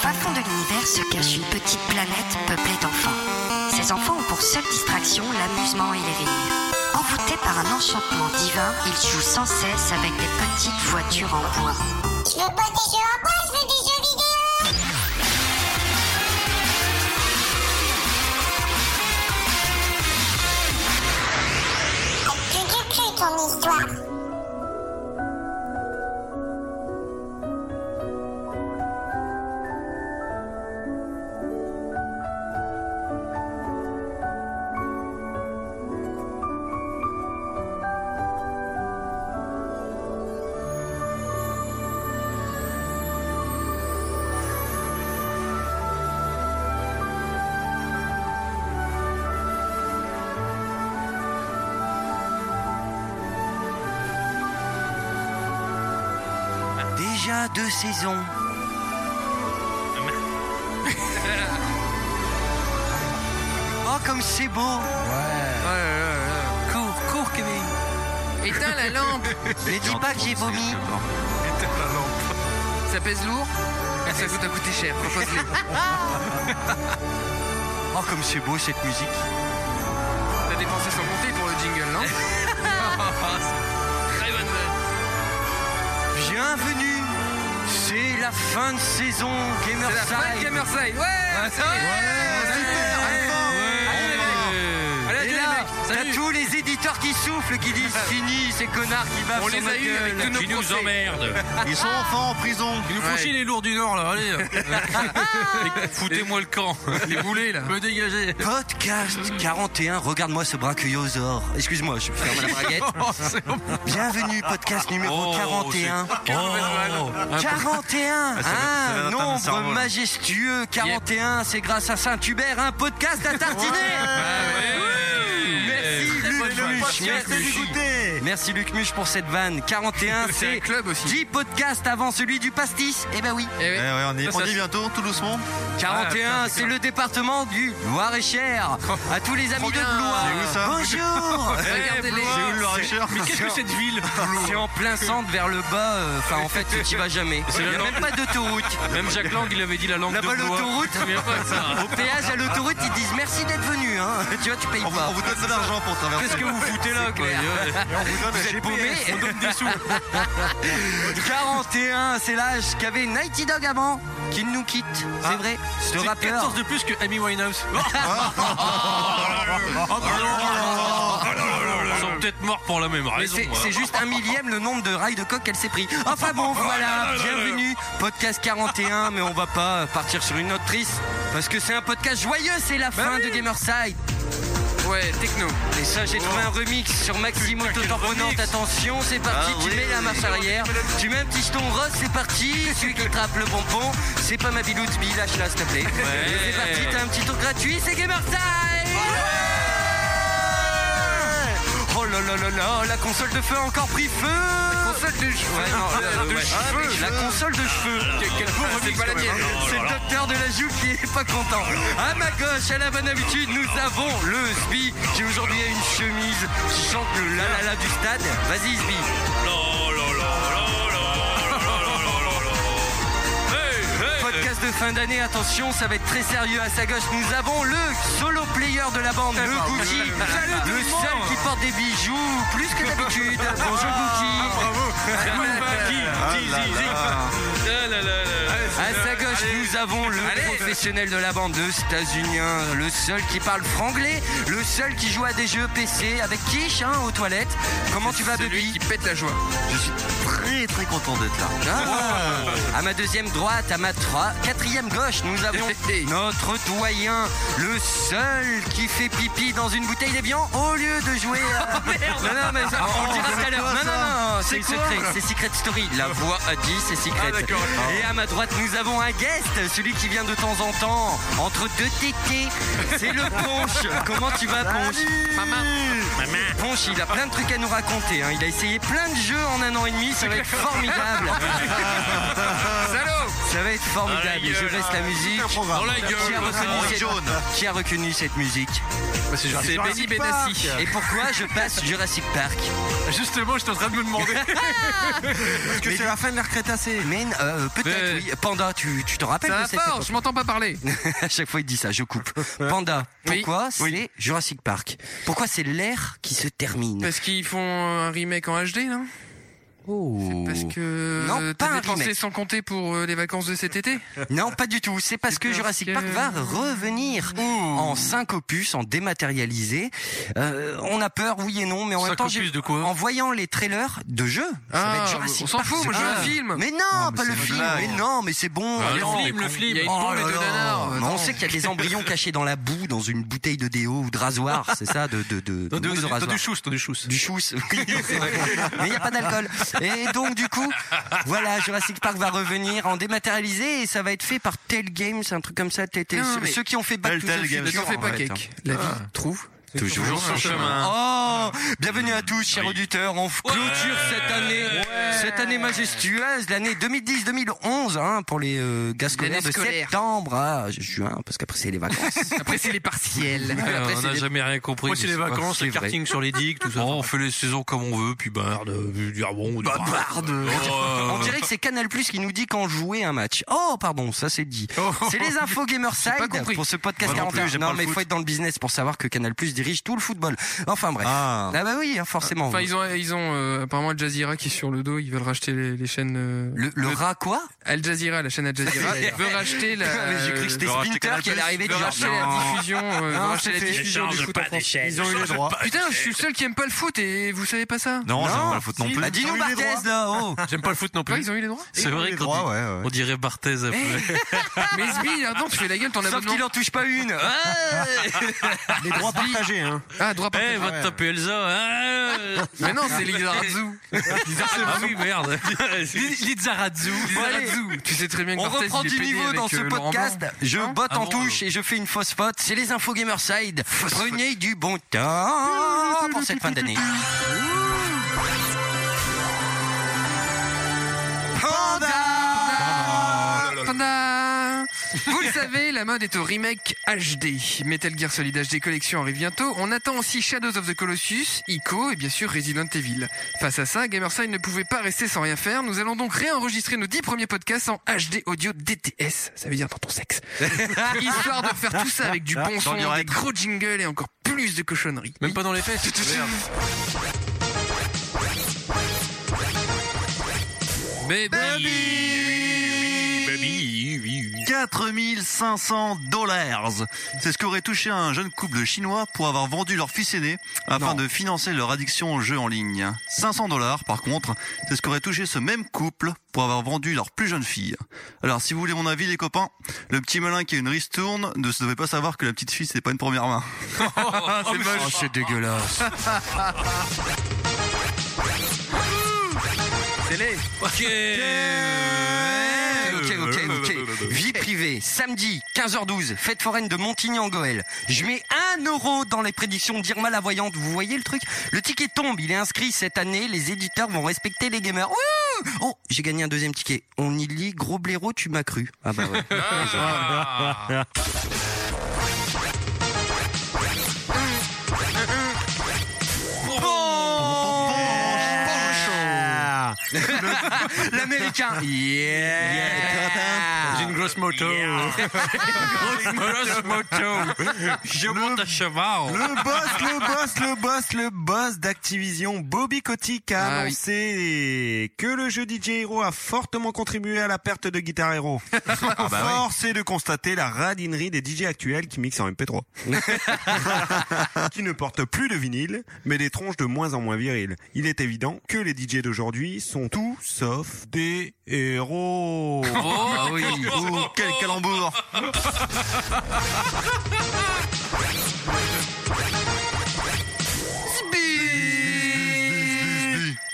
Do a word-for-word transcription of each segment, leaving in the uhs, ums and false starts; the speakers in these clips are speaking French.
fin fond de l'univers se cache une petite planète peuplée d'enfants. Ces enfants ont pour seule distraction l'amusement et les rires. Envoûtés par un enchantement divin, ils jouent sans cesse avec des petites voitures en bois. Je veux pas des jeux en bois, je veux des jeux vidéo. As-tu déjà cru ton histoire? Déjà deux saisons. Oh, comme c'est beau. Ouais. Cours, cours, Kevin. Éteins la lampe. Ne dis pas que j'ai vomi. Éteins la lampe. Ça pèse lourd. Et ça coûte à coûter cher. Propose-le. Oh, comme c'est beau cette musique. T'as dépensé sans compter pour le jingle, non? Très bonne vanne. Bienvenue. C'est la fin de saison Gamerside. C'est la fin de Gamerside. Ouais, c'est vrai. Et là, t'as tous les éditeurs qui soufflent, qui disent fini, ces connards qui bavent On sur les notre a eu avec gueule. tous nos Qui nous procès. emmerde. Ils sont enfants en prison. Ils nous font Ouais. chier les lourds du Nord, là, allez. Foutez-moi le camp. Les boulets, là. Me dégager. Podcast quarante et un, regarde-moi ce brachiosaure. Excuse-moi, je ferme la braguette. Bienvenue, podcast numéro Oh, quarante et un. c'est- Oh, un peu- quarante et un, ça va- ça va un atteindre le nombre cerveau, là. majestueux. quarante et un, c'est grâce à Saint-Hubert, un podcast à tartiner. Merci Luc Muche. Merci. Merci Luc Muche pour cette vanne. quarante et un, C'est un c'est club aussi. dix podcasts avant celui du pastis. Eh ben oui. Eh Ouais, oui. ouais, on y, Ça, on ça- y est bientôt, tout doucement. quarante et un, Ah, c'est le département du Loir-et-Cher. À tous les amis de bien. Blois. C'est où ça Bonjour. Regardez-les. C'est où le Loir-et-Cher? Mais qu'est-ce que cette ville? C'est en plein centre vers le bas. euh, Enfin, en fait, tu y vas jamais. Il n'y a même pas d'autoroute. Même Jacques Lang, il avait dit la langue de Là-bas, Blois. l'autoroute. Je me souviens pas de ça. Au péage à l'autoroute, ils disent merci d'être venu. Hein. Tu vois, tu payes On vous, pas. on vous donne de l'argent pour traverser. Qu'est-ce que vous foutez là, quoi? clair. Et on vous donne Vous un êtes G P paumés. S. On donne des sous. quarante et un, c'est l'âge qu'avait Nighty Dog avant, qui nous quitte. C'est vrai. Ce C'est rappeur. quatorze de plus que Amy Winehouse. Ils sont peut-être morts pour la même Mais raison. c'est, c'est juste un millième le nombre de rails de coq qu'elle s'est pris. Enfin bon, voilà, bienvenue, podcast quarante et un, mais on va pas partir sur une note triste, parce que c'est un podcast joyeux, c'est la fin de Gamerside. Ouais, techno. Et ça, j'ai trouvé un remix sur Maxime Autotamponnante. Attention, c'est parti, Ah tu oui, mets la oui, marche oui. arrière, tu mets un petit jeton rose, c'est parti. Celui qui trappe le pompon, c'est pas ma biloute, lâche là, s'il te plaît. Et c'est parti, t'as un petit tour gratuit, c'est Gamerside. Oh là là là là, la console de feu a encore pris feu. Console de cheveux. Ouais, non, euh, de ouais. cheveux. La console de cheveux. Quel pauvre Ah, c'est pas la mienne. C'est le docteur de la joue qui est pas content. À ma gauche, à la bonne habitude, nous avons le Sbi qui aujourd'hui a une chemise qui chante le la la la du stade. Vas-y Sbi. Podcast de fin d'année, attention, ça va être très sérieux. À sa gauche, nous avons le solo player de la bande, le Gookie, le seul qui porte des bijoux plus que d'habitude. Bonjour Gookie. À sa gauche, nous avons le professionnel de la bande, le Stasunien, le seul qui parle franglais, le seul qui joue à des jeux P C avec quiche hein, aux toilettes. Comment tu vas, Celui Baby? qui pète la joie. Je suis très très content d'être là. Ah. À ma deuxième droite, à ma trois, quatrième gauche, nous avons notre doyen, le seul qui fait pipi dans une bouteille d'évian au lieu de jouer à... Non, non, mais ça, on le dira tout à l'heure. Non, non, non, c'est secret, c'est Secret Story. La voix a dit, c'est Secret. Et à ma droite, nous avons un guest, celui qui vient de temps en temps, entre deux tétés. C'est le Ponche. Comment tu vas, Ponche? Maman. Ponche, il a plein de trucs à nous raconter. Hein. Il a essayé plein de jeux en un an et demi, ça va être formidable. Salaud. Ça va être formidable. Dans la Et je gueule. baisse la musique. Dans la Qui a, gueule. reconnu Henri cette... Jaune. Qui a reconnu cette musique? C'est C'est Benny Benassi. Et pourquoi je passe Jurassic Park? Justement, j'étais en train de me demander. Parce que c'est la fin de l'ère crétacée. Mais euh, peut-être Mais- oui. Panda, tu, tu te rappelles Ça de va cette fort, époque? je m'entends pas parler. À chaque fois il dit ça, je coupe. Panda, Oui. pourquoi c'est Jurassic Park? Pourquoi c'est l'ère qui se termine? Parce qu'ils font un remake en H D, là. Oh. Parce que Non, euh, pas t'as un dépensé remake. sans compter pour euh, les vacances de cet été. Non, pas du tout. C'est parce C'est que parce Jurassic que- Park va revenir en cinq opus, en dématérialisé. Euh, on a peur, oui et non, mais en même Cinq temps, opus j'ai- de quoi en voyant les trailers de jeux, ça va Ah, être Jurassic on s'en Park. fout, moi, je veux un film. Mais non, mais pas c'est le une film. blague. Mais non, mais c'est bon. Ah, le Allons. film, le Il y a film. une Oh bombe et là deux là. nanars. Mais on Attends. sait qu'il y a des embryons cachés dans la boue, dans une bouteille de déo ou de rasoir, c'est ça, de de de, de T'as du- mousse de t'as rasoir. du chousse, t'as du chousse. Du chousse, oui, c'est vrai. Mais il n'y a pas d'alcool. Et donc, du coup, voilà, Jurassic Park va revenir en dématérialisé et ça va être fait par Telltale, c'est un truc comme ça. Telltale. Non, Ceux- mais- Ceux qui ont fait Back to the Telltale Future. Games. Ne t'en fais en pas, fait, cake. hein. La vie trouve. Toujours, Toujours son chemin. Oh, bienvenue à tous, chers auditeurs. On clôture cette année, cette année majestueuse, l'année deux mille dix deux mille onze, hein, pour les euh, gars scolaires L'année de scolaire. septembre à juin, parce qu'après c'est les vacances. Après, c'est les partiels. Ouais, Après, on c'est n'a des- jamais rien compris. Moi, c'est les Mais vacances, c'est le vrai. karting sur les digues, tout ça. on fait les saisons comme on veut, puis barde, dire bon, Bah, barde. On Oh. dirait que c'est Canal Plus qui nous dit quand jouer un match. Oh, pardon, ça c'est dit. C'est les infos Gamerside J'ai pas compris. pour ce podcast Moi non plus, quarante et un. j'ai pas Non, le mais il foot. faut être dans le business pour savoir que Canal Plus dirige tout le football. Enfin bref. Ah. Ah bah oui, hein, forcément. Enfin, ils ont, ils ont euh, apparemment Al Jazeera qui est sur le dos. Ils veulent racheter les, les chaînes. euh, Le, le rat quoi? Al Jazeera, la chaîne Al Jazeera, veut racheter la. Mais j'ai cru que c'était le racheter Splinter Canal qui allait Plus. arriver veut du racheter la diffusion, euh, veut Non, racheter c'est la fait. diffusion du foot en France. Ils ont eu les droits. Putain, je suis le seul qui aime pas le foot et vous savez pas ça? Non, j'aime pas le foot non si. plus. Bah dis-nous Ils ont eu les Barthez droits. là, oh. J'aime pas le foot non Quoi, plus. ils ont eu les droits? C'est Ils ont eu vrai les qu'on droits, dit- ouais, ouais. on dirait Barthez après. Mais Sbi, attends, tu fais la gueule, ton Sauf abonnement. qu'il en touche pas une. Ouais. Les droits partagés, hein. Ah, droit par Eh, va te taper Elsa. Ah, Mais non, c'est Lizarazu. ah oui, merde. Lizarazu. Lizarazu. Tu sais très bien que On Barthez, reprend il est du pédé niveau avec, dans ce euh, Laurent podcast. Blanc. Je Hein botte Ah en bon, touche et je fais une fausse faute. C'est les infos Gamerside. Prenez du bon temps pour cette fin d'année. Panda. Panda. Vous le savez, la mode est au remake H D. Metal Gear Solid H D Collection arrive bientôt. On attend aussi Shadows of the Colossus, Ico et bien sûr Resident Evil. Face à ça, Gamerside ne pouvait pas rester sans rien faire. Nous allons donc réenregistrer nos dix premiers podcasts en H D audio D T S. Ça veut dire dans ton sexe. Histoire de faire tout ça avec du bon son, des direct. gros jingles et encore plus de cochonneries. Même pas dans les fesses. Baby. Baby. quatre mille cinq cents dollars. C'est ce qu'aurait touché un jeune couple chinois pour avoir vendu leur fils aîné afin de financer leur addiction aux jeux en ligne. cinq cents dollars, par contre, c'est ce qu'aurait touché ce même couple pour avoir vendu leur plus jeune fille. Alors, si vous voulez mon avis, les copains, le petit malin qui a une ristourne ne se devait pas savoir que la petite fille, c'est pas une première main. C'est moche. Oh, c'est dégueulasse. C'est les. Ok. Ok, ok, ok. Vie privée, samedi, quinze heures douze, fête foraine de Montigny-en-Goël. Je mets un euro dans les prédictions d'Irma la Voyante. Vous voyez le truc? Le ticket tombe, il est inscrit cette année. Les éditeurs vont respecter les gamers. Wouh! Oh, j'ai gagné un deuxième ticket. On y lit, gros blaireau, tu m'as cru. Ah bah ouais. Ah. L'américain. Yeah. J'ai une grosse moto. Grosse moto. Je monte à cheval. Le boss, le boss, le boss, le boss d'Activision, Bobby Kotick, a Ah oui. annoncé que le jeu D J Hero a fortement contribué à la perte de Guitar Hero. Force est de constater la radinerie des D J actuels qui mixent en M P trois. Qui ne portent plus de vinyle, mais des tronches de moins en moins viriles. Il est évident que les D J d'aujourd'hui sont tout sauf des héros. Ah oui. Ouh, quel calembour.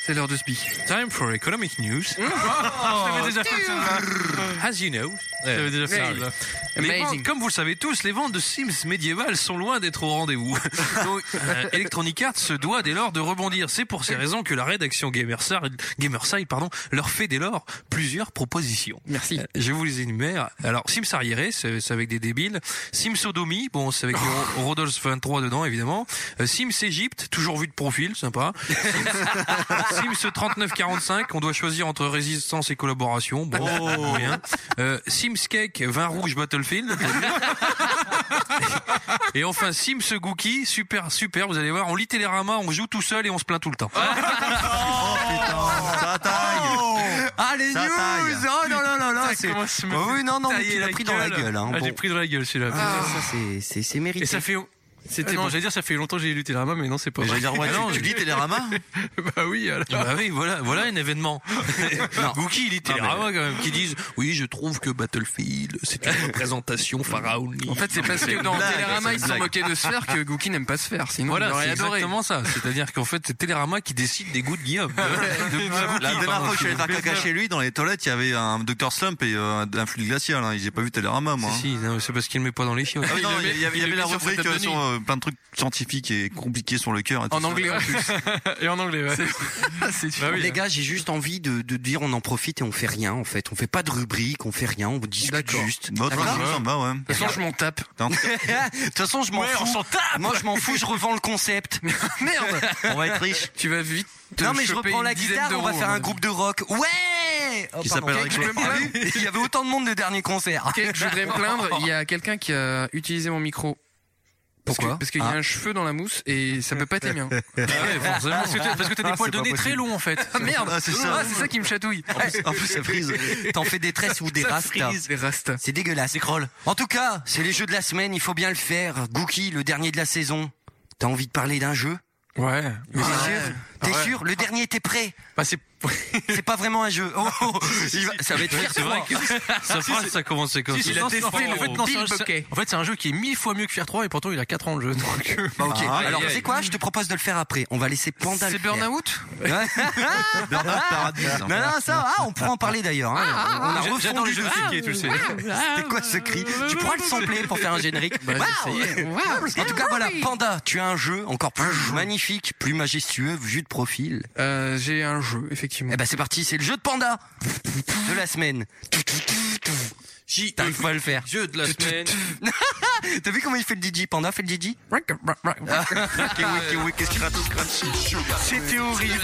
C'est l'heure de Spi. Time for economic news. Oh, je l'avais déjà fait ça. As you know. Je l'avais déjà fait ça. Les ventes, comme vous le savez tous, les ventes de Sims médiévales sont loin d'être au rendez-vous. Donc, euh, Electronic Arts se doit dès lors de rebondir. C'est pour ces raisons que la rédaction Gamerside, Gamerside pardon, leur fait dès lors plusieurs propositions. Merci. Euh, je vous les énumère. Alors, Sims Arriéré, c'est, c'est avec des débiles. Sims Sodomie, bon, c'est avec oh. Rodolphe vingt-trois dedans, évidemment. Euh, Sims Égypte, toujours vu de profil, sympa. Sims, Sims trente-neuf quarante-cinq, on doit choisir entre résistance et collaboration. Bon, oh. rien. Euh, Sims Cake, vin rouge Battlefield. Et enfin Sims Gookie, super super, vous allez voir, on lit Télérama, on joue tout seul et on se plaint tout le temps. Oh putain, ça taille. Oh. Ah les ça news taille. Oh non non non non, c'est... Oh, oui non non, mais tu l'as pris dans la gueule hein. Ah, bon. j'ai pris dans la gueule celui-là. Ah, ça c'est c'est c'est mérité. Et ça fait C'était ah non, bon. J'allais dire ça fait longtemps que j'ai lu Télérama, mais non, c'est pas. J'allais dire ouais, tu, tu lis Télérama. Bah oui, alors. Bah oui, voilà, voilà un événement. Gookie il lit Télérama mais... quand même, qui disent oui, je trouve que Battlefield c'est une représentation pharaonique. En fait, c'est parce que dans blague, Télérama ils se sont moqués de Sphère que Gookie n'aime pas Sphère. Sinon, voilà, il aurait c'est adoré. exactement ça. C'est-à-dire qu'en fait, c'est Télérama qui décide des goûts de Guillaume. La dernière fois que je suis allé faire caca chez lui, dans les toilettes, il y avait un docteur Slump et euh, un fluide glacial. Hein. J'ai pas vu Télérama, moi. Si, si, non, c'est parce qu'il le met pas dans les chiottes. Ah, non, il y avait, il y avait la rubrique sur euh, plein de trucs scientifiques et compliqués sur le cœur. En anglais en plus. Et en anglais, ouais. C'est... Bah oui, les gars, j'ai juste envie de, de dire on en profite et on fait rien en fait. On fait pas de rubrique, on fait rien, on discute D'accord. juste. Bah, ça va, ouais. De toute façon, je m'en tape. De toute façon, je m'en ouais, fous. On s'en tape. Moi, je m'en fous, je revends le concept. Merde. On va être riche. Tu vas vite. Non mais je reprends la guitare, on va faire un groupe de rock. Ouais. Oh, qui s'appelle okay, il y avait autant de monde de dernier concert. Okay, je voudrais me plaindre, il y a quelqu'un qui a utilisé mon micro. Pourquoi? Parce qu'il y a un cheveu dans la mousse et ça peut pas être les miens. Ah ouais, forcément. Parce que t'as, parce que t'as des Ah, poils de nez possible. très longs en fait. Ah merde, ah, c'est ça. Ah, c'est ça qui me chatouille. En plus, en plus ça frise. T'en fais des tresses ou des rastas. Des rastas. C'est dégueulasse. C'est croll. En tout cas, c'est les jeux de la semaine, il faut bien le faire. Gookie, le dernier de la saison. T'as envie de parler d'un jeu? Ouais. Mais ouais. t'es sûr? T'es ouais. sûr? Le dernier était prêt. Bah c'est c'est pas vraiment un jeu. Oh, oh, il va... ça va être fier. C'est vrai que sa phrase ça commençait comme ça. Il a testé le en fait, non, Bill c'est, Bokeh. en fait, c'est un jeu qui est mille fois mieux que Fear trois et pourtant il a quatre ans le jeu. Donc bah, ok. Ah, alors, aïe, tu sais quoi? Je te propose de le faire après. On va laisser Panda C'est le faire. Burnout? Ouais. Burnout Paradis. Non, non, ça, ah, on pourra en parler d'ailleurs. Hein. Ah, on a J'adore refondu les jeux de pied, tu le sais. C'était quoi ce cri? Tu pourras le sampler pour faire un générique. Bah, wow. En tout cas, voilà, Panda, tu as un jeu encore plus magnifique, plus majestueux, vu de profil. Euh, j'ai un jeu, effectivement. Eh ben, c'est parti, c'est le jeu de Panda de la semaine. J. T'arrives pas à le faire. Jeu de la semaine. T'as vu comment il fait le D J? Panda fait le D J? Qu'est-ce qu'il rate? C'était horrible.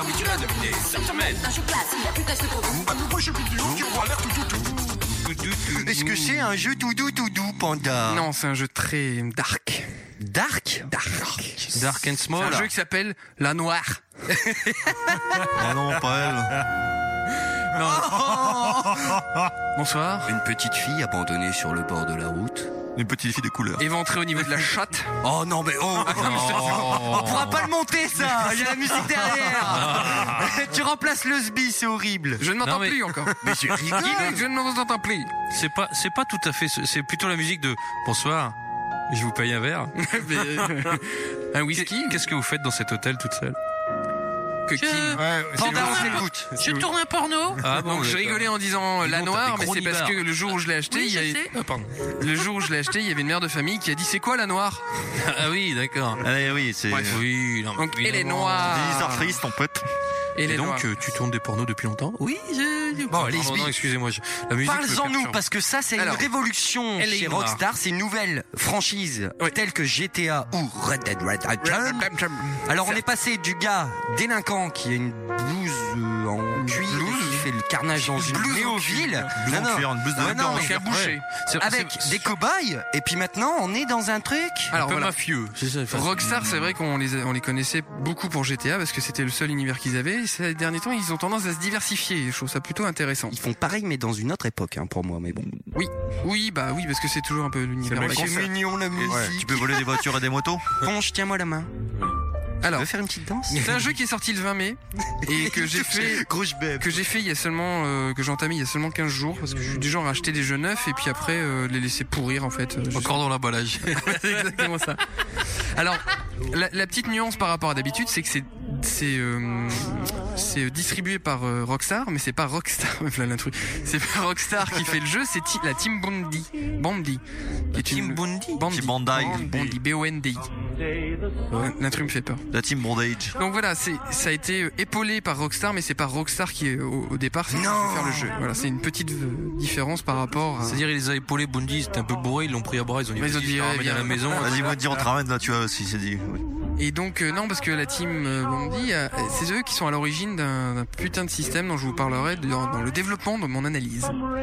Est-ce que c'est un jeu tout doux, tout doux, Panda? Non, c'est un jeu très dark. Dark? Dark. Dark and C'est Small. un jeu qui s'appelle La Noire. Ah non, pas elle. Bonsoir. Une petite fille abandonnée sur le bord de la route. Une petite fille de couleur. Éventré au niveau de la chatte. Oh non mais oh, on pourra pas le monter ça. Il y a la musique derrière. Tu remplaces le sbi, c'est horrible. Je ne m'entends Non, mais- plus encore. Mais je rigole. Je ne m'entends plus. C'est pas, c'est pas tout à fait, ce- c'est plutôt la musique de bonsoir. Je vous paye un verre. Mais, euh, un whisky. Qu'est-ce que vous faites dans cet hôtel toute seule? Coquine. Panda, on s'écoute. Je tourne un porno. Ah Donc je rigolais en disant Dis La donc, t'as Noire, des mais gros c'est parce nibards. que le jour où je l'ai acheté, il y a... Ah, pardon. le jour où je l'ai acheté, il y avait une mère de famille qui a dit c'est quoi La Noire? Ah oui, d'accord. Allez, oui, c'est. Bref. Oui, non, Donc mais elle est évidemment. noire. Des histoires tristes, ton pote. Et Et les donc, noirs. euh, tu tournes des pornos depuis longtemps? Oui, je... Bon, non, les non, sbi- non, excusez-moi. je- La musique me Parle-en nous, perturbe. parce que ça, c'est Alors, une révolution elle est chez noire. Rockstar. C'est une nouvelle franchise Oui. telle que G T A ou Red Dead Redemption. Alors, on est passé du gars délinquant qui a une blouse euh, en cuir et qui fait le carnage dans une blouse en néo-ville. Blouse en cuir, une blouse de Ouais, non, Donc mais un boucher. C'est- avec c'est- des cobayes. Et puis maintenant, on est dans un truc. un Alors peu voilà. mafieux. C'est ça, enfin, Rockstar, c'est vrai qu'on les, a- on les connaissait beaucoup pour G T A parce que c'était le seul univers qu'ils avaient. Et ces derniers temps, ils ont tendance à se diversifier. Je trouve ça plutôt intéressant. Ils font pareil, mais dans une autre époque, hein, pour moi. Mais bon. Oui, oui, bah oui, parce que c'est toujours un peu l'univers. le de la mec- console. mignon la musique. Ouais, tu peux voler des voitures et des motos. Ponche, tiens-moi la main. Tu Alors, veux faire une petite danse? c'est un jeu qui est sorti le vingt mai et que j'ai fait Grosse bête. que j'ai fait il y a seulement euh, que j'ai entamé il y a seulement quinze jours parce que je suis du genre à acheter des jeux neufs et puis après euh, les laisser pourrir en fait. Euh, Encore dans l'emballage. c'est exactement ça. Alors la, la petite nuance par rapport à d'habitude, c'est que c'est c'est euh, c'est distribué par euh, Rockstar, mais c'est pas Rockstar, voilà l'intrus. C'est pas Rockstar qui fait le jeu, c'est ti- la Team Bondi. Bondi. Qui est Team une... Bondi Bondi. Team Bondi. Bondi. B O N D I. L'intrus me fait peur. La team Bondage. Donc voilà, c'est, ça a été euh, épaulé par Rockstar, mais c'est pas Rockstar qui est au, au départ, c'est qui Non. veut faire le jeu. Voilà, c'est une petite euh, différence par rapport à... C'est-à-dire, ils les a épaulés, Bundy, c'était un peu bourré, ils l'ont pris à bras, ils ont dit, Ils ont vas-y, dit, je te ouais, ramène viens. à la maison. Vas-y, moi, dire, on te ramène là, tu vois, aussi, c'est dit. Ouais. Et donc euh, non, parce que la team euh, Bondi, euh, c'est eux qui sont à l'origine d'un, d'un putain de système dont je vous parlerai dans, dans le développement de mon analyse.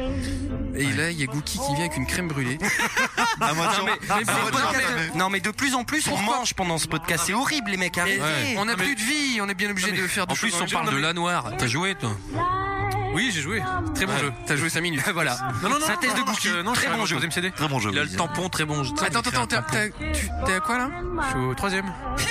Et là, il y a Gookie qui vient avec une crème brûlée. À moitié, Non, mais, à mais moitié podcast- enfermé. non mais de plus en plus on mange pendant ce podcast, c'est horrible les mecs, arrêtez. Et on n'a plus de vie, on est bien obligé de faire En des plus, choses. on parle de la noire. T'as joué, toi? Oui, j'ai joué. Très bon Ouais. jeu. T'as joué cinq minutes. Voilà. Non, non, non. Synthèse de non, Gookie, je- non, je très suis bon au jeu. troisième C D. Très bon jeu. Il a le Louise. tampon, très bon jeu. Attends, attends, attends, t'as, t'as- tu- t'es à quoi là? Je suis au troisième.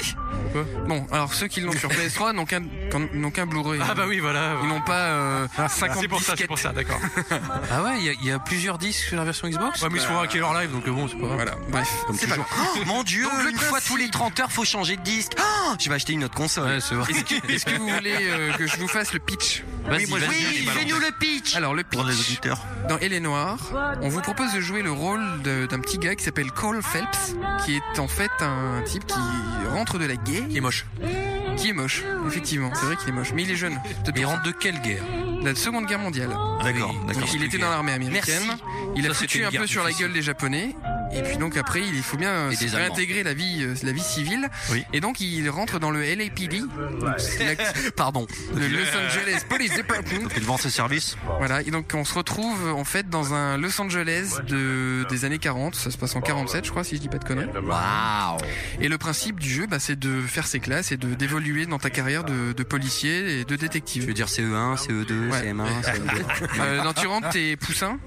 Bon, alors ceux qui l'ont sur P S trois n'ont qu'un, n'ont qu'un Blu-ray. Ah bah oui, voilà. Ils n'ont pas euh, cinquante C'est pour ça, c'est disquettes. pour ça, d'accord. Ah ouais, il y a- il y, a plusieurs disques sur la version Xbox. Ouais, mais ils se font hacker leur live, donc bon, c'est pas grave. Voilà, bref. C'est pas grave. Oh, mon dieu, Donc, le une fois principe- tous les trente heures faut changer de disque. Oh, je vais acheter une autre console. Ouais, c'est vrai. Est-ce que, est-ce que vous voulez euh, que je vous fasse le pitch? Vas-y, moi, vas-y, oui, vas-y, balance. fais-nous le pitch. Alors le Pour les pitch. auditeurs. Dans Elle est noire, on vous propose de jouer le rôle de- d'un petit gars qui s'appelle Cole Phelps, qui est en fait un type qui rentre de la guerre, Qui est moche. qui est moche, effectivement, c'est vrai qu'il est moche, mais il est jeune. De Il rentre de quelle guerre? la Seconde Guerre mondiale. D'accord, oui. d'accord. Donc il était dans l'armée américaine. Merci. Il a Ça, foutu c'était un une guerre peu sur la difficile. gueule des Japonais. Et puis donc après, il faut bien Et se des Allemands. réintégrer la vie, euh, la vie civile. Oui. Et donc il rentre dans le L A P D, donc c'est la- Pardon. le Los Angeles Police Department. Donc il vend ses services. Voilà, et donc on se retrouve en fait dans un Los Angeles de, des années quarante, ça se passe en quarante-sept je crois si je dis pas de conneries. Waouh. Et le principe du jeu, bah, c'est de faire ses classes et de d'évoluer dans ta carrière de, de policier et de Je détective. veux dire C E un, C E deux, Ouais. C M un, C M deux. Euh, non, tu rentres tes poussins,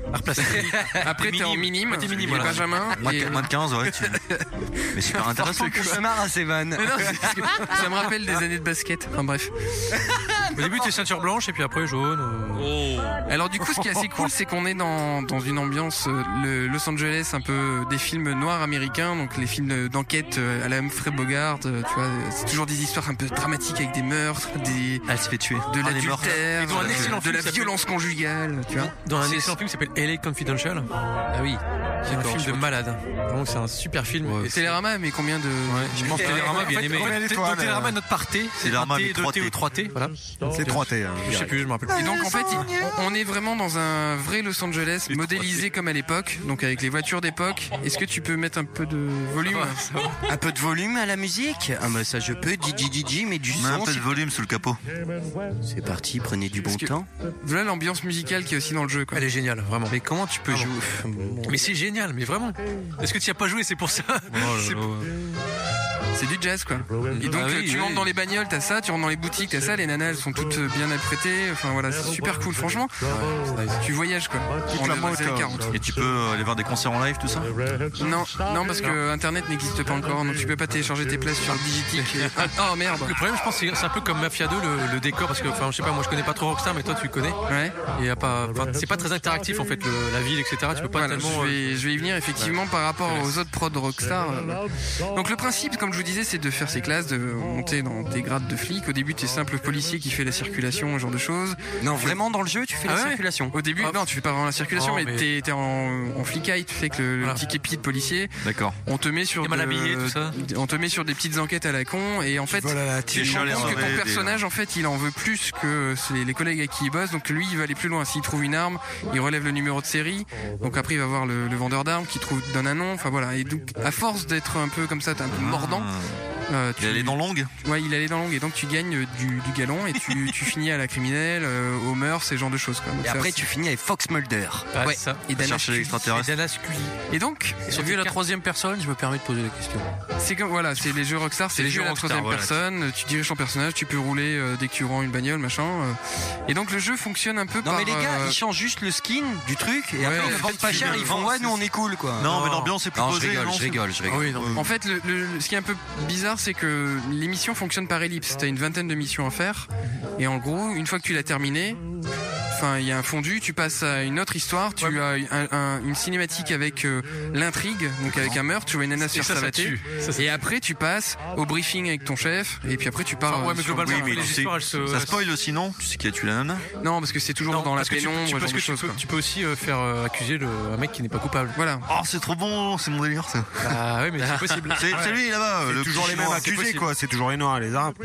après t'es en minime, Ouais, t'es minime, et voilà. Benjamin. Moins et- de, moins de quinze, ouais. Tu... Mais super intéressant. Franchement, je me marre à ces vannes. Mais non, c'est parce que ça me rappelle des années de basket. Enfin bref. Au début, t'es ceinture blanche et puis après jaune. euh. Alors du coup, ce qui est assez cool, c'est qu'on est dans, dans une ambiance euh, le Los Angeles, un peu des films noirs américains, donc les films d'enquête euh, à la Humphrey Bogart, euh, tu vois, c'est toujours des histoires un peu dramatiques avec des meurtres, des Elle se fait tuer. de Ah, les morts. l'adultère, Ils ont un de- excellent de film la qui s'appelle- violence conjugale, tu vois. Dans un C'est- excellent film qui s'appelle L A Confidential. Ah oui. C'est un D'accord, film je de vois. malade. Vraiment, c'est un super film. Et c'est- Télérama, mais combien de... Je pense que Télérama a bien aimé. combien d'étoiles, Donc Télérama note par T. C'est Télérama, un T, mais deux trois T T. ou trois T. Voilà. C'est trois T. hein. Je sais plus, je me rappelle plus. Et donc en fait, il- on on est vraiment dans un vrai Los Angeles modélisé comme à l'époque, donc avec les voitures d'époque. Est-ce que tu peux mettre un peu de volume? Un peu de volume à la musique. Ah bah ça je peux, Didi Didi, mais du On a un son. peu de volume sous le capot. C'est parti, prenez du bon Parce que- temps. Voilà l'ambiance musicale qui est aussi dans le jeu, quoi. Elle est géniale, vraiment. Mais comment tu peux Ah bon. jouer Mais c'est génial, mais vraiment. Est-ce que tu n'y as pas joué, c'est pour ça. C'est- C'est du jazz, quoi. Et donc Ah oui, euh, tu oui. rentres dans les bagnoles, t'as ça, tu rentres dans les boutiques, t'as ça, les nanas elles sont toutes euh, bien apprêtées, enfin voilà, c'est super cool, franchement. Tu voyages, quoi. Quitte En la dans les banque, années euh, quarante. Et tu peux euh, aller voir des concerts en live, tout ça? Non, non, parce que Internet n'existe pas encore, donc tu peux pas télécharger tes places sur le Digitic. et- Ah, oh merde. Le problème, je pense, c'est c'est un peu comme Mafia deux, le, le décor, parce que, enfin, je sais pas, moi je connais pas trop Rockstar, mais toi tu connais. Ouais. Et y a pas, enfin, c'est pas très interactif en fait, le- la ville, et cetera. Tu peux pas Voilà, tellement. je vais, je vais y venir effectivement par rapport aux autres prods de Rockstar. euh. Donc le principe, comme je vous disais, c'est de faire ses classes, de monter dans tes grades de flic. Au début, tu es simple policier qui fait la circulation, ce genre de choses. Non, vraiment dans le jeu, tu fais Ah la ouais circulation. Au début, Ah. non, tu fais pas vraiment la circulation, Non, mais, mais- t'es, t'es en, en flic eye, tu fais que le, le Voilà. petit képi de policier. D'accord. On te met sur T'es mal de- habillé, tout ça. on te met sur des petites enquêtes à la con, et en fait, Voilà la tu te Des rends chalets compte que enlevés, ton des- personnage, en fait, il en veut plus que les, les collègues avec qui il bosse. Donc lui, il va aller plus loin. S'il trouve une arme, il relève le numéro de série. Donc après, il va voir le, le vendeur d'armes qui trouve donne un nom. Enfin voilà. Et donc, à force d'être un peu comme ça, t'es un peu mordant. euh, tu- Il allait dans longue. Ouais, il allait dans longue, et donc tu gagnes euh, du, du galon et tu, tu finis à la criminelle, euh, au meurtre, ces genres de choses. Quoi. Donc, Et ça, après c'est- tu finis avec Fox Mulder. Ah, ouais. c'est ça. et Dana Chercher Scully. l'extraterrestre. Et Dana Scully. Et donc, J'ai vu la troisième personne, je me permets de poser la question. c'est comme voilà, c'est les jeux Rockstar, c'est les jeux à la Rockstar, troisième voilà. personne. Tu diriges ton personnage, tu peux rouler euh, dès que tu rends une bagnole, machin. euh. Et donc le jeu fonctionne un peu Non par. mais les gars, euh, ils changent juste le skin du truc et Ouais, après ils en le fait, vendent pas tu cher, le ils font vends, ouais nous on est cool quoi. Non, Non. mais l'ambiance est plus Non, je posée. rigole, non, je c'est- rigole, je rigole. Ah oui, non. En fait, le, le- ce qui est un peu bizarre, c'est que l'émission fonctionne par ellipse. T'as une vingtaine de missions à faire, et en gros, une fois que tu l'as terminé, enfin, il y a un fondu, tu passes à une autre histoire, tu Ouais. as un- un- une cinématique avec euh, l'intrigue, donc avec un meurtre, tu vois une nana se Et faire ça, ça savater. tue. Ça, ça Et tue. après, tu passes au briefing avec ton chef, et puis après, tu pars. Enfin, ouais, euh, mais sur- globalement, Oui, mais les tu sais- histoires, elles se. Ça spoil aussi, non? Tu sais qui a tué la nana? Non, parce que c'est toujours Non, dans la parce que tu, pénombre, tu, ce parce genre que de tu choses, peux, quoi. tu peux aussi euh, faire euh, accuser le, un mec qui n'est pas coupable. Voilà. Oh, c'est trop bon, c'est mon délire, ça. Ah oui, mais c'est possible. C'est c'est lui, là-bas, le toujours les mêmes chinois. accusés, quoi. C'est toujours les Noirs et les Arabes.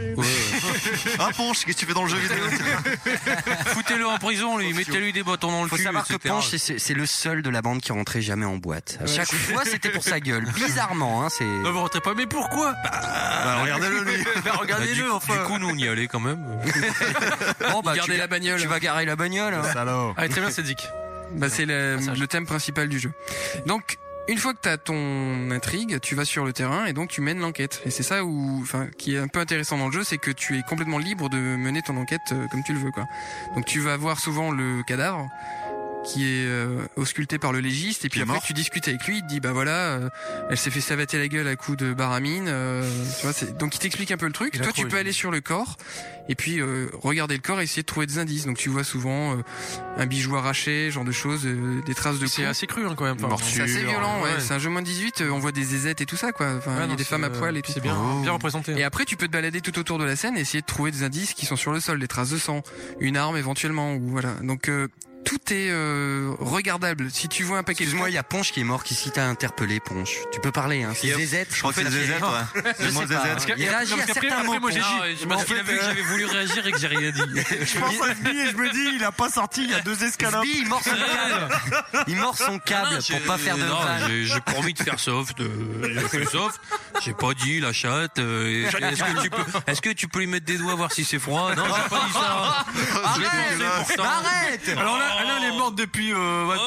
Ah, Ponche, qu'est-ce que tu fais dans le jeu vidéo? Foutez-le en prison, lui. Mettez-lui des bâtons dans le Faut cul. savoir que et cetera. Ponche, c'est- c'est le seul de la bande qui rentrait jamais en boîte. À chaque fois, c'était pour sa gueule. Bizarrement, hein, c'est. Non, vous rentrez pas. Mais pourquoi Bah, regardez-le, lui. Bah, regardez-le, enfin. Du coup, nous, on y allait quand même. Bon, bah, Gardez tu, la bagnole. tu vas garer la bagnole. hein. Salaud. Allez, très bien, c'est Zik. Bah, c'est le, Passage. le thème principal du jeu. Donc, une fois que tu as ton intrigue, tu vas sur le terrain et donc tu mènes l'enquête. Et c'est ça où, enfin, qui est un peu intéressant dans le jeu, c'est que tu es complètement libre de mener ton enquête euh, comme tu le veux, quoi. Donc tu vas voir souvent le cadavre qui est euh, ausculté par le légiste et puis Qui est après mort. tu discutes avec lui, il te dit bah voilà, euh, elle s'est fait savater la gueule à coups de baramine, euh, tu vois, c'est... donc il t'explique un peu le truc. Il a Toi trop tu peux eu. aller sur le corps et puis euh, regarder le corps et essayer de trouver des indices. Donc tu vois souvent euh, un bijou arraché, genre de choses, euh, des traces de C'est coups. assez cru, hein, quand même. Enfin, C'est assez violent, ouais. ouais. C'est un jeu moins dix-huit, euh, on voit des zézettes et tout ça, quoi. Enfin, il Ouais, y a non, des c'est, femmes à euh, poil et tout. C'est bien, Oh. bien représenté. Et après, tu peux te balader tout autour de la scène et essayer de trouver des indices qui sont sur le sol, des traces de sang, une arme éventuellement, ou voilà. Donc, euh, tout est euh, regardable. Si tu vois un paquet de Excuse-moi, il y a Ponche qui est mort. Qui s'y t'a interpellé, Ponche? Tu peux parler, hein. C'est Yep. Zézette. Je crois que c'est Zézette, ouais. C'est moi, sais pas, Zézette. hein. Il réagit à Parce qu'après- certains après, mots. moi, j'ai Ponche. dit, parce qu'il a vu que j'avais voulu réagir et que j'ai rien dit. Je pense à lui et je me dis, il a pas sorti, il y a deux escalopes. Sbi, il mord son câble. Il mord son câble pour pas faire de Non, vanne. j'ai- J'ai promis de faire soft. euh, J'ai fait soft. J'ai pas dit la chatte. euh, Est-ce que tu peux, est-ce que tu peux lui mettre des doigts voir si c'est froid? Non, j'ai pas dit ça. Je l'ai pensé pourtant. Arrête. Alors là, là, elle est morte depuis. Euh, Ouais,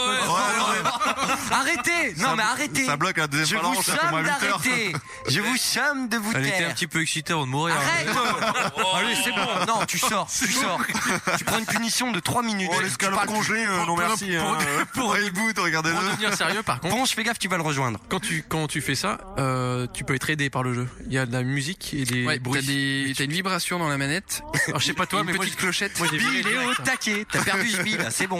Arrêtez. Non, mais arrêtez. Ça bloque la deuxième Je vous phalange, ça tombe à somme huit heures. d'arrêter. Je vous somme de vous Elle était un taire. petit peu excitée avant de mourir. Arrête. Allez, c'est bon. Non, tu sors, tu sors. Tu prends une punition de trois minutes. Oh, Tu l'escalope parles- congelée, euh, non pour- merci. pour- hein. Pour, Ouais, il bout, pour regardez-le. devenir sérieux, par contre, Ponche, fais gaffe, tu vas le rejoindre. quand tu, quand tu fais ça, euh, tu peux être aidé par le jeu. Il y a de la musique et des Ouais, bruits. t'as, des... t'as une vibration dans la manette. Alors, je sais pas toi, une mais moi, petite j'ai- clochette. moi, j'ai viré, Il est direct, au ça. taquet. T'as perdu Sbi, là, c'est bon.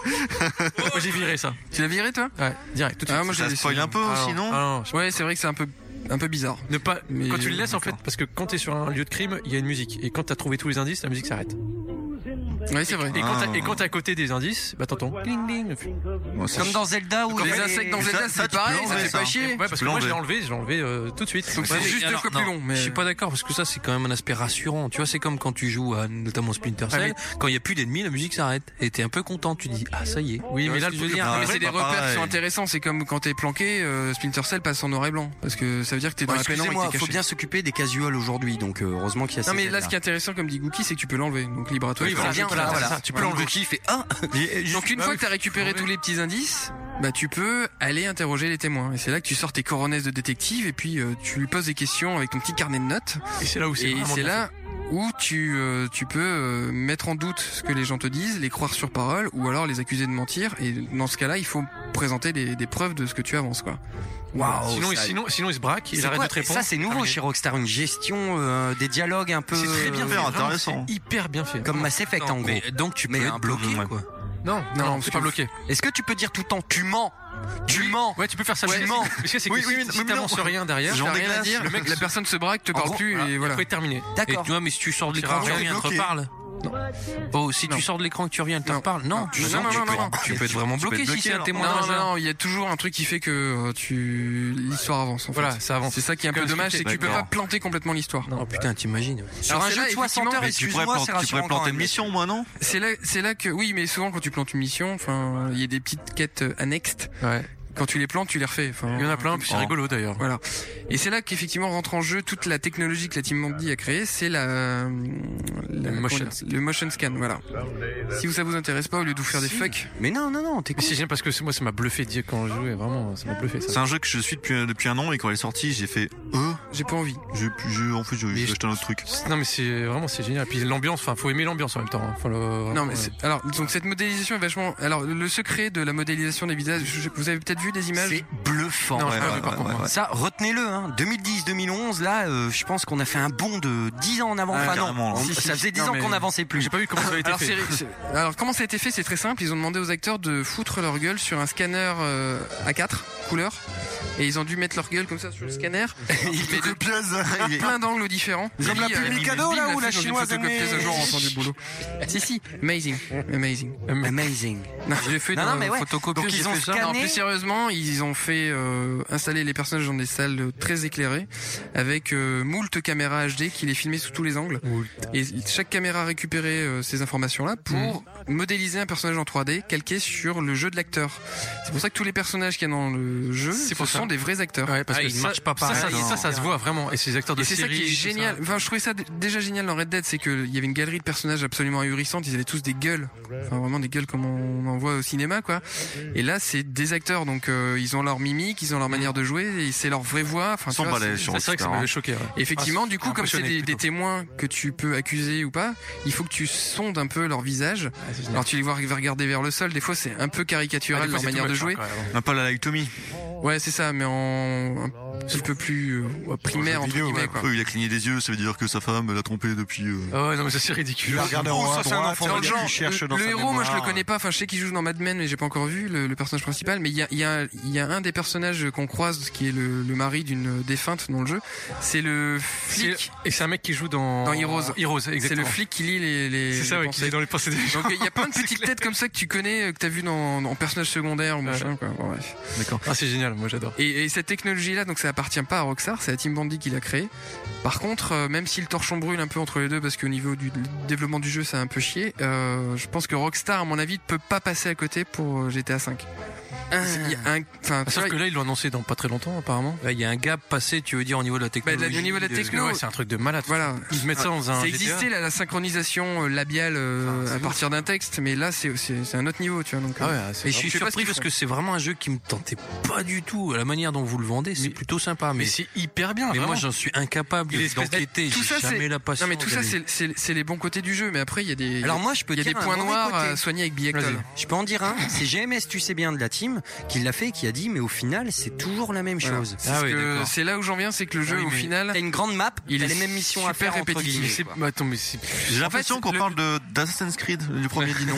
Moi, j'ai viré ça. Tu l'as viré, toi? Ouais, direct, tout de suite. Ah, moi, j'ai Ça laissé. spoil un peu Ah, aussi, non? ah, non, je- Ouais, c'est vrai que c'est un peu, un peu bizarre. Ne pas, Mais- quand tu le laisses en fait, d'accord. parce que quand t'es sur un lieu de crime, il y a une musique. Et quand t'as trouvé tous les indices, la musique s'arrête. Ouais, c'est vrai. Et quand Ah. t'as- et quand t'es à côté des indices, bah t'entends cling cling. Bon, ça- Comme dans Zelda où Les il y a insectes dans Mais Zelda, ça- ça, c'est tu peux pareil, ça l'enlever, fait ça. pas chier. Ouais, parce Tu que peux moi je l'ai l'enlever. enlevé, je l'ai enlevé euh, tout de suite. Donc, c'est Ouais, mais juste deux alors, fois non, plus long, mais- Je suis pas d'accord parce que ça c'est quand même un aspect rassurant. Tu vois, c'est comme quand tu joues à notamment Splinter Cell, Ah, quand il y a plus d'ennemis, la musique s'arrête. Et t'es un peu content, tu dis ah ça y est. Oui, Tu mais vois là ce le que je veux dire. Ah, Non, mais ouais, c'est des pas repères qui pareil. sont intéressants. C'est comme quand t'es planqué, euh, Splinter Cell passe en noir et blanc. Parce que ça veut dire que t'es dans Bon, la pénombre et excusez-moi, que t'es faut caché. bien s'occuper des casuals aujourd'hui, donc euh, heureusement qu'il y a Non, ces mais là, aides-là. ce qui est intéressant, comme dit Gookie, c'est que tu peux l'enlever. Donc libre à toi. Oui, de voilà, faire un bien, jeu qui voilà, t'intéresse. voilà. Tu peux l'enlever. Gookie fait ah. Donc une Bah fois oui, que t'as récupéré faut tous les petits indices, bah tu peux aller interroger les témoins. Et c'est là que tu sors tes coronesses de détective et puis euh, tu lui poses des questions avec ton petit carnet de notes. Et c'est là où c'est Et vraiment c'est bien là où tu euh, tu peux euh, mettre en doute ce que les gens te disent, les croire sur parole ou alors les accuser de mentir. Et dans ce cas-là, il faut présenter des, des preuves de ce que tu avances, quoi. Waouh. Sinon, il, ça- sinon, sinon, il se braque, il C'est arrête quoi de te répondre. Ça, c'est nouveau Terminé. chez Rockstar, une gestion euh, des dialogues un peu. C'est très bien euh, fait, Super vraiment, intéressant. c'est hyper bien fait. Comme Mass Effect, Non, en gros. mais donc tu peux Mais être un bloqué, peu, ouais. quoi. Non, Non, non, parce c'est que- pas bloqué. Est-ce que tu peux dire tout le temps tu mens? Tu mens? Ouais, tu peux faire ça. Ouais, mais mens. ce que c'est que Oui, si, oui, mais- si mais t'avances non. rien derrière, Genre T'as des rien à glaces, dire, le mec la se- personne se braque, te parle gros, plus voilà, et voilà. après terminé. D'accord. Et tu vois, mais si tu sors de l'écran, rare, tu reviens, elle te bloqué. reparle. Oh, si Non. tu sors de l'écran, que tu reviens, elle te Non. reparle. Non, Non. tu Non, sors, non, tu non, peux non, non. tu peux être vraiment Tu peux bloqué être si c'est bloqué, un là. témoin Non, d'un non, hasard. non, il y a toujours un truc qui fait que euh, tu l'histoire avance en fait. Voilà, ça avance. C'est ça qui est un peu Comme dommage, c'est que tu peux d'accord. pas planter complètement l'histoire. Non, putain, t'imagines. Sur Alors, un c'est jeu là, de soixante effectivement, heures, Mais tu pourrais, excuse-moi, plan- c'est tu pourrais rassurant planter quand une même. mission, moi, non? C'est là, c'est là que oui, mais souvent quand tu plantes une mission, enfin, il y a des petites quêtes euh, annexes. Ouais. Quand tu les plantes, tu les refais. Enfin, Il y en a plein, puis c'est Oh. rigolo d'ailleurs. Voilà. Et c'est là qu'effectivement rentre en jeu toute la technologie que la Team Mandy a créée, c'est la, la- Le motion. comment dire, le motion scan. Voilà. Si ça vous intéresse pas, au lieu de vous faire des Si. fuck, Mais non, non, non, Mais t'écoutes. c'est génial parce que c'est- moi ça m'a bluffé dire quand je jouais, vraiment, ça m'a bluffé C'est ça. un jeu que je suis depuis, depuis un an et quand il est sorti, j'ai fait, euh, j'ai pas envie. J'ai, j'ai, en fait, j'ai, j'ai acheté un autre truc. Non mais c'est vraiment c'est génial. Puis l'ambiance, enfin faut aimer l'ambiance en même temps. hein. Faut le- Non mais ouais. c'est- alors donc cette modélisation est vachement. Alors le secret de la modélisation des visages, je- vous avez peut-être vu des images. C'est bluffant. Non, Ouais, j'ai pas ouais, vu, par ouais, contre, ouais, moi. ouais. Ça, retenez-le, hein. deux mille dix deux mille onze, là, euh, je pense qu'on a fait un bond de dix ans en avant. Ah, Enfin, non, carrément, on- si, ça faisait dix Non, ans mais qu'on n'avançait plus. J'ai pas vu comment ça a été Alors, fait. c'est- c'est- alors comment ça a été fait, c'est très simple. Ils ont demandé aux acteurs de foutre leur gueule sur un scanner euh, A quatre couleur et ils ont dû mettre leur gueule comme ça sur le scanner. Il fait deux pièces. Il est- Plein d'angles différents. Comme la pub Mikado, là, où la chinoise a mis- à jour en faisant du boulot. Si si, amazing, amazing. Amazing. Je l'ai fait Non, dans non, mais ouais. photocopieuse. Donc, ils j'ai ont fait ça. scanné- Non, plus sérieusement, ils ont fait euh, installer les personnages dans des salles euh, très éclairées avec euh, moult caméras H D qui les filmaient sous tous les angles. Et chaque caméra récupérait euh, ces informations-là pour modéliser un personnage en trois D calqué sur le jeu de l'acteur. C'est pour ça que tous les personnages qu'il y a dans le jeu, C'est ce pour ça. sont des vrais acteurs. Ouais, parce Ah, que il ça, marche pas ça, pareil, ça, non. ça, ça se voit vraiment. Et ces acteurs de Et c'est ça série. qui est tout génial. Enfin, je trouvais ça d- déjà génial dans Red Dead, c'est qu'il y avait une galerie de personnages absolument ahurissantes. Ils avaient tous des gueules, enfin vraiment des gueules comme on en voit au cinéma, quoi. Et là, c'est des acteurs, donc euh, ils ont leur mimique, ils ont leur manière de jouer, et c'est leur vraie voix. Enfin, Ils sont tu vois, balèzes c'est- sur C'est vrai que ça m'avait choqué. ouais. Effectivement, Ah, du coup, comme c'est impressionné, des, des plutôt. témoins que tu peux accuser ou pas, il faut que tu sondes un peu leur visage. Alors tu les vois regarder vers le sol. Des fois, c'est un peu caricatural Ah, des fois, leur c'est manière too de much, jouer. hein, quand même. Un peu la like Tommy. Ouais, c'est ça, mais en un petit peu plus euh, primaire entre Vidéo, guillemets, ouais. quoi. Eux, il a cligné des yeux, ça veut dire que sa femme l'a trompé depuis. euh, Ah ouais, non mais ça c'est ridicule. Il a regardé en haut à Ça, c'est un droite, enfant. c'est Dans le le gars genre, qui cherche le, dans le sa héros, moi je le mémoire. connais pas. Enfin, je sais qu'il joue dans Mad Men, mais j'ai pas encore vu le, le personnage principal. Mais il y a, il y, a, il y a un des personnages qu'on croise qui est le, le mari d'une défunte dans le jeu. C'est le flic. Et c'est un mec qui joue dans Dans Heroes. Heroes, C'est exactement. le flic qui lit les. les C'est ça, les ouais, pensées. qui est dans les pensées des gens. Donc il y a plein de petites têtes comme ça que tu connais, que t'as vu dans, dans personnage secondaire ou machin, quoi. Bon, bref. D'accord. Ah c'est génial, moi j'adore. Et, et cette technologie-là, donc ça appartient pas à Rockstar, c'est la Team Bandit qui l'a créée. Par contre, euh, même si le torchon brûle un peu entre les deux, parce qu'au niveau du développement du jeu, ça a un peu chié, euh, je pense que Rockstar, à mon avis, ne peut pas passer à côté pour euh, G T A cinq. Il y a un, enfin, tu Sauf vois, que là ils l'ont annoncé dans pas très longtemps apparemment. Là, il y a un gap passé, tu veux dire au niveau de la technologie. au niveau de la de- techno, ouais, c'est un truc de malade. voilà. Ils mettent ça dans un Ça G T A. existait la, la synchronisation euh, labiale euh, Enfin, c'est à partir d'un texte, mais là c'est c'est c'est un autre niveau, tu vois. Donc, Ah ouais, euh, c'est et je suis je sais pas ce surpris qu'ils parce font. que c'est vraiment un jeu qui me tentait pas du tout. La manière dont vous le vendez, c'est Mais- plutôt sympa. Mais, Mais c'est hyper bien. mais moi vraiment. j'en suis incapable Il est espèce d'enquêter. tout ça, J'ai jamais c'est- la passion. Non mais tout ça d'aller- c'est c'est c'est les bons côtés du jeu, mais après il y a des Alors moi, je peux il y a dire des un points mauvais noirs côté. à soigner avec Biactol. Vas-y. Je peux en dire un, c'est G M S, tu sais bien, de la team, qui l'a fait et qui a dit, mais au final, c'est toujours la même Voilà. chose. C'est Ah ce oui, que- d'accord. c'est là où j'en viens, c'est que le jeu Ah oui, au mais- final T'as une grande map, Il t'as est les mêmes missions à super faire entre répétitif. guillemets, C'est- quoi. mais attends, mais c'est. J'ai l'impression fait, qu'on le- parle de d'Assassin's Creed, du premier dit non.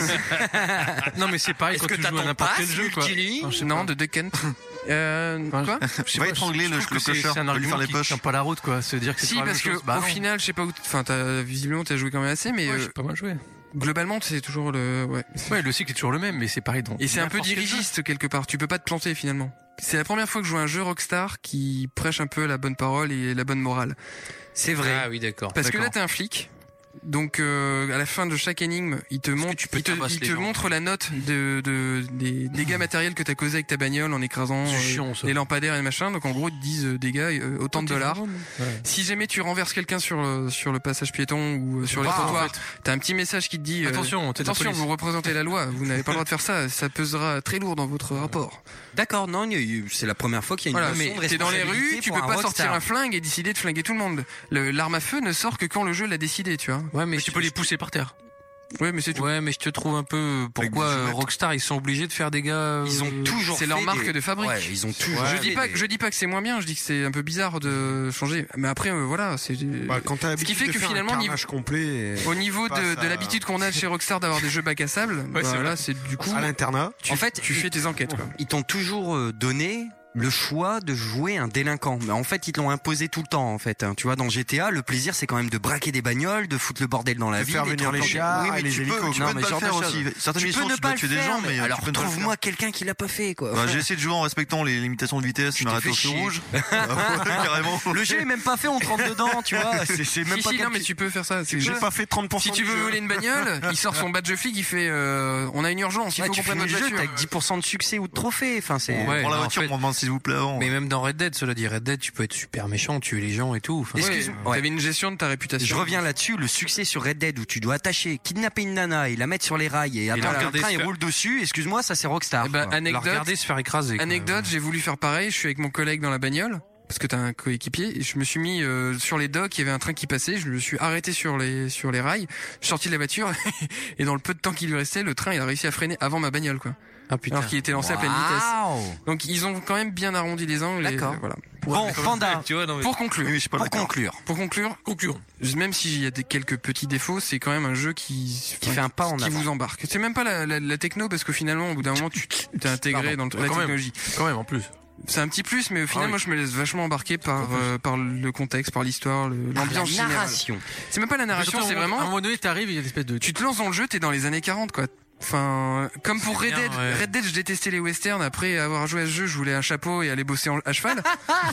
Non mais c'est pareil Est-ce quand que tu joues à t'attends n'importe pas quel ce jeu quoi. multi-ligne Non, je sais non pas. de Duck Hunt. Euh, Enfin, quoi je sais Va pas, étrangler je le- trouve le que c'est- cocheur, C'est un va lui faire argument les qui poches. tient pas la route quoi. Se dire que c'est Si pas la parce même que chose. Bah au non. final, je sais pas où, enfin t'as visiblement t'as joué quand même assez, mais Ouais, euh, j'ai pas mal joué. globalement c'est toujours le ouais. Ouais, le cycle est toujours le même, mais c'est pareil. Donc Et c'est un peu n'importe quel jeu. dirigiste quelque part. Tu peux pas te planter finalement. C'est la première fois que je joue à un jeu Rockstar qui prêche un peu la bonne parole et la bonne morale. C'est vrai. Ah oui, d'accord. Parce que D'accord. là t'es un flic. Donc euh, à la fin de chaque énigme, il te montre, tu peux il te, tabasser il les te gens. montre la note de, de des dégâts matériels que t'as causé avec ta bagnole en écrasant C'est euh, chiant, ça. les lampadaires et machin. Donc en gros ils te disent euh, dégâts euh, autant de dollars. Ouais. Si jamais tu renverses quelqu'un sur le, sur le passage piéton ou euh, sur les Ah, en trottoirs, fait. t'as un petit message qui te dit euh, Attention, t'es de la attention, police. vous représentez la loi, vous n'avez pas le droit de faire ça, ça pesera très lourd dans votre rapport. D'accord, non, il y a eu- c'est la première fois qu'il y a une Voilà, leçon mais de t'es dans les responsabilité rues, tu pour peux un pas rockstar. sortir un flingue et décider de flinguer tout le monde. Le- L'arme à feu ne sort que quand le jeu l'a décidé, tu vois. Ouais, mais Tu peux les pousser par terre. Ouais, mais c'est tout. Ouais, mais je te trouve un peu. Pourquoi des euh, allumettes. Rockstar ils sont obligés de faire des gars. Ils ont euh, toujours c'est leur fait marque des- de fabrique. Ouais, ils ont toujours je fait dis pas, des- je dis pas que c'est moins bien, je dis que c'est un peu bizarre de changer. Mais après, euh, voilà, c'est. Bah, quand t'as Ce qui l'habitude fait de que faire finalement, un niveau- carnage complet et- Au niveau de, passe de à- l'habitude qu'on a chez Rockstar d'avoir des jeux bac à sable, bah, c'est là c'est du coup à l'internat, tu, En fait, tu fais tes enquêtes quoi. Ils t'ont toujours euh, donné le choix de jouer un délinquant. Mais en fait, ils te l'ont imposé tout le temps, en fait. hein. Tu vois, dans G T A, le plaisir, c'est quand même de braquer des bagnoles, de foutre le bordel dans la de ville. faire d'être venir les planqué. chars Oui, mais et les tu peux, hélicos. Tu non, peux mais ne pas ce le genre faire de aussi. choses. Certaines Tu missions, peux ne tu pas dois le tuer des faire, gens, mais euh, alors tu peux ne pas le faire. trouve-moi quelqu'un qui l'a pas fait, quoi. Bah, j'ai essayé de jouer en respectant les limitations de vitesse, il Je m'a t'ai arrêté au fait feu chier. rouge. Ah ouais, carrément. Le jeu est même pas fait, on te rentre dedans, tu vois. C'est c'est même Si, pas si, non, comme mais tu- tu peux faire ça. c'est J'ai juste- pas fait trente pour cent Si tu du veux jeu. voler une bagnole, il sort son badge flic, il fait euh, on a une urgence, il Ouais, faut tu qu'on prenne finis notre le jeu, voiture. t'as que dix pour cent de succès ou de trophée. Enfin, c'est. Ouais, Pour la non, en voiture, fait- on demande s'il vous plaît avant. Mais même dans Red Dead, cela dit, Red Dead, tu peux être super méchant, tuer les gens et tout. Enfin, Ouais, Excuse-moi. T'avais une gestion de ta réputation. Je reviens là-dessus, le succès sur Red Dead où tu dois attacher, kidnapper une nana et la mettre sur les rails et attendre la que le regarder train se il faire- roule dessus, excuse-moi, ça c'est Rockstar. Eh ben, quoi. la anecdote, regarder se faire écraser. quoi. anecdote, j'ai voulu faire pareil. Je suis avec mon collègue dans la bagnole. parce que t'as un coéquipier. Et je me suis mis euh, sur les docks, il y avait un train qui passait, je me suis arrêté sur les sur les rails, je suis sorti de la voiture et dans le peu de temps qui lui restait, le train il a réussi à freiner avant ma bagnole quoi. Ah putain. Alors qu'il était lancé à pleine vitesse. Donc ils ont quand même bien arrondi les angles. D'accord. Et, voilà. Bon, Panda. Tu vois, non, mais... Pour conclure, Oui, je suis pas Pour d'accord. conclure. pour conclure, concurrent. même s'il y a des quelques petits défauts, c'est quand même un jeu qui Qui fait un pas en qui avant. vous embarque. C'est même pas la, la, la techno parce qu'au finalement, au bout d'un moment, tu t'es intégré dans le, la Quand même. technologie. Quand même, en plus. C'est un petit plus, mais au final, Ah oui. moi, je me laisse vachement embarquer par euh, par le contexte, par l'histoire, le- l'ambiance La générale. narration. C'est même pas la narration, c'est À un vraiment. moment donné, t'arrives, il y a une espèce de. Tu te lances dans le jeu, t'es dans les années quarante, quoi. Enfin, comme pour Red bien, Dead. ouais. Red Dead, je détestais les westerns. Après avoir joué à ce jeu, je voulais un chapeau et aller bosser en- à cheval.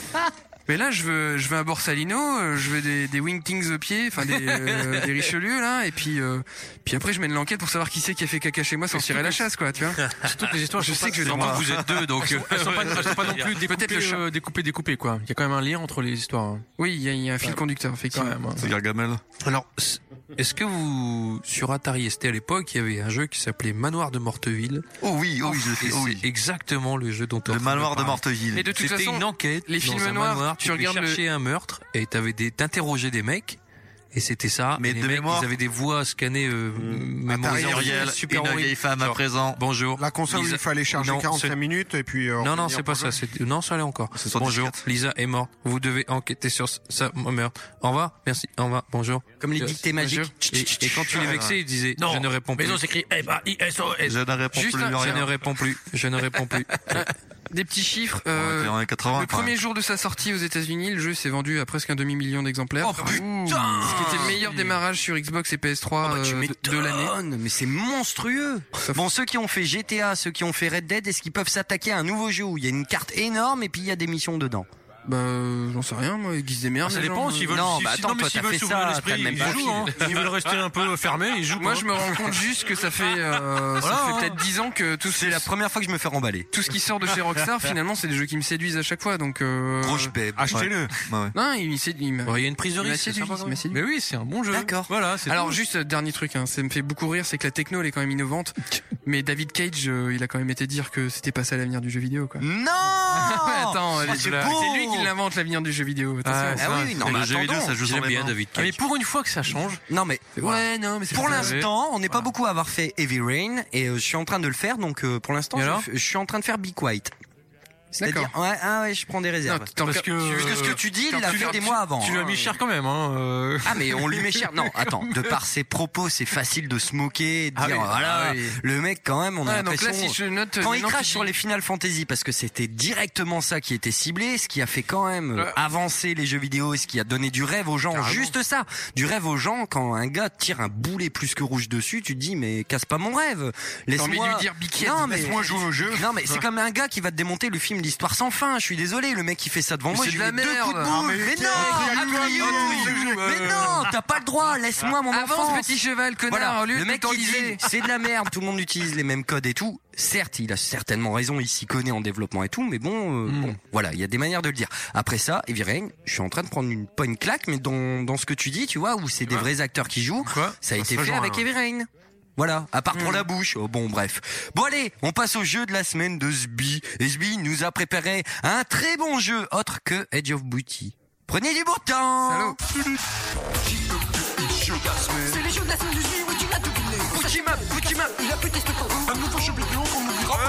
Mais là, je veux, je veux un Borsalino, euh, je veux des, des Wingtings au pied, enfin des, euh, des Richelieu là, et puis, euh, puis après je mène l'enquête pour savoir qui c'est qui a fait caca chez moi sans tirer la chasse, quoi, tu vois. Surtout que les histoires, Je sont sais pas- que je vais surtout devoir- que vous êtes deux, donc euh, elles sont pas, elles sont pas non plus découpées, Peut-être le chat. euh, découpées, découpées, quoi. Il y a quand même un lien entre les histoires. hein. Oui, il y, a- il y a un fil Ouais. conducteur, Quand effectivement. même. hein. C'est Gargamel. Alors, c- est-ce que vous, sur Atari S T à l'époque, il y avait un jeu qui s'appelait Manoir de Morteville. Oh oui, oh oui, je le Et fais. Oh oui. c'est exactement le jeu dont on Le manoir de parle. Morteville. Et de toute C'était façon, une enquête. les dans films un noirs, manoir, tu tu devais regardes le- chercher un meurtre et t'avais des, t'interrogeais des mecs. Et c'était ça. Mais et les de mecs, mémoire- ils avaient des voix scannées, euh, mémorisées en Muriel, super une horrible. vieille femme à Genre, présent. Bonjour. La console où Lisa- il fallait charger Non, quarante-cinq ce- minutes et puis. euh, Non, non, finir c'est pas pour ça. jouer. c'est- Non, ça allait encore. C'est sur Bonjour, disquette. Lisa est morte. Vous devez enquêter sur ça meurtre. Au revoir, merci, au revoir, bonjour. Comme les Euh, dictées magiques. Et, et quand tu les vexais, ils disaient je ne réponds plus. Mais non, c'est écrit F A I S O S. Je ne réponds Juste plus un- rien. Je ne réponds plus. Je ne réponds plus. des petits chiffres. On euh, était en quatre-vingts, le quand premier même. jour de sa sortie aux États-Unis, le jeu s'est vendu à presque un demi-million d'exemplaires. Oh putain. Ce qui était le meilleur démarrage sur Xbox et P S trois Ah bah, tu euh, de, de l'année. m'étonnes, mais c'est monstrueux. Bon, ceux qui ont fait G T A, ceux qui ont fait Red Dead, est-ce qu'ils peuvent s'attaquer à un nouveau jeu où il y a une carte énorme et puis il y a des missions dedans? Bah, euh, j'en sais rien, moi, ils se démerdent. Ça les dépend gens, s'ils euh. veulent. Non, si- bah si- attends, non, mais toi, s'ils t'as veulent fait s'ouvrir ça, l'esprit, t'as le même ils profil. jouent. Hein. S'ils veulent rester un peu fermés, ils jouent. Moi, quoi. je me rends compte juste que ça fait, euh, ça Voilà, fait hein. peut-être dix ans que tout ce, C'est la première fois que je me fais remballer. tout ce qui sort de chez Rockstar, finalement, c'est des jeux qui me séduisent à chaque fois, donc, euh... Gros babe. Achetez-le. Ouais, ouais. Non, il, m'est- il m'a- Ouais, il y a une prise de il m'a risque. c'est séduit, sympa, il quand m'a même. séduit. Mais oui, c'est un bon jeu. D'accord. Voilà, c'est Alors tout. juste euh, dernier truc, hein, ça me fait beaucoup rire, c'est que la techno elle est quand même innovante, mais David Cage, euh, il a quand même été dire que c'était pas ça l'avenir du jeu vidéo, quoi. Non. Attends, Ah, les- c'est c'est beau. lui qui l'invente l'avenir du jeu vidéo. Ah, Attention. Ah oui, non, Et mais le jeu vidéo, attendons. ça joue J'aime sans les bien mains. David Ah, mais Cage. pour une fois que ça change. Non mais Ouais, non, mais c'est pour pas- l'instant, on n'est pas beaucoup à avoir fait Heavy Rain et euh, je suis en train de le faire, donc euh, pour l'instant, Et je, alors je suis en train de faire Be Quiet. C'est-à-dire, D'accord. ouais, ah ouais, je prends des réserves. Non, t'en- Parce que. Parce que ce que tu dis, il l'a tu fait l'as- des tu- mois avant. Tu lui as hein. mis cher quand même, hein. euh. Ah mais on lui met cher. Non, attends, de par ses propos, c'est facile de se moquer, de Ah dire oui, voilà, ah oui. le mec quand même, on a Ouais, donc là, l'impression si je note quand il maintenant crache qu'il sur dit- les Final Fantasy parce que c'était directement ça qui était ciblé, ce qui a fait quand même euh, Ouais. avancer les jeux vidéo et ce qui a donné du rêve aux gens, Carrément. juste ça, du rêve aux gens quand un gars te tire un boulet plus que rouge dessus, tu te dis mais casse pas mon rêve. T'as envie de Laisse-moi lui dire Biquette, Non, mais- laisse-moi jouer au jeu. Non mais c'est comme un gars qui va te démonter le film d'histoire sans fin. Je suis désolé, le mec qui fait ça devant Mais moi, c'est je de lui la mets deux merde. coups de Ah, boule. mais Mais tiens, non, Adrien, Adrien, mais non, t'as pas le droit. Laisse-moi mon Avance, enfance. petit cheval, connard, Voilà, au lieu le de mec qui t'enliser. dit c'est de la merde, tout le monde utilise les mêmes codes et tout. Certes, il a certainement raison, il s'y connaît en développement et tout, mais bon, euh, Mm. bon, voilà, il y a des manières de le dire. Après ça, Heavy Rain, je suis en train de prendre une pas une claque, mais dans dans ce que tu dis, tu vois, où c'est des vrais acteurs qui jouent, Quoi ça a Ça été se fait rejoint, avec là. Heavy Rain. Voilà, à part pour Mm. la bouche. Oh, bon, bref. Bon, allez, on passe au jeu de la semaine de Sbi. Et Sbi nous a préparé un très bon jeu, autre que Edge of Booty. Prenez du beau temps. Salaud. C'est les jeux de la semaine du jeu, oui, tu l'as deviné. Booty map, Booty map. Il a pété ce temps. Un nouveau jeu vidéo qu'on oubliera.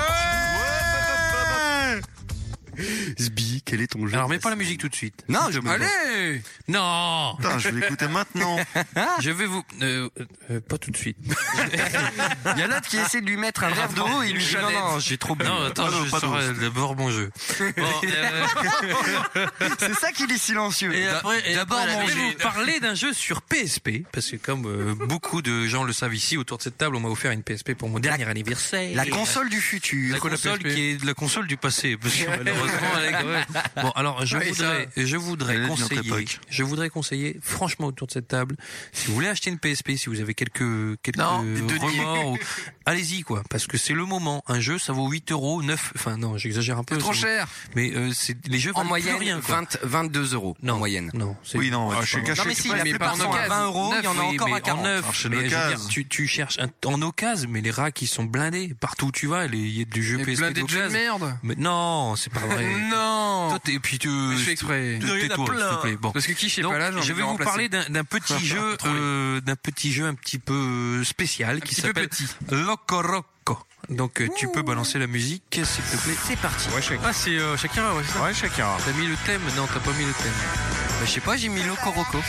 Sbi, quel est ton jeu? Alors, mets pas la musique tout de suite. Non, je me Allez! Non. Putain, je vais l'écouter maintenant. Je vais vous. Euh, euh, pas tout de suite. Il y a l'autre qui essaie de lui mettre un verre d'eau et il lui dit non, non, j'ai trop bu. Non, attends, Pas d'eau, je pas d'eau. saurai d'abord mon jeu. Bon, euh, C'est ça qu'il est silencieux. Et après, et D'abord, après, mon je vais jeu. vous parler d'un jeu sur P S P, parce que comme euh, beaucoup de gens le savent ici autour de cette table, on m'a offert une P S P pour mon dernier anniversaire. La console du futur. La console qui est la console du passé, parce que malheureusement, elle est- ouais. Bon, alors je Oui, voudrais, je voudrais Elle est de notre conseiller, époque. je voudrais conseiller, franchement autour de cette table, si vous voulez acheter une P S P, si vous avez quelques quelques Non, des deniers. remords, ou- allez-y quoi, parce que c'est le moment. Un jeu, ça vaut huit euros, neuf, enfin non, j'exagère un peu. C'est trop ça vaut- cher. Mais euh, c'est les jeux En valent plus moyenne, rien. Quoi. vingt, vingt-deux euros. Non, En moyenne. Non, c'est Oui, non, ouais, Ah, tu je suis peux- caché. Non, mais tu si, peux- la mais plupart pas en sont à occasion. vingt euros, il y en a Oui, encore mais à quarante. En neuf, Alors, chez mais je veux l'occasion. dire, tu, tu cherches un, en occasion, mais les racks ils sont blindés partout où tu vas. les- Il y a du jeu Mais P S P blindé de jeux de d'occasion. merde. Mais non, c'est pas vrai. Non. Non. Toi, t'es- et puis tu. Je fais exprès. te- Il y en a Tais-toi, s'il plein. te plaît. Bon. Parce que qui je sais Donc, pas là, j'ai envie je de vais le vous remplacer. parler d'un d'un petit jeu, euh, d'un petit jeu un petit peu euh, spécial qui petit peu s'appelle petit. Loco Roco. Donc euh, tu peux balancer la musique, s'il te plaît. C'est parti. Ouais, Shakira. Ah, c'est euh, Shakira, ouais, c'est ça. Ouais, Shakira. T'as mis le thème? Non, t'as pas mis le thème. Bah, je sais pas, j'ai mis Loco Roco.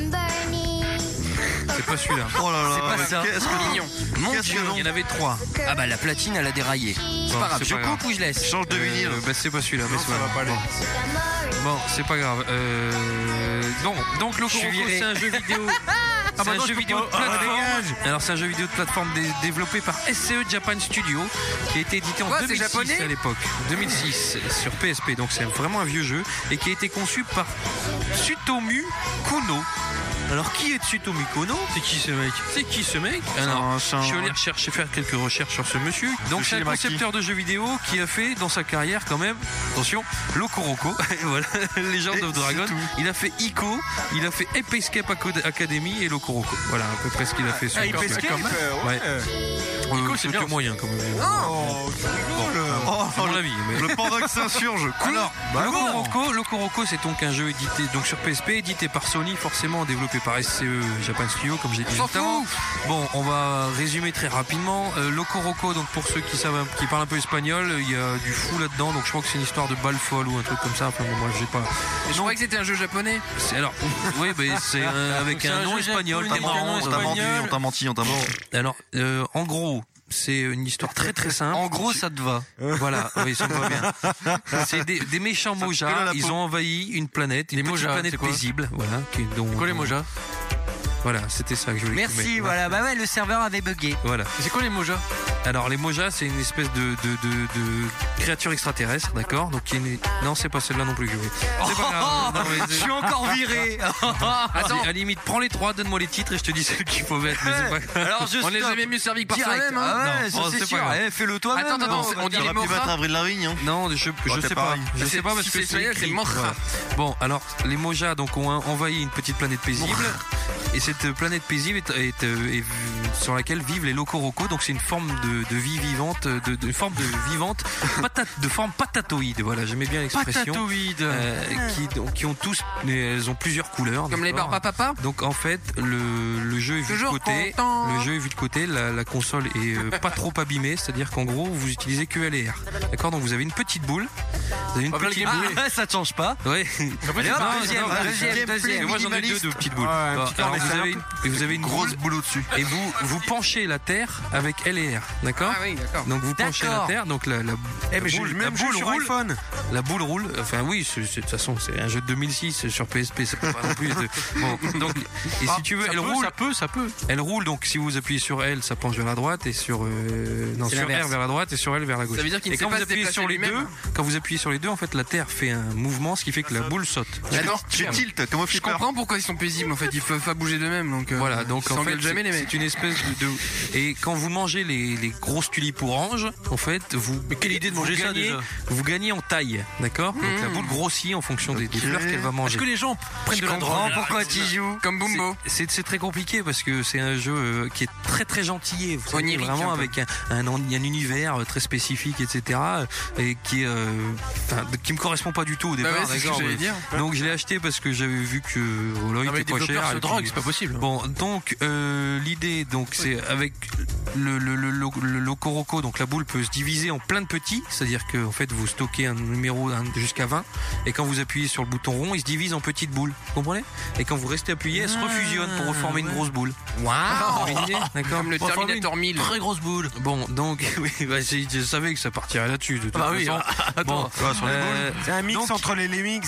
C'est pas celui-là. Oh là là, C'est pas mais ça. qu'est-ce que Mignon. Mon Qu'est-ce Dieu. que non Il y en avait trois. Ah bah la platine, elle a déraillé. C'est Bon, pas grave, c'est je pas grave. coupe ou je laisse? change de vinyle. Euh, bah, c'est pas celui-là, mais Non, c'est ça pas va pas grave. aller. Bon, c'est pas grave. Euh... Donc, donc Loco Je suis Roco, viré. c'est un jeu vidéo. Ah, C'est bah un non, jeu je peux vidéo de pas. Ah, plateforme. dégage. Alors c'est un jeu vidéo de plateforme dé- développé par S C E Japan Studio, qui a été édité en Quoi, c'est deux mille six japonais à l'époque. deux mille six sur P S P, donc c'est vraiment un vieux jeu et qui a été conçu par Tsutomu Kono. Alors qui est Tsutomu Kono? C'est qui ce mec? C'est qui ce mec? Alors, c'est un- je suis allé rechercher, faire quelques recherches sur ce monsieur. Donc c'est un Yoshimaki. concepteur de jeux vidéo qui a fait dans sa carrière quand même, attention, Loco Roco, voilà, Legend Et of Dragon. c'est tout. Il a fait Ico, il a fait Ape Escape Acad- Academy et Loco Roco. Voilà à peu près ce qu'il a fait sur Ah, le il jeu. fait Escape, Euh, Ouais. ouais. Euh, c'est c'est bien. que moyen quand même. Oh, tu rigoles. Oh, C'est mon le, avis. Mais... le Pandax s'insurge. Alors, Bah Loco bon. Roco, Loco Roco, c'est donc un jeu édité donc sur P S P, édité par Sony, forcément développé par S C E Japan Studio, comme j'ai dit s'en juste avant. Bon, on va résumer très rapidement. Euh, Loco Roco, donc pour ceux qui savent, un- qui parlent un peu espagnol, il y a du fou là-dedans, donc je crois que c'est une histoire de balle folle ou un truc comme ça. Enfin, bon, moi, j'ai pas. Et je croyais que c'était un jeu japonais. C'est alors, oui, mais c'est un- avec C'est un un nom jeu espagnol. japonais, T'es marrant, avec un On ça. t'a menti, espagnol. on t'a menti, on t'a menti. Alors, euh, en gros, c'est une histoire très très simple. En gros, ça te va. Voilà, oui, ça me va bien. C'est des, des méchants colle à mojas. la Ils peau. ont envahi une planète, une Les petite mojas, planète c'est quoi paisible. Voilà, qui, dont, C'est quoi les mojas? Voilà, c'était ça que je voulais Merci, mettre. voilà. Bah ouais, le serveur avait bugué. Voilà. C'est quoi les mojas? Alors les mojas, c'est une espèce de, de, de, de créature extraterrestre, d'accord. Donc qui est une- non, c'est pas celle-là non plus que je veux. C'est pas grave. Non, mais Je c'est- suis encore viré. Attends, à la limite, prends les trois, donne-moi les titres et je te dis celle qu'il faut mettre. Mais c'est pas... Alors je On les stoppe. avait mieux servis que par Direct. soi-même. Hein. Ah ouais, Non, ça oh, c'est c'est sûr. pas grave. Eh, fais-le toi-même. Attends, attends, non, c'est- on on dit dirait- les T'aurais pu mojas. mettre Avril Lavigne, hein. Non, je, je Oh, sais c'est pas. pareil. Je sais pas parce Si que c'est espagnol, écrit. c'est moja. Voilà. Bon, alors les mojas donc ont envahi une petite planète paisible et cette planète paisible est, est, euh, est- sur laquelle vivent les Loco Roco. Donc c'est une forme de, de vie vivante, de, de forme de vivante, patate, de forme patatoïde. Voilà, j'aimais bien l'expression. Patatoïde. Euh, qui, donc, qui ont tous, mais elles ont plusieurs couleurs. Comme les d'accord. barbes à papa. Donc en fait, le, le jeu est vu de Toujours côté. content. Le jeu est vu de côté. La, la console est euh, pas trop abîmée, c'est-à-dire qu'en gros, vous utilisez que L et R. D'accord. Donc vous avez une petite boule. Vous avez une Pas mal petite de boule. Ah, ça te change pas. Ouais. Allez hop, Non, deuxième, non, deuxième, gameplay deuxième. moi j'en ai deux minimaliste. de petites boules. Ouais, un Bon, petit alors carnet vous simple. avez une, et vous avez une Grosse boule boule au-dessus. et vous vous penchez la terre avec L et R. D'accord. Ah oui, d'accord. Donc vous penchez la D'accord. terre. Donc la, la, Eh, mais j'ai boule, le la même jeu boule sur roule. iPhone. La boule roule. Enfin oui, c'est- c'est- de toute façon c'est un jeu de deux mille six sur P S P. Ça peut pas non plus. être- Bon, donc et si tu veux, Ça elle peut, roule. ça peut, ça peut. Elle roule, donc si vous appuyez sur L, ça penche vers la droite et sur euh, non C'est sur l'inverse. R vers la droite et sur L vers la gauche. Ça veut dire qu'il ne et sait quand pas vous se appuyez sur les déplacer deux, lui-même. quand vous appuyez sur les deux, en fait la Terre fait un mouvement, ce qui fait que la boule saute. Ah non, Tu tilt, comme au je flipper. comprends pourquoi ils sont paisibles en fait, ils peuvent pas bouger d'eux-mêmes donc. euh, Voilà, donc ils en fait s'engueulent jamais les c'est mecs. c'est une espèce de, de- et quand vous mangez les, les grosses tulipes oranges, en fait vous Mais quelle idée de vous manger ça, gagnez, déjà. vous gagnez en taille, d'accord. Donc la boule grossit en fonction des, des Ok. fleurs qu'elle va manger. Est-ce que les gens prennent Je de la comprends drogue? pourquoi tu y joues. Comme Bumbo. C'est c'est très compliqué parce que c'est un jeu euh, qui est très très gentillé, vous savez, Onirique, vraiment un peu. avec un, un, un univers euh, très spécifique, et cetera. Et qui est, euh, enfin, qui me correspond pas du tout au Bah départ. ouais, c'est ce que d'accord, j'allais mais- dire. Donc je l'ai acheté parce que j'avais vu que voilà, il Non, mais les était pas cher. développeurs se et puis- droguent, c'est pas possible. Bon, donc euh, l'idée, donc c'est avec le le le, le, le Loco Roco, donc la boule peut se diviser en plein de petits, c'est-à-dire que en fait vous stockez un numéro un- jusqu'à vingt, et quand vous appuyez sur le bouton rond, il se divise en petites boules, vous comprenez? Et quand vous restez appuyé, elle se refusionne pour reformer une grosse boule. Waouh. Vous avez une idée D'accord. Comme le Pour former Terminator une mille. Très grosse boule. Bon, donc oui, bah, c'est- je savais que ça partirait là-dessus. De toute Bah oui, façon. attends. Bon, Ouais, sur les euh, C'est un mix donc, entre les Lemmings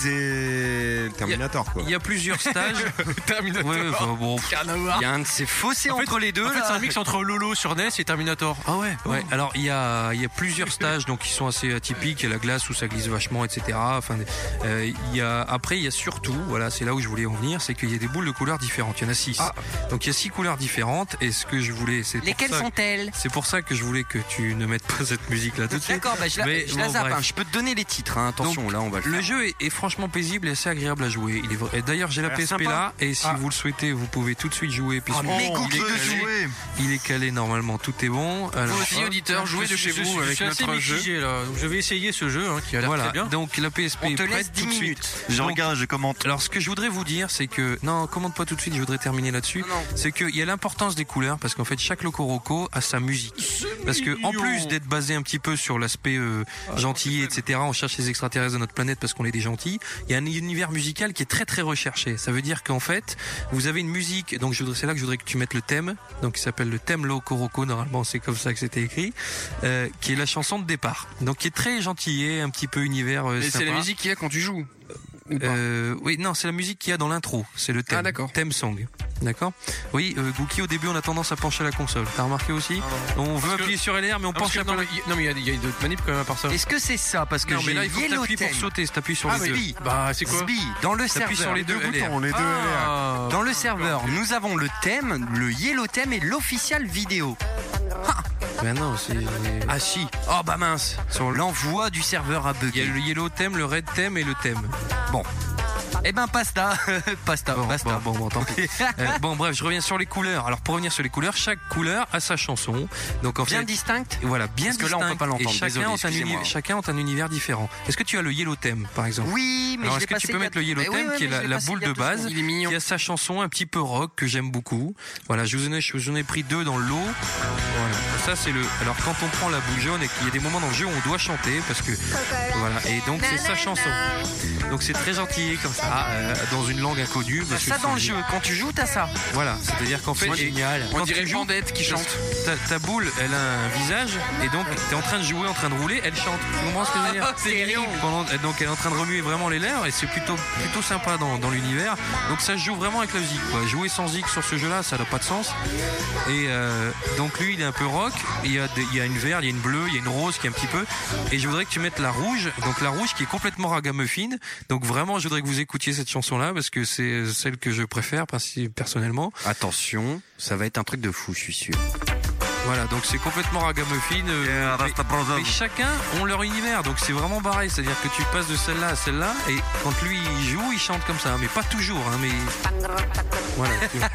et Terminator, quoi. il y a plusieurs stages. Terminator. Ouais, enfin, bon. Il y a un de ces fossés En fait- entre les deux. En fait, là. c'est un mix entre Lolo sur N E S et Terminator. Ah ouais. Ouais, alors il y a, il y a plusieurs stages donc qui sont assez atypiques. Il y a la glace où ça glisse vachement, et cetera. Enfin, euh, il y a, après, il y a surtout, voilà, c'est là où je voulais en venir, c'est qu'il y a des boules de couleurs différentes. Il y en a six. Donc il y a six couleurs différentes. Et ce que je voulais, c'est pour Lesquelles ça- sont-elles? C'est pour ça que je voulais que tu ne mettes pas cette musique là tout de suite. D'accord, bah je la, Mais je la bon, zappe. bref. hein. Je peux te donner les titres, hein. Attention, Donc, là, on va le Le faire. jeu est, est franchement paisible et assez agréable à jouer. Il est vrai- et d'ailleurs, j'ai la Ça a P l'air S P sympa. là, et si Ah. vous le souhaitez, vous pouvez tout de suite jouer. Puisque Oh, il, est Google calé, jouer. il est calé normalement, tout est bon. Alors, Vous aussi, auditeurs, jouez de chez Je vous suis- avec je suis assez notre jeu. mitigé, là. Donc, je vais essayer ce jeu hein, qui a l'air voilà, très bien. donc la P S P On est te prête laisse tout dix de suite. minutes. Je Donc, regarde, je commente. Alors, ce que je voudrais vous dire, c'est que non, commande pas tout de suite. Je voudrais terminer là-dessus. Non, non. C'est qu'il y a l'importance des couleurs parce qu'en fait, chaque Locoroco a sa musique. Parce que en plus d'être basé un petit peu sur l'aspect euh, gentil, et cetera, on cherche les extraterrestres de notre planète parce qu'on est des gentils. Il y a un univers musical qui est très très recherché. Ça veut dire qu'en fait, vous avez une musique. Donc, je voudrais, c'est là que je voudrais que tu mettes le thème. Donc, il s'appelle le thème Locoroco. Normalement, c'est comme ça que c'était écrit, euh, qui est la chanson de départ. Donc, qui est très gentillet, un petit peu univers. Euh, Mais c'est la sympa. musique qu'il y a quand tu joues. Ou pas Euh, oui, non, c'est la musique qu'il y a dans l'intro. C'est le thème. Ah, d'accord. Thème song. D'accord. Oui, euh, Gookie, au début, on a tendance à pencher la console. T'as remarqué aussi? On veut que- appuyer sur L R, mais on Ah, parce penche que un peu. non, mais il- non, mais il y a, il y a d'autres manips quand même à part ça. Est-ce que c'est ça? Parce que Non, mais j'ai là, il faut que Yellow t'appuies pour Theme. sauter. Si t'appuies sur Ah, les deux. Sbi. Bah, c'est quoi? Sbi, dans le T'appuies sur serveur. les deux Deux L R. boutons, les deux L R. Ah. Dans le serveur, nous avons le thème, le Yellow Theme et l'official vidéo. Ben non, c'est. Ah si. Oh bah mince. Sur le- L'envoi du serveur a Il y a bugué. le yellow thème, le red thème et le thème. Bon. Eh ben pasta. Pasta, Bon, basta. bon, bon, bon, tant pis. Euh, bon, bref, je reviens sur les couleurs. Alors, pour revenir sur les couleurs, chaque couleur a sa chanson. Donc, en Bien fait, distincte. voilà, bien Parce que là, on peut distinct. pas l'entendre. Et chacun, Désolé, ont un excusez-moi. uni- chacun ont un univers différent. Est-ce que tu as le yellow thème, par exemple? Oui, mais Alors, je est-ce l'ai que passé tu peux il y a- mettre le yellow Mais oui, thème, oui, qui est mais la, je l'ai la passé boule il y a de deux base, secondes. Il est mignon. qui a sa chanson un petit peu rock que j'aime beaucoup. Voilà, je vous en ai, je vous en ai pris deux dans le lot. Voilà, ça c'est le. Alors quand on prend la boule jaune et qu'il y a des moments dans le jeu où on doit chanter parce que voilà, et donc c'est sa chanson. Donc c'est très gentil comme ça, euh, dans une langue inconnue. T'as parce que ça dans le c'est- jeu. Quand tu joues, t'as ça. Voilà, c'est-à-dire qu'en fait, C'est et- génial. On quand dirait tu joues, Bandette qui chante. ta, ta boule, elle a un visage, et donc t'es en train de jouer, en train de rouler, elle chante. Tu comprends ce que je veux dire? C'est mignon. Pendant- donc elle est en train de remuer vraiment les lèvres, et c'est plutôt plutôt sympa dans, dans l'univers. Donc ça se joue vraiment avec la musique, quoi. Jouer sans zik sur ce jeu-là, ça n'a pas de sens. Et euh, donc lui, il est un peu rock. Il y a des- il y a une verte, il y a une bleue, il y a une rose qui est un petit peu. Et je voudrais que tu mettes la rouge. Donc la rouge qui est complètement ragamuffin. Donc vraiment, je voudrais que vous écoutiez cette chanson-là parce que c'est celle que je préfère princi- personnellement. Attention, ça va être un truc de fou, je suis sûr. Voilà, donc c'est complètement ragamuffin. euh, Yeah, mais- Rasta Brothers. mais chacun ont leur univers, donc c'est vraiment pareil. C'est-à-dire que tu passes de celle-là à celle-là, et quand lui il joue, il chante comme ça, mais pas toujours. Hein, mais voilà.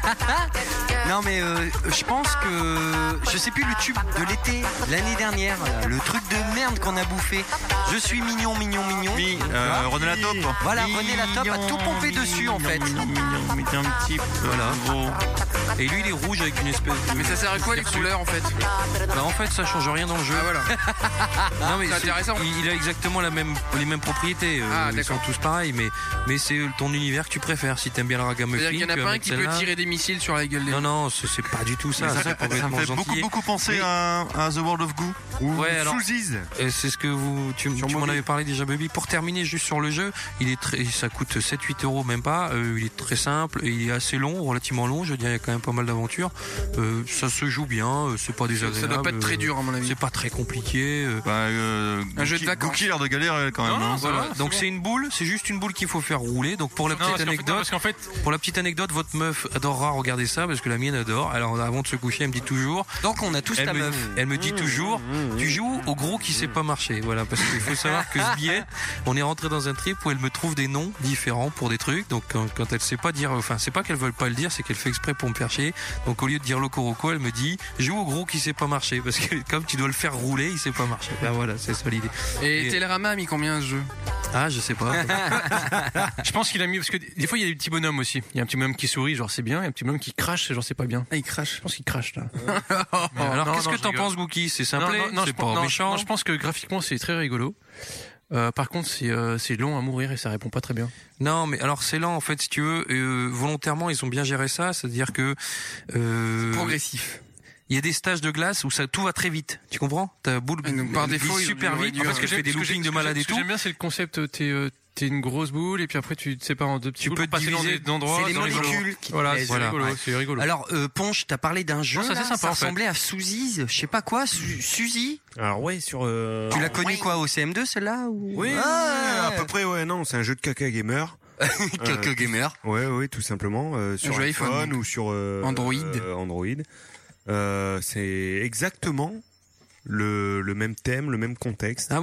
Non mais euh, je pense que je sais plus le tube de l'été l'année dernière, là, le truc de merde qu'on a bouffé. Je suis mignon, mignon, mignon. Mi, euh, René la top. Voilà, René la top a tout pompé dessus en fait. Mignon, mignon, mignon, un petit peu. Voilà. Gros. Et lui il est rouge avec une espèce de. Mais ça sert à quoi les couleurs en fait? Bah, en fait, ça change rien dans le jeu. Ah voilà. Non, mais C'est intéressant. Il, il a exactement la même, les mêmes propriétés. euh, Ah, ils sont d'accord. tous pareils, mais, mais c'est ton univers que tu préfères. Si t'aimes bien le ragamuffin, C'est-à-dire qu'il y en a tu vas pas un mettre qui peut celle-là. tirer des missiles sur la gueule des Non, non, c'est c'est pas du tout ça. Ça, c'est fait, ça complètement me fait beaucoup, gentillet. beaucoup penser Mais- à, à The World of Goo. Ou Ouais, alors- Sous-Is. Et c'est ce que vous, tu, tu m'en mobile. avais parlé déjà, Baby. Pour terminer juste sur le jeu, il est très, ça coûte sept huit euros, même pas. Euh, il est très simple et il est assez long, relativement long. Je dirais, il y a quand même pas mal d'aventures. Euh, ça se joue bien, euh, c'est pas désagréable. Ça doit pas être très euh, dur à mon avis. C'est pas très compliqué. euh, Bah, euh, Un jeu de Gookie- vacances. Gookie a l'air de galérer quand même. Non, non, hein. voilà. c'est Donc bon. c'est une boule, c'est juste une boule qu'il faut faire rouler. Donc pour la Non, petite parce qu'en fait- non, anecdote, parce qu'en fait, pour la petite anecdote, votre meuf adorera regarder ça parce que la mienne adore. Alors avant de se coucher, elle me dit toujours, Donc on a tous elle ta me, meuf. elle me dit toujours, tu joues au gros qui sait pas marcher. Voilà, parce qu'il faut savoir que ce billet, on est rentré dans un trip où elle me trouve des noms différents pour des trucs. Donc quand, quand elle sait pas dire, enfin c'est pas qu'elle veut pas le dire, c'est qu'elle fait exprès pour me faire chier. Donc au lieu de dire Locoroco, elle me dit, joue au gros qui sait pas marcher parce que comme tu dois le faire rouler, il sait pas marcher. Ben voilà, c'est ça l'idée. Et Et- Télérama a mis combien ce jeu? Ah, je sais pas. je pense qu'il a mis parce que des fois il y a des petits bonhommes aussi. Il y a un petit bonhomme qui sourit, genre c'est bien, et un petit bonhomme qui crache, genre c'est pas bien. Ah, il crache. Je pense qu'il crache là. Mais alors non, qu'est-ce non, que je t'en rigole. penses, Gookie? C'est Non, simple, non, non, c'est je pas pense- non, méchant. non, je pense que graphiquement c'est très rigolo. Euh, par contre, c'est euh, c'est long à mourir et ça répond pas très bien. Non, mais alors c'est lent en fait, si tu veux. Euh, volontairement, ils ont bien géré ça, c'est-à-dire que euh, Progressif. il y a des stages de glace où ça tout va très vite. Tu comprends? Ta boule Et donc, par elle défaut, glisse ils- super ils auraient vite dû- parce En que fait, je fais des ce que j'ai- loopings de ce que malade j'ai- et Ce que tout. j'aime bien, c'est le concept. T'es euh, t'es une grosse boule et puis après tu te sépares en deux petits Tu boules peux pour passer dans diviser- des endroits. C'est les dans les endroits. molécules qui te Voilà, plaisent. c'est Voilà. rigolo, Ouais. c'est rigolo. Alors euh, Ponche, t'as parlé d'un jeu Non, ça, là, c'est sympa, ça en fait. ressemblait à Sous-Is, je sais pas quoi, Su- Suzy. Alors ouais, sur... Euh... Tu l'as connu quoi au C M deux celle-là ou... Oui, Ah, à peu près, ouais, non, c'est un jeu de caca gamer. Coco Gamer. Ouais, ouais, tout simplement. Euh, sur jeu iPhone, iPhone, donc. ou sur euh, Android. euh, Android. Euh, c'est exactement le, le même thème, le même contexte. Ah bon?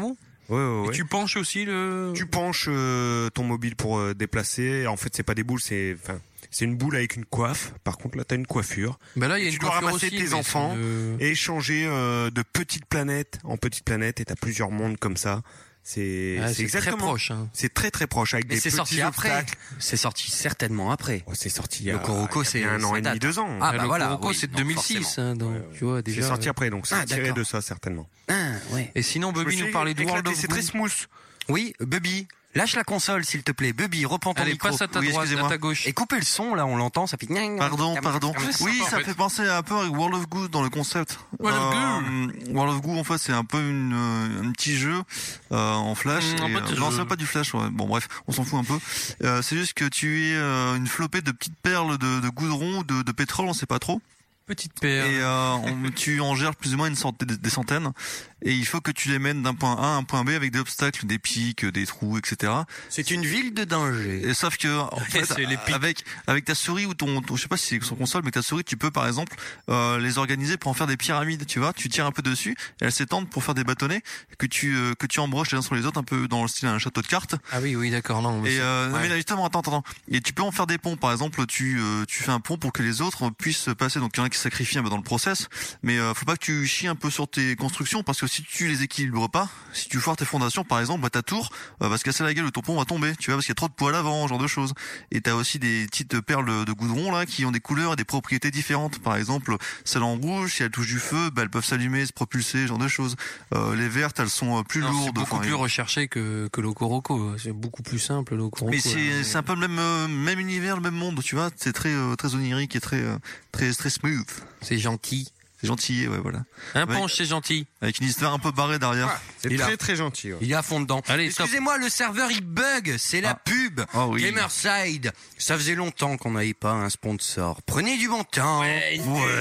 Ouais, ouais, Et ouais. tu penches aussi le. Tu penches euh, ton mobile pour euh, déplacer. En fait, c'est pas des boules, c'est, enfin, c'est une boule avec une coiffe. Par contre, là, t'as une coiffure. Bah là, il y a Tu une dois coiffure ramasser aussi, tes mais enfants c'est le- et échanger euh, de petites planètes en petites planètes. Et t'as plusieurs mondes comme ça. C'est, Ah, c'est c'est exactement. très proche. Hein. C'est très très proche avec Mais des c'est petits sorti après. obstacles. C'est sorti certainement après. Oh, c'est sorti il y a, Le Coroco, il y a c'est- bien un an ça et demi, date. deux ans. Ah, Ah, bah le voilà, Coroco, oui, c'est de donc deux mille six, forcément. hein, donc, tu vois déjà. C'est sorti après, donc c'est Ah, tiré d'accord. de ça certainement. Ah, ouais. Et sinon, Je me Bobby suis nous parlait de World éclaté, of c'est Goo. très smooth. Oui, Bubby, lâche la console s'il te plaît. Bubby, reprends ton Allez, micro. passe à ta Oui, droite, à excusez-moi. ta gauche. Et coupez le son, là, on l'entend, ça fait... Pardon, pardon. Oui, en ça fait. fait penser un peu à World of Goo dans le concept. World of Euh, World of Goo, en fait, c'est un peu une, euh, un petit jeu euh, en flash. Mmh, un et, petit euh, non, jeu. c'est pas du flash. Ouais. Bon, bref, on s'en fout un peu. Euh, c'est juste que tu es euh, une flopée de petites perles de, de goudron, ou de, de pétrole, on sait pas trop. Petite paire. Et euh, on- tu en gères plus ou moins une centaine, des centaines. Et il faut que tu les mènes d'un point A à un point B avec des obstacles, des pics, des trous, et cetera. C'est une ville de danger. Et sauf que en fait, C'est les pics. avec avec ta souris ou ton, ton je sais pas si c'est sur console, mais ta souris, tu peux par exemple euh, les organiser pour en faire des pyramides. Tu vois, tu tires un peu dessus, et elles s'étendent pour faire des bâtonnets que tu euh, que tu embroches les uns sur les autres, un peu dans le style d'un château de cartes. Ah oui, oui, d'accord, non. mais Et c'est- euh, non, ouais. mais là, justement, attends, attends. Et tu peux en faire des ponts. Par exemple, tu euh, tu fais un pont pour que les autres puissent passer. Donc il y en a qui se sacrifient un peu dans le process, mais euh, faut pas que tu chies un peu sur tes constructions parce que si tu les équilibres pas, si tu foires tes fondations, par exemple, bah, ta tour euh, va se casser la gueule ou ton pont va tomber. Tu vois, parce qu'il y a trop de poids à l'avant, genre de choses. Et t'as aussi des petites perles de goudron là qui ont des couleurs et des propriétés différentes. Par exemple, celle en rouge, si elles touchent du feu, bah, elles peuvent s'allumer, se propulser, genre de choses. Euh, les vertes, elles sont euh, plus Non, c'est lourdes. beaucoup enfin, plus et- recherché que, que l'Ocoroco. C'est beaucoup plus simple, l'Ocoroco. Mais c'est c'est un peu le même euh, même univers, le même monde, tu vois. C'est très euh, très onirique et très euh, très très smooth. C'est gentil. C'est gentil, ouais, voilà. Un Ouais. penche, c'est gentil. Avec une histoire un peu barrée derrière. C'est Il a- très très gentil. Ouais. Il est à fond dedans. Allez, stop. Excusez-moi, le serveur il bug, c'est la Ah. pub. Oh oui. Gamerside, ça faisait longtemps qu'on n'avait pas un sponsor. Prenez du bon temps. Ouais.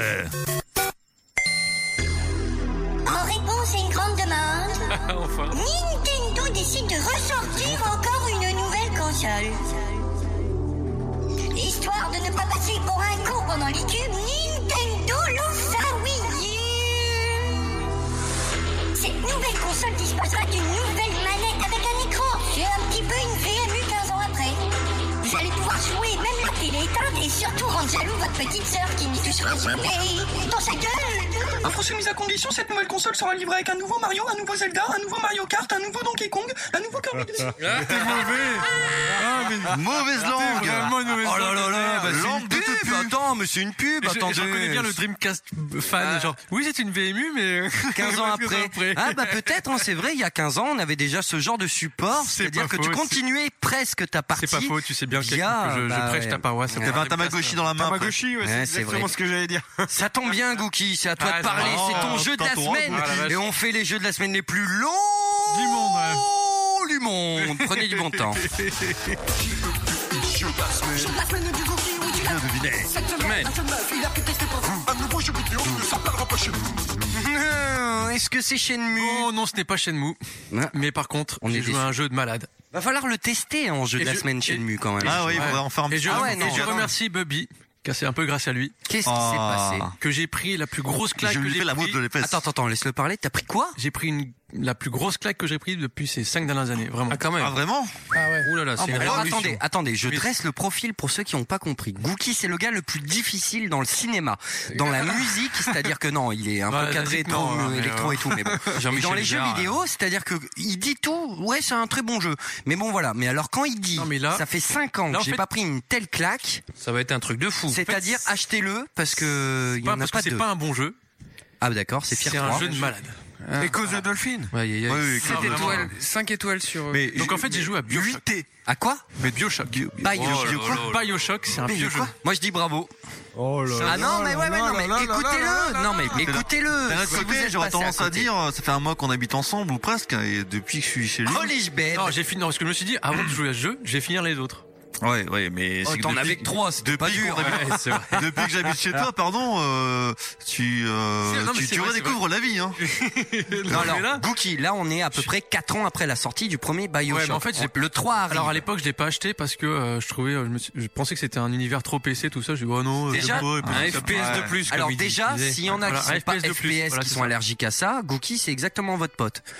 En réponse à une grande demande, Enfin. Nintendo décide de ressortir encore une nouvelle console. Histoire de ne pas passer pour un con pendant les tubes, Nintendo lance sa Wii U. Cette nouvelle console disposera d'une nouvelle manette avec un écran. C'est un petit peu une V M U quinze ans après. Vous allez pouvoir jouer même la télé éteinte et surtout rendre jaloux votre petite sœur qui n'y touchera jamais dans sa gueule. Info soumise à condition, cette nouvelle console sera livrée avec un nouveau Mario, un nouveau Zelda, un nouveau Mario Kart, un nouveau Donkey Kong, un nouveau Kirby. T'es mauvais. Ah mais Mauvaise langue. vraiment une mauvaise Oh là là là, bah, c'est Langue une de pub. te pue. Attends, mais c'est une pub. Et je, Attendez. je reconnais bien le Dreamcast fan, genre, oui, c'est une V M U, mais quinze ans après. Ah bah peut-être, hein, c'est vrai, il y a quinze ans, on avait déjà ce genre de support, C'est c'est-à-dire pas que tu faux, continuais presque ta partie. c'est pas faux, tu sais bien que via, je, je bah, prêche ouais. ta paroisse. T'avais un Tamagotchi dans la main. après. Tamagotchi, ouais, Ouais, c'est c'est exactement vrai. ce que j'allais dire. Ça tombe bien, Gookie, c'est à toi Ah, de parler, c'est- c'est ton oh, jeu de la t'as ton semaine. droit, Gookie. Et on fait les jeux de la semaine les plus longs Du monde, ouais. du monde. Prenez du bon temps. Hum, Est-ce que c'est Shenmue? Oh non, ce n'est pas Shenmue. Ah. Mais par contre, On est j'ai joué déçus. à un jeu de malade. Va falloir le tester en jeu Et de la je- semaine et- Shenmue quand même. Ah oui, il Ouais. faudrait en faire un Et petit je, Ah peu. ouais, non, et je attends. remercie Bubby, car c'est un peu grâce à lui, Qu'est-ce qui s'est Ah. passé? que j'ai pris la plus grosse claque Je que lui j'ai fais la pris. bouffe de l'épaisse. Attends, attends, attends, laisse-le parler. T'as pris quoi? J'ai pris une, la plus grosse claque que j'ai prise depuis ces cinq dernières années, vraiment. Ah, quand même. Ah vraiment? Ouh là là, c'est Ah, une bon, Alors révolution. attendez, attendez, je Oui. dresse le profil pour ceux qui n'ont pas compris. Gookie, c'est le gars le plus difficile dans le cinéma, dans la musique, c'est-à-dire que non, il est un Ouais, peu cadré musique, non, trop, mais, électro euh, et tout, mais bon. Et Jean-Michel dans les jeux Jarre, vidéo, c'est-à-dire que il dit tout, ouais, c'est un très bon jeu. Mais bon voilà, mais alors quand il dit, Non, mais là- ça fait cinq ans là, que en j'ai fait- pas pris une telle claque, Ça va être un truc de fou. c'est-à-dire achetez-le parce que il y Pas en a parce pas que c'est deux. pas un bon jeu, Ah d'accord, c'est c'est Fear un trois. jeu de malade. Et cause de Dolphin. Ouais, aïe, aïe, aïe. Oui, oui, Ah, sept vraiment. étoiles, cinq étoiles sur. euh, Mais Donc en fait, j'ai joué à Bioshock. huit T. À quoi? Mais Bioshock. Bioshock. Bioshock, c'est un Mais vieux de jeu. quoi? Moi je dis bravo. Oh là Ah non mais ouais ouais non mais écoutez-le. Non mais écoutez-le. D'un autre Si vous côté, êtes j'aurais passé tendance à à côté. dire, ça fait un mois qu'on habite ensemble ou presque, et depuis que je suis chez lui. Oh les bêtes. Non, j'ai fini, non, parce que je me suis dit, avant de jouer à ce jeu, je vais finir les autres. Ouais, ouais, mais Oh, c'est que t'en depuis- avais que trois, c'était pas depuis dur. qu'on habite- Ouais, c'est vrai. Depuis que j'habite chez toi, pardon, euh, tu, euh, C'est- non, mais tu, c'est tu vrai, redécouvres la vie, hein. Non, alors, Mais là- Gookie, là on est à peu près quatre ans après la sortie du premier Bioshock. Ouais, mais en fait, j'ai- le trois arrive. Alors à l'époque, je l'ai pas acheté parce que euh, je trouvais, euh, je, me suis- je pensais que c'était un univers trop P C, tout ça. Je dis oh non, euh, Déjà, j'aime pas, et puis Un ça- F P S de plus. comme Alors il déjà, disait. s'il y en a Voilà, qui sont un pas F P S de F plus, P S voilà, qui c'est sont ça. allergiques à ça, Gookie c'est exactement votre pote.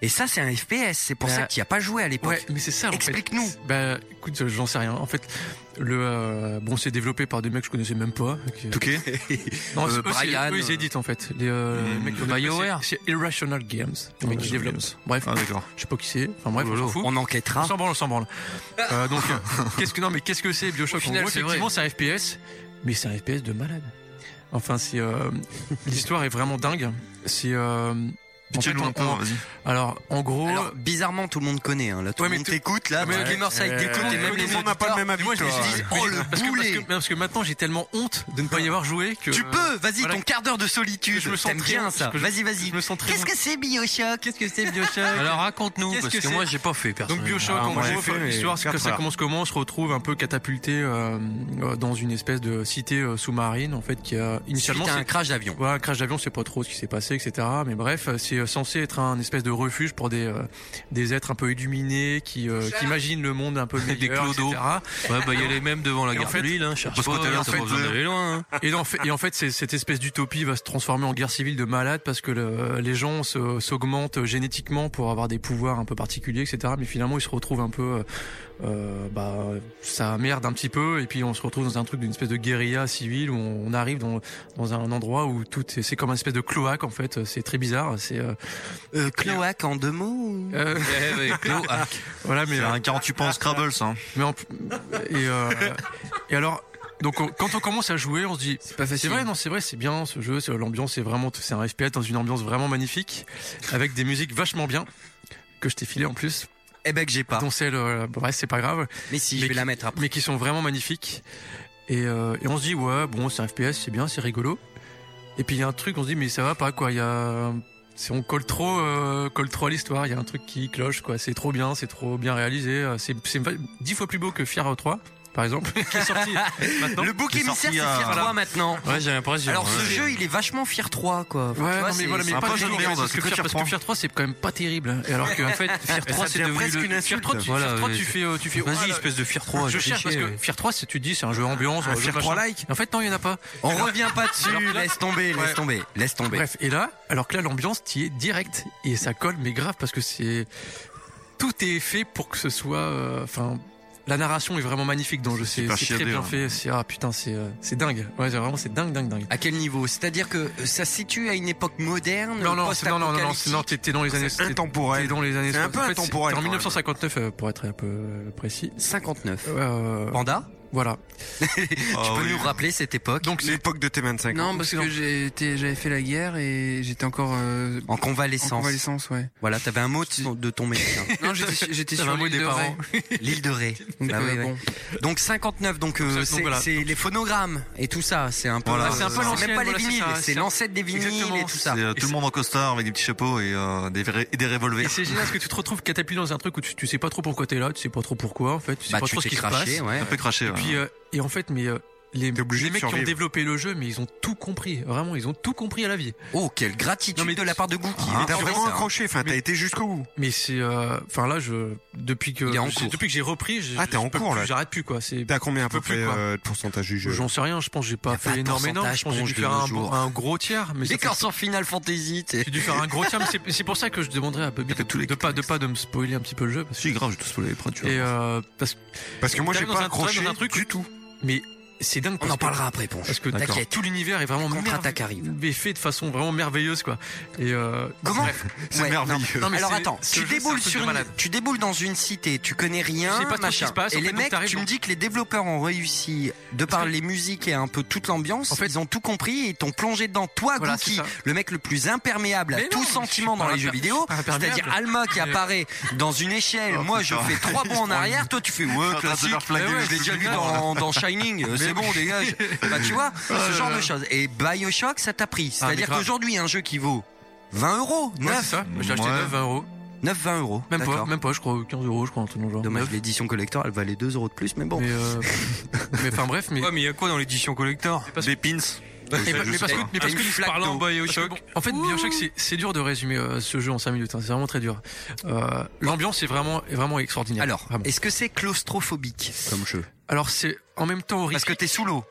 Et ça, c'est un F P S. C'est pour Bah, ça qu'il n'y a pas joué à l'époque. Ouais, mais c'est ça. en fait. Explique-nous. Bah, écoute, j'en sais rien. En fait, le euh, bon, c'est développé par des mecs que je connaissais même pas. qui- Touquet. Non, Euh, c'est- eux, c'est- Brian, eux, ils éditent en fait. Les, euh, Mmh. les mecs qui ont BioWare. développé, c'est c'est Irrational Games, les mecs qui Irrational développent. Games. Bref, Ah d'accord. je sais pas qui c'est. Enfin bref, Oh on là s'en là. fout. On enquêtera. On s'en branle, on s'en branle. Euh, donc, euh, qu'est-ce que non, mais qu'est-ce que c'est BioShock? Au final, En gros, c'est effectivement, vrai. c'est un F P S, mais c'est un F P S de malade. Enfin, c'est euh, l'histoire est vraiment dingue. C'est euh, en fait, Dis-le-nous on- un peu, on- vas-y. alors en gros. Alors, bizarrement, tout le monde connaît. Hein. Là, tout Ouais, le mais monde tout- t'écoute. Là, Ouais, mais Gamerside euh, t'écoute. Et euh, même tout les le monde n'a pas le auditeurs. même avis moi, que je me toi. suis dit, Oh, le parce que, parce, boulet. que, parce que maintenant j'ai tellement honte de ne pas y avoir joué que Tu peux, vas-y, Voilà. ton quart d'heure de solitude. Je me sens T'aimes très- bien ça. que je- Vas-y, vas-y. je me sens très Qu'est-ce bon. que c'est Bioshock Qu'est-ce que c'est BioShock? Alors raconte-nous, Qu'est-ce parce que que, c'est moi j'ai pas fait Donc personnellement. BioShock, Ah, en moi, j'ai gros, fait, enfin, mais l'histoire c'est que quatre ça heures. commence comment on se retrouve un peu catapulté euh, euh, dans une espèce de cité euh, sous-marine en fait qui a initialement Suite à un c'est- crash d'avion. Ouais, un crash d'avion, c'est pas trop ce qui s'est passé, et cetera. Mais bref, c'est euh, censé être un espèce de refuge pour des euh, des êtres un peu illuminés qui euh, qui imaginent le monde un peu meilleur, Des clodos. et cetera. Ouais, bah il y a les mêmes devant la Et en gare fait- de Lille, hein, cherche Parce pas, que t'as l'air t'as pas de- besoin d'aller loin. Hein. Et en fait, et en fait c'est- cette espèce d'utopie va se transformer en guerre civile de malade parce que le- les gens se- s'augmentent génétiquement pour avoir des pouvoirs un peu particuliers, et cetera. Mais finalement, ils se retrouvent un peu, euh, bah, ça merde un petit peu, et puis on se retrouve dans un truc d'une espèce de guérilla civile où on arrive dans, dans un endroit où tout est, c'est comme une espèce de cloaque en fait. C'est très bizarre. C'est euh, Euh, cloaque en deux mots ou- euh, Eh, ouais, cloaque. voilà, mais C'est euh, un quarante-huit points Scrabble, ça. mais en- et euh, et alors. Donc on- quand on commence à jouer, on se dit C'est pas facile. c'est vrai, non, c'est vrai, c'est bien ce jeu, c'est l'ambiance, c'est vraiment, c'est un F P S dans une ambiance vraiment magnifique, avec des musiques vachement bien que je t'ai filé en plus, Eh ben que j'ai pas. dont celle, euh, bref, c'est pas grave, Mais si, mais je vais qui- la mettre après. mais qui sont vraiment magnifiques. Et, euh, et on se dit ouais, bon, c'est un F P S, c'est bien, c'est rigolo. Et puis il y a un truc, on se dit mais ça va pas quoi, il y a, c'est on colle trop, euh, colle trop à l'histoire, il y a un truc qui cloche quoi, c'est trop bien, c'est trop bien réalisé, euh, c'est c'est dix fois plus beau que Fier trois. Par exemple, qui est sorti maintenant. Le bouc C'est émissaire, sorti c'est à- Fier Voilà. trois maintenant. Ouais, j'ai l'impression. Alors hein. ce jeu, il est vachement Fier trois quoi. Enfin, Ouais, tu vois, non, mais c'est- voilà, mais c'est pas un peu du jeu tout, de merde, parce c'est que très Fier, parce que Fier Fier trois, c'est quand même pas terrible. Et alors qu'en fait, Fier trois, ça c'est devient devenu presque le une Fier trois, tu, Voilà, Fier trois, ouais. tu fais, euh, tu fais. Vas-y, oh, là, espèce de Fier trois. je cherche parce que Fier trois, c'est- tu te dis, c'est un jeu ambiance. Un un jeu Fier machin. trois like. En fait, non, il y en a pas. On revient pas dessus. Alors que là- Laisse tomber, laisse Ouais. tomber, laisse tomber. Bref, et là, alors que là, l'ambiance, t'y est direct et ça colle, mais grave parce que c'est tout est fait pour que ce soit, euh, enfin. La narration est vraiment magnifique dans le jeu, c'est super c'est très chiadé, bien hein. fait. C'est ah putain, c'est euh, c'est dingue. Ouais, c'est vraiment c'est dingue, dingue, dingue. À quel niveau? C'est-à-dire que ça se situe à une époque moderne, Non, non, c'est- non, non, non, non, post-apocalyptique. c'est- non, t'es t'es dans les années. C'est t'es- intemporel. t'es dans les années. C'est un peu en fait, intemporel, t'es En quand mille neuf cent cinquante-neuf, euh, pour être un peu euh, précis. cinquante-neuf. Euh, Panda, voilà. Ah tu peux oui. nous rappeler cette époque Donc c'est L'époque de T vingt-cinq. Non, parce Excellent. que j'ai été- j'avais fait la guerre et j'étais encore euh, en en convalescence. convalescence, ouais. Voilà, t'avais un mot de, de ton médecin. Non, j'étais j'étais T'avais sur un mot l'île des de parents. Ré. L'île de Ré. Donc, Bah euh, ouais, ouais. bon. Donc cinquante-neuf, donc euh, Donc, ça- c'est donc voilà. c'est les phonogrammes et tout ça. C'est un peu, Voilà, euh, c'est un peu c'est l'ancienne, même pas voilà, les c'est vinyles, ça, c'est c'est- l'ancêtre des vinyles Exactement. et tout ça. C'est euh, Et tout le c'est- monde en costard avec des petits chapeaux et, euh, des, vrais- et des Et revolvers. c'est génial parce que tu te retrouves catapulté dans un truc où tu, tu sais pas trop pourquoi t'es là, tu sais pas trop pourquoi en fait, tu sais Bah pas tu trop ce t'es qui se passe. craché, ouais. Un peu craché. Et ouais. puis euh, et en fait, mais euh, les, T'es obligé les de mecs qui ont survivre. développé le jeu, mais ils ont tout compris. Vraiment, ils ont tout compris à la vie. Oh, quelle gratitude Non, mais- de la part de Gookie. Ah, T'as Tu vois vraiment ça. accroché, enfin t'as Mais- été jusqu'au bout. Mais c'est, euh, enfin là, je depuis que Il est en j'ai- cours. depuis que j'ai repris, j'ai- Ah, t'es je en peux cours, plus, là. J'arrête plus quoi. C'est T'as combien à Je peux peu près plus, quoi. euh, de pourcentage du jeu? J'en sais rien, je pense que j'ai pas Y a fait pas de énorme énorme. pourcentage Je pense que j'ai dû ponge de faire nos un, jours. un gros tiers, mais Les ça fait- corps sur Final Fantasy, t'es- j'ai dû faire un gros tiers, mais c'est- c'est pour ça que je demanderais à Bobby T'as fait tous les de pas de pas de me spoiler un petit peu le jeu parce que Si, grave, j'ai tout spoilé les prêts, tu vois. et euh, parce Parce que moi j'ai T'arrives pas dans un- accroché dans un truc du tout. mais c'est dingue. On parce en que- parlera après, Ponge. Parce que D'accord. t'inquiète, tout l'univers est vraiment Contre-attaque merve- arrive. mais fait de façon vraiment merveilleuse quoi. Et euh, Comment bref. C'est Ouais, merveilleux. non. Non, mais Alors c'est- attends, ce tu jeu, c'est un déboules truc sur de une, malade. tu déboules dans une cité, tu connais rien, Je sais pas trop ce qui machin. se passe, en Et les fait, donc mecs, t'arrives tu me dans- dis que les développeurs ont réussi, de par que- les musiques et un peu toute l'ambiance, En fait- ils ont tout compris et t'ont plongé dedans. Toi, Voilà, Gookie, c'est ça. le mec le plus imperméable à Mais tout non, je sentiment suis dans pas les jeux imper- vidéo, je suis pas imperméable. c'est-à-dire Alma qui Mais- apparaît dans une échelle. Oh, Moi, je putain. fais trois bonds en arrière. Toi, tu fais ouais, en train de classique. leur flaguer Ouais, le je l'ai déjà vu souvenir, dans, dans Shining. euh, C'est bon, dégage. Bah, tu vois, ce genre de choses. Et Bioshock, ça t'a pris. Ah, mais C'est-à-dire grave. qu'aujourd'hui, un jeu qui vaut vingt euros, Ouais, neuf, c'est ça. J'ai acheté Ouais. neuf, vingt euros. neuf, vingt euros. Même pas, D'accord. même pas, je crois quinze euros, je crois un truc dans le genre. Dommage, Neuf. l'édition collector, elle valait deux euros de plus, mais bon. Mais euh, mais enfin bref, mais Ouais, mais il y a quoi dans l'édition collector? Des pins. mais, mais parce que mais parce Et que une flaque Parlant d'eau. Parce que Bioshock. bon, en fait, Bioshock, c'est, c'est dur de résumer euh, ce jeu en cinq minutes. Hein, c'est vraiment très dur. Euh, l'ambiance est vraiment, est vraiment extraordinaire. Alors, Vraiment. est-ce que c'est claustrophobique comme jeu? Alors c'est en même temps horrible. Parce que t'es sous l'eau.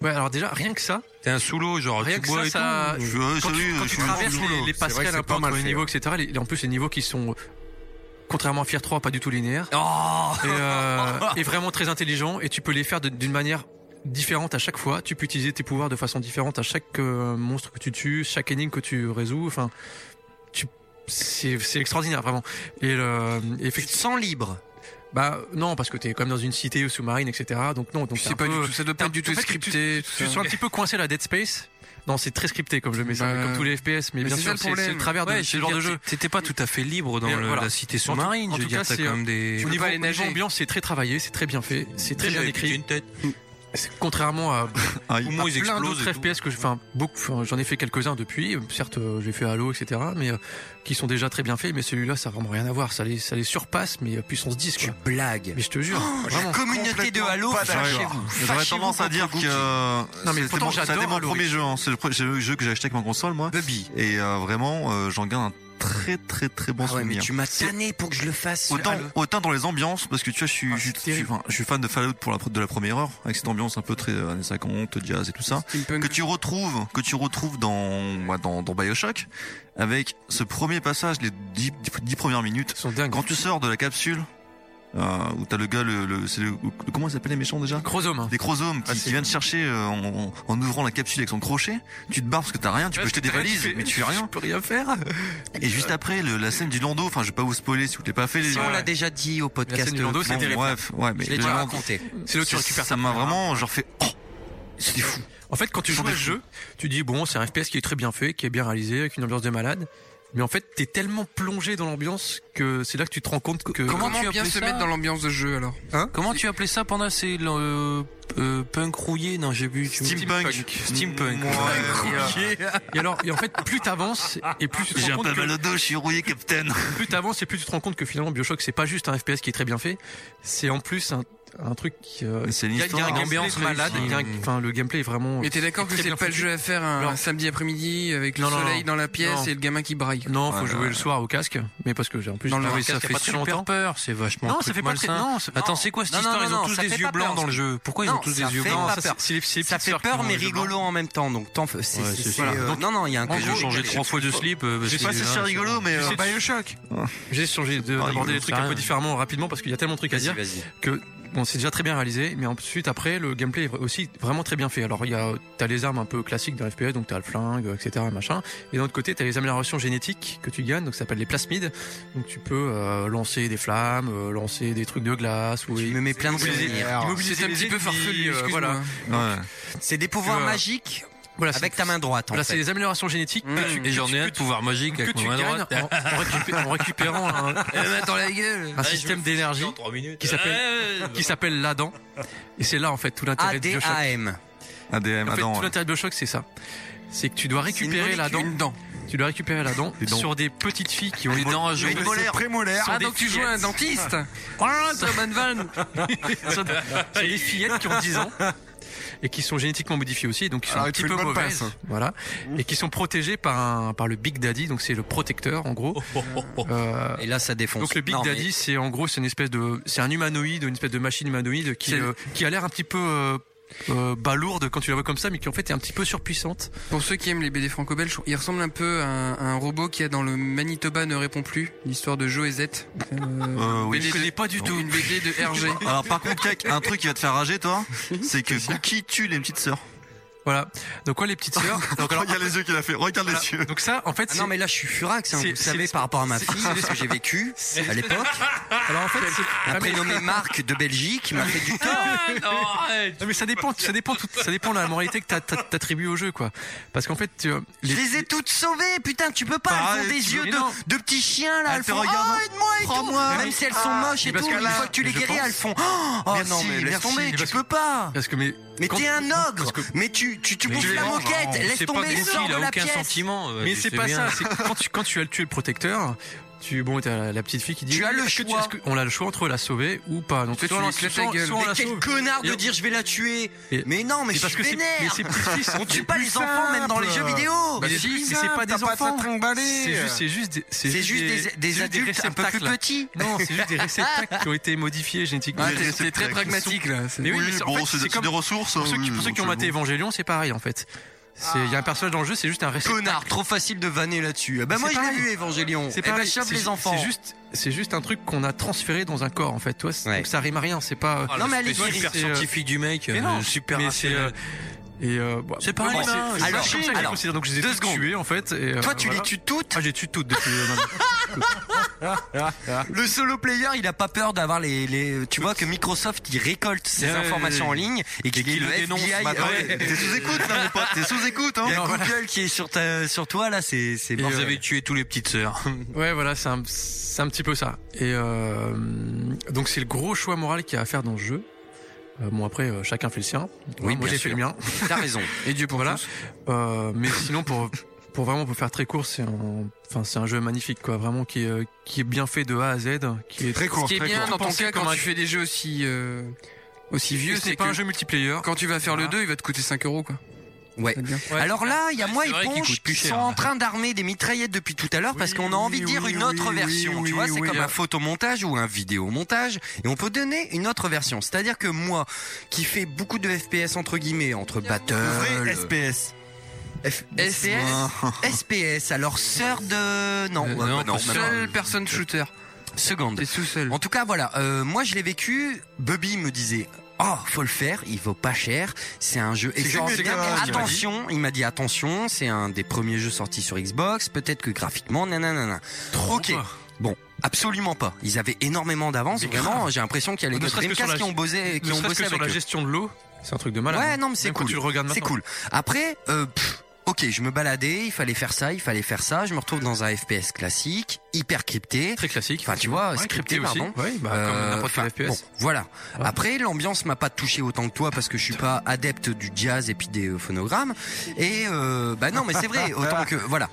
Ouais, alors déjà, rien que ça. T'es un sous l'eau, genre rien tu que bois ça, et ça tout. Je veux- quand tu, salut, quand je tu suis traverses sous l'eau. les, les C'est vrai passerelles que c'est un peu pas mal entre les fait, niveaux, ouais. et cetera. Les, en plus, les niveaux qui sont, contrairement à Fear trois, pas du tout linéaires. Oh Et, euh, et vraiment très intelligents. Et tu peux les faire de- d'une manière différente à chaque fois. Tu peux utiliser tes pouvoirs de façon différente à chaque euh, monstre que tu tues, chaque énigme que tu résous. Enfin, tu, c'est, c'est extraordinaire vraiment. Et le, et Tu te effectivement, sens libre. bah non, parce que t'es quand même dans une cité sous-marine, et cetera. Donc non, donc C'est t'es un pas peu- du tout, ça doit pas être du tout en fait, scripté. Tu, tout tu ça. sens un petit peu coincé à la Dead Space. Non, c'est très scripté comme je mets ça, Bah, comme tous les F P S, mais, mais bien c'est ça sûr, le c'est, c'est problème. le travers de Ouais, ce je veux genre dire, de jeu. t'étais pas tout à fait libre dans Mais le- voilà. la cité En tout- sous-marine. en Je veux tout dire, cas, t'as c'est, quand même des. Au peux niveau, pas aller au niveau nager. ambiance, c'est très travaillé, c'est très bien fait, c'est très bien J'avais écrit. piqué une tête. C'est- Contrairement à Aïe. Poumons, ils plein explosent. d'autres et tout. F P S que je, enfin, beaucoup, enfin, j'en ai fait quelques-uns depuis. Certes, euh, j'ai fait Halo, et cetera, mais euh, qui sont déjà très bien faits. Mais celui-là, ça a vraiment rien à voir. Ça les, ça les surpasse, mais euh, puissance dix, Tu quoi. blagues. Mais je te jure, La vraiment. communauté de Halo, pas d'accord. fâchez-vous. J'aurais Fâchez-vous tendance à contre dire Gookie. que Non, mais c'était pourtant, mon, j'adore c'était mon Halo, premier Rich. jeu. Hein. C'est le, pre- c'est le jeu que j'ai acheté avec ma console, moi. Bubby. Et euh, vraiment, euh, j'en garde un très très très bon Ah ouais, mais souvenir. tu m'as tanné pour que je le fasse. Autant, Halo. autant dans les ambiances, parce que tu vois, je suis, Ah, je, suis- c'est je suis, terrible. enfin, je suis fan de Fallout pour la, de la première heure, avec cette ambiance un peu très euh, années cinquante, jazz et tout ça, Steampunk. que tu retrouves, que tu retrouves dans, bah, dans, dans Bioshock, avec ce premier passage, les dix, dix premières minutes, Ils sont dingues. quand tu sors de la capsule, euh, où t'as le gars, le, le, c'est le, le- comment il s'appelle les méchants déjà? Chrosome. hein. Des chromosomes qui, Ah, qui c'est- viennent te chercher euh, en, en, en ouvrant la capsule avec son crochet. Tu te barres parce que t'as rien, tu peux jeter des valises, mais tu fais rien. Tu peux rien faire. Et juste après, le, la scène du landau, enfin, je vais pas vous spoiler si vous l'avez pas fait. Les Si on l'a déjà dit au podcast. scène du landau, c'est Bon, terrible. bref, ouais, mais Je l'ai le déjà landau, raconté. C'est là où tu récupères ça ta m'a première vraiment, genre fait, oh, c'était fou. En fait, quand tu joues à ce jeu, tu dis bon, c'est un F P S qui est très bien fait, qui est bien réalisé, avec une ambiance de malade. Mais en fait, t'es tellement plongé dans l'ambiance que c'est là que tu te rends compte que Comment, tu bien appelais se ça mettre dans l'ambiance de jeu alors Comment tu appelais ça pendant c'est le euh, euh, punk rouillé? Non, j'ai vu. Steampunk. Steampunk. et, euh, et alors, et en fait, plus t'avances et plus tu te J'ai rends un compte peu mal que au dos, je suis rouillé, Captain. plus t'avances et plus tu te rends compte que finalement BioShock c'est pas juste un F P S qui est très bien fait, c'est en plus un, un truc qui euh, C'est une il y a- il y a un histoire, gameplay ambiance malade, réussie. il y a un- enfin le gameplay est vraiment. Mais t'es d'accord que très c'est bien pas le foutu. jeu à faire un, Alors- un samedi après-midi avec le Non, non, soleil non. dans la pièce Non. et le gamin qui braille quoi. Non, faut Ouais, jouer ouais. le soir au casque, mais parce que j'ai en plus Dans j'ai le un mais casque ça il y a fait pas très super longtemps. peur, c'est vachement. Non, un ça truc fait pas très. malsain. Non, c'est- Attends, c'est quoi cette Non, non, histoire? non, Ils ont non, tous ça des fait yeux pas blancs peur. dans le jeu. Pourquoi ils Non, ont tous ça des yeux fait blancs? Non, pas ça, peur. c'est- c'est les, c'est les Ça petites fait sœurs qui peur ont mais les yeux rigolo en même temps. Donc tant, c'est, Ouais, c'est- c'est c'est, sûr. euh, Donc, non non, il y a un en que gros, je J'ai changé j'ai- trois fois de slip. euh, parce J'ai que pas, c'est là, cher rigolo, mais, euh, C'est Bioshock. blancs. J'ai changé de- Ah, d'aborder rigolo, les trucs c'est un peu rien. différemment rapidement parce qu'il y a tellement de trucs à dire Vas-y, vas-y. que bon, c'est déjà très bien réalisé, mais ensuite après le gameplay est aussi vraiment très bien fait. Alors il y a t'as les armes un peu classiques d'un F P S, donc t'as le flingue, et cetera machin. Et d'un autre côté t'as les améliorations génétiques que tu gagnes, donc ça s'appelle les plasmides. Donc tu peux euh, lancer des flammes, euh, lancer des trucs de glace ou Tu me mets plein de immobiliser- souvenirs. immobiliser C'est un les petit peu ennemis, farfelu, euh, excuse-moi. voilà. ouais. C'est des pouvoirs Tu vois. magiques Voilà, avec c'est- ta main droite en Voilà, c'est fait. les améliorations génétiques Mmh. que tu, Et j'en ai un que de pouvoir magique tu, que avec tu mon main gagnes droite. en, en récupé- en récupérant un, dans la gueule. un système d'énergie qui s'appelle qui s'appelle l'Adam. Et c'est là en fait tout l'intérêt A de D BioShock. A M. A D M, En fait, attends. tout l'intérêt de BioShock, c'est ça. C'est que tu dois récupérer la dent. Une dent. Tu dois récupérer la dent Les dents. sur des petites filles qui ont Les une dents à Mais jouer. une molaire. Prémolaire. Sur Ah des donc tu joues à un fillettes. dentiste. Ah, c'est bonne vanne. sur, des, sur des fillettes qui ont dix ans et qui sont génétiquement modifiées aussi, donc qui sont Alors, un il te petit fait peu une bonne mauvaises, passe. voilà, et qui sont protégées par un par le Big Daddy, donc c'est le protecteur en gros. Euh, Et là ça défonce. donc le Big Non, mais- Daddy, c'est en gros c'est une espèce de c'est un humanoïde, une espèce de machine humanoïde qui C'est- euh, qui a l'air un petit peu euh, euh, balourde quand tu la vois comme ça, mais qui en fait est un petit peu surpuissante. Pour ceux qui aiment les B D franco-belges, il ressemble un peu à un, à un robot qui a dans le Manitoba ne répond plus, l'histoire de Joe et Z. Euh, Euh, oui. B D Je connais de- pas du tout. Une B D de R G. Alors par contre, Kek, un truc qui va te faire rager, toi, c'est que Gookie tue les petites sœurs. Voilà. Donc quoi les petites sœurs. Donc alors Regarde les yeux qu'il a fait, regarde voilà. les yeux. Donc ça en fait Ah c'est non mais là je suis furax, hein, c'est- vous c'est- savez par rapport à ma c'est- fille, ce que j'ai vécu à l'époque. alors en fait c'est Un Ah, mais- prénommé Marc de Belgique m'a fait du tort. Non, mais ça dépend, ça dépend, tout- ça dépend de la moralité que t'a- t'a- t'attribues au jeu, quoi. Parce qu'en fait, tu, Je les ai toutes sauvées, putain, tu peux pas, elles Pareil, font des tu yeux veux- de, non. de petits chiens là, Elles elles te font regardent. oh aide-moi et tout. Prends-moi. Même si elles sont moches et mais parce tout, que une là, fois que tu les je guéris, pense- elles font oh Merci, non mais laisse merci. tomber, Mais tu parce peux pas. parce que mais Mais quand- t'es un ogre, parce que- mais tu tu tu Mais bouffes tu la les moquette, manges. laisse C'est pas tomber, Gookie, sors il de a la aucun pièce. sentiment. mais tu c'est fais pas bien. ça. C'est que quand tu quand tu as tué le protecteur, Tu bon, t'as la, la petite fille qui dit. Tu as le est-ce que choix. est-ce que on a le choix entre la sauver ou pas. Donc Toi, tu soit, lui soit- éclates la soit- gueule. soit on Mais la quel sauve. connard de Et- dire je vais la tuer. Et- Mais non, mais et je parce suis que c'est- vénère. mais c'est plus- On tue c'est pas plus les enfants même dans les simple. jeux vidéo. Bah, C'est si, plus mais c'est simple, pas des t'as pas de enfants. trimballer. C'est juste, c'est juste, des- C'est juste des, des juste adultes un peu plus réceptacles. petits. Non, c'est juste des réceptacles qui ont été modifiés génétiquement. Ah, Les t'es- t'es réceptacles très qui pragmatique là. C'est- Mais oui, Oui, mais c'est- en bon, fait, c'est c'est c'est comme- des ressources. Pour ceux qui, oui, pour ceux qui ont maté absolument. Evangelion, c'est pareil en fait. C'est- Il y a un personnage dans le jeu, c'est juste un réceptacle. Connard, trop facile de vanner là-dessus. Ah bah C'est moi je l'ai pareil. vu Evangelion. C'est Eh ben pareil, chope c'est les ju- enfants. C'est juste, c'est juste un truc qu'on a transféré dans un corps en fait. Toi, c'est- Ouais. donc ça rime à rien. C'est pas. Non, mais allez, Super c'est, euh, scientifique du mec, mais euh, non, super mais c'est, rationnel. euh, et euh, bah, C'est pas bon, un c'est- humain. c'est Alors, comme ça que je alors, considère. Donc je les ai deux tous secondes. tués en fait. Et, euh, Toi tu voilà. les tues toutes. Ah, j'ai tué toutes depuis. euh, maintenant. Le solo player, il a pas peur d'avoir les, les, tu vois que Microsoft, il récolte ses Ouais, informations ouais, en ligne et qu'il qu'il le le dénonce. F B I. Bah, attends, ouais. T'es sous écoute là, mon pote. T'es sous écoute, hein. Il y a Non, voilà. Google qui est sur ta, sur toi là, c'est, c'est Et bon. vous avez tué tous les petites sœurs. Ouais, voilà, c'est un, c'est un petit peu ça. Et euh, donc c'est le gros choix moral qu'il y a à faire dans ce jeu. Euh, bon après, euh, chacun fait le sien. Oui, moi bien j'ai sûr. fait le mien. T'as raison. Et Dieu pour Voilà. tous. Euh, mais sinon pour pour vraiment pour faire très court, c'est un enfin c'est un jeu magnifique quoi, vraiment qui est euh, qui est bien fait de A à Z, qui est Très court, Ce qui est très bien court. dans ton Pensez cas comme quand un- tu fais des jeux aussi euh, aussi vieux, ce c'est n'est pas que un jeu multiplayer. quand tu vas faire le Voilà. deux, il va te coûter cinq euros quoi. Ouais. C'est bien. Alors là, il y a Ouais, moi c'est et vrai qu'il Ponche coûte plus qui cher. sont en train d'armer des mitraillettes depuis tout à l'heure parce Oui, qu'on a envie de dire oui, une autre oui, version. oui, tu vois, oui, c'est oui. comme un photomontage ou un vidéomontage et on peut donner une autre version. C'est-à-dire que moi, qui fais beaucoup de F P S entre guillemets, entre battle, Vrai S P S. F- S P S, S P S, alors sœur de... Non, Euh, ouais, non, bah non, pas bah Seul non. personne shooter. Seconde. T'es sous seul. En tout cas, voilà, euh, moi je l'ai vécu, Bubby me disait... Oh, faut le faire, il vaut pas cher, c'est un jeu extraordinaire. Mecha, il m'a Attention, il m'a dit attention, c'est un des premiers jeux sortis sur Xbox, peut-être que graphiquement, nanana. Trop Ok. pas. Bon, absolument pas. Ils avaient énormément d'avance, Mais vraiment, grave. j'ai l'impression qu'il y a les Ne gars de serait-ce que sur Dreamcast la- qui ont bossé, qui Ne ont serait-ce bossé que sur avec la eux. gestion de l'eau, c'est un truc de malade. Ouais, non, mais c'est Même quand cool. tu le regardes C'est maintenant. cool. Après, euh, pff, ok, je me baladais, il fallait faire ça, il fallait faire ça, je me retrouve dans un F P S classique, hyper crypté. Très classique. Enfin, tu vois, Ouais, scripté, crypté aussi. pardon. Ouais, bah, Euh, comme n'importe quel enfin, F P S. bon, voilà. Ouais. Après, l'ambiance m'a pas touché autant que toi parce que je suis pas adepte du jazz et puis des euh, phonogrammes. Et euh, bah non, mais c'est vrai. Autant que voilà.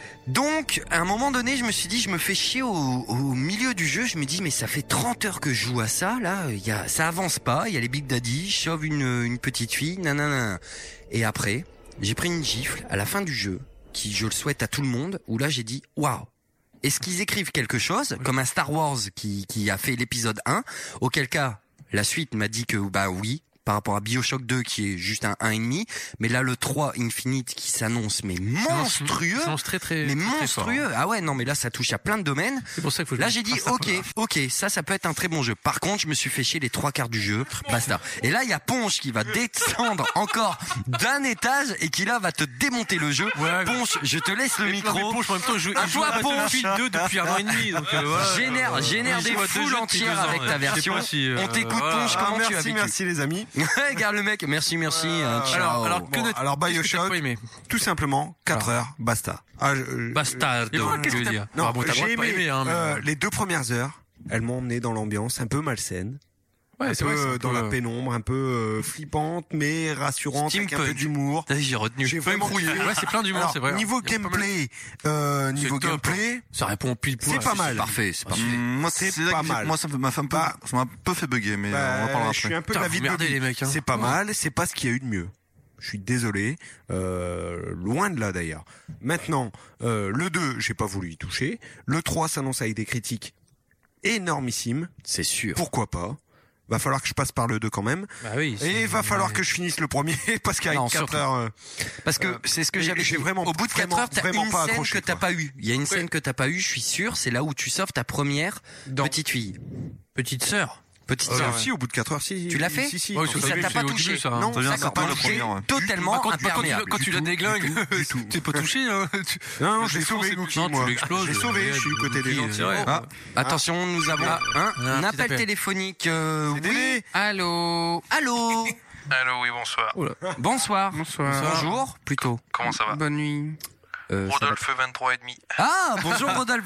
Donc, à un moment donné, je me suis dit, je me fais chier au, au milieu du jeu. Je me dis, mais ça fait trente heures que je joue à ça. Là, il y a, ça avance pas. Il y a les Big Daddy, je sauve une, une petite fille, nanana. Et après, j'ai pris une gifle à la fin du jeu, qui je le souhaite à tout le monde. Où là, j'ai dit, waouh. Est-ce qu'ils écrivent quelque chose, comme un Star Wars qui, qui a fait l'épisode un, auquel cas, la suite m'a dit que, bah oui, par rapport à Bioshock deux qui est juste un un virgule cinq, mais là le trois Infinite qui s'annonce mais monstrueux, Ça lance très très. mais très, très monstrueux. fort. Ah ouais, non mais là ça touche à plein de domaines. C'est pour ça qu'il faut. Là j'ai dit Ah, ok, ok, ça ça peut être un très bon jeu. Par contre, je me suis fait chier les trois quarts du jeu, basta. Et là il y a Ponche qui va descendre encore d'un étage et qui là va te démonter le jeu. Ouais. Ponche, je te laisse le Mais micro. Ponche, en même temps, je joue À je joue toi, à Ponche. Battlefield deux depuis un an et demi. Donc, euh, voilà. Génère, génère Je des joue à deux foules jeux depuis entières deux ans, avec ouais. ta Je sais version. pas si, euh, On t'écoute voilà. Ponche, Ah, comment tu as merci, vécu? merci les amis. Regarde le mec, merci, merci. hein, ciao. Alors, alors, que Bon, de- alors qu'est-ce que t'as Bioshock, pas aimé tout simplement, quatre Alors. heures, basta. Ah, je- je- Bastard, Et voilà, je qu'est-ce veux que t'as- dire. Non, Ah bon, t'as le droit j'ai de pas aimé, aimer, hein, mais- euh, les deux premières heures, elles m'ont emmené dans l'ambiance un peu malsaine. Ouais, un c'est peu vrai, c'est un euh, dans peu, la euh, pénombre, un peu euh, flippante, mais rassurante, avec un peu Steampunk. d'humour. Putain, J'ai retenu. J'ai vraiment kiffé. Ouais, c'est plein d'humour, Alors, c'est vrai. niveau Il y a pas mal- gameplay, euh, niveau top. gameplay, Ça répond pile poil. c'est pas mal. Parfait, c'est parfait. Hum, Moi, C'est c'est là pas que j'ai- mal. Moi, ça m'a fait un peu, Bah, ça m'a un peu fait bugger, mais bah, euh, on en parlera je suis après. un peu Putain, David vous merdez, Bobby. les mecs, hein. C'est pas Ouais. mal, c'est pas ce qu'il y a eu de mieux. Je suis désolé, euh, loin de là d'ailleurs. Maintenant, euh, le deux, j'ai pas voulu y toucher. Le trois s'annonce avec des critiques énormissimes. C'est sûr. Pourquoi pas? Va falloir que je passe par le deux quand même. Bah oui. Et va falloir que je finisse le premier parce qu'avec Non, quatre surtout. heures. euh, Parce que Euh, c'est ce que et j'avais j'ai dit. vraiment- Au bout de quatre vraiment- heures, t'as vraiment une pas scène accroché, que t'as quoi. pas eu. Il y a une scène que t'as pas eu, je suis sûr. C'est là où tu sauves ta première Dans- petite fille. Petite sœur. Petite euh, sœur. Si, au bout de quatre heures, si. Tu l'as fait Si, si. Ouais, Et sur ça début, t'a c'est pas au touché. début, ça, hein. Non, Ça vient d'accord. pas le Donc, premier, t'es ouais. totalement Bah, quand, bah, quand tu, imperméable. quand tu l'as déglingue, du tout. t'es pas touché, hein. Tu- Non, non, Le je l'ai défense, sauvé, c'est- Gookie, non, tu moi. l'exploses. Je l'ai sauvé, je suis du côté des Gookie, gentils. c'est vrai. Ah, Attention, nous avons Ah. un, Un petit appel appel. téléphonique. euh, c'est oui. Dédé. Allô. Allô. Allô, oui, bonsoir. Bonsoir. Bonsoir. Bonjour, plutôt. Comment ça va? Bah, Bonne nuit. Euh, ça va- Rodolphe vingt-trois et demi. Ah, bonjour Rodolphe. vingt-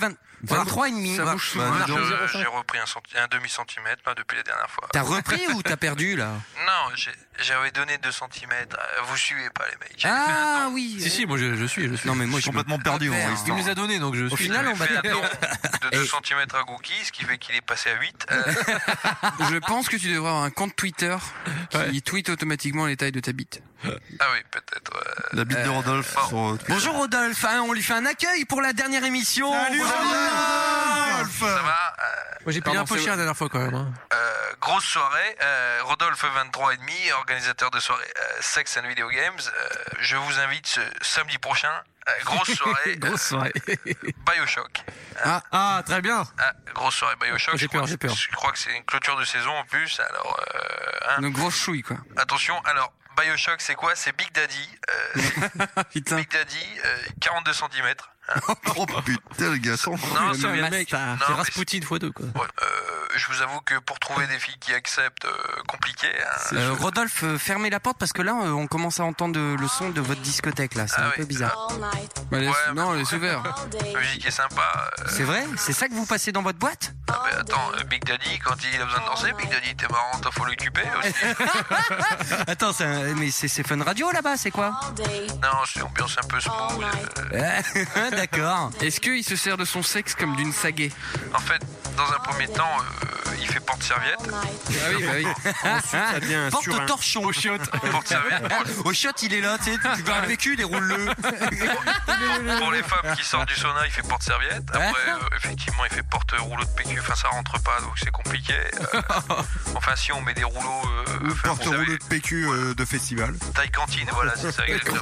vingt-trois et demi. Ça bouge souvent. Bah, dis donc. Je- J'ai repris un, centi- un demi-centimètre là, depuis la dernière fois. T'as repris ou t'as perdu là? Non, j'ai- j'avais donné deux centimètres. Euh, Vous suivez pas les mecs. J'ai fait un Ah temps. oui. Si, si, moi je, je suis, je suis. Non mais moi Je suis complètement perdu. Super. moi, Il l'histoire. nous a donné, donc je suis. Au final, on va J'ai fait t'appeler. un temps de deux centimètres à Gookie, ce qui fait qu'il est passé à huit. Euh, Je pense que tu devrais avoir un compte Twitter qui tweet automatiquement les tailles de ta bite. ah oui, peut-être. ouais. La bite de Rodolphe Bon. sur euh, Twitter. Bonjour Rodolphe, hein, on lui fait un accueil pour la dernière émission. Salut Bonjour. Rodolphe. Ça va euh, Moi j'ai payé Pardon, un peu c'est cher la vrai. dernière fois quand même. Hein. euh, Grosse soirée. Euh, Rodolphe vingt-trois et demi, organisateur de soirée euh, Sex and Video Games. Euh, je vous invite ce samedi prochain. Euh, grosse soirée. Grosse soirée. Bioshock. Ah, très bien. Ah, grosse soirée Bioshock. J'ai Je crois peur, que j'ai peur. c'est- Je crois que c'est une clôture de saison en plus. Alors, euh, hein. Une grosse chouille, quoi. Attention. Alors, Bioshock, c'est quoi? C'est Big Daddy. Euh, Putain. Big Daddy, euh, quarante-deux centimètres. Oh putain, le garçon. Non, Le c'est mec. bien. mec, Non, c'est mais Rasputin fois deux quoi. Ouais, euh, je vous avoue que pour trouver des filles qui acceptent, euh, compliqué. Hein. Euh, Rodolphe, euh, fermez la porte parce que là, euh, on commence à entendre de- le son de votre discothèque là. C'est Ah un oui. peu bizarre. Bah, laisse- Ouais, non, mais- laisse ouvert. La musique est sympa. euh, C'est vrai? C'est ça que vous passez dans votre boîte? ah, mais attends, euh, Big Daddy, quand il a besoin de danser, Big Daddy, t'es marrant, t'as faut l'occuper aussi. Attends, c'est un- mais c'est c'est Fun Radio là-bas, c'est quoi? Non, c'est une ambiance un peu smooth. euh, D'accord. Est-ce qu'il se sert de son sexe comme d'une saguée? En fait, dans un premier temps, euh, il fait porte-serviette. Ah oui, bah oui. Ensuite, ça devient un Porte surin. torchon. Au chiotte. Porte-serviette. Bon, Au chiotte, il est là, tu sais, tu veux un vécu, déroule-le. pour les femmes qui sortent du sauna, il fait porte-serviette. Après, euh, effectivement, il fait porte-rouleau de P Q. Enfin, ça rentre pas, donc c'est compliqué. Euh, enfin, si on met des rouleaux. Euh, Ou enfin, vous porte-rouleau savez, de P Q euh, de festival. taille cantine, voilà, c'est ça, exactement.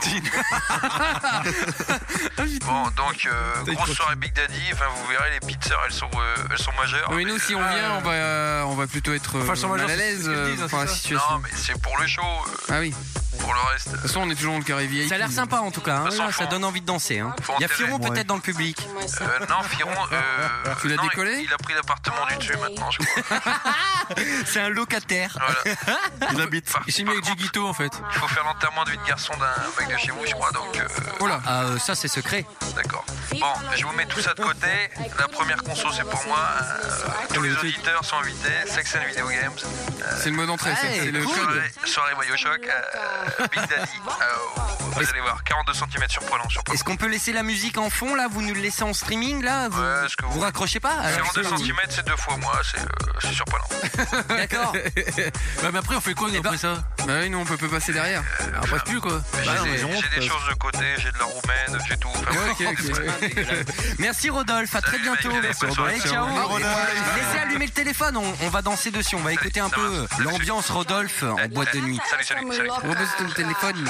Bon, donc, euh, grosse soirée Big Daddy. Enfin, vous verrez, les pizzas, elles sont, euh, elles sont majeures. Oui, nous, si on vient, on va, euh, on va plutôt être euh, Enfin, elles sont majeures, mal à c'est l'aise ce qu'elles euh, disent, hein, pour la c'est ça. situation. Non, mais c'est pour le show. euh, Ah oui. pour le reste. De toute façon, on est toujours dans le carré V I P. Ça a l'air sympa en tout cas, hein. De toute façon, Ça faut- donne envie de danser. Hein. faut Il y a enterrer. Firon Ouais. peut-être dans le public. Euh, non, Firon. Euh, Tu l'as non, décollé il, il a pris l'appartement du dessus maintenant, je crois. C'est un locataire. Voilà. Il habite. Par- Il s'est mis par avec contre, Giguito en fait. Il faut faire l'enterrement de vie de garçon d'un mec de chez vous, je crois, donc. Euh, Oh là. Ah, euh, ça c'est secret. D'accord. Bon, je vous mets tout ça de côté. La première conso, c'est pour moi. Euh, tous les auditeurs sont invités. Sex and Video Games. C'est le mot d'entrée, ça. Hey, C'est le cool. code. Soirée, soirée Bioshock. Euh, Big Daddy. Euh, vous allez voir, quarante-deux centimètres surprenant, surprenant. Est-ce qu'on peut laisser la musique en fond là? Vous nous le laissez en streaming là? Vous, Ouais, est-ce que vous- vous raccrochez pas? Alors, quarante-deux c'est parti. centimètres, c'est deux fois moi, c'est euh, c'est surprenant. D'accord. Bah, mais après on fait quoi nous, après ça? Bah oui, nous, on peut pas passer derrière. Après plus quoi. J'ai Bah, non, des, mais on- j'ai des choses de côté, j'ai de la roumaine, j'ai tout. Enfin, Ok, ok. Merci Rodolphe, à très Salut, bientôt. mec, allez, bonne soirée. Allez, ciao. Ciao, Rodolphe. Laissez allumer le téléphone, on, on va danser dessus, on va écouter un ça peu marche. Salut, l'ambiance Rodolphe en boîte de nuit. Salut, salut, salut. Repose ton téléphone.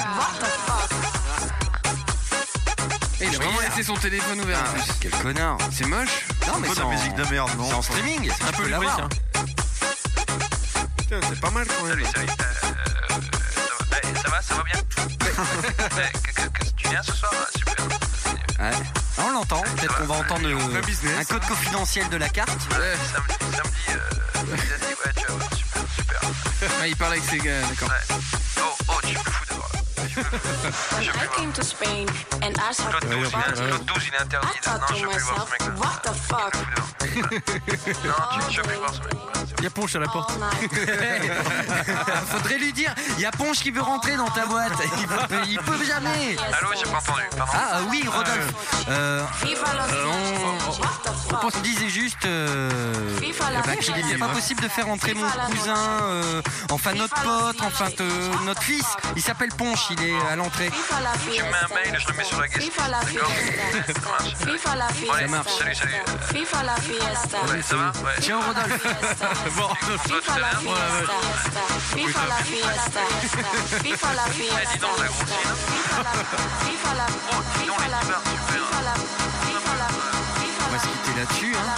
Et il a vraiment laissé son téléphone ouvert en plus. Quel connard. C'est moche. Non mais Pas de c'est la en, musique de merde, non. c'est en streaming, un tu peu peux le bruit, l'avoir. tiens. Putain, c'est pas mal quand même. Salut, salut. Euh, euh, ça, va, ça va, ça va bien Eh, que- que- que- Tu viens ce soir Ah, super. Ouais. Ah, on l'entend, peut-être qu'on va entendre euh, Vrai business. un code confidentiel de la carte. Ouais, samedi, samedi, euh, il a dit, ouais, tu vas voir, super, super. Ah, il parle avec ses gars, d'accord. Ouais. Oh, oh, tu me fous dehors là. Tu me fous. Je When peux I voir. came to Spain and I saw Claude douze, il est- party, Claude douze, il est interdit. I thought Non, to je peux voir myself, ce mec là. what the fuck? Non, tu, je peux voir ce mec. Voilà, c'est bon. Il y a Ponche à la porte. All night. Faudrait lui dire, il y a Ponche qui veut rentrer dans ta boîte. Il peut, il peut jamais. Allô, j'ai pas entendu, pardon. Ah euh, oui, Rodolphe. Euh, Viva la euh, on, What the fuck? on disait juste euh, Viva la bah, qu'il n'est pas possible de faire entrer mon cousin, euh, enfin notre pote, enfin euh, notre fils. Il s'appelle Ponche, il est à l'entrée. Viva la Tu me mets un mail, je le mets sur la guest. Viva la D'accord fiesta. Ça marche. Viva la fiesta. Ouais, salut, salut. Viva la fiesta. Ouais, ça va Ouais. Ciao Rodolphe. Bon, Viva la fiesta. Viva la fiesta. Viva la Eh, dis donc, fiesta. t'as grossi, là. Viva la Oh, dis donc, les Viva la divas, super. Viva la Viva la On va se quitter là-dessus. Hein.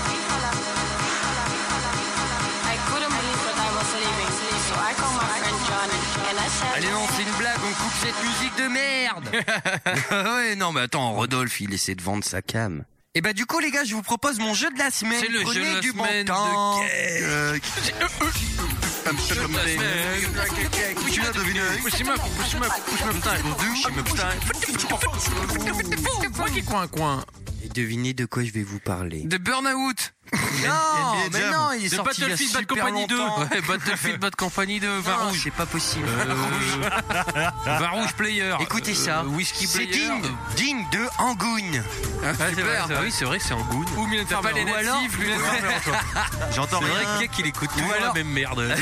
I couldn't believe that I was leaving, so I called my friend Johnny and I said, Allez non, c'est une blague, on coupe cette musique de merde. Ouais, non mais attends, Rodolphe, il essaie de vendre sa cam. Et bah du coup les gars, je vous propose mon jeu de la semaine. C'est le jeu Prenez de la du bon semaine de temps. Euh, Tu l'as deviné. Push him up, push him up, push him up time. Push him up time. Coin, coin. Devinez de quoi je vais vous parler. De Burnout. Non, mais non, il est De sorti il y a Battlefield Bad super Company deux. longtemps. Ouais, Battlefield Bad Company deux, vin Non, rouge. c'est pas possible. Euh, vin rouge player. Écoutez ça. Euh, whisky C'est player. digne, digne de Angoon. Ah, c'est vrai, Super. c'est- oui, c'est vrai, c'est en goût. Ou Mylène T'as Farmer. pas les Ou alors- natifs, Ou Mylène ouais. Farmer, quoi. J'entends C'est vrai rien. que Kek, il écoute toujours alors- la même merde.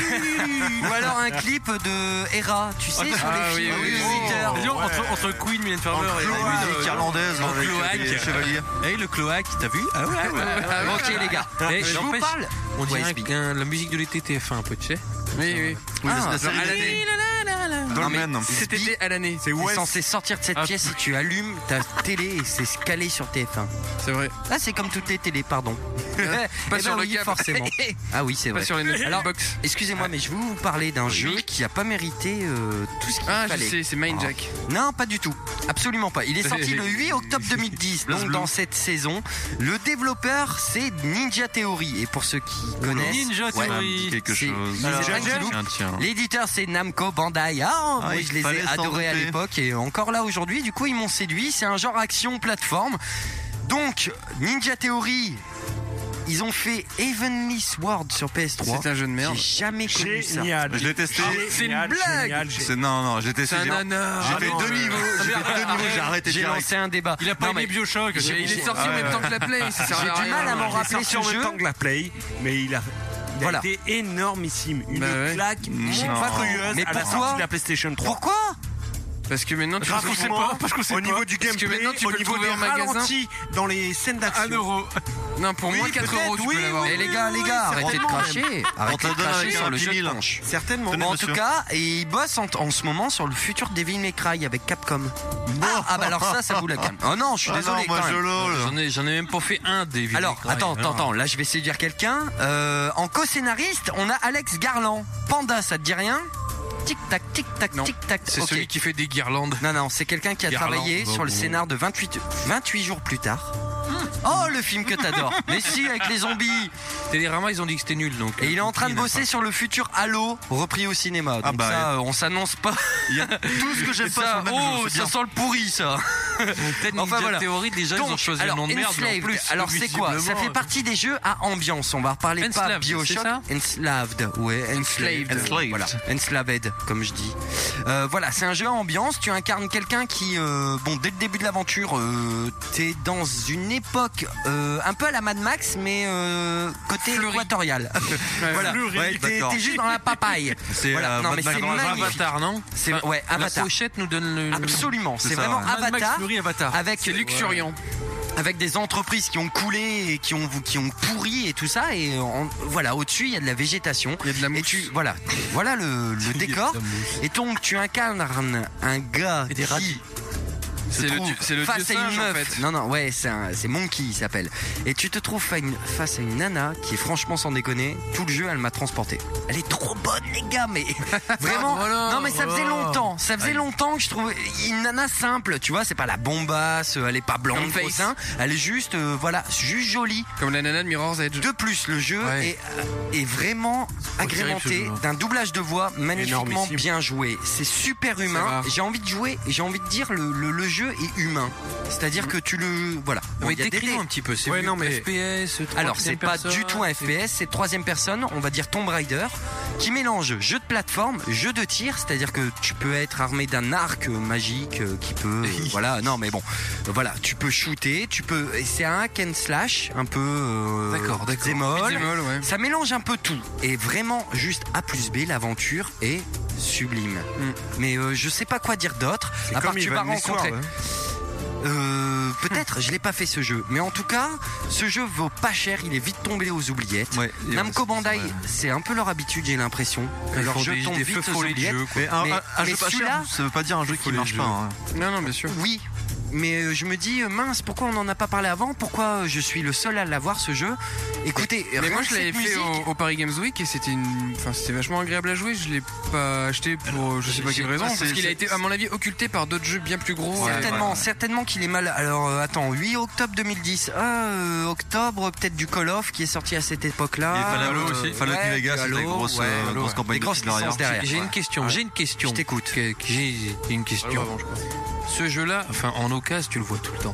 Ou alors un clip de Hera, tu sais, sur les Ah oui, films oui, de oui. visiteurs. Disons, entre, entre Queen, Mylène Farmer et La Queen, musique euh, irlandaise en avec cloaque. les chevaliers. Eh, le cloaque, t'as vu? Ah ouais, ouais, ouais. Ok les gars, Eh, je vous n'empêche, parle. On dirait Ouais, un- explique. un- la musique de l'été T F un un peu, tu sais. Oui, oui. Oui, Ah, la série à l'année. Non, mais Dolmen. Cet été à l'année. C'est T'es West. censé sortir de cette Ah. pièce si tu allumes ta télé et c'est calé sur T F un. C'est vrai. Ah, c'est comme toutes les télés, pardon. Pas Eh sur ben le oui, câble. forcément. Ah oui, c'est Pas vrai. sur les Alors, box. excusez-moi, mais je vais vous parler d'un jeu qui a pas mérité euh, tout ce qu'il Ah, je fallait. sais, c'est Mindjack. Non, pas du tout. Absolument pas. Il est sorti le huit octobre deux mille dix, donc dans cette saison. Le développeur, c'est Ninja Theory. Et pour ceux qui connaissent... Ninja Ouais, Theory. Quelque c'est- chose. c'est Alors, tranquillou. tiens, tiens. L'éditeur, c'est Namco Bandai. Ah, moi, il je les fallait ai s'en adorés à douter. l'époque et encore là aujourd'hui. Du coup, ils m'ont séduit. C'est un genre action plateforme. Donc, Ninja Theory, ils ont fait Heavenly Sword sur P S trois. C'est un jeu de merde. J'ai jamais connu ça. Génial. Je l'ai testé. C'est une Génial, blague. génial, C'est non non, j'ai testé. C'est un j'ai- nanar. J'ai Ah fait non, deux mais- niveaux. J'ai fait deux niveaux. J'ai arrêté J'ai direct. lancé un débat. Il a pas Non, aimé mais Bioshock. Il est sorti en même temps que la Play. Ça sert J'ai à du rien. mal à m'en Il est rappeler sorti ce en même jeu. temps que la Play, mais il a, il a Voilà. été énormissime. Une Bah ouais. claque J'ai pas monstrueuse Mais à la pourquoi sortie de la PlayStation trois. Pourquoi Parce que maintenant tu peux Graphiquement, parce qu'on sait au pas. niveau du Parce que gameplay, maintenant, tu au peux le niveau trouver des en magasin. ralentis, dans les scènes d'action. Un euro. Non, pour Oui, moins quatre peut-être, euros, tu oui, peux l'avoir. oui, Eh les gars, les gars, arrêtez de certainement. cracher. On Arrêtez te de le donne cracher avec sur un le dix jeu de mille. planche. Certainement. Tenez, En monsieur. tout cas, et ils bossent en, en ce moment sur le futur Devil May Cry avec Capcom. Ah, ah bah alors ça, ça vous la calme. Oh non, je suis Ah désolé non, moi quand je même. lol. J'en ai, j'en ai même pas fait un des vidéos. Alors, attends, attends, attends, là je vais séduire quelqu'un. Euh, en co-scénariste, on a Alex Garland. Panda, ça te dit rien? Tic tac, tic tac, Non. tic tac. C'est Ok. celui qui fait des guirlandes. Non, non, c'est quelqu'un qui a Garland, travaillé bah, sur le bon. scénar de vingt-huit, vingt-huit jours plus tard. Oh, le film que t'adores. Mais si, avec les zombies. Télérama, ils ont dit que c'était nul, donc. Et il est en train de il n'a bosser pas. sur le futur Halo, repris au cinéma. Donc Ah bah, ça, euh, on s'annonce pas. Il y a tout ce que j'aime pas Ça, sur le même oh, jeu, c'est ça bien. sent le pourri, ça. Peut-être Enfin, Ninja voilà. Theory, déjà, ils ont Donc, choisi alors, le nom de merde, mais en Enslaved. plus. Alors, c'est quoi? Ça visiblement, fait partie des jeux à ambiance. On va reparler pas Enslaved, Bioshock. c'est ça Enslaved, ouais, Enslaved. Enslaved. Voilà, Enslaved, comme je dis. Euh, voilà, c'est un jeu à ambiance. Tu incarnes quelqu'un qui, euh, bon, dès le début de l'aventure, euh, t'es dans une époque euh, un peu à la Mad Max, mais euh, côté Fleurie. équatorial. voilà, Fleurie, ouais, t'es d'accord. t'es juste dans la papaye. C'est Voilà, euh, non, Mad mais Max c'est dans la- magnifique. Avatar, non C'est Enfin, ouais, La Avatar. pochette nous donne le. Absolument, c'est ça, vraiment ouais. Mad Max Avatar. Fury Avatar. Avec C'est Luxuriant. avec des entreprises qui ont coulé et qui ont qui ont pourri et tout ça et en- voilà au-dessus il y a de la végétation. Il y a de la Et mousse. tu voilà voilà le, le décor. Et donc tu incarnes un gars Et des qui radis. se C'est le trouve dieu- c'est le face dieu à une singe, en meuf. fait. Non non ouais c'est un- c'est Monkey il s'appelle. Et tu te trouves fa- une- face à une nana qui est franchement sans déconner tout le jeu elle m'a transporté. Elle est trop bonne les gars mais vraiment Voilà, non mais ça faisait voilà. longtemps ça faisait longtemps que je trouvais une nana simple tu vois c'est pas la bombasse elle est pas blonde Comme gros Face. sein, elle est juste euh, voilà juste jolie. Comme la nana de Mirror's Edge. De plus, le jeu Ouais. est, est vraiment terrible, ce agrémenté jeu, hein. d'un doublage de voix magnifiquement Énormissime. bien joué. C'est super humain. rare. J'ai envie de jouer et j'ai envie de dire le, le, le jeu est humain. C'est-à-dire que tu le voilà. Bon, Mais il y a des- décris-nous un petit peu. C'est Ouais, vu non, mais- F P S. Alors c'est troisième pas personne, du tout un F P S, c'est troisième personne, on va dire Tomb Raider, qui mélange jeu de plateforme, jeu de tir, c'est-à-dire que tu peux être armé d'un arc euh, magique euh, qui peut, euh, voilà, non mais bon, euh, voilà, tu peux shooter, tu peux, et c'est un hack and slash, un peu, euh, D'accord, d'accord. Zémol. Beat'em all, ouais. Ça mélange un peu tout, et vraiment juste A plus B, l'aventure est sublime. Mm. Mais euh, je sais pas quoi dire d'autre, C'est à part comme tu vas Heavenly Sword, rencontrer. hein. Euh, peut-être, je l'ai pas fait ce jeu, mais en tout cas, ce jeu vaut pas cher, il est vite tombé aux oubliettes. Ouais, et Namco ouais, Bandai, c'est vrai. c'est un peu leur habitude, j'ai l'impression. Ils Leur font jeu des- tombe des vite feux aux follets de oubliettes. jeux, quoi. Mais un, Mais- un- un mais jeu pas celui-là- cher, ça veut pas dire un jeu qui les marche jeux. pas. hein. Non, non, bien sûr. Oui, mais euh, je me dis, euh, mince, pourquoi on n'en a pas parlé avant? Pourquoi euh, je suis le seul à l'avoir ce jeu? Écoutez, Mais rien moi que je l'avais cette fait musique- au, au Paris Games Week et c'était une, enfin c'était vachement agréable à jouer. Je l'ai pas acheté pour je sais pas j'ai- quelle raison ah, parce c'est- qu'il a c'est- été à mon avis occulté par d'autres jeux bien plus gros. Certainement, ouais. certainement qu'il est mal. Alors euh, attends, huit octobre deux mille dix. Ah, euh, octobre, peut-être du Call of qui est sorti à cette époque-là. Et Fallout Euh, aussi. Fallout ouais, New Vegas, du c'est la Halo, grosse, ouais, euh, Halo, grosse ouais. campagne Des de grosses titre derrière. licences derrière. J'ai ouais. une question, j'ai une question. Je t'écoute. Que- que J'ai j'ai une question. Ce jeu-là, enfin en occasion, tu le vois tout le temps.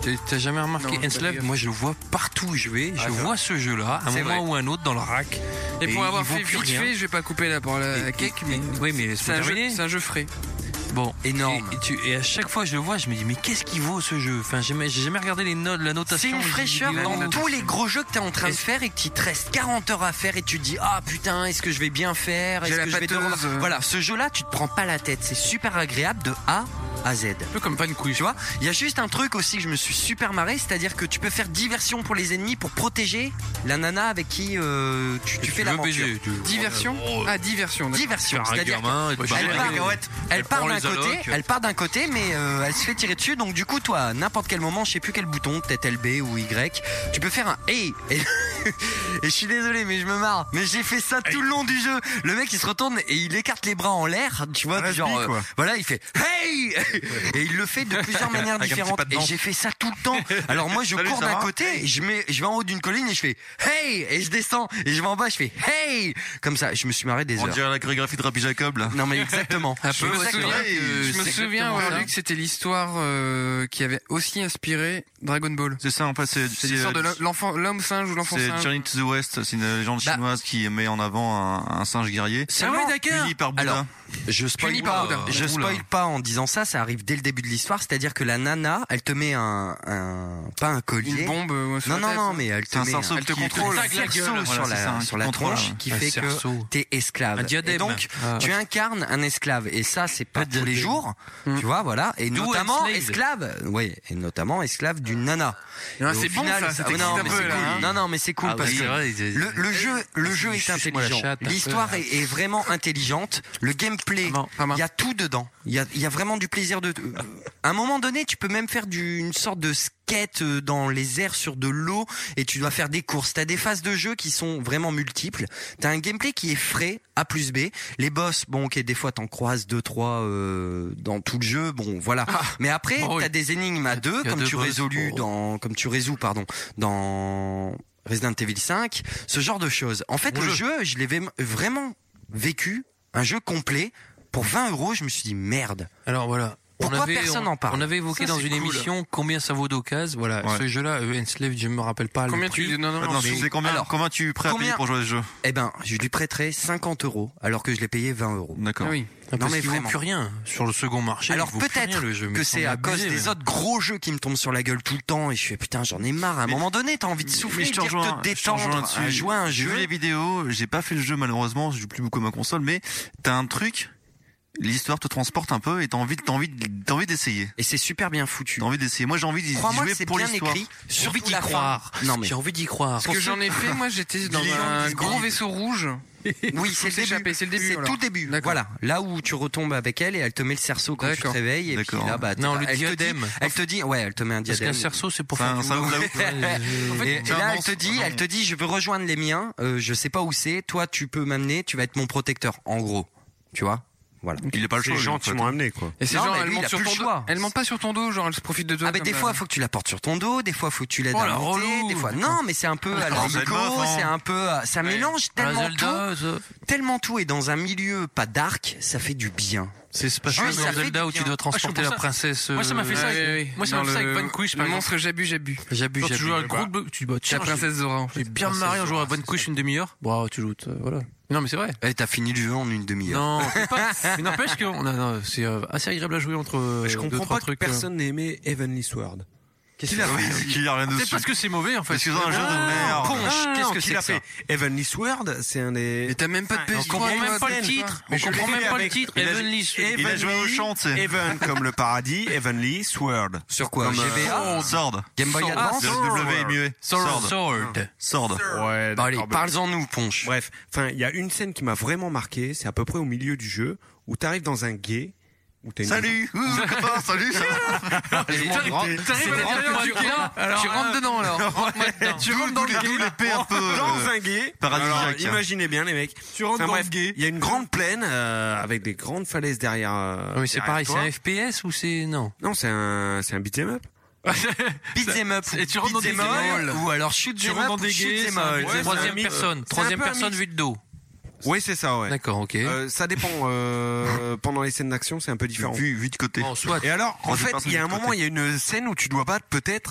T'as- T'as jamais remarqué Non, Enslaved? pas Moi, je le vois partout où je vais. Je Ah, c'est vois vrai. ce jeu-là, à un C'est moment vrai. ou un autre, dans le rack. Et pour avoir il vaut fait plus vite rien. fait, je vais pas couper là pour la, la cake, mais Oui, mais c'est un, jeu, terminé. c'est un jeu frais. Bon, Énorme. Et, et, tu- et à chaque fois, je le vois, je me dis, mais qu'est-ce qu'il vaut ce jeu? Enfin, j'ai jamais, j'ai jamais regardé les notes, la C'est notation. une des fraîcheur vidéos. dans tous les gros jeux que t'es en train de faire et que tu te restes quarante heures à faire et tu te dis ah putain est-ce que je vais bien faire, est-ce J'ai la que je vais pâteuse, devoir- euh. Voilà, ce jeu-là tu te prends pas la tête, c'est super agréable de A à Z. Un peu comme Vanquish. Tu vois, il y a juste un truc aussi que je me suis super marré, c'est-à-dire que tu peux faire diversion pour les ennemis pour protéger la nana avec qui euh, tu, tu Tu fais veux l'aventure. baiser, tu- Diversion Oh. Ah, diversion. d'accord. Diversion, Faire un c'est-à-dire gamin, et que- puis elle faire part, des cacahuètes. elle Elle part prend d'un les côté, allocs. elle part d'un côté, mais euh, elle se fait tirer dessus. Donc du coup, toi, à n'importe quel moment, je sais plus quel bouton, peut-être L B ou Y, tu peux faire un hey. Et, et je suis désolé, mais je me marre. Mais j'ai fait ça tout le long du jeu. Le mec, il se retourne et il écarte les bras en l'air, tu vois, Un du genre, raspi, euh, quoi. voilà, il fait hey. Et il le fait de plusieurs manières Avec un petit différentes. pas de Et danse. j'ai fait ça tout le temps. Alors moi, je Salut, cours ça d'un va côté, et je mets, je vais en haut d'une colline et je fais hey, et je descends et je vais en bas, je fais hey, comme ça. Je me suis marré des On heures. dirait la chorégraphie de Rabbi Jacob, là. Non mais exactement. Un Je peu, me je me souviens souviens, que je me c'est souviens exactement aujourd'hui ça. que c'était l'histoire euh, qui avait aussi inspiré Dragon Ball. C'est ça, en fait, c'est, C'est l'histoire de euh, l'enfant, l'homme singe ou l'enfant c'est singe. Journey to the West, c'est une légende Bah. chinoise qui met en avant un, un singe guerrier. Seulement, Puni par Bouddha. Alors, je spoil Puni pas, par Bouddha. je Oula. spoil pas en disant ça, ça arrive dès le début de l'histoire, c'est-à-dire que la nana, elle te met un, un pas un collier. Une bombe euh, sur Non, la non, tête. non, mais elle te C'est un met cerceau elle te qui- contrôle qui un tacle la cerceau gueule. sur Voilà, c'est ça, la, qui sur la contrôle, tronche ouais. qui Un fait cerceau. que t'es esclave. Un diadème. Et donc, Ah. tu incarnes un esclave. Et ça, c'est pas Pas de tous les diadème. jours. Mm. Tu vois, voilà. Et D'où notamment enslaved. esclave. Oui, et notamment esclave d'une nana. Non, Et c'est au bon, final, ça, ça ah, t'excite non, un mais peu, c'est là, cool. hein. Non, non, mais c'est cool Ah parce oui, que c'est vrai, il- le, le jeu, le jeu est Suce-moi la intelligent. chatte, un peu. L'histoire est, est vraiment intelligente. Le gameplay, Non, pas mal. il y a tout dedans. Il y a, il y a vraiment du plaisir de. À un moment donné, tu peux même faire du, une sorte de skate euh, dans les airs sur de l'eau et tu dois faire des courses. T'as des phases de jeu qui sont vraiment multiples. T'as un gameplay qui est frais, A plus B. Les boss, bon, ok, des fois t'en croises deux, trois euh, dans tout le jeu. Bon, voilà. Mais après, Oh oui. t'as des énigmes à deux, Il y a comme deux tu boss. résolu Oh. dans, comme tu résous, pardon, dans Resident Evil cinq, ce genre de choses. En fait, Bon le jeu. jeu, je l'ai vém- vraiment vécu, un jeu complet. Pour vingt euros, je me suis dit merde. Alors voilà. Pourquoi on avait, personne on, en parle On avait évoqué Ça, dans c'est une cool. émission combien ça vaut d'occasion. Voilà, Ouais. ce jeu-là, euh, Enslaved, je me rappelle pas Combien le prix. tu non non Ah, non. non, mais- tu sais combien, alors, combien tu es prêt à combien- payer pour jouer à ce jeu? Eh ben, je lui prêterai cinquante euros, alors que je l'ai payé vingt euros. D'accord. Ah oui. Ah, parce mais qu'il vaut vraiment. plus rien sur le second marché. Alors il vaut plus peut-être rien, le jeu, mais que sans c'est à cause abuser, des même. autres gros jeux qui me tombent sur la gueule tout le temps et je fais putain j'en ai marre. À un Mais- moment donné, t'as envie de Mais souffler, je de te dire, rejoins, te je te rejoins détendre, là-dessus. à jouer à un J'ai jeu. vu les vidéos, j'ai pas fait le jeu malheureusement, je joue plus beaucoup à ma console, mais t'as un truc, l'histoire te transporte un peu et t'as envie, t'as envie, t'as envie d'essayer. Et c'est super bien foutu. T'as envie d'essayer. Moi j'ai envie d'y d'y Crois-moi que jouer c'est pour bien l'histoire. écrit. J'ai Surtout envie d'y la fin. croire. Non mais J'ai envie d'y croire. Ce que j'en ai fait, moi, j'étais dans Les gens un qui se gros disent- vaisseau rouge. oui, c'est le début. s'échapper, c'est le début, C'est alors. tout le début. D'accord. Voilà, là où tu retombes avec elle et elle te met le cerceau quand tu te D'accord. réveilles et puis D'accord. là bah Non, le elle te dit, diadème. elle te dit ouais, elle te met un Parce diadème. qu'un cerceau, c'est pour Ça- faire du ça ouvre la boulot. bouche. Ouais, Et, et tiens, là, elle avance. te dit, Non. elle te dit, je veux rejoindre les miens. Euh, je sais pas où c'est. Toi, tu peux m'amener. Tu vas être mon protecteur. En gros, tu vois. Voilà. Il est pas le C'est choix. lui, en fait. gentiment amené, quoi. Et c'est Non, genre, mais elle lui, il monte a sur plus ton le dos. choix. Elle monte pas sur ton dos, genre, elle se profite de toi. Ah mais comme des ça. fois, il faut que tu la portes sur ton dos. Des fois, il faut que tu l'aides Oh, à la monter. relou. Des fois, non, mais c'est un peu à la Oh, c'est Nico, une meuf, hein. c'est un peu, euh, ça mélange Ah, tellement Zelda, tout, ça- tellement tout et dans un milieu pas dark, ça fait du bien. c'est pas Oui, comme ça dans fait Zelda du où tu bien. dois transporter Ah, je la comprends ça. princesse. Moi, ça m'a fait euh, ça. Ouais, ouais, ouais. Moi, ça m'a Dans fait ça le- avec Vanquish, Le par exemple. monstre Jabu Jabu. J'abuse, Quand tu joues à un j'abuse. gros bug, tu dis, bah, C'est tiens, la princesse Zora. en fait. j'ai bien marré en jouant à Vanquish une demi-heure. Bon, tu joues, euh, voilà. Non, mais c'est vrai. Et t'as fini le jeu en une demi-heure. Non, c'est pas. Mais n'empêche que on a- non, c'est euh, assez agréable à jouer entre. euh, Je deux, comprends trois pas que trucs, euh. personne n'ait aimé Heavenly Sword. Qu'est-ce Qu'il a fait, qu'il a rien Peut-être dessus. parce que c'est mauvais en fait. Parce que c'est un jeu de merde. Ponche, Ah, qu'est-ce non, que qu'il c'est a que ça fait Heavenly Sword, c'est un des. Et t'as même pas de Enfin, P S On comprend trois, même pas le toi, titre. Mais On je comprend l'ai même fait pas le avec- titre. il a- Heavenly Sword. Il a joué au chant, tu sais. Heaven comme le paradis, Heavenly Sword. Sur quoi Comme, G B A Oh, Sword. Game Boy Ah, Advance Le W est muet. Sword. Sword. Sword. Sword. Ouais, Bon, allez, d'accord, parle-en nous, Ponche. Bref, enfin, il y a une scène qui m'a vraiment marqué, c'est à peu près au milieu du jeu, où t'arrives dans un guet, où t'as une... Salut. Ouh, copain, salut. ça va T'arrives à l'intérieur du coin. Alors, Tu rentres dedans alors. Tu rentres dans l'épée un peu. Dans euh, un guet. paradisiaque. Alors, imaginez bien, les mecs. Tu rentres Enfin, dans bref, le guet. il y a une grande plaine, euh, avec des grandes falaises derrière. euh, Ah oui, c'est derrière pareil, c'est toi. un F P S ou c'est. Non. Non, c'est un, c'est un beat'em up. Beat'em up. Et tu rentres dans des beat'em all, guets. ou alors shoot Tu them rentres up dans ou des shoot guets, them c'est un all. beat'em C'est up. ça. Troisième mix, personne. euh, Troisième c'est un peu un personne mix. vue de dos. Oui, c'est ça, ouais. D'accord, ok. Euh, ça dépend. Euh, pendant les scènes d'action, c'est un peu différent. Vu, vu de côté. Bon, soit. Et alors, en Quand fait, je passe il y a de un côté. moment, il y a une scène où tu dois battre peut-être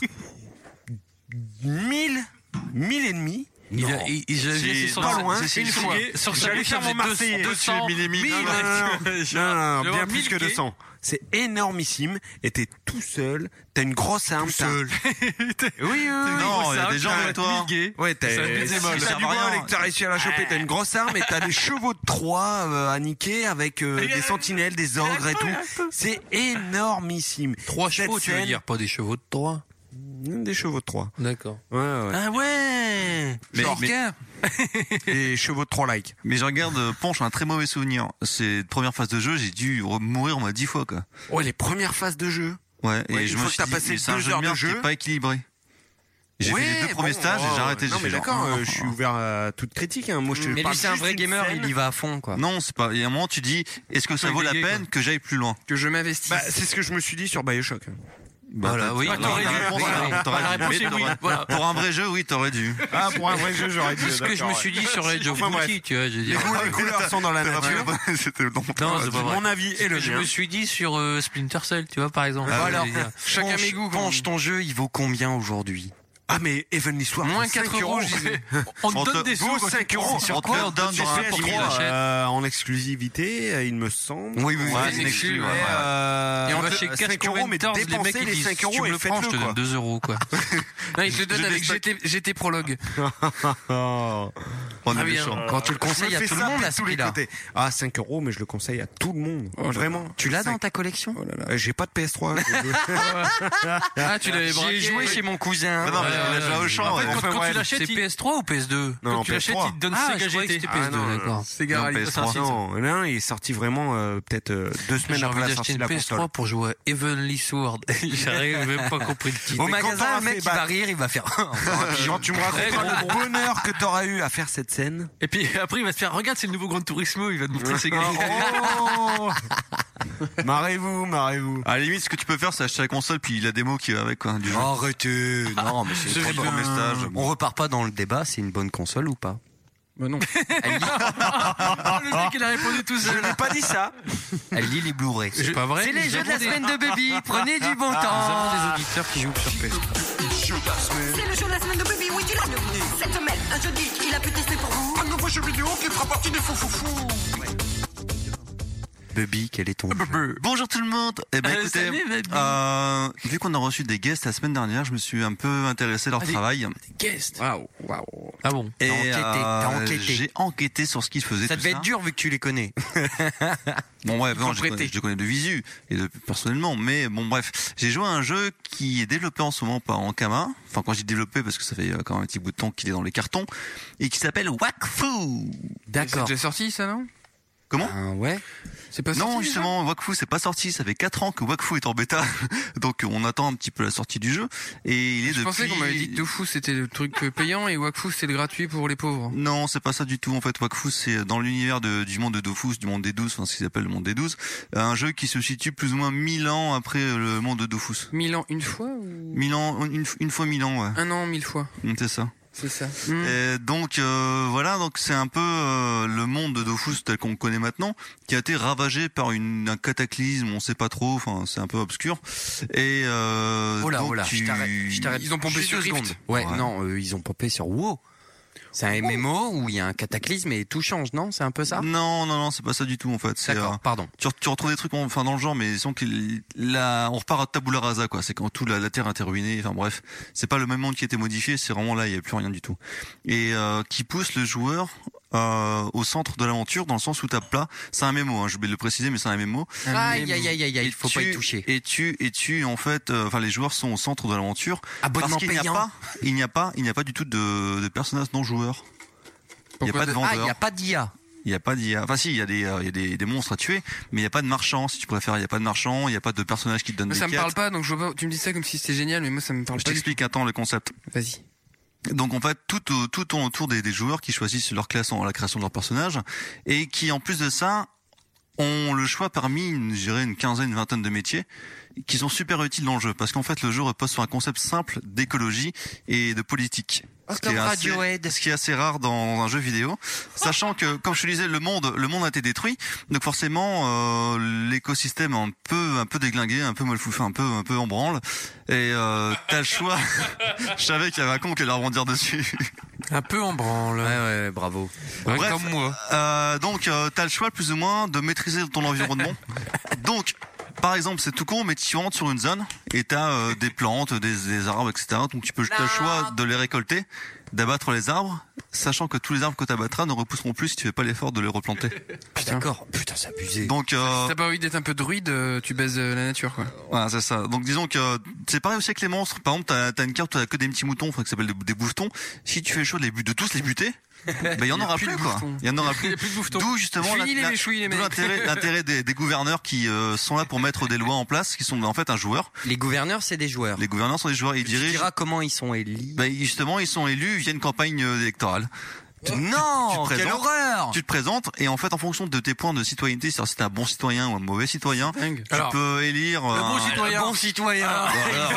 mille, mille ennemis. Il a, il, il, j'avais vu, C'est- c'est sur pas sa- loin, c'est une sur- fois. sur sa J'allais liste, faire ça mon faisait Marseillais. deux cents mille et mille. Mille, Non, non, non, non, Je- non, non, je vais bien voir plus mille que gays. deux cents. C'est énormissime. Et t'es tout seul. T'as une grosse arme. Tout t'as- seul. Oui, oui, oui. Non, il y a des gens avec toi. Ouais, t'as, Ça si fait des t'as molles. du Ça bol va rien. et que t'as réussi à la choper, t'as une grosse arme et t'as des chevaux de Troie euh, à niquer avec euh, des sentinelles, des ogres et tout. C'est énormissime. Trois Cette chevaux, tu veux scène- dire, pas des chevaux de trois. Des chevaux de Troie. D'accord. Ouais, ouais. Ah ouais. Mais- Genre, mais- gars. Des chevaux de Troie-like. Mais je regarde euh, Ponche, un très mauvais souvenir. C'est première phase de jeu, j'ai dû re- mourir au moins dix fois, quoi. Ouais, les premières phases de jeu. Ouais, et Ouais, je une me fois suis que t'as dit, passé mais c'est un deux jeu de heures de merde qui jeu. est pas équilibré. J'ai Ouais, fait les deux premiers bon, stages et oh, j'ai arrêté. Non, j'ai mais fait d'accord, genre, euh, je suis ouvert à toute critique. Hein. Moi, je te Mais parle lui, c'est un juste vrai d'une gamer, scène. il y va à fond, quoi. Non, c'est pas. Il y a un moment, tu dis, est-ce que ça Ouais, vaut la il est gay, peine que j'aille plus loin? Que je m'investisse. Bah, c'est ce que je me suis dit sur Bioshock. Bah, Voilà, t'as- oui. t'as- Ah, t'aurais t'as dû. répondu, Voilà. non, t'aurais La dû. réponse Mais est oui. t'aurais- Voilà. Pour un vrai jeu, oui, t'aurais dû. Ah, pour un vrai jeu, j'aurais dit. C'est ce que je me suis dit sur Age of Enfin, bref. Booty, tu vois, je veux Les, dire. goûts, les couleurs sont dans la nature. C'était long. Non, c'est pas vrai. Mon avis est le Je mien. me suis dit sur euh, Splinter Cell, tu vois, par exemple. Ah, Bon, alors, je veux dire. Chacun mes goûts. Ponche, ton jeu, il vaut combien aujourd'hui? Ah, mais Heavenly Sword. Moins cinq quatre euros, je disais. On te On donne te- des sous. Vaut quand tu cinq prends. euros. Sur Sur quoi quoi on donne sur un P S prix trois, d'achète. euh, en exclusivité, euh, il me semble. Oui, oui, Ouais, oui. c'est une exclu, ouais, Et, ouais. euh, Et on en va fait, chez cinq Cash euros, mais Conventors, les mecs dépensez qui les disent, cinq tu euros me et le prends, je te faites-le, donne quoi. deux euros, quoi. Non, il te le donne Je avec laisse G T, G T Prologue. On est Ah, bien. méchants. Quand tu le Je me conseilles à fais tout le ça monde de à ce tous les prix-là. côtés. Ah, cinq euros, mais je le conseille à tout le monde. Oh là là. Vraiment. Tu l'as Cinq- dans ta collection? Oh là là. Euh, J'ai pas de P S trois. Ah, tu l'avais braqué. J'ai joué chez mon cousin. Ah non, mais Ouais, il a ouais, joué au ouais. champ. En fait, ouais. quand, quand bref. tu l'achètes, C'est il- P S trois ou P S deux? Non, quand tu l'achètes, P S trois. il te donne Ah, Sega je croyais que G T. c'était P S deux, Ah, non, d'accord. C'est Non, garé. P S trois. Non, non, il est sorti vraiment euh, peut-être euh, deux semaines J'ai après envie la d'acheter sortie de une la P S console. trois pour jouer à Heavenly Sword. J'arrive même pas compris le titre. Au Mais quand magasin, t'auras le mec, fait il va battre- rire, il va faire. Quand tu me raconteras le bonheur que t'auras eu à faire cette scène. Et puis après, il va se faire, regarde, c'est le nouveau Gran Turismo, il va te montrer ses gars. Oh Marrez-vous, marrez-vous. À la limite, ce que tu peux faire, c'est acheter la console puis la démo qui est avec, quoi, du jeu. Arrêtez. Non, mais c'est C'est une très le bonne. premier stage. On repart pas dans le débat, c'est une bonne console ou pas? Bah non. Elle lit, Le mec, il a répondu tout seul. Je n'ai pas dit ça. elle lit les Blu-ray. C'est pas vrai. C'est les Nous jeux de la avons des- semaine de Baby. Prenez du bon Nous temps. avons des auditeurs qui jouent sur P S trois. C'est le jeu de la semaine de Baby, oui, tu l'as deviné. Cette semaine, un jeu geek, il a pu tester pour vous. Un nouveau jeu vidéo qui fera partie des fous fous fous. Baby, quel est ton jeu? Bonjour tout le monde. Eh ben Euh, écoutez, salut, Baby. euh, vu qu'on a reçu des guests la semaine dernière, je me suis un peu intéressé à leur Ah, des- travail. Guest. Waouh, waouh. Ah bon. Et T'as enquêté, t'as euh, enquêté. j'ai enquêté sur ce qu'ils faisaient. Ça tout devait être dur vu que tu les connais. Bon bref, non, Faut je, les connais, prêter. je les connais de visu et de personnellement, mais bon bref, j'ai joué à un jeu qui est développé en ce moment par Ankama. Enfin quand je dis développé parce que ça fait euh, quand même un petit bout de temps qu'il est dans les cartons et qui s'appelle Wakfu. C'est D'accord. déjà sorti, ça, non? Comment? Ah ouais. C'est pas sorti? Non, déjà justement, Wakfu, c'est pas sorti. Ça fait quatre ans que Wakfu est en bêta. Donc, on attend un petit peu la sortie du jeu. Et il est Je depuis... pensais qu'on m'avait dit que Tofu c'était le truc payant et Wakfu c'était le gratuit pour les pauvres. Non, c'est pas ça du tout. En fait, Wakfu, c'est dans l'univers de, du monde de Dofus, du monde des douze, enfin, ce qu'ils appellent le monde des douze. Un jeu qui se situe plus ou moins mille ans après le monde de Dofus. Mille ans une fois ou Mille ans, une, une fois mille ans, ouais. un an mille fois? C'est ça. C'est ça. Hmm. Et donc euh, voilà, donc c'est un peu euh, le monde de Dofus tel qu'on le connaît maintenant, qui a été ravagé par une, un cataclysme, on sait pas trop, enfin c'est un peu obscur. Et euh, Oh là, donc oh là, tu- je t'arrête, je t'arrête. Ils ont pompé Juste sur deux Rift. secondes. Ouais, Ouais. non, euh, ils ont pompé sur WoW. C'est un M M O où il y a un cataclysme et tout change, non? C'est un peu ça? Non, non, non, c'est pas ça du tout en fait. C'est, D'accord, euh, pardon. tu, re- tu retrouves des trucs, en- enfin dans le genre, mais disons que là, on repart à tabula rasa quoi. C'est quand tout la, la terre a été ruinée. Enfin bref, c'est pas le même monde qui a été modifié. C'est vraiment là, il y a plus rien du tout. Et euh, qui pousse le joueur euh, au centre de l'aventure, dans le sens où t'as plat. C'est un M M O, hein, je vais le préciser, mais c'est un M M O. Aïe, aïe, aïe, aïe, aïe, Et il faut tu- pas y toucher. Et tu, et tu, en fait, euh, enfin les joueurs sont au centre de l'aventure. Abonnement Parce qu'il n'y a payant. pas, il n'y a pas, il n'y a pas du tout de, de personnages non joueurs. Il n'y a Pourquoi pas de de- vendeurs. Ah, il n'y a pas d'I A. Il n'y a pas d'I A. Enfin si, il y a des, euh, il y a des, des monstres à tuer, mais il n'y a pas de marchands, si tu préfères. Il n'y a pas de marchands, il n'y a pas de personnages qui te donnent Moi, des ça me quêtes. parle pas, donc je vois pas. Tu me dis ça comme si c'était génial, mais moi ça me parle Je pas. du t'explique un temps le concept. tout. Vas-y. Donc en fait, tout, au- tout tourne autour des, des joueurs qui choisissent leur classe en la création de leur personnage et qui en plus de ça ont le choix parmi, je dirais, une quinzaine, une vingtaine de métiers qui sont super utiles dans le jeu, parce qu'en fait le jeu repose sur un concept simple d'écologie et de politique. Ce qui, est assez, ce qui est assez rare dans un jeu vidéo, sachant que, comme je te disais, le monde, le monde a été détruit, donc forcément euh, l'écosystème un peu, un peu déglingué, un peu malfouffé, un peu, un peu en branle, et euh, t'as le choix. Je savais qu'il y avait un con qui allait rebondir dessus. Un peu en branle. Ouais, ouais, bravo. Ouais, Bref, comme moi. Euh, donc euh, t'as le choix plus ou moins de maîtriser ton environnement. Donc par exemple, c'est tout con, mais tu rentres sur une zone et t'as euh, des plantes, des, des arbres, et cetera. Donc tu peux, t'as le choix de les récolter, d'abattre les arbres, sachant que tous les arbres que t'abattras ne repousseront plus si tu fais pas l'effort de les replanter. Putain. D'accord. Putain, c'est abusé. Donc, euh... si t'as pas envie d'être un peu druide, tu baises la nature, quoi. Ouais, c'est ça. Donc disons que c'est pareil aussi avec les monstres. Par exemple, t'as, t'as une carte où t'as que des petits moutons, enfin, qui s'appellent des, des bouffetons. Si tu fais le choix de, les, de tous les buter, ben il y en aura plus, quoi. Il y en aura plus. D'où justement la, la, d'où l'intérêt, l'intérêt des, des gouverneurs qui euh, sont là pour mettre des lois en place, qui sont en fait un joueur. Les gouverneurs, c'est des joueurs. Les gouverneurs sont des joueurs. Ils dirigent. Tu diras comment ils sont élus. Ben justement, ils sont élus via une campagne électorale. Non, tu te quelle présentes, horreur! Tu te présentes et en fait en fonction de tes points de citoyenneté, c'est-à-dire si t'es un bon citoyen ou un mauvais citoyen, tu Alors, peux élire le bon un... citoyen. Le bon citoyen. Alors,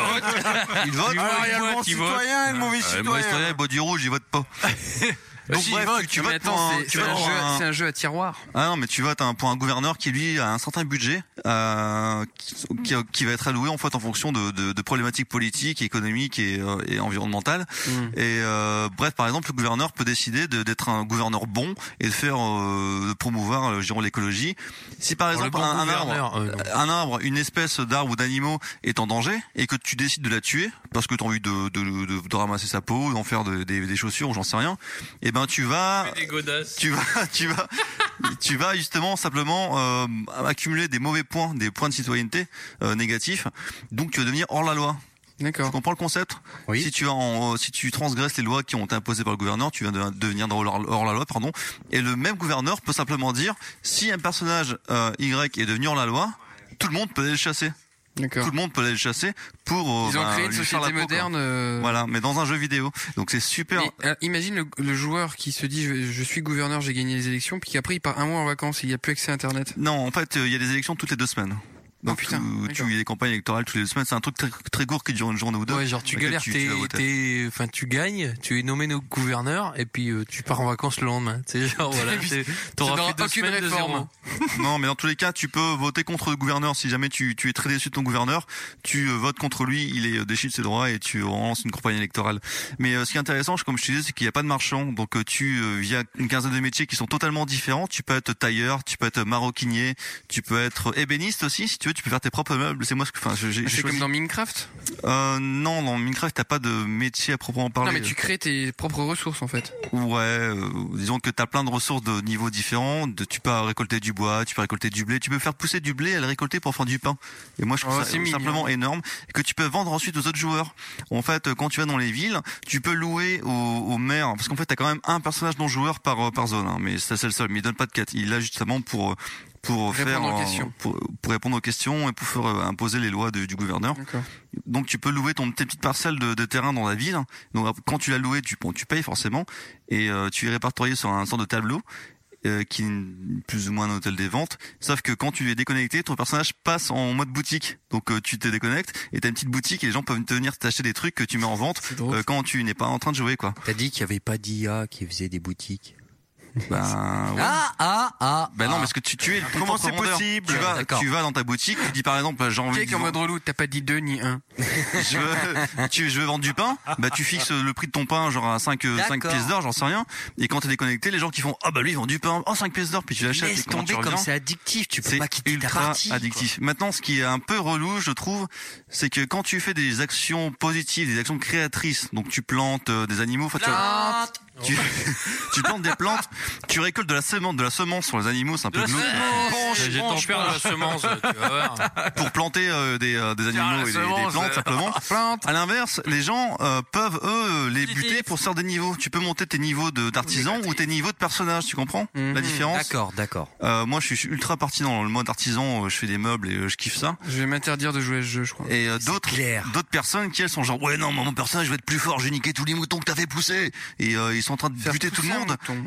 il vote. Alors il y a le bon Il citoyen et le mauvais Euh, le mauvais citoyen. citoyen, il boit du rouge, il vote pas. Donc si, bref, vote, tu, tu mais votes pour attends, un, c'est, tu c'est, votes un pour jeu, un- c'est un jeu à tiroir. Ah non, mais tu votes un, pour un gouverneur qui lui a un certain budget euh, qui, qui, qui va être alloué en fait en fonction de, de, de problématiques politiques, économiques et, euh, et environnementales. Mm. Et euh, bref, par exemple, le gouverneur peut décider de, d'être un gouverneur bon et de faire euh, de promouvoir, euh, je dirais, l'écologie. Si par Alors, exemple le bon un, un gouverneur, arbre, euh, non. un arbre, une espèce d'arbre ou d'animaux est en danger et que tu décides de la tuer parce que tu as envie de, de, de, de ramasser sa peau, d'en faire de- des, des chaussures ou j'en sais rien, et ben tu vas Des godasses. tu vas, tu vas, tu vas justement simplement euh, accumuler des mauvais points, des points de citoyenneté euh, négatifs. Donc tu vas devenir hors la loi. D'accord. Tu comprends le concept? Oui. Si tu vas en, si tu transgresses les lois qui ont été imposées par le gouverneur, tu vas de- devenir hors, hors la loi, pardon. Et le même gouverneur peut simplement dire si un personnage euh, Y est devenu hors la loi, tout le monde peut aller le chasser. D'accord. Tout le monde peut aller le chasser pour. euh, Ils ont bah, créé une lui faire société la peau, quoi. moderne. euh, Voilà, mais dans un jeu vidéo. Donc c'est super. Mais, euh, imagine le, le joueur qui se dit je, je suis gouverneur, j'ai gagné les élections, puis qu'après il part un mois en vacances, il n'y a plus accès à Internet. Non, en fait, euh, il y a des élections toutes les deux semaines. Oh, Donc putain, tu, tu d'accord. il y a des campagnes électorales toutes les deux semaines. C'est un truc très, très court qui dure une journée ou deux. Ouais, genre tu Dans lequel galères, tu- t'es, tu vas voter. t'es, enfin tu gagnes, tu es nommé no- gouverneur et puis euh, tu pars en vacances le lendemain. C'est genre voilà, Et puis, c'est- tu t'auras n'auras fait deux aucune semaines de réforme. zéro. Non, mais dans tous les cas, tu peux voter contre le gouverneur. Si jamais tu, tu es très déçu de ton gouverneur, tu euh, votes contre lui, il est euh, déchu de ses droits et tu relances une campagne électorale. Mais euh, ce qui est intéressant, comme je te disais, c'est qu'il n'y a pas de marchand. Donc euh, tu, euh, via une quinzaine de métiers qui sont totalement différents, tu peux être tailleur, tu peux être maroquinier, tu peux être ébéniste aussi, si tu veux, tu peux faire tes propres meubles. C'est moi ce que, enfin, j'ai, j'ai C'est choisi- comme dans Minecraft. Euh, non, dans Minecraft, t'as pas de métier à proprement parler. Non, mais tu crées tes propres ressources en fait. Ouais, euh, disons que t'as plein de ressources de niveaux différents. De, tu peux récolter du bois, tu peux récolter du blé, tu peux faire pousser du blé et le récolter pour faire du pain. Et moi, je trouve Oh, ça c'est mignon. simplement énorme. Et que tu peux vendre ensuite aux autres joueurs. En fait, quand tu vas dans les villes, tu peux louer aux, aux maires, parce qu'en fait, t'as quand même un personnage non joueur par euh, par zone. Hein, mais ça, c'est le seul. Mais il donne pas de quête. Il est là justement pour pour Répondre faire aux euh, questions. pour, pour répondre aux questions et pour faire euh, imposer les lois de- du gouverneur. D'accord. Donc tu peux louer ton tes petites parcelles de, de terrain dans la ville. Donc quand tu l'as loué, tu bon, tu payes forcément et euh, tu es répertorié sur un sorte de tableau euh, qui est plus ou moins un hôtel des ventes. Sauf que quand tu es déconnecté, ton personnage passe en mode boutique. Donc euh, tu te déconnectes et t'as une petite boutique et les gens peuvent venir t'acheter des trucs que tu mets en vente euh, quand tu n'es pas en train de jouer, quoi. T'as dit qu'il y avait pas d'I A qui faisait des boutiques. Ben, ouais. Ah, ah, ah. Ben non, ah. parce que tu, tu es ton Comment propre c'est vendeur. possible Tu vas, D'accord. tu vas dans ta boutique, tu dis par exemple, j'ai envie Check de en mode relou, t'as pas dit deux ni un. je veux, tu, je veux vendre du pain, bah tu fixes le prix de ton pain genre à cinq, cinq D'accord. pièces d'or, j'en sais rien. Et quand t'es déconnecté, les gens qui font ah bah lui il vend du pain, oh cinq pièces d'or, puis tu l'achètes. Laisse et quand tomber tu comme reviens, c'est addictif, tu peux c'est pas quitter ta ultra partie. quoi. addictif. Maintenant, ce qui est un peu relou, je trouve, c'est que quand tu fais des actions positives, des actions créatrices, donc tu plantes euh, des animaux, enfin, tu, Plante. tu, tu plantes des plantes, tu récoltes de la semence, de la semence sur les animaux, c'est un peu glauque. J'ai ton père de la semence, tu vas voir. Pour planter euh, des, euh, des Tiens, animaux la et des, des semence, plantes euh, simplement. Plante. À l'inverse, les gens euh, peuvent eux les buter pour faire des niveaux. Tu peux monter tes niveaux de d'artisan ou tes niveaux de personnage, tu comprends Mhm. la différence? D'accord, d'accord. Euh, moi, je suis ultra parti dans le mode artisan. euh, Je fais des meubles et euh, je kiffe ça. Je vais m'interdire de jouer à ce jeu, je crois. Et euh, d'autres, clair. d'autres personnes qui elles sont genre ouais non, moi, mon personnage va être plus fort. Je vais niquer tous les moutons que t'as fait pousser. Et euh, ils sont en train de Faire buter tout le pousser un monde. mouton. Et toi, tu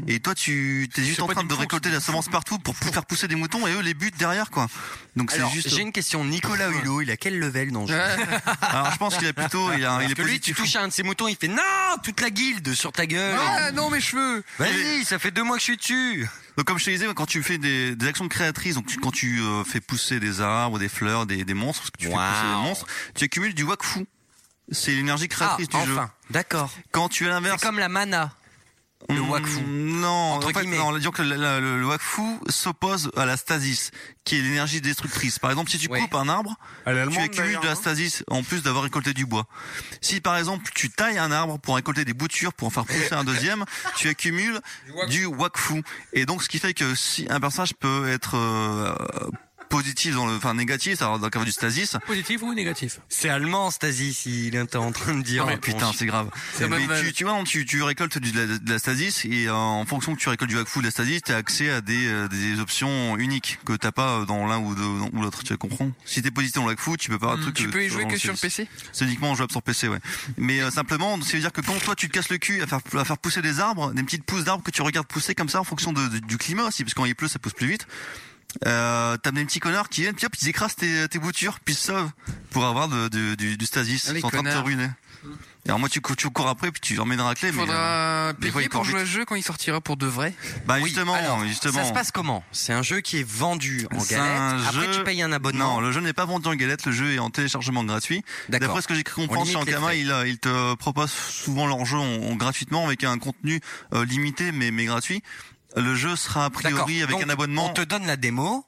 tu t'es juste C'est en pas train des de moutons, récolter c'est la des semence partout pour faire pousser des moutons et eux les butent derrière quoi. Donc c'est Alors, juste. j'ai une question. Nicolas Hulot, il a quel level dans le jeu? Alors je pense qu'il a plutôt, il, a, Parce il est que lui, tu positif. touches à un de ses moutons, il fait non, toute la guilde sur ta gueule. Ah non, mes cheveux. Vas-y, ça fait deux mois que je suis dessus. Donc comme je te disais, quand tu fais des, des actions créatrices, donc tu- quand tu euh, fais pousser des arbres, des fleurs, des, des monstres, parce que tu Wow. fais pousser des monstres, tu accumules du wakfu. C'est l'énergie créatrice Ah, du jeu. enfin, d'accord. Quand tu es à C'est l'inverse, comme la mana. Le Hmm, wakfu. Non, Entre en fait, guillemets. non, disons que le, le, le- le wakfu s'oppose à la stasis, qui est l'énergie destructrice. Par exemple, si tu Ouais. coupes un arbre, À tu l'allemande, accumules de la d'ailleurs, stasis en plus d'avoir récolté du bois. Si par exemple tu tailles un arbre pour récolter des boutures pour en faire pousser un deuxième, tu accumules du wakfu. Et donc ce qui fait que si un personnage peut être euh, positif dans le, enfin négatif, ça dans le cas du stasis. Positif ou négatif? C'est allemand, Stasis, il est en train de dire. Oh, putain, c'est grave. C'est Mais bonne tu, tu vois, tu, tu récoltes du, de, la, de la stasis et euh, en fonction que tu récoltes du wakfu ou de la stasis, tu as accès à des, euh, des options uniques que t'as pas dans l'un ou, de, ou l'autre. Tu comprends? Si t'es positif dans le wakfu, tu peux pas avoir un truc. Tu que- peux y jouer dans que le sur stasis. P C? C'est uniquement jouable sur P C, ouais. Mais euh, simplement, ça veut dire que quand toi tu te casses le cul à faire, à faire pousser des arbres, des petites pousses d'arbres que tu regardes pousser comme ça en fonction de, de- du climat aussi, parce que quand il pleut, ça pousse plus vite. Euh, t'as des petits connards qui viennent, puis hop, ils écrasent tes, tes boutures, puis ils se sauvent pour avoir de, de- du, du stasis. Ah, les Ils sont en train de te connards. ruiner. Et alors moi tu, cou- tu cours après, puis tu leur mets une raclée. Il mais, faudra euh, des fois, payer il court pour jouer à vite. ce jeu quand il sortira pour de vrai. Bah Oui, justement, alors, justement. Ça se passe comment? C'est un jeu qui est vendu en C'est galette. un Après, jeu- tu payes un abonnement. Non, le jeu n'est pas vendu en galette, le jeu est en téléchargement gratuit. D'accord. D'après ce que j'ai cru comprendre On chez limite les Ankama, frais. il, euh, il te propose souvent leur jeu en, en gratuitement avec un contenu euh, limité mais, mais gratuit. Le jeu sera a D'accord. priori avec Donc, un abonnement. On te donne la démo.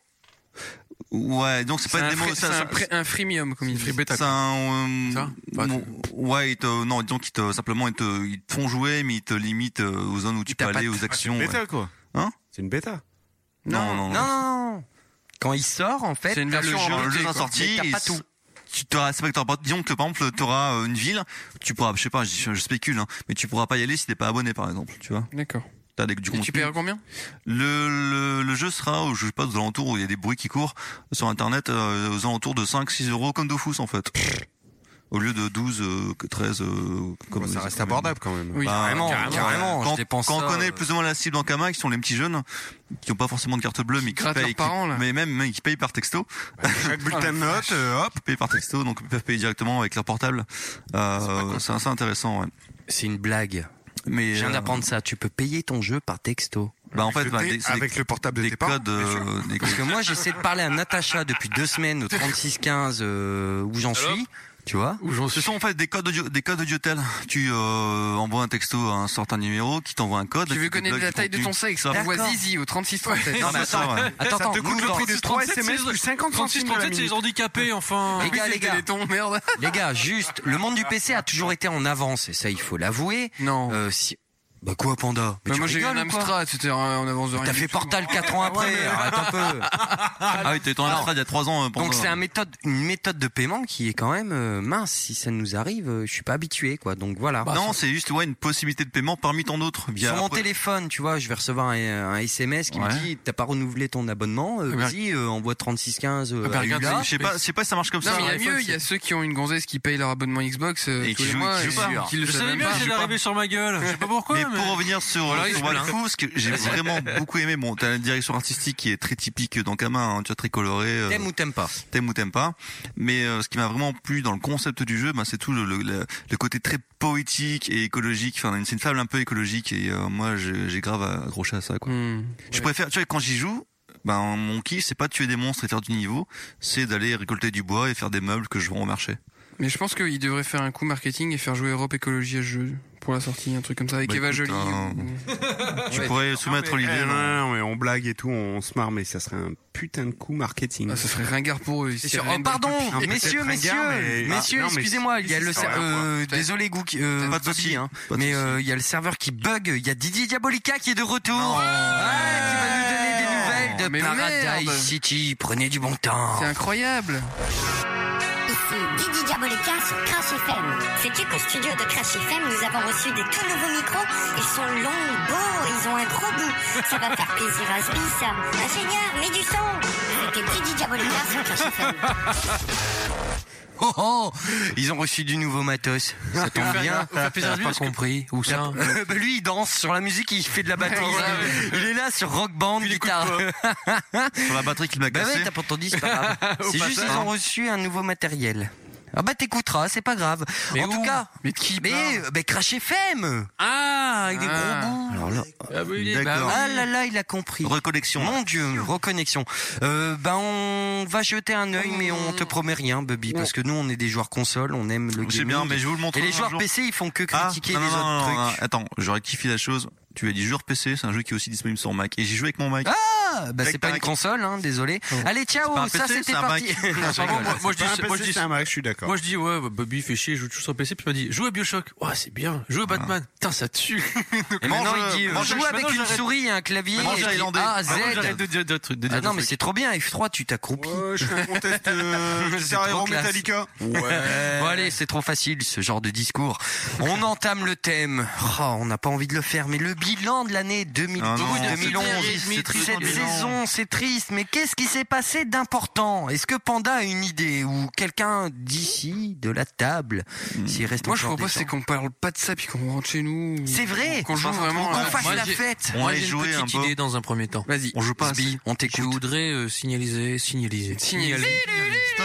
Ouais, donc c'est pas C'est une un, démo, free- ça, c'est ça- un, pré- un freemium, comme il dit. Free beta. c'est un, euh, Ça Enfin, bon, ouais, ils te, non, donc ils te, simplement ils te, ils te font jouer, mais ils te limitent euh, aux zones où tu peux t'as pas aller, de- aux actions. C'est une ouais. bêta, quoi. Hein C'est une bêta. Non, non, Non, non, non. Quand il sort, en fait, C'est une t'as version le jeu, en Le jeu Côté, sera quoi. sorti, mais t'as il pas s- tout. tu t'auras, c'est pas que t'auras pas, disons que par exemple, t'auras euh, une ville, tu pourras, je sais pas, je, je spécule, hein, mais tu pourras pas y aller si t'es pas abonné, par exemple, tu vois. D'accord. T'as des, du Et contenu. tu paieras combien? Le, le, le jeu sera, je sais pas, aux alentours où il y a des bruits qui courent sur internet, euh, aux alentours de cinq, six euros comme Dofus, en fait. Au lieu de douze, euh, treize, euh, comme Ça reste abordable quand même. Oui. Bah, Carrément, carrément, carrément, ouais. je Quand, dépense quand ça, on connaît euh, plus ou moins la cible en Kama, qui sont les petits jeunes, qui ont pas forcément de carte bleue, mais qui grattent payent, leurs parents, là. mais même, même qui payent par texto. Chaque bulletin de notes, euh, hop. Qui payent par texto, donc ils peuvent payer directement avec leur portable. Euh, c'est assez intéressant, ouais. c'est une blague. Mais, Je viens euh, d'apprendre ça. Tu peux payer ton jeu par texto. bah, en fait, Le bah, thé des- c'est avec des, le portable de des tes parents, codes, bien sûr. euh, des Parce codes. que moi, j'essaie de parler à Natacha depuis deux semaines au trente-six quinze euh, où j'en suis. Tu vois? Ce sont en fait des codes audio, des codes audiotel. Tu euh, envoies un texto à un certain numéro qui t'envoie un code. Tu veux qui connaître débloque la taille de contenu. ton sexe? Ça- Envoie D'accord. Zizi au trente-six trente-sept. Non, mais c'est ça, attends, ouais. attends, Ça attends, te coûte nous, le dans- prix de trois S M S plus cinquante trente-six centimes de la trente-sept, c'est minute. les handicapés, enfin. Les gars, les gars, Téléthon, merde. les gars, juste, le monde du P C a toujours été en avance, et ça, il faut l'avouer. Non. Euh, si... Bah quoi, Panda? Mais Bah, tu moi j'ai eu un rigoles ou quoi? Amstrad, c'était en avance de rien. T'as du fait tout. Portal quatre ans après, arrête un peu. Ah oui, t'as été en Alors, Amstrad il y a trois ans. euh, pendant- Donc c'est un méthode, une méthode de paiement qui est quand même euh, mince. Si ça nous arrive, euh, je suis pas habitué, quoi. Donc voilà. non, c'est juste ouais une possibilité de paiement parmi tant d'autres. Via Sur mon après- téléphone, tu vois, je vais recevoir un, un S M S qui Ouais. me dit t'as pas renouvelé ton abonnement, euh, Ah ben- vas-y, euh, envoie trente-six quinze. Euh, Ah ben, à regarde, Hula. Je sais pas, je sais pas si ça marche comme Non, ça. mais il y a iPhone, mieux, il y a ceux qui ont une gonzesse qui paye leur abonnement Xbox euh, Et tous qui les jouent- mois qui et jouent pas. qui le Je savent savais même bien pas. que j'allais arriver sur ma gueule. Je sais pas pourquoi, Mais mais. pour revenir sur, Voilà, il sur se plaint. Wakfu, ce que j'ai vraiment beaucoup aimé, bon, t'as une direction artistique qui est très typique dans Kama, hein, tu vois, très coloré. euh, T'aimes ou t'aimes pas? T'aimes ou t'aimes pas. Mais euh, ce qui m'a vraiment plu dans le concept du jeu, ben, c'est tout le, le, le- le côté très poétique et écologique. Enfin, c'est une fable un peu écologique et euh, moi, j'ai j'ai grave accroché à ça, quoi. Hmm. Je préfère, tu vois, quand j'y joue, ben, mon kiff, c'est pas de tuer des monstres et faire du niveau, c'est d'aller récolter du bois et faire des meubles que je vends au marché. Mais je pense qu'il devrait faire un coup marketing et faire jouer Europe Écologie à ce jeu pour la sortie, un truc comme ça, avec Bah, Eva écoute, Jolie. euh, ou- Tu Ouais. pourrais soumettre l'idée. Eh, non non, non, mais on blague et tout, on se marre, mais ça serait un putain de coup marketing. Ah, ça serait ringard pour eux. ils C'est se sûr. tireraient Oh, une balle pardon, dans le cul. messieurs, peut-être messieurs, ringard, mais- messieurs, Ah, non, mais excusez-moi, il y a le, ça ser- va, euh, quoi. désolé, Gouk, euh, Pas de Goki, souci, hein, pas de mais souci. euh, il y a le serveur qui bug, il y a Didier Diabolica qui est de retour, ouais, qui va nous donner des nouvelles de Mais Paradise merde. City. Prenez du bon temps. C'est incroyable. Ici Didi Diabolica sur Crash F M. Sais-tu qu'au studio de Crash F M, nous avons reçu des tout nouveaux micros? Ils sont longs, beaux, ils ont un gros bout. Ça va faire plaisir à Sbi, ça. Ingénieur, mets du son. C'était Didi Diabolica sur Crash F M. oh, oh. Ils ont reçu du nouveau matos. Ça tombe bien. J'ai pas compris. Où ça? Euh, bah, lui, il danse sur la musique, il fait de la batterie. Il est là sur Rock Band, guitare. Sur la batterie qu'il m'a Bah cassé. ouais, t'as pas entendu, c'est pas grave. C'est juste qu'ils ont reçu un nouveau matériel. Ah bah t'écouteras, c'est pas grave. Mais en où tout cas, Mais qui mais, euh, mais Crash F M. Ah, avec des Ah. gros bouts. Alors là, Ah oui, D'accord. bah ah là là, il a compris. Reconnexion. Mon Dieu, reconnexion. Euh, ben on va jeter un œil, mais on te promet rien, Bubby, parce que nous on est des joueurs console, on aime le gaming. C'est bien, mais je vais vous le montrer. Et les un joueurs jour. P C, ils font que Ah, critiquer non, les non, autres non, non, trucs. non, attends, je rectifie la chose. Tu as dit joueur P C, c'est un jeu qui est aussi disponible sur Mac. Et j'ai joué avec mon Mac. Ah, bah Tac, c'est pas tac. une console, hein, désolé. Allez, ciao, C'est pas un ça P C, c'était c'est un parti. Mac. Moi, moi, je dis, C'est pas un moi, je P C, dis, c'est un Mac, je suis d'accord. moi, je dis, ouais, bah, Bobby fait chier, joue toujours sur P C, puis il m'a dit, joue à Bioshock. Ouais, c'est bien. Joue à Batman. Putain, ça tue. Et maintenant Mange, il dit, euh, mange, joue je- avec maintenant, une j'arrête. souris et un clavier. Mange et Highlander. A à Z. Ah, moi, j'arrête de dire des trucs, de dire Ah des non, mais trucs. c'est trop bien, F trois, tu t'accroupis. Ouais, je fais un contest euh, C'est Guitar Hero trop classe. Metallica. Bon allez, c'est trop facile ce genre de discours. On entame le thème. Oh, on n'a pas envie de le faire, mais le bilan de l'année deux mille Ah dix non, deux mille onze, c'est triste, c'est triste, cette le bilan. saison, c'est triste. Mais qu'est-ce qui s'est passé d'important? Est-ce que Panda a une idée ou quelqu'un d'ici de la table s'il reste Moi, je encore propose des c'est gens. qu'on parle pas de ça puis qu'on rentre chez nous. C'est vrai. Qu'on joue vraiment. Qu'on à- fasse Moi, la j'ai- fête. On Moi, va j'ai une jouer un petite peu. idée dans un premier temps. Vas-y. On joue pas Sbi, on Je t'écoute. voudrais euh, signaliser, signaliser. Signaler. Stop.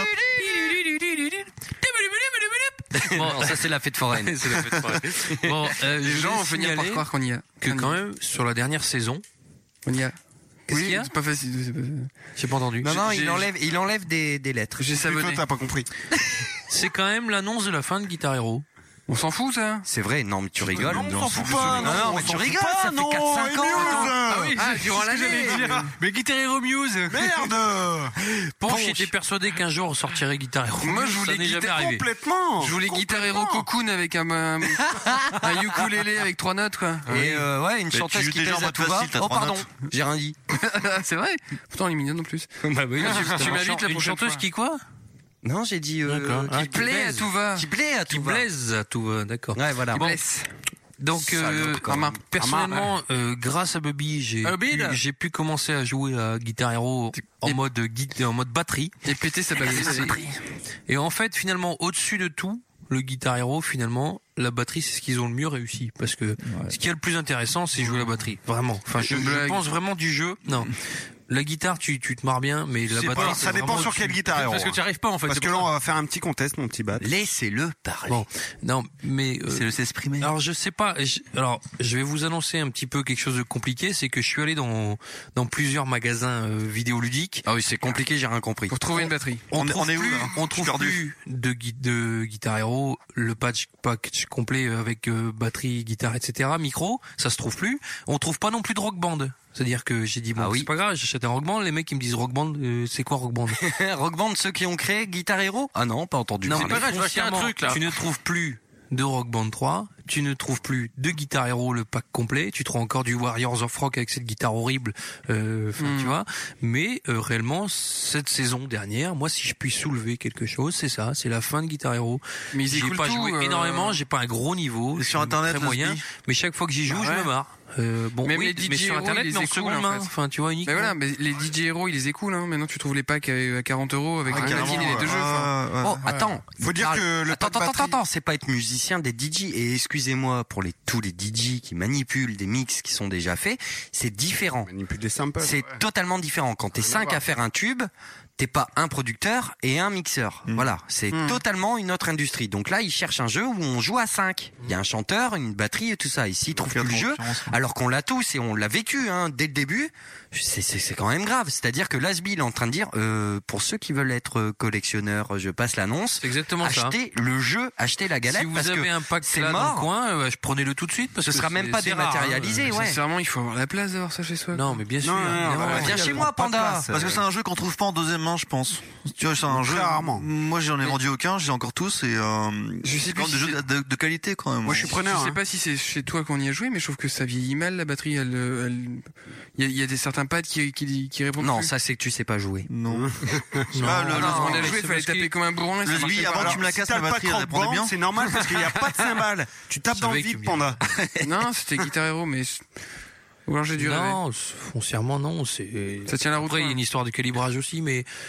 Bon, ça c'est la fête foraine. C'est la fête foraine. Bon, euh, Les je gens vais vont finir par signaler croire qu'on y a. que quand même, sur la dernière saison, On y a. Qu'est-ce qu'il y a C'est pas facile. c'est pas- j'ai pas entendu. Non, non, J'ai- il enlève, il enlève des, des lettres. J'ai Et toi, savonné. t'as pas compris. C'est quand même l'annonce de la fin de Guitar Hero. On s'en fout, ça? C'est vrai, non, mais tu rigoles. Non, on s'en fout pas. Non, non, mais tu rigoles, ça fait quatre cinq ans. Ah oui, ah, durant l'année. Mais Guitar Hero Muse. Merde. Ponche était persuadé qu'un jour sortirait Guitar Hero. Moi, je Ça voulais n'est jamais Guitar- arrivé. Complètement. Je voulais Guitar Hero Cocoon avec un, un, un ukulélé avec trois notes, quoi. Et euh, ouais, une tu chanteuse joues qui déjà pèse en à mode tout va. facile, t'as Oh trois pardon, notes. j'ai rien dit. C'est vrai. Pourtant, elle est mignonne en plus. Bah oui, tu tu m'invites la Une prochaine chanteuse fois. qui quoi? Non, j'ai dit euh, D'accord. qui Ah, qui plaît à plaise. tout va. Qui plaît à Qui tout va. blaise à tout va, d'accord. Ouais, voilà. Qui Bon. blesse. Donc, euh, Salope, quand ah, même. personnellement, euh, grâce à Bubby, j'ai Ah, Bubby, pu, là. j'ai pu commencer à jouer à Guitar Hero en Et- mode gui- en mode batterie. Et péter sa batterie. Et en fait, finalement, au-dessus de tout, le Guitar Hero, finalement, la batterie, c'est ce qu'ils ont le mieux réussi. Parce que ce qui est le plus intéressant, c'est jouer la batterie. Vraiment. Enfin, je, Une je blague. pense vraiment du jeu. Non. La guitare, tu, tu te marres bien, mais la C'est batterie, pas- c'est Ça dépend vraiment sur au-dessus. quelle Guitar Hero. Parce que tu arrives pas, en fait. Parce c'est que pour là, ça. on va faire un petit contest, mon petit bat. Laissez-le parler. Bon, non, mais euh, C'est le s'exprimer. alors je sais pas. je- alors je vais vous annoncer un petit peu quelque chose de compliqué, c'est que je suis allé dans dans plusieurs magasins euh, vidéoludiques. Ah oui, c'est compliqué, j'ai rien compris. Pour trouver une batterie. On, On est- trouve on est où, plus, là on Je suis trouve perdu. plus de, gui- de Guitar Hero, le patch pack complet avec euh, batterie, guitare, et cetera. Micro, ça se trouve plus. On trouve pas non plus de Rock Band. C'est-à-dire que j'ai dit bon, Ah oui. c'est pas grave, j'achète un Rock Band. Les mecs ils me disent Rock Band, euh, c'est quoi Rock Band? Rock Band, ceux qui ont créé Guitar Hero? Ah non, pas entendu. Non, C'est mais pas grave, je vois qu'il y a un truc là. Tu ne trouves plus de Rock Band trois, tu ne trouves plus de Guitar Hero le pack complet, tu trouves encore du Warriors of Rock avec cette guitare horrible, euh, enfin Mm. tu vois. Mais euh, réellement cette saison dernière, moi si je puis soulever quelque chose, c'est ça, c'est la fin de Guitar Hero. Mais ils J'ai écoulent pas tout, joué euh, énormément, j'ai pas un gros niveau, Et sur je suis Internet, très le moyen, Sbi mais chaque fois que j'y joue, Bah je ouais. me marre. Euh, bon, Même oui, les D J mais sur Hero, Internet, ils mais en les écoulent, seconde en main, fait. enfin tu vois uniquement. Mais voilà, mais les D J Hero, ils les écoulent, hein. Maintenant, tu trouves les packs à quarante euros avec Ah, la carrément, platine et les deux ouais. jeux. enfin. Ouais, ouais. Oh, attends. Faut il dire parle- que le attends, pack attends, batterie- attends, c'est pas être musicien des D J. Et excusez-moi pour les tous les D J qui manipulent des mix qui sont déjà faits, c'est différent. Manipule des samples. C'est totalement différent. Quand t'es cinq à faire un tube, t'es pas un producteur et un mixeur. Voilà, c'est Mm. totalement une autre industrie. Donc là, ils cherchent un jeu où on joue à cinq. Il y a un chanteur, une batterie et tout ça. Ici, ils trouvent plus le jeu, alors qu'on l'a tous et on l'a vécu hein, dès le début. C'est, c'est, c'est quand même grave. C'est-à-dire que l'Asbi il est en train de dire, euh, pour ceux qui veulent être collectionneurs, je passe l'annonce. C'est exactement ça. Achetez le jeu, achetez la galette. Si vous parce avez que un pack c'est là dans mort. le coin, euh, je prenez-le tout de suite parce Ce que sera même c'est- pas c'est rare, dématérialisé, hein. ouais. Sincèrement, il faut avoir la place d'avoir ça chez soi. Non, mais bien sûr. Non, non, non, évidemment. bah, Viens il chez prend moi, pas de Panda. place, Parce que euh, c'est un jeu qu'on trouve pas en deuxième main, je pense. Tu vois, c'est un jeu. Très rarement. Moi, j'en ai vendu aucun, j'ai encore tous et euh, Je sais c'est plus quand même si des jeux c'est- de, de qualité quand même. Moi, je suis preneur. Je sais hein. pas si c'est chez toi qu'on y a joué, mais je trouve que ça vieillit mal la batterie. Elle, euh, elle- il y a, il y a des certains pads qui qui, qui répondent. Non, plus. ça c'est que tu sais pas jouer. Non. Non, Ah, le- non, Quand on a mais joué, c'est il fallait parce taper qu'il- comme un bourrin. et ça Le marchait Sbi, pas. avant que Alors, tu me la si casses, t'as la le pack batterie, elle Rock répondait Band, bien. c'est normal parce qu'il n'y a pas de cymbales. Tu tapes Je dans le savais vide, qu'il- Panda. Non, c'était Guitar Hero, mais ou alors j'ai dû rêver. Non, foncièrement non. C'est Ça tient la route. Après, il y a quoi. une histoire de calibrage aussi, mais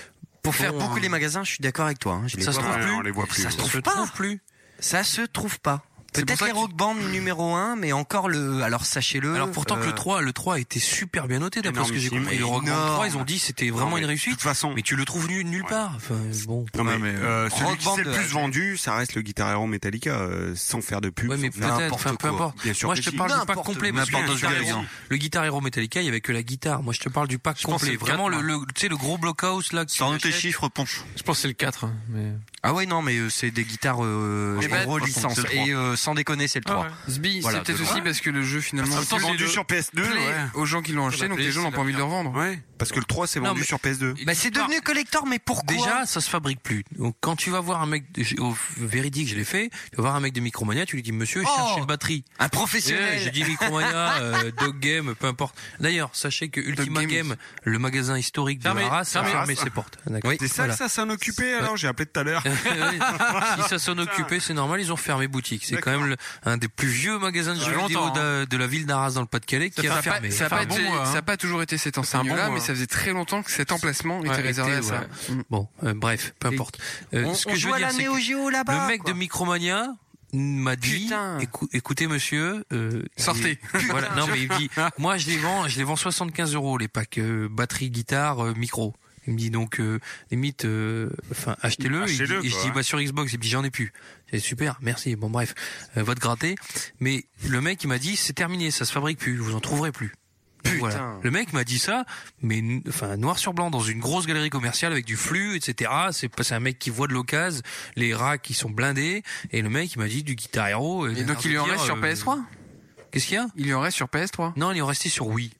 Pour faire Bon, beaucoup euh, les magasins, je suis d'accord avec toi. Hein, je les Ça se vois trouve pas. plus. on les voit plus. Ça se Ça trouve se pas. trouve plus. Ça se trouve pas. C'est Peut-être pour les ça que- Rock Band numéro un, mais encore le. Alors sachez-le. Alors pourtant que euh, le trois, le trois a été super bien noté d'après ce que j'ai énormissime, compris. Le Rock Band énorme. trois, ils ont dit c'était vraiment Non, mais une De réussite. toute façon, Mais tu le trouves nulle, nulle part. Enfin bon. non, mais, Ouais, mais, euh, celui Rock qui Band s'est le de- plus vendu, ça reste le Guitar Hero Metallica, euh, sans faire de pub. Ouais, mais sans faire peut-être, n'importe enfin, peu quoi. importe. Bien sûr Moi, que je te si. parle du pack N'importe- complet, parce que n'importe le Guitar quel Hero, gars. le Guitar Hero Metallica, il y avait que la guitare. Moi, je te parle du pack Je pense que complet. c'est le Vraiment, le, quatre, le, tu sais, le gros blockhouse, là. que tu Sans noter achètes. chiffres, ponche. Je pense que c'est le quatre. hein, mais... Ah ouais, non, mais euh, c'est des guitares euh, Mais bah, gros franchement, licence. c'est le trois. Et euh, sans déconner, c'est le trois. Sbi, Voilà, c'est peut-être de aussi loin. parce que le jeu finalement En même temps, plaît vendu sur P S deux, ouais. aux gens qui l'ont acheté, donc Play, les gens c'est n'ont la pas envie de le meilleure. revendre. Ouais. Parce que le trois, c'est Non, vendu mais- sur P S deux. Bah c'est devenu collector, mais pourquoi? Déjà, ça se fabrique plus. Donc, quand tu vas voir un mec, de- au véridique, je l'ai fait, tu vas voir un mec de Micromania, tu lui dis, monsieur, Oh cherchez une batterie. Un Eh, professionnel. j'ai dit Micromania, euh, Dog Game, peu importe. D'ailleurs, sachez que Ultima Game. Game, le magasin historique de Fermé, Arras, a fermé. fermé ses portes. D'accord. Oui. C'est ça Voilà. que ça s'en occupait, alors? J'ai appelé tout à l'heure. si ça s'en occupait, c'est normal, ils ont fermé boutique. C'est quand même le- un des plus vieux magasins de Ça jeux fait vidéo longtemps, de, de la ville d'Arras dans le Pas-de-Calais qui Ça a a pas, fermé. ça a Ça pas fait un été- bon mois, hein. ça a pas toujours été cet un bon enseigne-là, mois. mais ça faisait très longtemps que cet emplacement était Ouais, réservé été, à ça. ouais. Bon, euh, bref, peu importe. Euh, On, ce que on je joue veux à dire, la c'est Neo que Geo là-bas. le mec quoi. de Micromania m'a dit, Putain. écou- écoutez monsieur, euh, Sortez. il- voilà, non mais il me dit, moi je les vends, je les vends soixante-quinze euros les packs euh, batterie, guitare, euh, micro. Il me dit donc euh, limite, euh, enfin achetez-le. Il dit- Achetez-le, et je quoi, dis hein. bah sur Xbox, il me dit j'en ai plus. C'est super, merci. Bon bref, euh, va te gratter. Mais le mec il m'a dit c'est terminé, ça se fabrique plus, vous en trouverez plus. Donc, Putain. voilà. Le mec m'a dit ça, mais n- enfin noir sur blanc dans une grosse galerie commerciale avec du flux, et cetera. C'est pas c'est un mec qui voit de l'occasion, les racks qui sont blindés, et le mec il m'a dit du Guitar Hero. euh, Et il a donc l'air il lui de en dire, reste sur euh, P S trois? Qu'est-ce qu'il y a Il lui en reste sur P S trois? Non, il est resté sur Wii.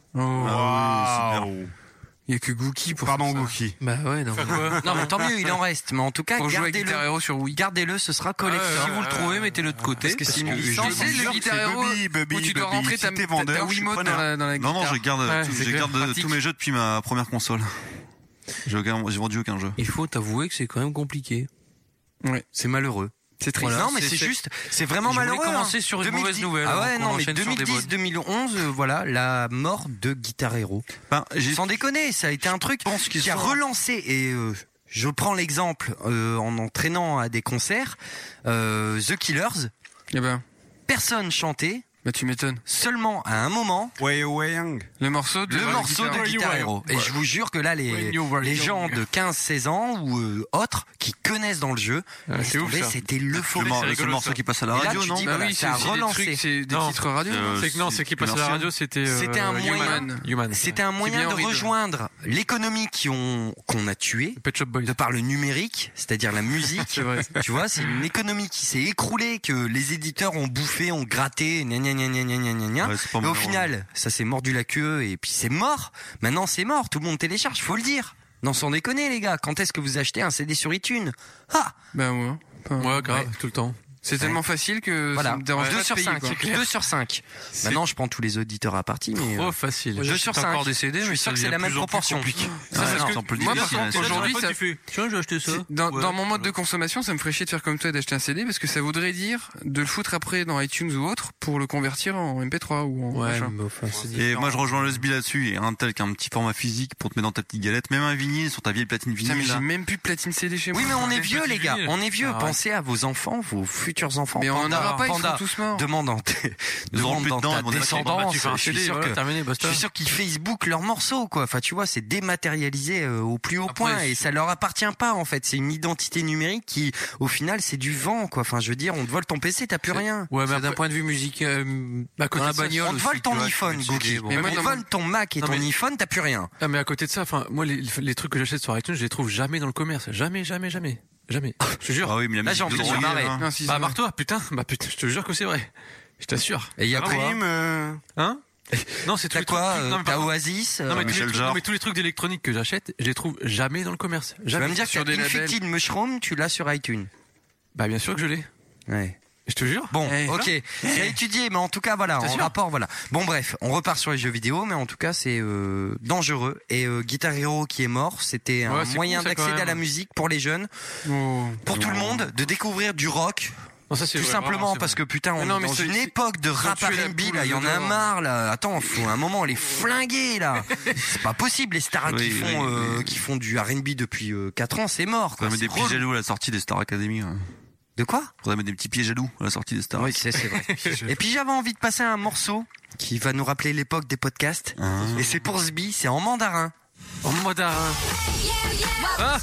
Waouh. Il y a que Gookie pour Pardon, faire ça. Gookie. Bah ouais, non. Non, mais tant mieux, il en reste. Mais en tout cas, Pour jouer à gardez-le. Guitar Hero sur Wii. Gardez-le, ce sera collector. Si vous le trouvez, mettez-le de côté. Parce que c'est une je- licence. Tu sais, sûr le que Guitar c'est Hero Bobby, Bobby, où tu dois Bobby. rentrer Si ta, t'es ta, vendeur, ta je suis Wiimote dans preneur. la, dans la Non, guitare. non, je garde, Ouais, tous- c'est je clair. garde Pratique. tous mes jeux depuis ma première console. J'ai aucun- j'ai vendu aucun jeu. Il faut t'avouer que c'est quand même compliqué. Ouais. C'est malheureux. C'est triste. Voilà. non, mais c'est- c'est c'est- juste, c'est vraiment Je voulais malheureux. commencer hein. sur une deux mille dix mauvaise nouvelle, Ah ouais, avant non, qu'on mais enchaîne sur des bonnes. deux mille dix deux mille onze, euh, voilà, la mort de Guitar Hero. Ben, j'ai- Sans déconner, ça a été un truc qu'ils qui a sont- relancé et euh, je prends l'exemple euh, en entraînant à des concerts, euh, The Killers, Eh ben, personne chantait, bah tu m'étonnes. seulement à un moment Way Way Young. Le morceau de le morceau Guitar. de Guitar Hero. Et je vous jure que là, les, les gens de quinze seize ans ou euh, autres qui connaissent dans le jeu, Ouais, laisse c'est ouf, tomber, ça. c'était l'euphorie. Le, mor- c'est le rigolo, morceau ça. qui passe à la Et là, radio, tu non dis, Bah voilà, oui, ça c'est a aussi des relancé. trucs, c'est des Non. titres radio. Euh, C'est que non, c'est qui passe à la commercial. radio, c'était. euh, C'était un moyen- Human. Human. C'était un moyen bien de horrible. rejoindre l'économie qui ont qu'on a tuée Pet Shop Boys. de par le numérique, c'est-à-dire la musique. C'est vrai. Tu vois, c'est une économie qui s'est écroulée, que les éditeurs ont bouffé, ont gratté, gna gna gna gna gna gna gna gna. Ouais, c'est pas Et au malheureux. final, ça s'est mordu la queue et puis c'est mort. Maintenant, c'est mort. Tout le monde télécharge, faut le dire. Non, sans déconner, les gars. Quand est-ce que vous achetez un C D sur iTunes? Ah, Bah ouais. Enfin, Ouais, grave, Ouais. tout le temps. C'est tellement facile que voilà. ça me dérange pas deux de sur payer, cinq. quoi. deux sur cinq. Maintenant, je prends tous les auditeurs à partie, mais Trop euh, facile. deux sur J'achète encore cinq. des C D, Je mais suis ça sûr que c'est devient la de même plus en plus proportion. compliqué. Ouais, Ça, parce non, que c'est un peu le moi, difficile, par hein, contre, c'est aujourd'hui, ça, Tiens, j'ai acheté ça. dans, Ouais. dans mon mode de consommation, ça me ferait chier de faire comme toi et d'acheter un C D parce que ça voudrait dire de le foutre après dans iTunes ou autre pour le convertir en M P trois ou en Ouais, machin. mais enfin, c'est Et différent. moi je rejoins le Sbi là-dessus, et un tel qu'un petit format physique pour te mettre dans ta petite galette, même un vinyle sur ta vieille platine Putain, mais vinyle. j'ai là. même plus de platine C D chez moi. Oui, mais on est Des vieux, petits les gars. vinyles. On est vieux. Ah ouais. Pensez à vos enfants, vos futurs enfants. Mais on en Panda, aura pas, ils Panda, seront tous morts. demande dans, tes- Ils auront demande plus dans dedans, ta ils vont dire, descendance. Bah, tu fais un je suis C D, sûr voilà, que, terminé, je basta. suis sûr qu'ils Facebook leurs morceaux, quoi. Enfin, tu vois, c'est dématérialisé euh, au plus haut Après, point et c'est- ça leur appartient pas, en fait. C'est une identité numérique qui, au final, c'est du vent, quoi. Enfin, je veux dire, on te vole ton P C, t'as plus C'est- rien. Ouais, mais C'est d'un après- point de vue musical, euh, Bah, à côté dans la de ça, bagnole. On te aussi, vole tu ton vois, iPhone, tu peux te Goki. dire, bon. Mais moi, On te dans vole ton Mac et Non, ton mais- iPhone, t'as plus rien. Ah, mais à côté de ça, enfin, moi, les, les trucs que j'achète sur iTunes, je les trouve jamais dans le commerce. Jamais, jamais, jamais. Jamais. Je te jure. Ah oui, mais la Là, musique j'ai envie de de me droguer, marrer. hein. Non, si, Bah, c'est vrai. marre-toi, putain. Bah, putain, je te jure que c'est vrai. Je t'assure. Et il y a quoi? Prime, euh, Hein? Non, c'est tous T'as les quoi? trucs- euh, non, mais T'as par contre- Oasis? Non, mais, euh, tous les Michel trucs, Jarre. non, mais tous les trucs d'électronique que j'achète, je les trouve jamais dans le commerce. Tu vas Jamais. me dire sur que des labels. Infected Mushroom, tu l'as sur iTunes. Bah, bien sûr que je l'ai. Ouais. Je te jure. Bon, Eh, ok, c'est à étudier, mais en tout cas, voilà, en T'es sûr rapport, voilà. Bon, bref, on repart sur les jeux vidéo, mais en tout cas, c'est euh, dangereux. Et euh, Guitar Hero qui est mort, c'était un Ouais, c'est moyen cool, ça, quand d'accéder à même. la musique pour les jeunes, Oh. pour tout le monde, de découvrir du rock, Non, ça, c'est Tout vrai, simplement vraiment, c'est parce vrai. que putain, on Non, est mais dans c'est- une c'est- époque de ils ont rap tué la R and B poule là, il y en a d'or. marre là. Attends, faut un moment les flinguer là. C'est pas possible les stars qui Oui, font oui, euh, oui. qui font du R and B depuis euh, quatre ans, c'est mort quoi. Faudrait mettre C'est des pieds relou. jaloux à la sortie des Star Academy. hein. De quoi? Faudrait mettre des petits pieds jaloux à la sortie des Star. Oui, c'est c'est vrai. Et puis j'avais envie de passer un morceau qui va nous rappeler l'époque des podcasts. Et c'est pour Sbi, c'est en mandarin. En mandarin. Ah.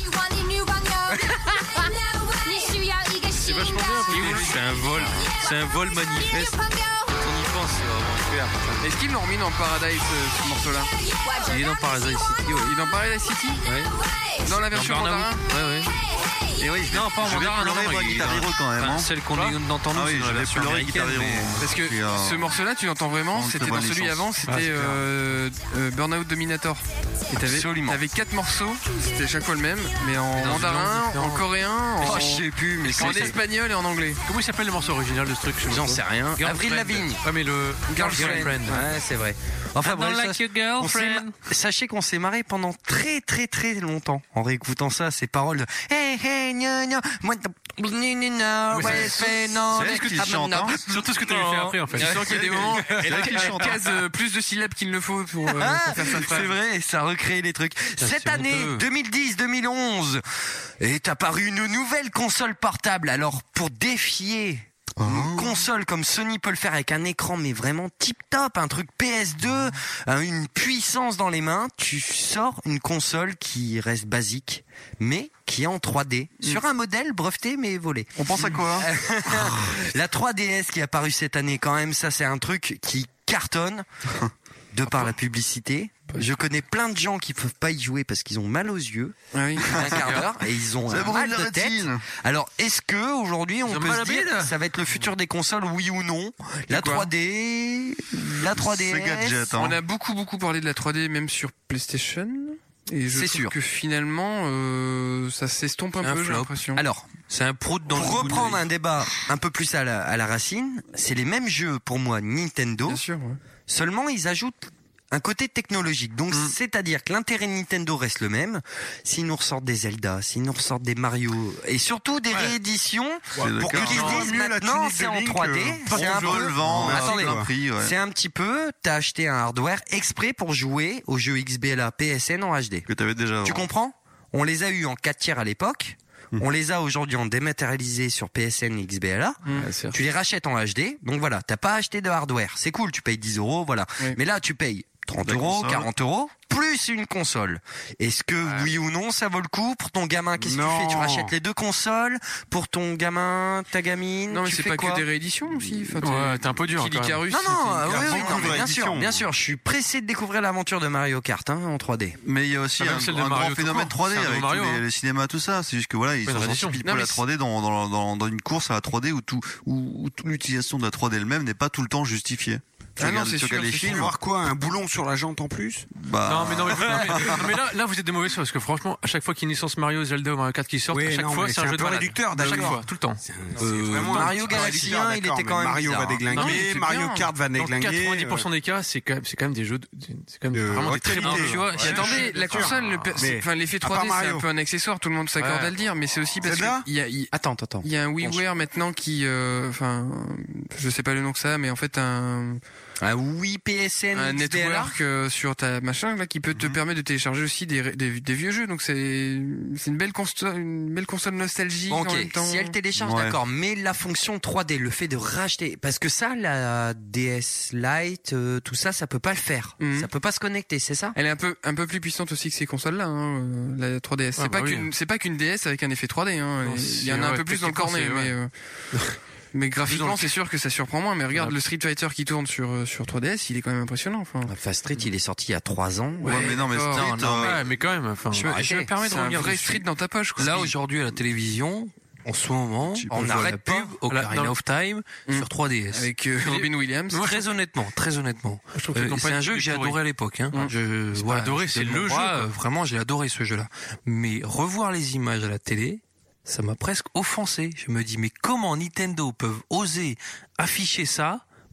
C'est vachement bien. C'est un vol. C'est un vol manifeste. Quand on y pense, c'est vraiment super. Est-ce qu'ils l'ont remis dans Paradise, euh, ce morceau-là? Il est dans Paradise City, ouais. Il est dans Paradise City? Ouais. Dans la version Dans mandarin? Burnout. Ouais, ouais. Et oui, Non, pas en Je vais mandarin, non, pleurer, non, moi, il est Guitar dans- Hero, quand même, enfin, hein. celle qu'on Quoi entend nous, Ah oui, c'est dans je la vais version pleurer américaine. Guitar Hero. mais- Parce que Puis, euh, ce morceau-là, tu l'entends vraiment, en c'était très dans bonne celui licence. avant, Ah, c'était c'est clair. euh, euh, Burnout Dominator. Et t'avais, Absolument. t'avais quatre morceaux, c'était chaque fois le même, mais en Dans une mandarin, langue en différente. coréen, en, Oh, je sais plus, mais en c'est espagnol et en anglais. Comment il s'appelle le morceau original de ce truc? J'en sais rien. Girlfriend. Avril Lavigne. Ouais, mais le Girlfriend. Ouais, c'est vrai. Enfin I don't bref, like ça- your on s'est girlfriend. ma- sachez qu'on s'est marré pendant très très très longtemps en réécoutant ça, ces paroles de Hey hey gna gna moi t- ni, ni, na, Oui, ouais, c'est- c'est non, c'est mais- elle qui ah, chante, non, hein. Surtout ce que tu avais fait après, en fait. Tu sens qu'il y a des moments, elle, vrai qu'il elle chante. case euh, plus de syllabes qu'il ne faut pour, euh, Ah, pour faire sa phrase. c'est vrai, ça recrée les trucs. Putain, Cette c'est année honteux. deux mille dix deux mille onze est apparue une nouvelle console portable. Alors pour défier une console comme Sony peut le faire avec un écran mais vraiment tip top, un truc P S deux, euh, une puissance dans les mains, tu sors une console qui reste basique mais qui est en trois D sur un modèle breveté mais volé. On pense à quoi? La trois D S qui est apparue cette année quand même, ça c'est un truc qui cartonne de par la publicité. Je connais plein de gens qui peuvent pas y jouer parce qu'ils ont mal aux yeux, Ah oui. un quart d'heure, et ils ont Ça un brûle mal la de tête. rétine. Alors, est-ce que aujourd'hui on Ils ont peut mal se à dire bide ça va être le futur des consoles, oui ou non? La quoi trois D, la trois D S. C'est gadget, hein. On a beaucoup beaucoup parlé de la trois D même sur PlayStation. Et je C'est trouve sûr. que finalement, euh, ça s'estompe un Un peu, j'ai flop. l'impression. Alors, C'est un prout dans le pour bout de reprendre l'œil. un débat un peu plus à la, à la racine, c'est les mêmes jeux pour moi Nintendo, Bien sûr, ouais. seulement ils ajoutent un côté technologique. Donc, Mm. c'est-à-dire que l'intérêt de Nintendo reste le même. S'ils nous ressortent des Zelda, s'ils nous ressortent des Mario, et surtout des rééditions, Ouais, pour d'accord. qu'ils se Non, disent mieux la maintenant tunique c'est de en Link, trois D, euh, c'est un On veut peu... le vendre, mais à Attendez, plein prix, ouais. c'est un petit peu, t'as acheté un hardware exprès pour jouer aux jeux X B L A, P S N en H D. Que t'avais déjà avant. Tu comprends? On les a eu en quatre tiers à l'époque. On les a aujourd'hui en dématérialisé sur P S N et X B L A. Tu les rachètes en H D. Donc voilà, t'as pas acheté de hardware. C'est cool, tu payes dix euros, voilà. Oui. Mais là, tu payes trente La euros, console. quarante euros, plus une console. Est-ce que oui ou non, ça vaut le coup pour ton gamin? Qu'est-ce que tu Non. fais? Tu rachètes les deux consoles pour ton gamin, ta gamine? Non, mais tu c'est fais pas quoi? que des rééditions aussi. Enfin, Ouais, t'es un peu dur, Kid quand même. Icarus, Non, non, c'était- euh, il y a oui, oui, beaucoup non, de mais bien rééditions. sûr, bien sûr, je suis pressé de découvrir l'aventure de Mario Kart hein, en trois D. Mais il y a aussi Ah, même un, celle de un Mario grand tout phénomène court. trois D C'est un avec nouveau Mario, tous les, hein. les cinémas, tout ça. C'est juste que voilà, ils Pas une sont réédition. sensibles Non, pour mais la trois D dans, dans, dans, dans une course à la trois D où tout, où, où toute l'utilisation de la trois D elle-même n'est pas tout le temps justifiée. Tu Ah non, regardes- c'est tu sûr, regardes les c'est Tu films, vas voir quoi? Un boulon sur la jante en plus? bah, Non mais non mais, non, mais, non, mais là là vous êtes des mauvais parce que franchement à chaque fois qu'il y a une licence Mario, Zelda ou Mario Kart qui sortent, Oui, à chaque non, fois mais c'est un c'est jeu un de peu malade. réducteur, À chaque d'accord. fois, tout le temps. Euh, Mario Galaxy un, il était quand même Mario bizarre, va hein. déglinguer, Non, mais c'est Mario bien. Kart va Dans déglinguer. quatre-vingt-dix pour cent des cas, c'est quand même c'est quand même des jeux de, c'est quand même De vraiment des haute très bons qualité. jeux. Tu vois, Ouais, et attendez, je suis la sûr. console, le, per- Mais, enfin l'effet à trois part D, c'est Mario. un peu un accessoire, tout le monde s'accorde Ouais. à le dire, mais c'est aussi parce Zelda qu'il y a, il Attends, attends. il y a un WiiWare maintenant qui, euh, enfin, je sais pas le nom que ça, mais en fait un, Un Wii P S N un X B L A. network euh, sur ta machin là qui peut te permettre de télécharger aussi des, ré- des, des vieux jeux, donc c'est c'est une belle console, une belle console nostalgique Bon, en ok, même temps. si elle télécharge, Ouais. d'accord, mais la fonction trois D, le fait de racheter, parce que ça, la D S Lite, euh, tout ça, ça peut pas le faire. Mhm. Ça peut pas se connecter, c'est ça? Elle est un peu un peu plus puissante aussi que ces consoles-là, hein, euh, la trois D S. Ah, c'est bah pas oui. qu'une c'est pas qu'une D S avec un effet trois D. Hein. Non, Il y en a c'est- un ouais, peu plus dans le cornet, techniquement, mais c'est- euh, mais graphiquement dans le- c'est sûr que ça surprend moins. Mais regarde Ouais. le Street Fighter qui tourne sur euh, sur trois D S, il est quand même impressionnant. Enfin, Fast Street, il est sorti il y a trois ans. ouais, mais non, mais d'accord. Street, Non, non, euh, Ouais, mais quand même enfin Je me, je me permets de c'est un revenir vrai dessus. Street dans ta poche. Quoi. Là aujourd'hui à la télévision, en ce moment, Tu on peux arrête voir la pub pub Ocarina Là, dans- of Time Mm. sur trois D S. avec euh, Robin Williams. Très honnêtement, très honnêtement, je trouve que Euh, la c'est campagne un jeu que est j'ai pourrie. adoré à l'époque. Hein. Mm. Je, pas voilà, adoré, j'étais c'est mon le roi, jeu, euh, quoi. Vraiment, j'ai adoré ce jeu-là. Mais revoir les images à la télé, ça m'a presque offensé. Je me dis, mais comment Nintendo peuvent oser afficher ça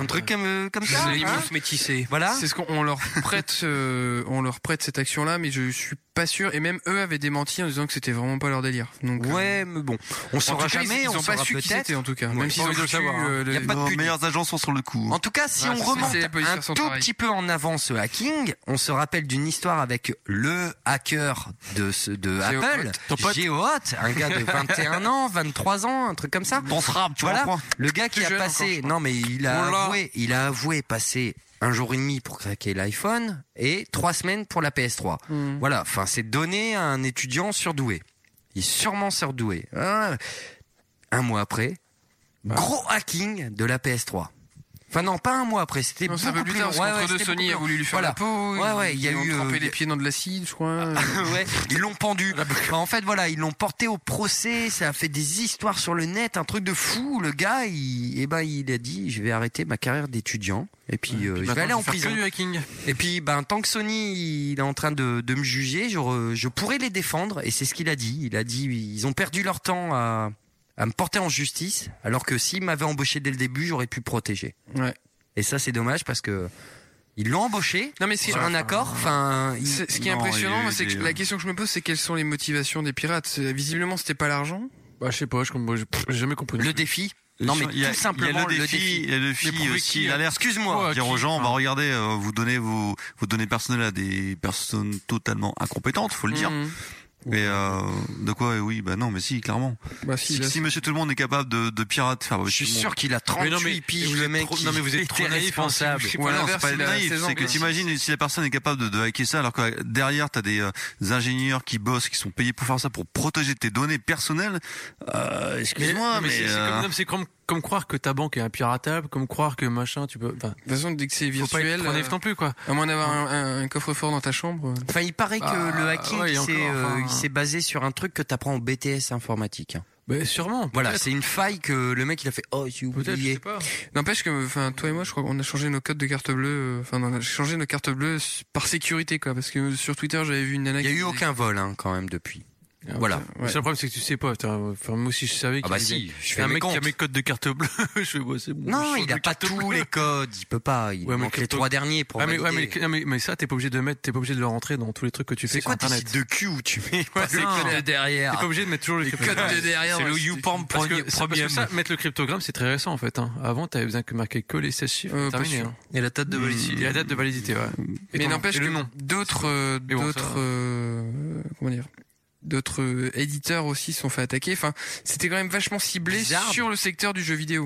Un truc comme, euh, comme ça. Les hein. mousses métissées. Voilà. C'est ce qu'on on leur prête, euh, on leur prête cette action-là, mais je suis pas sûr. Et même eux avaient démenti en disant que c'était vraiment pas leur délire. Donc, ouais, mais bon, on en saura tout cas, jamais. ils, ils on ont pas saura su qui peut-être. c'était en tout cas. Ouais, Même s'ils ont envie de le le savoir. savoir. Il y a pas de Nos pute. meilleurs agents sont sur le coup. En tout cas, si Ah, on c'est remonte laisser la police un faire son tout travail. petit peu en avant ce hacking, on se rappelle d'une histoire avec le hacker de, ce, de Géo Apple, Hot. GeoHot, un gars de vingt et un ans, vingt-trois ans, un truc comme ça. Ton frappe, tu Voilà, comprends. le gars qui Plus a jeune passé, encore, je crois. non mais il a Oh là. avoué, il a avoué passer un jour et demi pour craquer l'iPhone et trois semaines pour la P S trois. Mm. Voilà, enfin c'est donné à un étudiant surdoué. Il est sûrement surdoué. Ah, un mois après, gros hacking de la P S trois. Enfin non, pas un mois après, c'était Non, c'est un peu beaucoup plus tard, long. parce Ouais, qu'entre ouais, deux, c'était Sony beaucoup a long. voulu lui faire Voilà. la peau. Ouais, ouais, il y a ils ont eu, trempé euh, les pieds dans de l'acide, je crois. ouais, ils l'ont pendu. Enfin, en fait, voilà, ils l'ont porté au procès. Ça a fait des histoires sur le net, un truc de fou. Le gars, il, eh ben, il a dit, je vais arrêter ma carrière d'étudiant. Et puis, euh, je vais aller en prison. Que du hacking. Et puis, ben, tant que Sony il est en train de, de me juger, je, re- je pourrais les défendre. Et c'est ce qu'il a dit. Il a dit, ils ont perdu leur temps à, à me porter en justice, alors que s'ils m'avaient embauché dès le début, j'aurais pu protéger. Ouais. Et ça, c'est dommage parce que ils l'ont embauché Non mais c'est sur un accord. Enfin, il- C'est- ce qui est Non, impressionnant, il y a eu moi, c'est que des- la question que je me pose, c'est quelles sont les motivations des pirates. C'est- Visiblement, c'était pas l'argent. Bah, je sais pas, je, moi, j'ai j'ai jamais compris. le défi. Non mais il y a, tout simplement il y a le le défi, défi. il y a le défi prouver aussi, qui, il a l'air, Excuse-moi. dire aux qui, gens, enfin. bah regardez, euh, vous donnez vos, vos données personnelles à des personnes totalement incompétentes, faut le dire. Mhm. Et euh, de quoi, oui, bah non, mais si, clairement. Bah si, Si, là, si Monsieur Tout le Monde est capable de, de pirater, enfin, Je suis sûr qu'il a Mais trente-huit non, mais- piges, vous le êtes mec. trop- qui non, mais vous êtes trop était naïf, responsable. hein, si- Ou à Ouais, non, l'inverse, c'est pas il a naïf, seize ans, c'est que quoi. t'imagines si la personne est capable de, de hacker ça, alors que derrière t'as des, euh, des ingénieurs qui bossent, qui sont payés pour faire ça, pour protéger tes données personnelles. Euh, excuse-moi, mais, c'est c'est euh, comme, non, mais c'est comme, comme croire que ta banque est impiratable, comme croire que machin, tu peux. Enfin, De toute façon, dès que c'est faut pas virtuel, être trop naïf euh, non plus, quoi. à moins d'avoir un, un- un coffre-fort dans ta chambre. Enfin, il paraît que Ah, le hacking, ouais, et c'est, encore, euh, enfin. il s'est basé sur un truc que t'apprends au B T S informatique. Mais sûrement. Voilà, peut-être. c'est une faille que le mec il a fait. Oh, j'ai Peut-être, je oublié. sais pas. N'empêche que, enfin, toi et moi, je crois qu'on a changé nos codes de carte bleue. euh, Enfin, on a changé nos cartes bleues par sécurité, quoi. Parce que sur Twitter, j'avais vu une nana. Il y a qui eu disait- aucun vol, hein, quand même depuis. Voilà. Ouais. Le seul problème, c'est que tu sais pas. Putain, Enfin, moi aussi, je savais Ah qu'il bah y avait- si, je fais un mes mec qui a comptes. mes codes de carte bleue. je fais, ouais, c'est bon. Non, je change il de a pas carte tous bleue. les codes, il peut pas. Il Ouais, mais manque les crypto- trois derniers pour Ah, mais, ouais, mais, valider. non, mais, mais ça, t'es pas obligé de mettre, t'es pas obligé de le rentrer dans tous les trucs que tu fais C'est sur quoi tes Internet. sites de cul où tu mets pas c'est les non. codes de derrière? T'es pas obligé de mettre toujours les, Les codes de derrière. C'est dans le site. YouPorn Parce que, premier. parce que ça, mettre le cryptogramme, c'est très récent en fait. Hein. Avant, t'avais besoin que marquer que les seize chiffres. Euh, pas terminé. sûr. Hein. Et la date de validité. Et la date de validité, ouais. Et Mais ton nom. n'empêche Et que le nom. d'autres, euh, Mais bon, d'autres, ça- euh, comment dire, d'autres euh, éditeurs aussi se sont fait attaquer. Enfin, c'était quand même vachement ciblé Bizarre. sur le secteur du jeu vidéo.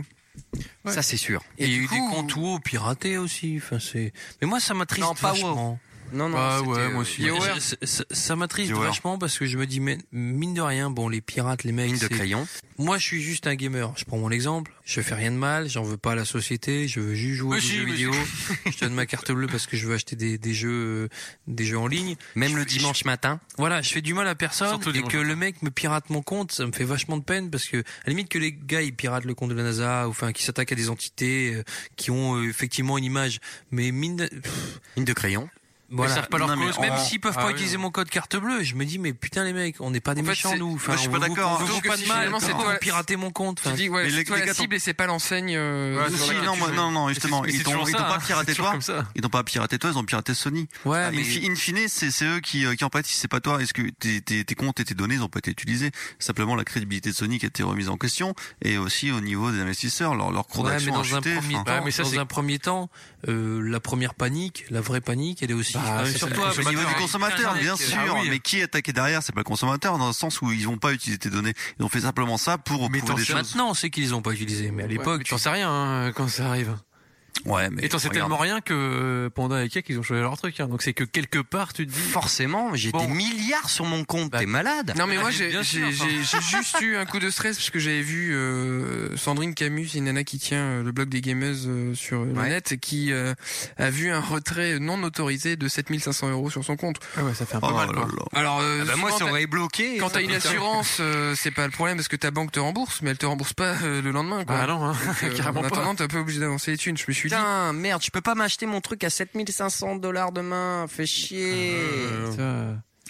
Ça c'est sûr. Et il y a du eu coup- des comptes WoW piratés aussi. Enfin, c'est. Mais moi, ça m'attriste Non, pas vachement. Non, non. Ah c'était, ouais, euh, moi aussi. Yo, Je- ouais. ça- ça- Ça m'attriste Viewer. vachement parce que je me dis, mais mine de rien, bon, les pirates, les mecs. Mine de c'est- crayon. Moi, je suis juste un gamer. Je prends mon exemple. Je fais rien de mal. J'en veux pas à la société. Je veux juste jouer Mais aux si, jeux mais vidéo. Je donne ma carte bleue parce que je veux acheter des, des jeux, euh, des jeux en ligne. Même Je le fais- dimanche matin. Voilà, je fais du mal à personne Surtout et dimanche que matin. le mec me pirate mon compte, ça me fait vachement de peine parce que à la limite que les gars ils piratent le compte de la NASA ou enfin qui s'attaquent à des entités euh, qui ont euh, effectivement une image, mais mine de... Pff, Mine de crayon. voilà. savent pas leur Non, mais cause. on- Même s'ils peuvent Ah pas oui, utiliser oui. mon code carte bleue, je me dis mais putain les mecs, on n'est pas des En fait, méchants c'est- nous. Enfin, Moi, je suis on pas veut vous- d'accord, on hein. veut Sauf vous que pas si de mal. finalement, c'est Comment toi- vous piratez mon compte. Tu Enfin, dis, ouais, mais c'est les- toi les la gars, cible et c'est pas l'enseigne. euh, Ouais, sur c'est Si, laquelle non, tu moi- joues. non, non, Mais justement, c'est- ils c'est t'ont, toujours ils ça, t'ont pas hein. piraté C'est toujours toi. comme ça. Ils t'ont pas piraté toi, ils ont piraté Sony. ouais, Ah, mais in, fi- in fine, c'est, c'est eux qui, euh, qui en pâtissent, c'est pas toi. Est-ce que tes, tes, tes comptes et tes données n'ont pas été utilisés? Simplement, la crédibilité de Sony qui a été remise en question, et aussi au niveau des investisseurs, leur, leur cours ouais, mais d'action a dans un chuté. premier enfin. temps, Ouais, mais ça, dans c'est- un premier temps, euh, la première panique, la vraie panique, elle est aussi Bah, euh, ça, sur c'est toi. le Au niveau consommateur. du consommateur, Putain, bien mec, sûr, ah oui. mais qui est attaqué derrière, c'est pas le consommateur, dans le sens où ils vont pas utiliser tes données. Ils ont fait simplement ça pour Mais prouver t'en des sais- choses. Maintenant, on sait qu'ils les ont pas utilisés, mais à Ouais, l'époque, mais t'en sais rien hein, quand ça arrive. Ouais, mais Et t'en sais regarde. tellement rien que euh, Panda et Kek ils ont changé leur truc. Hein. Donc c'est que quelque part tu te dis. Forcément, j'ai Bon. des milliards sur mon compte. Bah, T'es malade. Non mais moi Ah, j'ai bien sûr, j'ai- enfin. j'ai- j'ai juste eu un coup de stress parce que j'avais vu euh, Sandrine Camus, c'est une nana qui tient euh, le blog des gameuses euh, sur le Ouais. net, qui euh, a vu un retrait non autorisé de sept mille cinq cents euros sur son compte. Ah ouais, ça fait un peu Oh mal là quoi. là. Alors euh, Ah bah moi, souvent, ça t'as- aurait bloqué. quand t'as une assurance, euh, c'est pas le problème parce que ta banque te rembourse, mais elle te rembourse pas euh, le lendemain. Quoi. Ah non, hein. Donc, euh, Carrément en pas. attendant, t'es un peu obligé d'avancer les thunes. Je me suis dit. Putain, merde, je peux pas m'acheter mon truc à sept mille cinq cents dollars demain. Fais chier. Ça,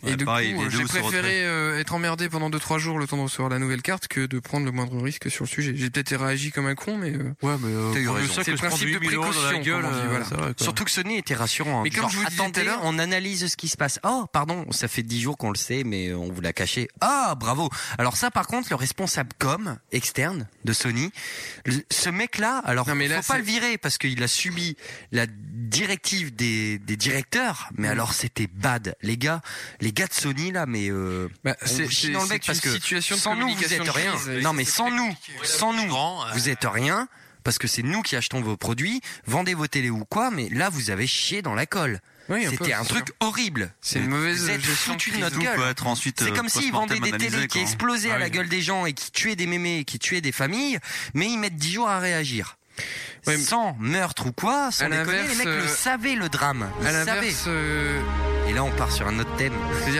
Et Ouais, du pareil, coup, les j'ai deux se préféré euh, être emmerdé pendant deux trois jours le temps de recevoir la nouvelle carte que de prendre le moindre risque sur le sujet. J'ai peut-être réagi comme un con, mais euh, Ouais, mais euh, T'as eu pour raison. le sac C'est que le se prendre principe de huit mille euros dans la précaution, gueule, comme on dit, euh, voilà. ça va, quoi. Surtout que Sony était rassurant. hein. Mais comme Genre, je vous le disais attendez, tout à l'heure- on analyse ce qui se passe. Oh, pardon, ça fait dix jours qu'on le sait, mais on vous l'a caché. Ah, bravo. Alors ça, par contre, le responsable com externe de Sony, le- ce mec-là, alors Non, mais là, faut pas c'est- le virer parce qu'il a subi la directive des, des directeurs. Mais alors c'était bad, les gars, les gars de Sony là, mais euh, Bah, on c'est- vous chie c'est- dans le c'est bec parce une que situation de sans nous vous communication êtes de rien. crise. Non, mais sans nous, sans nous, Grand, euh, vous êtes rien. Parce que c'est nous qui achetons vos produits, vendez vos télés ou quoi, mais là vous avez chié dans la colle. Oui, un peu, C'était un c'est truc sûr. horrible. C'est une mauvaise Vous êtes gestion foutu de de notre Tout gueule. peut être ensuite. C'est euh, comme s'ils post-mortem vendaient des télés analysé, qui quoi. explosaient à Ah la oui. gueule des gens et qui tuaient des mémés, et qui tuaient des familles, mais ils mettent dix jours à réagir. Ouais, mais- Sans meurtre ou quoi, sans À déconner, les l'inverse, mecs le euh, savaient le drame. Ils à savaient. l'inverse, euh, Et là on part sur un autre thème. c'est-à-dire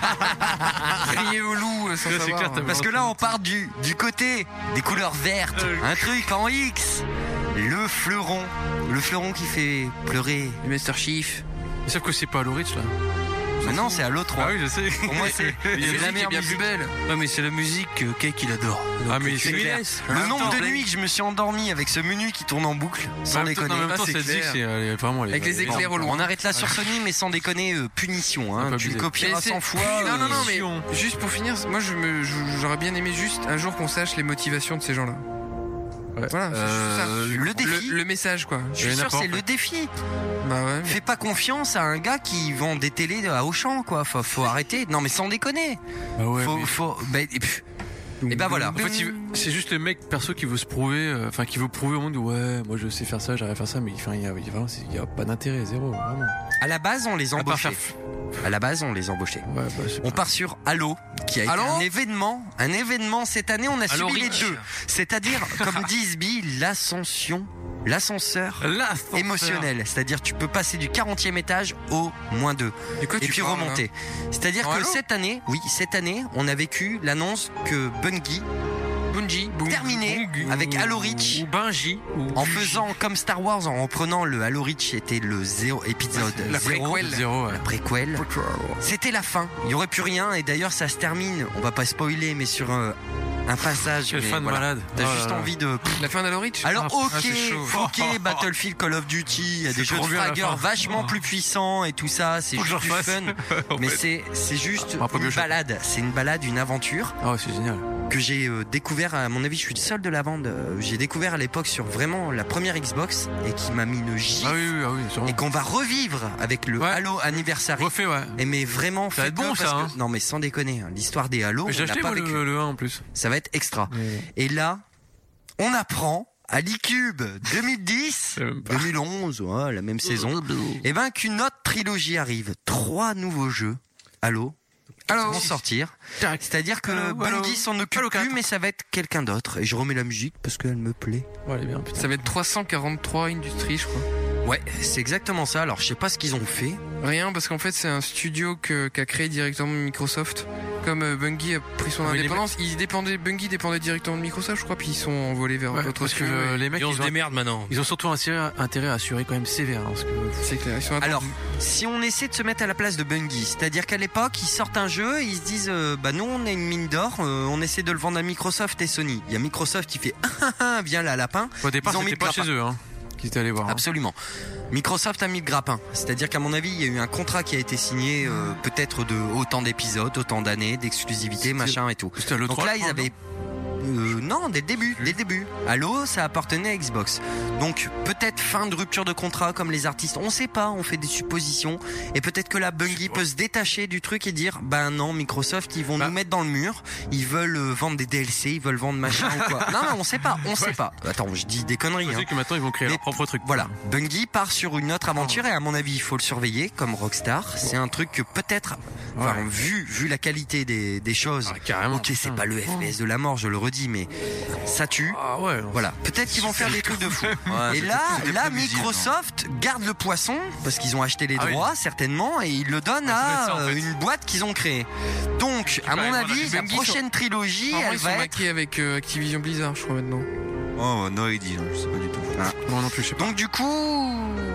un- crier au loup euh, sans Là, c'est savoir. clair, t'as euh, Parce que là on part du, du côté des couleurs vertes, un truc en X. Le fleuron. Le fleuron qui fait pleurer. Le Master Chief. Sauf que c'est pas Halo Reach là. Mais non, c'est à l'O trois. Ah oui, je sais. Pour moi, c'est La c'est musique la est meilleure bien musique. plus belle. Ouais, mais c'est la musique que Cake il adore. Ah, mais C'est c'est clair. clair. Le En nombre même de temps, nuits que je me suis endormi avec ce menu qui tourne en boucle, sans en même temps- déconner. En même temps, Ah, c'est cette musique, clair. c'est elle est vraiment. elle est- Avec les elle est éclairs au énorme. loin. On arrête là sur Sony, mais sans déconner, euh, punition. Un Hein. peu Tu le abusé. copieras Mais c'est- cent fois. Non, non, non, mais Mission. juste pour finir, moi je me, je- j'aurais bien aimé juste un jour qu'on sache les motivations de ces gens-là. Ouais. Voilà, c'est Euh, juste ça. le défi. Le, le message, quoi. Je suis sûr, n'importe, c'est le ouais. défi. Bah ouais. Fais pas confiance à un gars qui vend des télés à Auchan, quoi. Faut, faut arrêter. Non, mais sans déconner. Bah ouais, Faut, mais- faut. bah, et, pff. Et ben voilà. En fait, il veut- c'est juste le mec perso qui veut se prouver, euh, enfin qui veut prouver au monde, ouais, moi je sais faire ça, j'arrive à faire ça, mais enfin, il y a, il y a vraiment, c'est- il y a pas d'intérêt, zéro, vraiment. À la base, on les À part embauchait. faire- À la base, on les embauchait. Ouais, bah, je sais On pas. part sur Halo, qui a été Halo un événement. Un événement cette année, on a Halo subi les Reach. deux. C'est-à-dire, comme dit Sbi, l'ascension, l'ascenseur L'ascenseur. émotionnel. C'est-à-dire, tu peux passer du quarantième étage au moins deux. De quoi Et tu puis parles, remonter. C'est-à-dire En que Halo cette année, oui, cette année, on a vécu l'annonce que Bungie là Bungie, Bungie, terminait Bungie. avec Halo Reach. Ou Bungie. Ou En faisant comme Star Wars, en reprenant le Halo Reach, était le zéro, épisode La zéro. préquelle. Zéro, ouais. La préquelle. C'était la fin. Il y aurait plus rien. Et d'ailleurs, ça se termine. On va pas spoiler, mais sur un, un passage. Quelle mais fin de voilà. malade. T'as Oh là juste là. envie de. La fin d'Halo Reach. Alors Ah, ok, ah, c'est chaud. ok, Battlefield, Call of Duty, il y a des C'est jeux de trop bien, la frageurs fin. vachement Oh. plus puissants et tout ça. C'est Faut que juste je du refasse. fun. En Mais fait. c'est c'est juste Un peu une Bioshock. balade. C'est une balade, une aventure Ah ouais, c'est génial. que j'ai euh, découvert. À mon avis, je suis le seul de la bande. euh, J'ai découvert à l'époque sur vraiment la première Xbox et qui m'a mis une gifle. Ah oui, oui, ah oui, sûrement. Et qu'on va revivre avec le Ouais. Halo Anniversary. Refait, ouais. Et mais vraiment, Ça va être faites-le bon, parce ça, que- hein. Non mais sans déconner, hein, l'histoire des Halo, Mais on j'ai l'a acheté pas moi, vécu. le, le un en plus. Ça va être extra. Mais- Et là, on apprend à l'E-Cube deux mille dix, même pas. deux mille onze, ouais, la même saison, et ben qu'une autre trilogie arrive. Trois nouveaux jeux Halo Alors, vont sortir. C'est-à-dire que Halo, Bungie Halo. s'en occupe Halo plus, quatre. mais ça va être quelqu'un d'autre. Et je remets la musique parce qu'elle me plaît. Ouais, elle est bien, putain. ça va être trois cent quarante-trois Industries, je crois. Ouais, c'est exactement ça. Alors je sais pas ce qu'ils ont fait. Rien, parce qu'en fait, c'est un studio que- qu'a créé directement Microsoft. Comme euh, Bungie a pris son Ah, mais les indépendance, ils dépendaient, Bungie dépendait directement de Microsoft, je crois, puis ils sont envolés vers Ouais, d'autres parce que studios. euh, et- les mecs, Et on ils se ont, démerde maintenant. ils ont surtout intérêt, intérêt à assurer quand même sévère. hein, parce que C'est clair, ils sont Alors, attendus. si on essaie de se mettre à la place de Bungie, c'est-à-dire qu'à l'époque, ils sortent un jeu, et ils se disent, euh, bah nous on est une mine d'or, euh, on essaie de le vendre à Microsoft et Sony. Il y a Microsoft qui fait, ah, ah, viens là lapin. au départ, Ils ont mis c'était le pas chez grappin. eux, hein, qu'ils étaient allés voir. hein. Absolument. Microsoft a mis le grappin. C'est-à-dire qu'à mon avis, il y a eu un contrat qui a été signé, euh, peut-être de autant d'épisodes, autant d'années, d'exclusivité, machin et tout. C'était à l'E trois, Donc là, je ils crois, avaient. Euh, non, dès le début, dès le début. Halo, ça appartenait à Xbox. Donc peut-être fin de rupture de contrat comme les artistes. On sait pas, on fait des suppositions. Et peut-être que la Bungie peut se détacher du truc et dire, ben non, Microsoft, ils vont Bah. nous mettre dans le mur. Ils veulent euh, vendre des D L C, ils veulent vendre machin ou quoi. Non, non, on sait pas, on sait pas. Attends, je dis des conneries. Je sais Hein. que maintenant ils vont créer Mais leur propre truc. Voilà, Bungie part sur une autre aventure et à mon avis, il faut le surveiller comme Rockstar. C'est un truc que peut-être, enfin, Ouais. vu vu la qualité des, des choses, Ah, carrément. ok, c'est putain. pas le F P S de la mort, je le redis, mais ça tue. Ah ouais. non. Voilà, peut-être qu'ils vont faire des trucs de fou. Ouais, Et c'était- là, c'était là, prévisible, Microsoft garde le poisson parce qu'ils ont acheté les Ah oui. droits certainement et ils le donnent Ah, ça doit être à ça, en euh, fait. une boîte qu'ils ont créée. Donc, à pas mon aller voir avis, la la Bungie prochaine trilogie, Enfin, elle ils sont va être. maqués avec euh, Activision Blizzard, je crois, maintenant. Oh, no idea, je sais pas du tout. Ah. Moi non plus, je sais pas. Donc du coup, nouvelle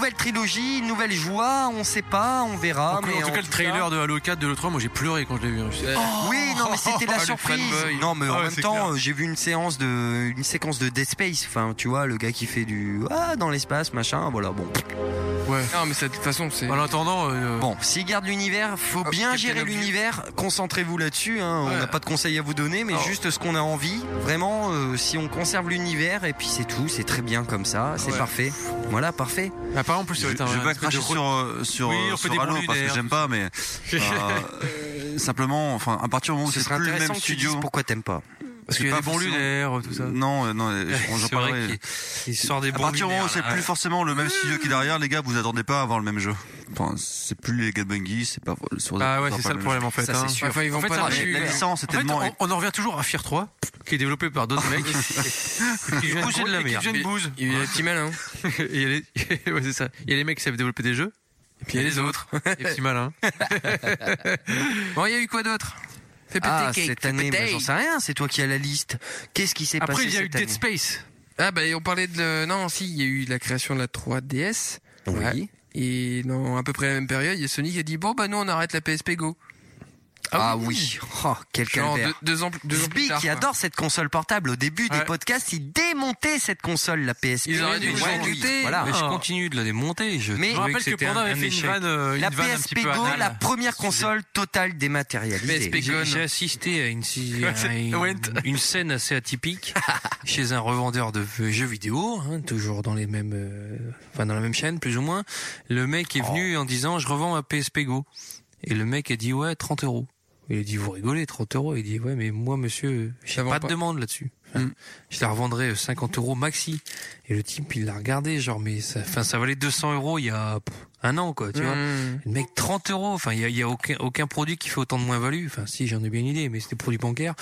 nouvelle trilogie, une nouvelle joie, on sait pas, on verra. En, mais en tout cas, le trailer de Halo quatre de l'E trois, moi j'ai pleuré quand je l'ai vu. Oh, oui, non, mais c'était la Oh, le surprise. fanboy. Non, mais en Ah ouais, même c'est temps, clair. euh, j'ai vu une séance de, une séquence de Dead Space. Enfin, tu vois, le gars qui fait du ah dans l'espace, machin. Voilà, bon. Ouais. Non, mais ça, de toute façon, c'est. En attendant, euh, Bon, s'il garde l'univers, faut Oh, bien Captain gérer Obvious. l'univers. Concentrez-vous là-dessus. Hein. On Ouais. n'a pas de conseils à vous donner, mais Oh. juste ce qu'on a envie. Vraiment, euh, si on conserve l'univers, et puis c'est tout, c'est très bien comme ça, c'est Ouais. parfait. Voilà, parfait. apparemment, en plus, ça Je, va être un. je vais un pas espèce de cracher re- sur, euh, sur, Oui, on euh, fait sur des Halo bons parce que lunaires, j'aime pas, mais euh, simplement, enfin, à partir du moment où Ce c'est serait plus le intéressant même que tu studio. dises pourquoi t'aimes pas. Parce qu'il y a pas des bons forcément- lunaires, tout ça. Non, euh, non, euh, j'en C'est vrai parlerai. qu'il il sort des À bons partir du moment où lunaires, c'est là. plus forcément le même studio qui est derrière, les gars, vous attendez pas à avoir le même jeu. Enfin, c'est plus les Gad Bungie, c'est pas sur Ah ouais, pas c'est pas ça le problème en fait. Ça, c'est hein. sûr. Enfin, ils vont En fait, pas ça dans marche. les La univers. licence est En fait, tellement. on, on en revient toujours à Fear trois, qui est développé par d'autres mecs. Qui Du coup, c'est de la et qui merde. deviennent bouse. Il y a des petits malins. Et il y a les, ouais, c'est ça. Il y a les mecs qui savent développer des jeux. Et puis il y a les autres. Les petits malins. Bon, il y a eu quoi d'autre? Fais péter Ah, cake, cette fais année, péter. bah, j'en sais rien. C'est toi qui as la liste. Qu'est-ce qui s'est passé Après, il y a eu cette Dead année Space. Ah, bah, on parlait de. Non, si, il y a eu la création de la trois D S. Oui. Ouais. Et dans à peu près la même période, il y a Sony qui a dit bon, bah, nous, on arrête la P S P Go. Ah oui, oh, quel Genre calvaire. deux, deux ans, deux ans plus Sbi tard. qui quoi. adore cette console portable. Au début des Ouais. podcasts, il démontait cette console, la P S P. Ils auraient dû Ouais, nous en oui, douter. Voilà. Mais je Ah. continue de la démonter. Je Mais- Je me trouvais rappelle que c'était Panda un- avait un fait une échec. vanne, euh, une La vanne un P S petit P peu Go, anale. la première console totale dématérialisée. P S P Go. J'ai j'ai assisté à une, si- à c'est- une, Went. une scène assez atypique chez un revendeur de jeux vidéo, hein, toujours dans les mêmes, euh, enfin dans la même chaîne plus ou moins. Le mec est venu en disant je revends ma P S P Go et le mec a dit ouais trente euros. Il a dit vous rigolez trente euros. Il dit ouais mais moi monsieur j'ai Ça vend pas de pas. demande là-dessus. Enfin, Je la revendrai cinquante euros maxi. Et le type il l'a regardé genre mais ça, enfin ça valait deux cents euros il y a pff, un an quoi tu vois. Mmh. Le mec, trente euros. Enfin, il y a, il y a aucun, aucun produit qui fait autant de moins-value. Enfin, si, j'en ai bien une idée, mais c'était produit bancaire.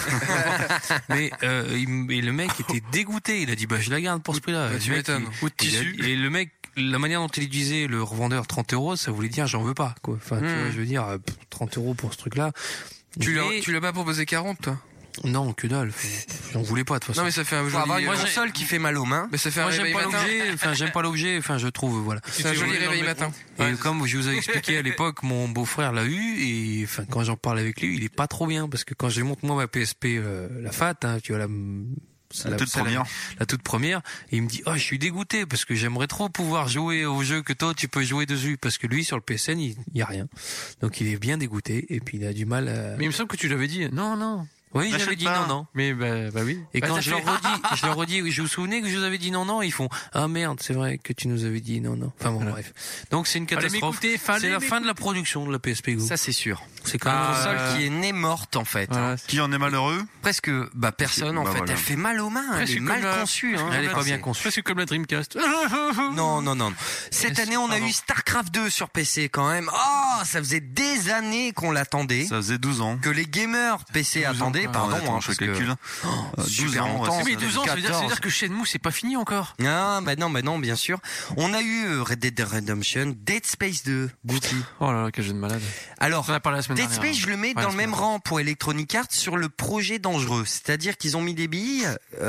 mais euh, il- et le mec était dégoûté. Il a dit, bah, je la garde pour ce prix-là. Bah, Le tu mec, m'étonnes. il- Ou de il a- tissu. Et le mec, la manière dont il disait le revendeur trente euros, ça voulait dire, j'en veux pas, quoi. Enfin, tu Mm. vois, je veux dire, euh, pff, trente euros pour ce truc-là. Tu l'as, Mais- tu l'as pas proposé quarante, toi? Non, que dalle. Enfin, J'en voulais pas, de toute façon. Non, mais ça fait un Faut joli. avoir une Moi, j'ai- console qui fait mal aux mains. Mais ça fait un Moi, j'aime réveil pas matin. l'objet. Enfin, j'aime pas l'objet. Enfin, je trouve, voilà. C'est un joli réveil matin. Et comme je vous ai expliqué à l'époque, mon beau-frère l'a eu et enfin quand j'en parle avec lui, il est pas trop bien parce que quand je lui montre moi ma P S P, euh, la Fat, hein, tu vois la, c'est La toute c'est première. la toute première, et il me dit oh je suis dégoûté parce que j'aimerais trop pouvoir jouer au jeu que toi tu peux jouer dessus parce que lui sur le P S N il, il y a rien, donc il est bien dégoûté et puis il a du mal à. Mais il me semble que tu l'avais dit. Non, non. Oui, N'achète j'avais dit pas. non, non. Mais bah, bah oui. Et Bah, quand t'as je fait- leur redis, je leur redis, oui, je vous souvenez que je vous avais dit non, non, ils font ah merde, c'est vrai que tu nous avais dit non, non. Enfin bon, Voilà. bref. Donc c'est une Fallait catastrophe. m'écouter, fallait C'est la fin de m'écouter. la production de la P S P Go. Ça, c'est sûr. C'est quand Une même. console Euh, qui est née morte, en fait. Voilà. hein. Qui en est malheureux? Presque, bah, personne, en Bah, fait. voilà. Elle fait mal aux mains. Elle Presque est comme mal la- conçue, hein. Elle est pas bien C'est- conçue. Presque comme la Dreamcast. Non, non, non. Cette année, on a eu StarCraft deux sur P C, quand même. Oh, ça faisait des années qu'on l'attendait. Ça faisait douze ans. Que les gamers P C douze ans, attendaient, quoi. pardon, Attends, hein, je parce fais le que... calcul. Oh, Euh, super douze ans, ouais, longtemps. c'est Mais douze ans, ça veut dire, ça veut dire que Shenmue, c'est pas fini encore. Ah, bah non, bah non, bien sûr. On a eu euh, Red Dead Redemption, Dead Space deux, Guti. Oh là là, quel jeu de malade. Alors, On en a parlé la semaine Dead dernière. Space, je le mets Ouais, dans la le semaine même dernière. rang pour Electronic Arts sur le projet dangereux. C'est-à-dire qu'ils ont mis des billes,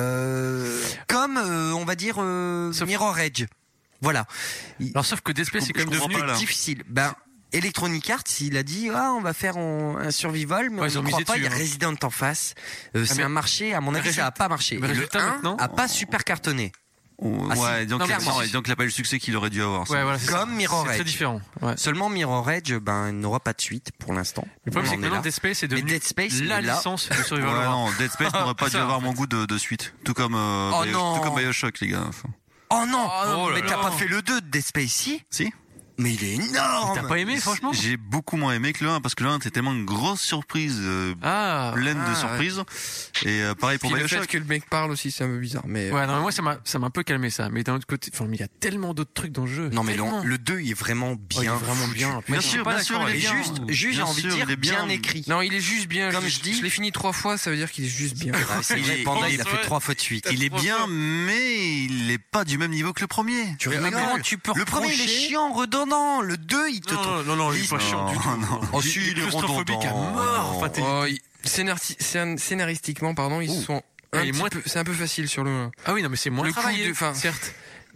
euh, comme, euh, on va dire, euh, Sauf- Mirror Edge. Voilà. Il- Alors, sauf que Dead Space, c'est quand même je comprends devenu. pas, là. difficile. Ben, Electronic Arts, il a dit, ah, on va faire en- un survival, mais Ouais, ils on ont ne croit misé pas, il y a dessus, hein. Resident en face. Euh, c'est mais- un marché, à mon avis, résultat- ça a pas marché. mais Et le résultat, un maintenant- a pas super cartonné. Oh, Ah, si. ouais, donc, Non, il a- clairement. non, et donc il a pas eu le succès qu'il aurait dû avoir. ça. Ouais, voilà, c'est Comme ça. Mirror C'est très Edge. différent. Ouais. Seulement Mirror Edge, ben, il n'aura pas de suite pour l'instant. Le problème, On c'est en que est maintenant, là. Dead Space est Mais devenu Dead Space, la il est là. licence de Ouais, Survival Horror. non, Dead Space n'aurait pas dû Ça, avoir en mon goût de, de suite. Tout comme, euh, Oh Bio- non. tout comme Bioshock, les gars. Enfin, Oh non, Oh là mais t'as là. pas fait le deux de Dead Space, si? si? Mais il est énorme. T'as pas aimé, franchement? J'ai beaucoup moins aimé que le un parce que le un c'était tellement une grosse surprise, euh, Ah. pleine ah, de surprises. Et euh, pareil pour Puis le fait Bioshock. que le mec parle aussi, c'est un peu bizarre. Mais Ouais, non, mais moi, ça m'a, ça m'a un peu calmé, ça. Mais d'un autre côté, enfin, mais il y a tellement d'autres trucs dans le jeu. Non, mais Tellement. le, le deux, il est vraiment Oh, il est bien. vraiment bien. Bien Putain, je suis sûr, pas bien sûr, d'accord il est Et avec bien. ça. juste, juste, j'ai Bien envie de sûr, dire, il est bien, bien. écrit. non, il est juste bien. Comme je, je dis- je l'ai fini trois fois, ça veut dire qu'il est juste bien. Ah, c'est Il vrai, est- Panda, il il a est- fait trois fois de suite. Il est bien, mais il est pas du même niveau que le premier. Tu Mais rigoles. comment tu peux Le premier, il est reprocher- chiant, redondant. Le deux, il te Non, non, non, non, il est pas Non, chiant du tout. non. Oh, si, il est claustrophobique à redondant. mort. Enfin, t'es- Oh, il- scénarti- scén- scénaristiquement, pardon, ils Ouh. sont Ah, un il est petit moins- peu- c'est un peu facile sur le. Ah oui, non, mais c'est moins Le coup travaillé, de- enfin, certes.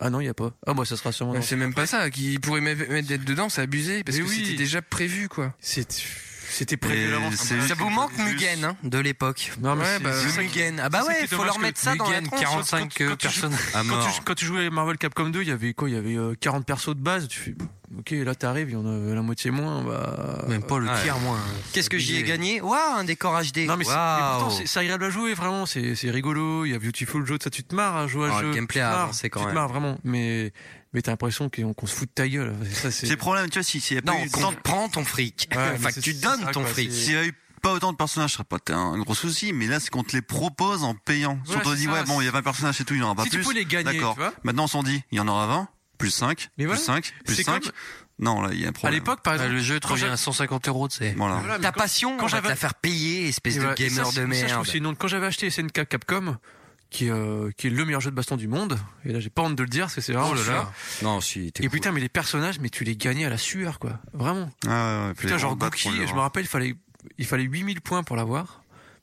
Ah non, il y a pas. Ah bah ça sera sûrement. Ouais, c'est même pas ça. Qui pourrait mettre mettre d'être dedans, c'est abusé parce Mais que oui. c'était déjà prévu quoi. C'est C'était prévu à l'avance. Ça vous manque Mugen hein, de l'époque. Non, mais Ouais, c'est- bah, c'est Le ça qui- Mugen. Ah bah c'est ça ouais, qui est il faut dommage leur que mettre ça dans la Mugen, tronche. quarante-cinq quand tu- personnes. à Quand mort. tu, quand tu jouais Marvel Capcom deux, il y avait quoi? Il y avait euh, quarante persos de base. Tu fais, ok, là t'arrives, il y en a la moitié moins. Bah, Même pas le Ouais. tiers, moi. Qu'est-ce que j'y ai gagné? Waouh, un décor H D. Non mais, c'est- mais Waouh. pourtant c'est c'est agréable à jouer vraiment, c'est c'est rigolo, il y a Beautiful Joe, ça tu te marres à jouer à Oh, ce le jeu. gameplay tu te a marres, avancé quand tu même. te marres vraiment, mais mais t'as l'impression qu'on qu'on se fout de ta gueule. Ça, c'est... C'est le problème, tu vois, si- s'il y a pas Non, eu qu'on tant te prend ton fric. Ouais, mais Enfin, que c'est- tu c'est donnes ça, ton quoi, fric. c'est- S'il y a eu pas autant de personnages, ce serait pas un gros souci, mais là, c'est qu'on te les propose en payant. Si on Ouais, te c'est dit, ça, ouais, bon, il y a vingt personnages et tout, il n'y en aura pas Si tu plus. peux les gagner, D'accord. tu vois. Maintenant, on s'en dit, il y en aura vingt, plus cinq, Mais plus voilà. cinq, plus C'est cinq. comme- Non, là, il y a un À problème. l'époque, par Ah, exemple, le jeu te quand revient j'avais- à cent cinquante euros, tu sais. Voilà. Voilà, mais Ta quand- passion, quand on va te j'avais- la faire payer, espèce Et de voilà, et gamer ça, de c'est- ça, je trouve merde. que c'est une honte. Quand j'avais acheté S N K Capcom, qui, euh, qui est le meilleur jeu de baston du monde, et là j'ai pas honte de le dire, parce que c'est vraiment Oh là sûr. là. Non, si, t'es Et cool. putain, mais les personnages, mais tu les gagnais à la sueur, quoi. Vraiment. Ah, ouais, ouais, puis Putain, les genre grands battre Gookie, pour le- je me rappelle, il fallait, il fallait huit mille points pour l'avoir.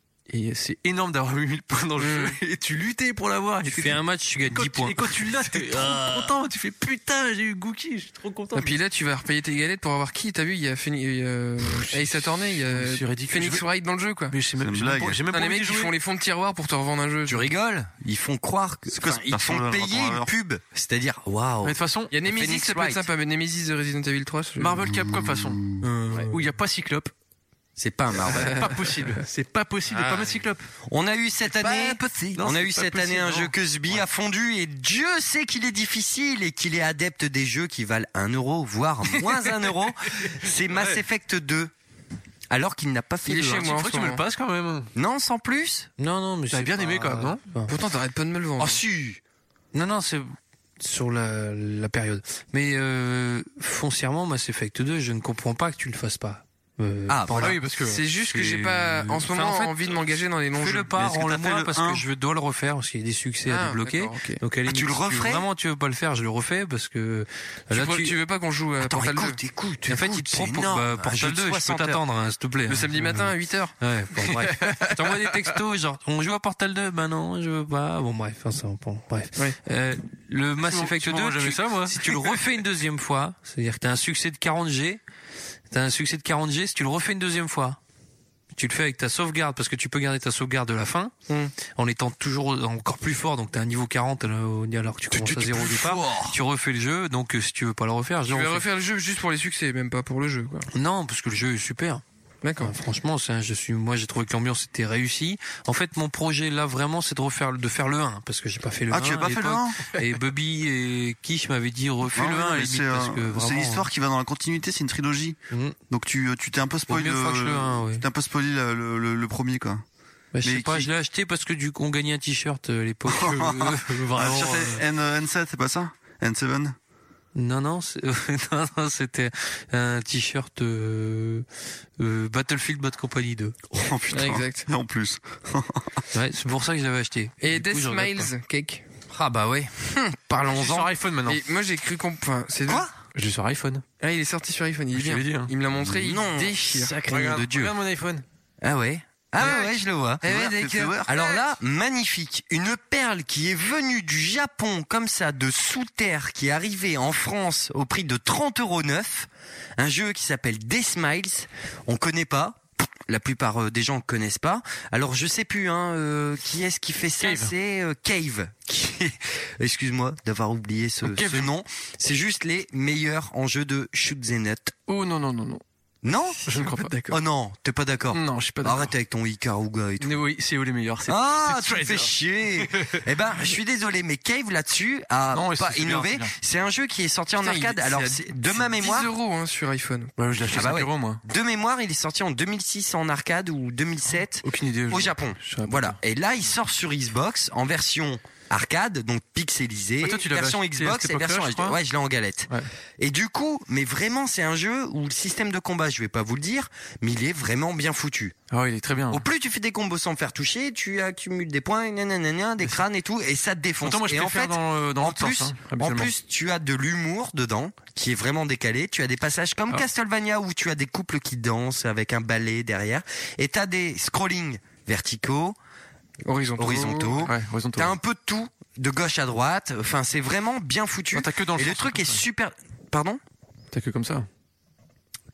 Et c'est énorme d'avoir huit mille points dans le jeu. Et tu luttais pour l'avoir. Tu Et fais t'étais- un match, tu gagnes quand dix tu- points. Et quand tu l'as, t'es trop content. Tu fais putain, j'ai eu Gookie, je suis trop content. Et puis là, tu vas repayer tes galettes pour avoir qui? T'as vu, il y a Phoenix, il y a Ace Attorney, il y a C'est ridicule. Phoenix Je- Wright dans le jeu, quoi. Mais je sais même, C'est une j'ai même blague. pas, j'ai même Non, pas les envie mecs de qui jouer. font les fonds de tiroir pour te revendre un jeu. Tu rigoles? Ils font croire que, C'est quoi enfin, ce ils te font personnage payer une rapport à pub. C'est-à-dire, waouh. Mais de toute façon, Il y a Nemesis, Phoenix ça peut être Wright. sympa, mais Nemesis de Resident Evil trois. je- Marvel Capcom, de toute façon, Euh, où il n'y a pas Cyclope. C'est pas un Marvel. C'est pas possible. C'est pas possible de Ah, pas mettre Cyclope. On a eu cette année, possible. on Non, a c'est eu pas cette possible, année un non. jeu que Sbi a fondu et Dieu sait qu'il est difficile et qu'il est adepte des jeux qui valent un euro, voire moins un euro. C'est Mass Effect deux. Alors qu'il n'a pas fait Il est le chez un. moi. en Faut que ce tu me le moment. passes quand même. Non, sans plus. Non, non, mais T'avais c'est bien pas- aimé quand même, non Enfin, Pourtant, t'arrêtes pas de me le vendre. Oh si. Non, non, c'est sur la, la période. Mais euh, foncièrement, Mass Effect deux, je ne comprends pas que tu le fasses pas. Euh, Ah, pendant- voilà. oui, parce que C'est juste que c'est- j'ai pas, en ce Enfin, moment, en fait, envie de m'engager dans les longs jeux. Fais-le pas, Est-ce que t'as rends-le fait moi le parce un? que je dois le refaire parce qu'il y a des succès à Ah, débloquer. d'accord, ok. Donc à la Ah, tu limite, le si referais vraiment tu veux pas le faire, je le refais parce que Tu, là veux- tu. tu veux pas qu'on joue à Attends, Portal deux? écoute, écoute. En fait, il écoute, te c'est propose énorme. bah, Un Portal jeu de deux, je peux soixante heures. t'attendre, hein, s'il te plaît. Le samedi matin à huit heures. Ouais, bon, bref. Je t'envoie des textos, genre, on joue à Portal deux, bah non, je veux pas. Bon, bref, enfin, ça, bon, bref. Ouais. Euh, le Mass Tu m'en- Effect tu deux, m'envoies jamais tu- ça, moi. si tu le refais une deuxième fois, c'est-à-dire que t'as un succès de quarante G, t'as un succès de quarante G, si tu le refais une deuxième fois, tu le fais avec ta sauvegarde, parce que tu peux garder ta sauvegarde de la fin, Mm. en étant toujours encore plus fort, donc t'as un niveau quarante, alors alors que tu commences à zéro au départ, tu refais le jeu, donc euh, si tu veux pas le refaire, je Je le vais refais. refaire le jeu juste pour les succès, même pas pour le jeu, quoi. Non, parce que le jeu est super. D'accord. Enfin, franchement, c'est un, je suis, moi, j'ai trouvé que l'ambiance était réussie. En fait, mon projet là, vraiment, c'est de refaire, de faire le un, parce que j'ai pas fait le un. Ah, tu as pas à fait le l'époque. un? Et Bobby et Kish m'avaient dit refais Non, le non, un à la mais limite, c'est, parce euh, que vraiment. c'est l'histoire qui va dans la continuité, c'est une trilogie. Mhm. Donc tu tu t'es un peu spoilé Vaut mieux le, fois que je le un, ouais. t'es un peu spoilé le, le, le- le premier quoi. Bah, je mais sais pas, qui- je l'ai acheté parce que du coup, on gagnait un t-shirt euh, à l'époque. euh, vraiment. Ah, sur euh, N, N sept, c'est pas ça? N sept? Non, non, c'est- non, non, c'était un t-shirt euh, euh, Battlefield Bad Company deux. Oh putain. Exact. En plus. Ouais, c'est pour ça que je l'avais acheté. Et Du coup, Death je regrette Smiles, Cake. Ah bah ouais. Hum, C'est Parlons-en. sur iPhone maintenant. Et moi, j'ai cru qu'on, enfin, c'est Quoi? Je l'ai sur iPhone. Ah, il est sorti sur iPhone, il est Je bien. l'ai dit, hein. Il me l'a montré, il Non, déchire. sacré nom de Dieu. Regarde mon iPhone. Ah ouais. Ah ouais, ouais, je le vois. Eh ouais, Work, d'accord. c'est work. Alors là, magnifique. Une perle qui est venue du Japon, comme ça, de sous terre, qui est arrivée en France au prix de trente euros neuf. Un jeu qui s'appelle Death Smiles. On connaît pas. La plupart euh, des gens connaissent pas. Alors je sais plus hein, euh, qui est-ce qui fait ça. Cave. C'est euh, Cave. Qui est- Excuse-moi d'avoir oublié ce, Cave. ce nom. C'est juste les meilleurs en jeu de shoot 'em up. Oh non, non, non, non. Non? Je ne crois pas. D'accord. Oh non, t'es pas d'accord. Non, je suis pas d'accord. Arrête avec ton Ikaruga et tout. Mais oui, c'est eux les meilleurs. C'est- Ah, c'est tu me fais Tracer. chier. Eh ben, je suis désolé, mais Cave là-dessus a Non, mais pas c'est bien, innové. c'est bien. C'est un jeu qui est sorti en Putain, arcade. il- Alors, c'est à- c'est- de ma c'est mémoire, dix euros hein, sur iPhone. Ouais, je l'ai acheté Ah bah cinq ouais. euros, moi. de mémoire, il est sorti en deux mille six en arcade ou deux mille sept Aucune idée. au je- Japon. je saurais pas Voilà. dire. Et là, il sort sur Xbox en version arcade, donc pixelisé, Ah, toi, tu l'avais version acheté à Xbox cette et version époque-là, je H D. crois Ouais, je l'ai en galette. Ouais. Et du coup, mais vraiment, c'est un jeu où le système de combat, je vais pas vous le dire, mais il est vraiment bien foutu. Ah ouais, il est très bien. Au plus tu fais des combos sans me faire toucher, tu accumules des points, nanana, des crânes et tout, et ça te défonce. Pourtant, moi, je et en préfère fait, dans, euh, dans en l'autre plus, sens, hein, en habituellement. plus, tu as de l'humour dedans, qui est vraiment décalé. Tu as des passages comme Ah. Castlevania où tu as des couples qui dansent avec un ballet derrière, et t'as des scrollings verticaux, Horizontaux. horizontaux. Ouais, horizontaux. T'as un peu de tout, de gauche à droite. Enfin, c'est vraiment bien foutu. Non, t'as que dans le et le sens, truc est comme ça. super. Pardon? T'as que comme ça.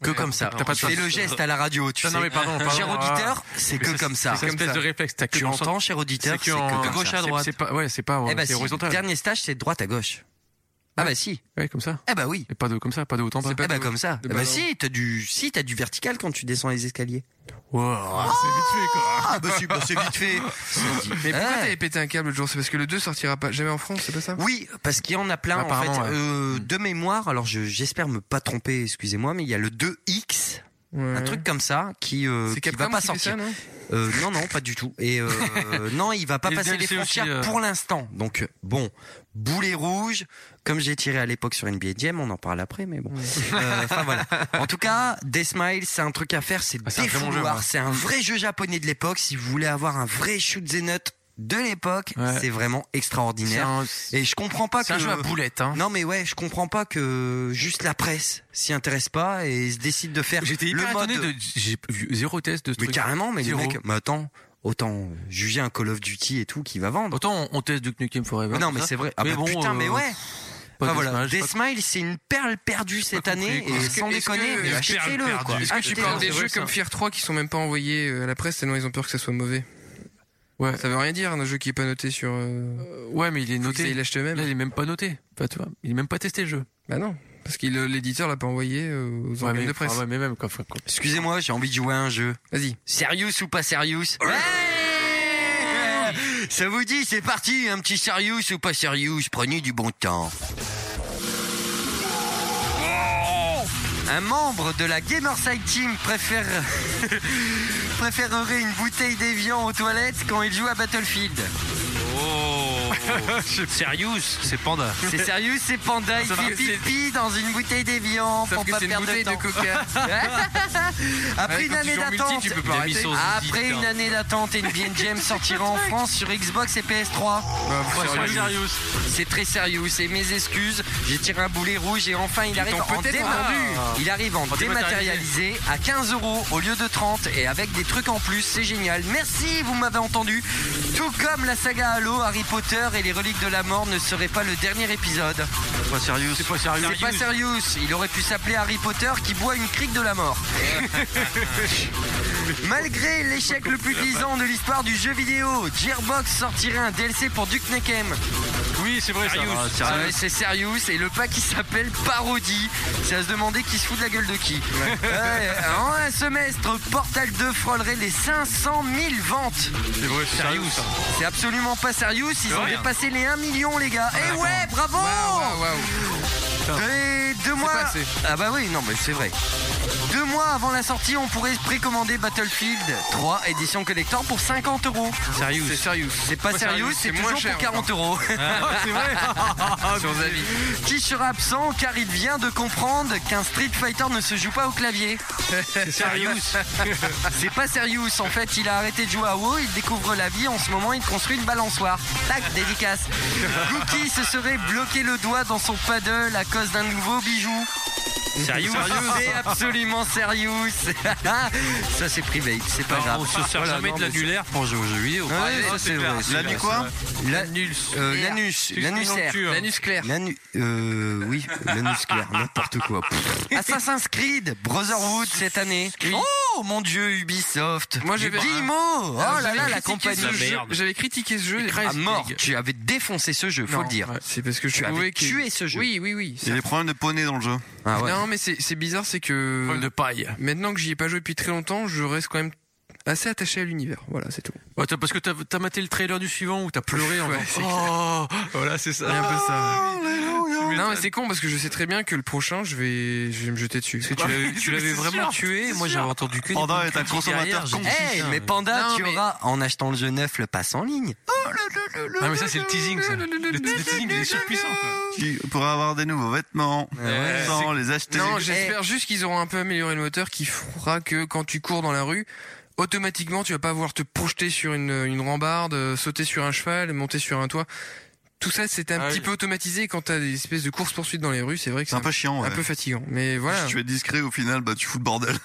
Que comme ça. T'as pas de Tu fais chance. le geste à la radio, tu Non, sais. non, mais pardon, pardon. Cher auditeur, Ah. c'est Mais que comme ça. C'est une espèce de réflexe. T'as que Tu en- entends, cher auditeur, c'est c'est que que en- comme gauche ça. à droite. C'est pas, ouais, c'est pas, Eh bah c'est si, horizontal. dernier stage, c'est de droite à gauche. Ah bah si. Ouais, comme ça. Eh bah oui. Et pas de comme ça, pas de haut en bas. Eh bah comme ça. de Eh bah ballon. si, t'as du, si, t'as du vertical quand tu descends les escaliers. Wow, c'est vite fait quoi. Ah bah si, bah c'est vite fait. Mais pourquoi Ouais. t'avais pété un câble l'autre jour? C'est parce que le deux sortira pas jamais en France, c'est pas ça? Oui, parce qu'il y en a plein en fait. Apparemment, ouais. Euh, de mémoire, alors je, j'espère me pas tromper, excusez-moi, mais il y a le deux X, Ouais. un truc comme ça, qui, euh, C'est qui va Capcom pas qui fait sortir. ça, non? Euh, non, non, pas du tout. Et euh, non, il va pas Et le passer les D L C aussi, frontières euh. pour l'instant. Donc euh, bon, boulet rouge, comme j'ai tiré à l'époque sur N B A Jam, on en parle après, mais bon. Euh, Enfin voilà. En tout cas, Deathmile, c'est un truc à faire, c'est Ah, c'est un très bon jeu, défouloir. ouais. C'est un vrai jeu japonais de l'époque. Si vous voulez avoir un vrai shoot 'em up de l'époque, Ouais. c'est vraiment C'est extraordinaire. un- Et je comprends pas c'est que un jeu à boulettes, hein. non mais ouais, je comprends pas que juste la presse s'y intéresse pas et se décide de faire J'étais le hyper mode. étonné de, j'ai vu zéro test de ce Mais truc. carrément, mais Zéro. les mecs, mais attends, autant juger un Call of Duty et tout qui va vendre. Autant on, on teste Duke Nukem Forever. non tout mais ça. c'est vrai. Ah mais bah bon, putain, euh, mais ouais. pas Enfin, de voilà, Smash, pas- Deathmile, c'est une perle perdue cette pas année compris, quoi. et Est-ce sans que- déconner, est-ce que- mais est-ce que- achetez-le perle quoi. perdue. Est-ce que tu Achetez-le. parles des c'est vrai, jeux ça. comme Fear trois qui sont même pas envoyés euh, à la presse tellement ils ont peur que ça soit mauvais? Ouais. Ça veut rien dire, un jeu qui est pas noté sur. Euh... Euh, ouais, mais il est Faut noté. qu'ils l'achètent eux-mêmes. Là, il est même pas noté. Enfin, tu vois, il est même pas testé le jeu. Bah non, parce que le- l'éditeur l'a pas envoyé euh, aux Ouais, organes mais, de presse. ah ouais, mais même quoi. Enfin, quoi. Excusez-moi, j'ai envie de jouer à un jeu. Vas-y. Serious ou pas serious? Ouais. Ça vous dit, c'est parti, un petit serious ou pas serious, prenez du bon temps. Un membre de la Gamerside Team préfère... préférerait une bouteille d'évian aux toilettes quand il joue à Battlefield. Oh, Serious, c'est Panda. C'est sérieux, c'est Panda, il Sauf fait que c'est- pipi dans une bouteille d'évian Sauf pour que pas c'est une perdre bouteille de de temps. coca. Après Ouais, une quand tu année joues en multi, d'attente, tu peux pas Il a arrêter. mis son- après une année d'attente, N B A Jam sortira en France sur Xbox et P S trois. Bah, sérieux. C'est très sérieux, c'est mes excuses. J'ai tiré un boulet rouge et enfin il arrive t'ont en peut-être déma- vendu. Il arrive en dématérialisé à quinze euros au lieu de trente et avec des trucs en plus, c'est génial. Merci, vous m'avez entendu. Tout comme la saga Halo, Harry Potter et les reliques de la mort ne serait pas le dernier épisode. Pas sérieux. C'est pas sérieux. C'est pas sérieux, il aurait pu s'appeler Harry Potter qui boit une crique de la mort. Malgré l'échec le plus grisant de l'histoire du jeu vidéo, Gearbox sortirait un D L C pour Duke Nukem. Oui, c'est vrai. Ça. Ah, ouais, c'est sérieux, et le pack qui s'appelle Parodie. C'est à se demander qui se fout de la gueule de qui. Ouais, en un semestre, Portal deux frôlerait les cinq cent mille ventes. C'est vrai, c'est sérieux. Ça. C'est absolument pas sérieux, ils ont rien. dépassé les un million les gars. Et ouais, bravo. Waouh, waouh. Et deux mois. pas assez. Ah bah oui, non mais c'est vrai. Deux mois avant la sortie, on pourrait précommander Battlefield trois édition collector pour cinquante euros. Sérieux. C'est sérieux. C'est pas sérieux, c'est moins toujours cher pour quarante euros. C'est vrai. Sur Zavi. Qui sera absent car il vient de comprendre qu'un Street Fighter ne se joue pas au clavier. C'est Serious. C'est pas sérieux, en fait, il a arrêté de jouer à WoW, il découvre la vie, en ce moment il construit une balançoire. Tac, dédicace. Gookie se serait bloqué le doigt dans son paddle à cause d'un nouveau bijou. Sérieux. C'est absolument sérieux. Ça c'est privé, c'est pas grave. On se sert Voilà, jamais non, de mais l'annulaire pour jouer aux jeux vidéo. Ouais, ça c'est vrai. La nuit quoi? L'anus. Euh, l'anus. L'anussaire. L'anus clair. L'anu... Euh, oui, l'anus clair, n'importe quoi. Assassin's Creed, Brotherhood cette année. Oh mon dieu, Ubisoft. Moi, j'avais- dix mots. Oh Alors, là j'avais là, la critiqué compagnie. ce jeu- merde. J'avais critiqué ce jeu. À mort, tu avais défoncé ce jeu, faut Non, le dire. ouais, c'est parce que je Tu trouvais avais que- tué ce jeu. Oui, oui, oui. Il y a des problèmes de poney dans le jeu. Ah ouais. Non, mais c'est c'est bizarre, c'est que Problème de paille. maintenant que j'y ai pas joué depuis très longtemps, je reste quand même assez attaché à l'univers. Voilà, c'est tout. Ouais, t'as- parce que t'as as maté le trailer du suivant où t'as pleuré en Ouais, disant, c'est oh, voilà, c'est ça. C'est un peu ça. Tu Non, mais c'est con parce que je sais très bien que le prochain, je vais, je vais me jeter dessus. Tu l'avais, tu l'avais vraiment tué. Moi, j'avais entendu que des Panda bonnes est un critiques consommateur derrière. J'ai dit, Eh, putain, mais Panda, Non, tu mais- auras, en achetant le jeu neuf, le pass en ligne. Ah, mais ça, c'est le teasing, ça. Le, le teasing, il est surpuissant, quoi. Tu pourras avoir des nouveaux vêtements Ouais. sans les acheter. Non, Eh. j'espère juste qu'ils auront un peu amélioré le moteur qui fera que quand tu cours dans la rue, automatiquement tu vas pas avoir te projeter sur une, une rambarde, euh, sauter sur un cheval, monter sur un toit. tout ça c'était un Ah petit oui. peu automatisé. Quand t'as des espèces de courses poursuites dans les rues, c'est vrai que C'est un peu chiant, un ouais. peu fatigant. Mais voilà. Si tu es discret, au final, bah, tu fous le bordel.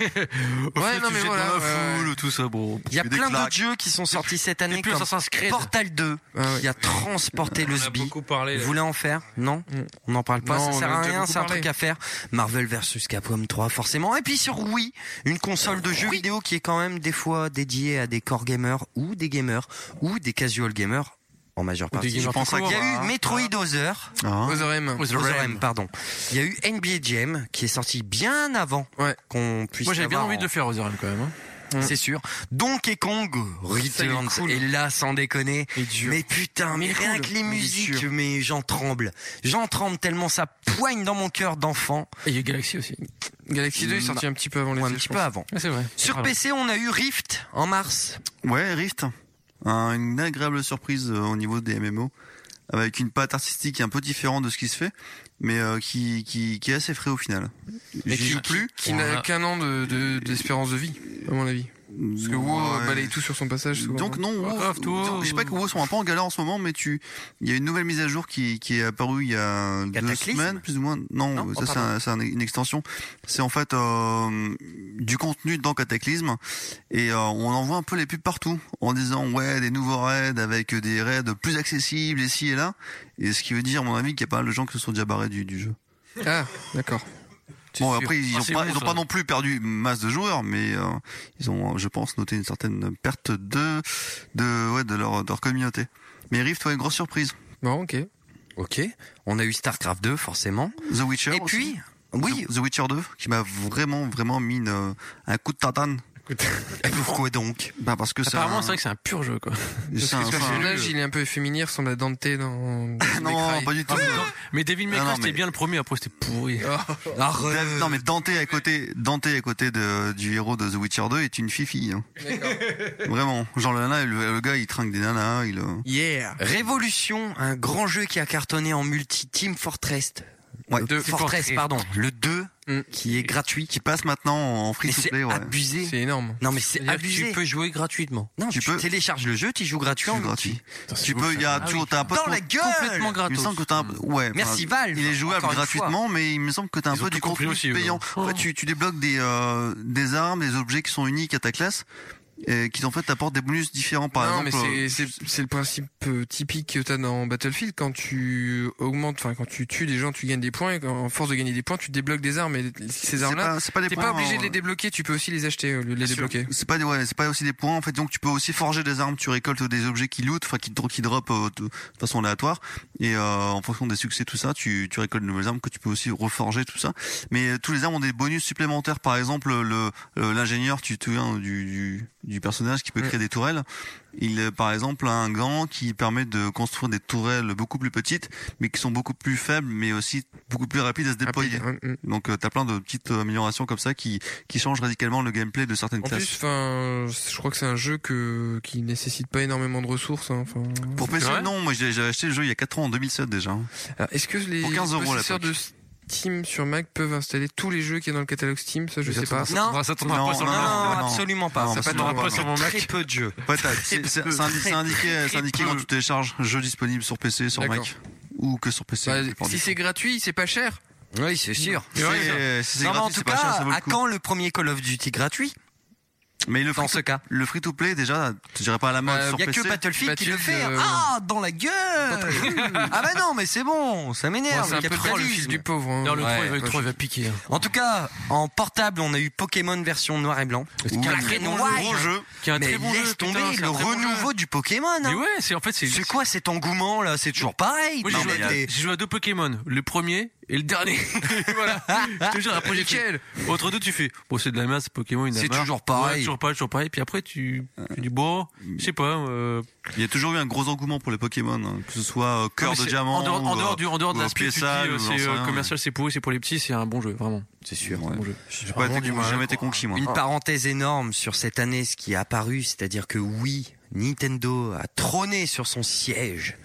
Ouais, non mais tu voilà. jettes dans la ouais, foule, ouais. tout ça, bon. Il y a Tu fais des plein claques. d'autres jeux qui sont sortis cette année plus comme Assassin's Creed. Portal deux Ah ouais. qui a transporté le On a sbi. beaucoup parlé. Vous là. voulez en faire? Non? On n'en parle pas, Non, ça on sert a à déjà rien, beaucoup c'est un parlé. truc à faire. Marvel versus Capcom trois forcément. Et puis sur Wii, une console de jeux vidéo qui est quand même des fois dédiée à des core gamers ou des gamers ou des casual gamers en majeure Ou des partie. gamers Je pense tout à- Il y a court. eu Metroid Other. Ah. Other M. Other M, pardon. Il y a eu N B A Jam qui est sorti bien avant Ouais. qu'on puisse Moi, j'avais bien l'avoir envie en- de le faire aux arènes quand même. hein. C'est sûr. Donkey Kong Returns. cool. Et là, sans déconner. Et dur. Mais putain, mais Mais rien cool. que les Il est musiques, dur. mais j'en tremble. J'en tremble tellement ça poigne dans mon cœur d'enfant. Et il y a Galaxy aussi. Mm, Galaxy deux est sorti un petit peu avant Ou l'été. un je petit pense. peu avant. Ah, c'est vrai. Sur Voilà. P C, on a eu Rift en mars. Ouais, Rift. Un- une agréable surprise euh, au niveau des M M O. Avec une patte artistique un peu différente de ce qui se fait, mais euh, qui, qui, qui est assez frais au final. Mais J'y qui, joue plus. qui n'a qu'un an de, de, d'espérance de vie, à mon avis. Parce que WoW Ouais. balaye tout sur son passage souvent. Donc non, WoW, Warcraft, WoW. je sais pas que WoW sont un peu en galère en ce moment, mais tu, il y a une nouvelle mise à jour qui, qui est apparue il y a deux Cataclysme semaines, plus ou moins. Non, Non, ça oh, c'est, pardon. un- c'est un- une extension. C'est en fait euh, du contenu dans Cataclysme et euh, on en voit un peu les pubs partout en disant ouais des nouveaux raids avec des raids plus accessibles ici et là. Et ce qui veut dire, à mon avis, qu'il y a pas mal de gens qui se sont déjà barrés du, du jeu. Ah, d'accord. Bon, sûr. après, ils Ah, ont c'est pas, bon, ils ont ça. pas non plus perdu masse de joueurs, mais euh, ils ont, je pense, noté une certaine perte de, de, ouais, de leur, de leur communauté. Mais Rift, ouais, une grosse surprise. Bon, ok. Ok. On a eu StarCraft deux, forcément. The Witcher. Et aussi. puis, oui. The, The Witcher deux, qui m'a vraiment, vraiment mis une, un coup de tatane. Pourquoi donc? Bah, parce que c'est Apparemment, un- c'est vrai que c'est un pur jeu, quoi. c'est Ce un- c'est un- personnage, il est un peu efféminé, ressemble à Dante dans... dans non, May Cry. pas du tout. Ah, mais, dans- mais Devil May Non, Cry, non, c'était mais- bien le premier, après c'était pourri. Arrête. Non, mais Dante à côté, Dante à côté de, du héros de The Witcher deux est une fifi, hein. Vraiment. Genre, le nana, le, le gars, il trinque des nanas, il, euh, Yeah. Révolution, un grand jeu qui a cartonné en multi Team Fortress. Ouais. de Team Fortress, Fortress. pardon. Le deux, Mm. qui est gratuit. qui passe maintenant en free Mais to c'est play, ouais. abusé. C'est énorme. Non, mais c'est C'est-à-dire que abusé. tu peux jouer gratuitement. Non, tu, Tu peux- télécharges le jeu, tu joues gratuit en C'est multi. gratuit. Tu peux, il y a Ah toujours, oui. t'as un peu Dans de la con- gueule. Complètement Il me gratos. semble que t'as un, ouais. Merci enfin, Valve. Il est jouable encore une gratuitement, mais il me semble que t'as un Ils peu ont du tout compris contenu aussi, eux. payant. En fait, tu, tu débloques des, euh, des armes, des objets qui sont uniques à ta classe, et qui en fait t'apportent des bonus différents. Par non, exemple, mais c'est, c'est, c'est le principe euh, typique que t'as dans Battlefield. Quand tu augmentes, enfin, quand tu tues des gens, tu gagnes des points, et quand, en force de gagner des points, tu débloques des armes, et ces c'est armes-là, pas, c'est pas des t'es points. pas obligé de les euh, débloquer, tu peux aussi les acheter, au lieu de les Bien sûr. débloquer. C'est pas des, ouais, c'est pas aussi des points en fait, donc tu peux aussi forger des armes, tu récoltes des objets qui loot, enfin qui, dro- qui drop euh, de, de façon aléatoire, et euh, en fonction des succès tout ça, tu, tu récoltes de nouvelles armes que tu peux aussi reforger tout ça. Mais euh, tous les armes ont des bonus supplémentaires, par exemple le le- l'ingénieur, tu te souviens du, du, du personnage qui peut créer des tourelles. Il, euh, par exemple, a un gant qui permet de construire des tourelles beaucoup plus petites, mais qui sont beaucoup plus faibles, mais aussi beaucoup plus rapides à se déployer. Rapide, ouais, mm. Donc, euh, t'as plein de petites euh, améliorations comme ça qui qui changent radicalement le gameplay de certaines En classes. plus, enfin, je crois que c'est un jeu que qui nécessite pas énormément de ressources. hein, Enfin, Pour P C, Ouais. non, moi j'ai j'ai acheté le jeu il y a quatre ans, en deux mille sept déjà. Alors, est-ce que les Pour quinze euros à possesseurs de l'époque. Steam sur Mac peuvent installer tous les jeux qui est dans le catalogue Steam? Ça, je Mais sais ça pas. tourne- Non. ça tournera Non, pas sur non, le Non, Mac. non, non. absolument pas. Non, Ça ça peut tournera pas pas sur sur mon Mac. Très peu de jeux. Ouais, t'as- c'est c'est- c'est indi- c'est indiqué, c'est indiqué quand tu télécharges jeu disponible sur P C, sur D'accord. Mac, ou que sur P C. Bah, ça dépend si du c'est gratuit, c'est pas cher. Oui, c'est sûr. C'est- si c'est Non, mais en gratuit, tout c'est pas cher, cas, ça vaut le à coup. quand le premier Call of Duty gratuit? Mais le Dans free ce cas. le free to play déjà, je dirais pas à la mode Bah, sur Il y a P C. que Battlefield qui le fait. Battlefield, euh, Ah, dans la gueule. Ah bah non, mais c'est bon, ça Bon, m'énerve. c'est un le peu trop le capitalisme. fil du pauvre. hein. Non, le Ouais, trois, il va- le ouais, trois, il va piquer. hein. En tout cas, en portable, on a eu Pokémon version noir et blanc. Qui est un Black très and bon White. Gros jeu. Qui est un Mais très bon laisse jeu, tomber putain, c'est le un très bon jeu. renouveau du Pokémon. hein. Mais ouais, c'est en fait c'est. C'est quoi cet engouement là? C'est toujours pareil. Moi, Non, j'ai joué, mais à- t'es- j'ai joué à deux Pokémon, le premier et le dernier. Voilà. Je te jure, après j'ai fait. Entre deux, tu fais. Bon, c'est de la merde, ce Pokémon, il C'est a marre. toujours pareil. Ouais, toujours pareil, toujours pareil. Puis après, tu, tu dis bon, je sais pas. Euh... Il y a toujours eu un gros engouement pour les Pokémon, hein, que ce soit euh, cœur mais de c'est- diamant. En dehors, en ou, dehors du, en dehors de ou l'aspect, tu te dis, sale, euh, ou j'en c'est sais euh, rien. commercial, c'est pourri, c'est pour les petits, c'est un bon jeu, vraiment. C'est sûr. C'est un bon jeu. J'ai pas été, j'ai jamais été conquis, moi. Une parenthèse énorme sur cette année, ce qui est apparu, c'est-à-dire que oui, Nintendo a trôné sur son siège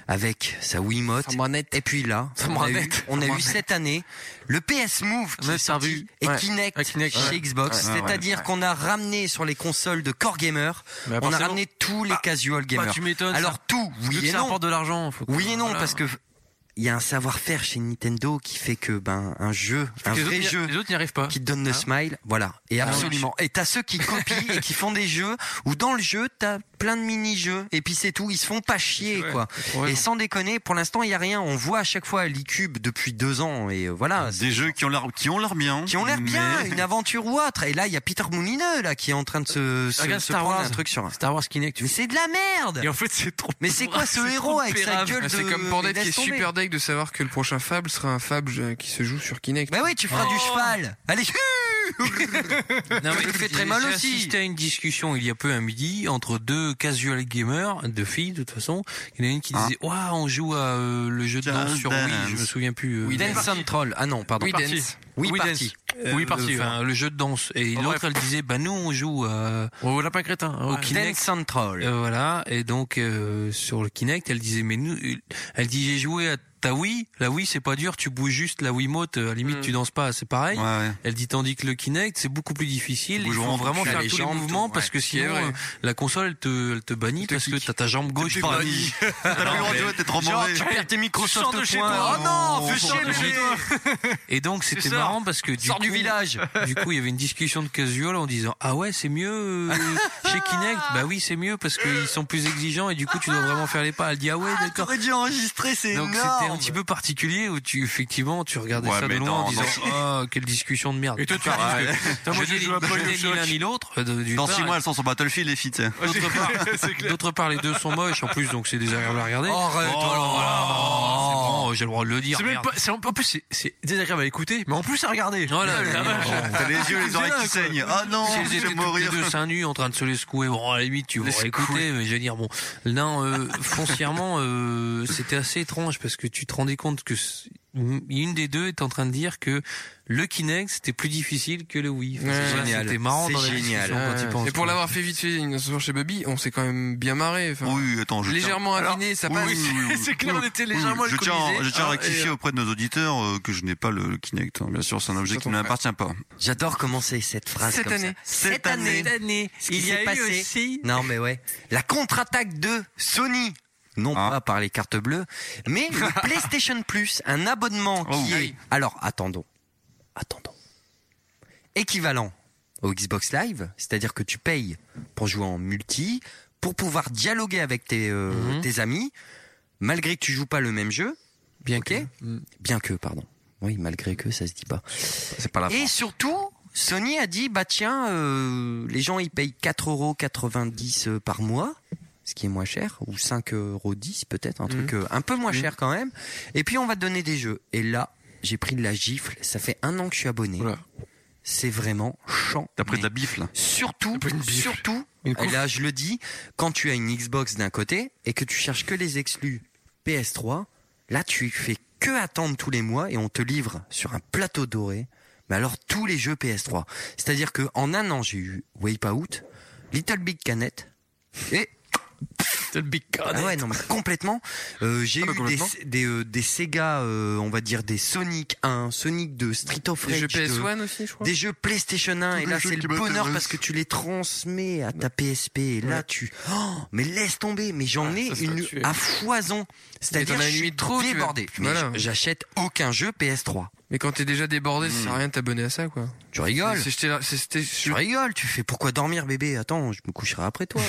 avec sa Wiimote. Et puis là, Sa on a eu, manette. on a Sa eu manette. cette année le P S Move qui Ouais, est ça a sorti vu. et Ouais. Kinect, Ouais, Kinect, chez ouais. Xbox. Ouais, ouais, C'est-à-dire ouais. qu'on a ramené sur les consoles de core gamers, Mais à on a partir du ramené tous les casual gamers. Bah, tu m'étonnes. Alors ça. tout, Vu oui que et ça non. rapporte de l'argent. Faut que- Oui et non, voilà. parce que il y a un savoir-faire chez Nintendo qui fait que ben un jeu, un les vrai autres n'y- jeu, les autres n'y arrivent pas. qui te donne le smile, voilà. Et Ah, absolument. Et t'as ceux qui copient et qui font des jeux où dans le jeu t'as plein de mini-jeux et puis c'est tout. Ils se font pas chier Ouais, quoi. ouais. Et sans déconner, pour l'instant il y a rien. On voit à chaque fois l'e-cube depuis deux ans et euh, voilà. Des jeux qui ont l'air, qui ont l'air bien. Qui ont l'air bien, mais- une aventure ou autre. Et là, il y a Peter Moulineux, là, qui est en train de se, se, Regarde se Star prendre Wars. un truc sur un. Star Wars Kinect. Mais c'est de la merde! Et en fait, c'est trop. Mais c'est quoi ce c'est héros trop avec sa pérave. gueule de... Ah, c'est comme Pandette mais qui est laisse tomber. super deg de savoir que le prochain Fable sera un Fable euh, qui se joue sur Kinect. Bah oui, tu feras du cheval. Allez, Non, mais ça fait très mal j'ai aussi. assisté à une discussion il y a peu à midi entre deux casual gamers, deux filles de toute façon. Il y en a une qui Ah. disait, waouh, on joue à euh, le jeu de Just danse sur Dance. Wii, je me souviens plus. euh, Oui, mais- Dance Central. Ah non, pardon. Oui, Parti. Dance. Oui, Oui, parti. Dance. Oui, Euh, parti, Enfin, le jeu de danse. Et Oh, l'autre, bref. elle disait, bah nous on joue à, Au lapin crétin. au Ouais. Kinect. Dance Central. Euh, voilà. Et donc euh, sur le Kinect, elle disait, mais nous, elle dit, j'ai joué à ta Wii. La Wii, c'est pas dur, tu bouges juste la Wiimote. À la limite, Mm. tu danses pas, c'est pareil. Ouais, ouais. Elle dit tandis que le Kinect c'est beaucoup plus difficile. Tu Il bouges faut vraiment vraiment plus, faire les tous les jambes, mouvements tout, parce ouais. que qui est sinon vrai. euh, la console elle te, elle te bannit parce que t'as ta jambe gauche. T'es qui- banni. T'as plus le droit de jouer, t'es trop Genre, mauvais. tu perds tes Microsoft sors de chez points. toi. Oh non, fais On chier sort de le chez bébé. Et donc c'était ça. marrant parce que du Sors coup, du village. Du coup il y avait une discussion de casual en disant ah ouais c'est mieux euh, chez Kinect. Bah oui c'est mieux parce qu'ils sont plus exigeants et du coup tu dois vraiment faire les pas. Elle dit ah ouais d'accord. T'aurais dû enregistrer, c'est Donc énorme. c'était un petit peu particulier où tu effectivement tu regardais Ouais, ça de mais loin dans- en disant dans- oh quelle discussion de merde. Et toi, tu Ouais. dis que- Moi, J'ai j'ai joué à ni Bioshock. l'un ni l'autre. euh, d'une Dans part, six mois, elles sont sur Battlefield, les filles, tu sais. D'autre part, d'autre part, les deux sont moches en plus, donc c'est désagréable à regarder. Oh, arrête, Oh, alors. voilà. C'est bon, j'ai le droit de le dire. C'est même merde. pas, c'est en en plus c'est, c'est désagréable à écouter, mais en plus à regarder. Voilà. T'as les yeux, les oreilles qui saignent. Ah non, Si elles je étaient vais toutes les mourir. deux seins nus en train de se les secouer, bon, à la limite, tu Les vas écouter, mais je veux dire, bon. Non, euh, foncièrement, euh, c'était assez étrange parce que tu te rendais compte que c- une des deux est en train de dire que le Kinect c'était plus difficile que le Wii. Enfin, Ouais, c'est génial. C'était marrant C'est dans la génial. discussion quand tu penses. Et pour quoi. l'avoir fait vite fait une soir chez Bobby, on s'est quand même bien marré. Enfin, Oui, attends, je tiens- légèrement affiné, ça Oui, passe. oui, oui, oui. C'est clair, on était légèrement Oui, je tiens, alcoolisés. je tiens à Ah, rectifier et, euh, auprès de nos auditeurs euh, que je n'ai pas le, le Kinect. hein. Bien sûr, c'est un objet Ça qui t'en ne fait. m'appartient pas. J'adore commencer cette phrase Cette comme année. ça. Cette année. Cette année, Ce qui il y s'est a eu passé. aussi. Non mais ouais, la contre-attaque de Sony. Non Ah. pas par les cartes bleues, mais le PlayStation Plus, un abonnement Oh, qui oui. est... Alors, attendons. Attendons. Équivalent au Xbox Live, c'est-à-dire que tu payes pour jouer en multi, pour pouvoir dialoguer avec tes, euh, Mhm. tes amis, malgré que tu joues pas le même jeu. Bien Ok. que. Bien que, pardon. Oui, malgré que, ça se dit pas. C'est pas la Et France. surtout, Sony a dit, bah tiens, euh, les gens ils payent quatre euros quatre-vingt-dix euh, par mois, ce qui est moins cher, ou cinq euros dix peut-être, un truc euh, un peu moins cher quand même. Et puis on va te donner des jeux. Et là, j'ai pris de la gifle. Ça fait un an que je suis abonné. Voilà. C'est vraiment chiant. T'as pris de la bifle. là. Surtout, pris une bifle. surtout, Une et couffe. là je le dis, quand tu as une Xbox d'un côté et que tu cherches que les exclus P S trois, là tu fais que attendre tous les mois et on te livre sur un plateau doré, mais alors tous les jeux P S trois. C'est-à-dire que en un an j'ai eu Wipeout, Little Big Canet et C'est le big ah ouais non mais complètement. Euh, j'ai Ah bah, eu des complètement. des, euh, des Sega, euh, on va dire des Sonic un, Sonic deux, Street of Les Rage jeux P S deux, un aussi, je crois. des jeux PlayStation un, et Tous là les jeux c'est qui le bonheur m'intéressent. parce que tu les transmets à ta P S P et là Ouais. tu oh, mais laisse tomber, mais j'en Ah, ai ça serait une tué. à foison. C'est-à-dire t'en as je suis limite trop, tu veux- débordé. Mais Voilà. j- j'achète aucun jeu P S trois. Mais quand t'es déjà débordé, ça Hmm. sert à rien de t'abonner à ça, quoi. Tu rigoles C'est- c'était- c'était- Tu rigoles, tu fais pourquoi dormir bébé? Attends, je me coucherai après toi.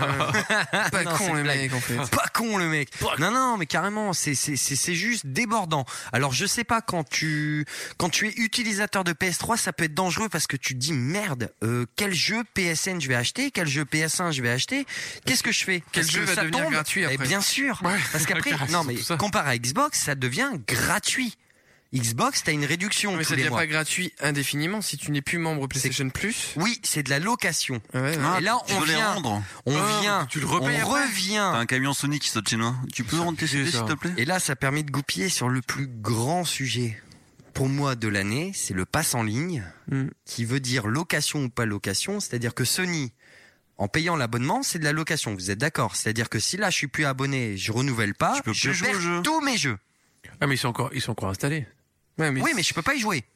Pas Non, con c'est les une blague. mecs en fait. Pas con le mec. Non non, mais carrément, c'est c'est c'est c'est juste débordant. Alors je sais pas, quand tu quand tu es utilisateur de P S trois, ça peut être dangereux parce que tu te dis merde, euh, quel jeu P S N je vais acheter, quel jeu P S un je vais acheter, qu'est-ce que je fais? Quel Parce jeu que va ça devenir tombe. gratuit après? Eh bien sûr, Ouais. parce qu'après C'est non mais tout ça. comparé à Xbox, ça devient gratuit. Xbox, t'as une réduction Mais tous ça les devient mois. pas gratuit indéfiniment si tu n'es plus membre PlayStation Plus. Oui, c'est de la location. Ouais, ouais. Ah, Et là, tu on veux les vient, rendre. on Ah, vient, tu le on repayes après. T'as revient. un camion Sony qui saute chez nous. Tu peux rendre tes C D, ça. s'il te plaît? Et là, ça permet de goupiller sur le plus grand sujet pour moi de l'année, c'est le pass en ligne, Mm. qui veut dire location ou pas location, c'est-à-dire que Sony, en payant l'abonnement, c'est de la location. Vous êtes d'accord? C'est-à-dire que si là je suis plus abonné, je renouvelle pas, Tu peux plus je jouer perds au jeu. tous mes jeux. Ah, mais ils sont encore, ils sont encore installés. Ouais, mais Oui, mais je peux pas y jouer.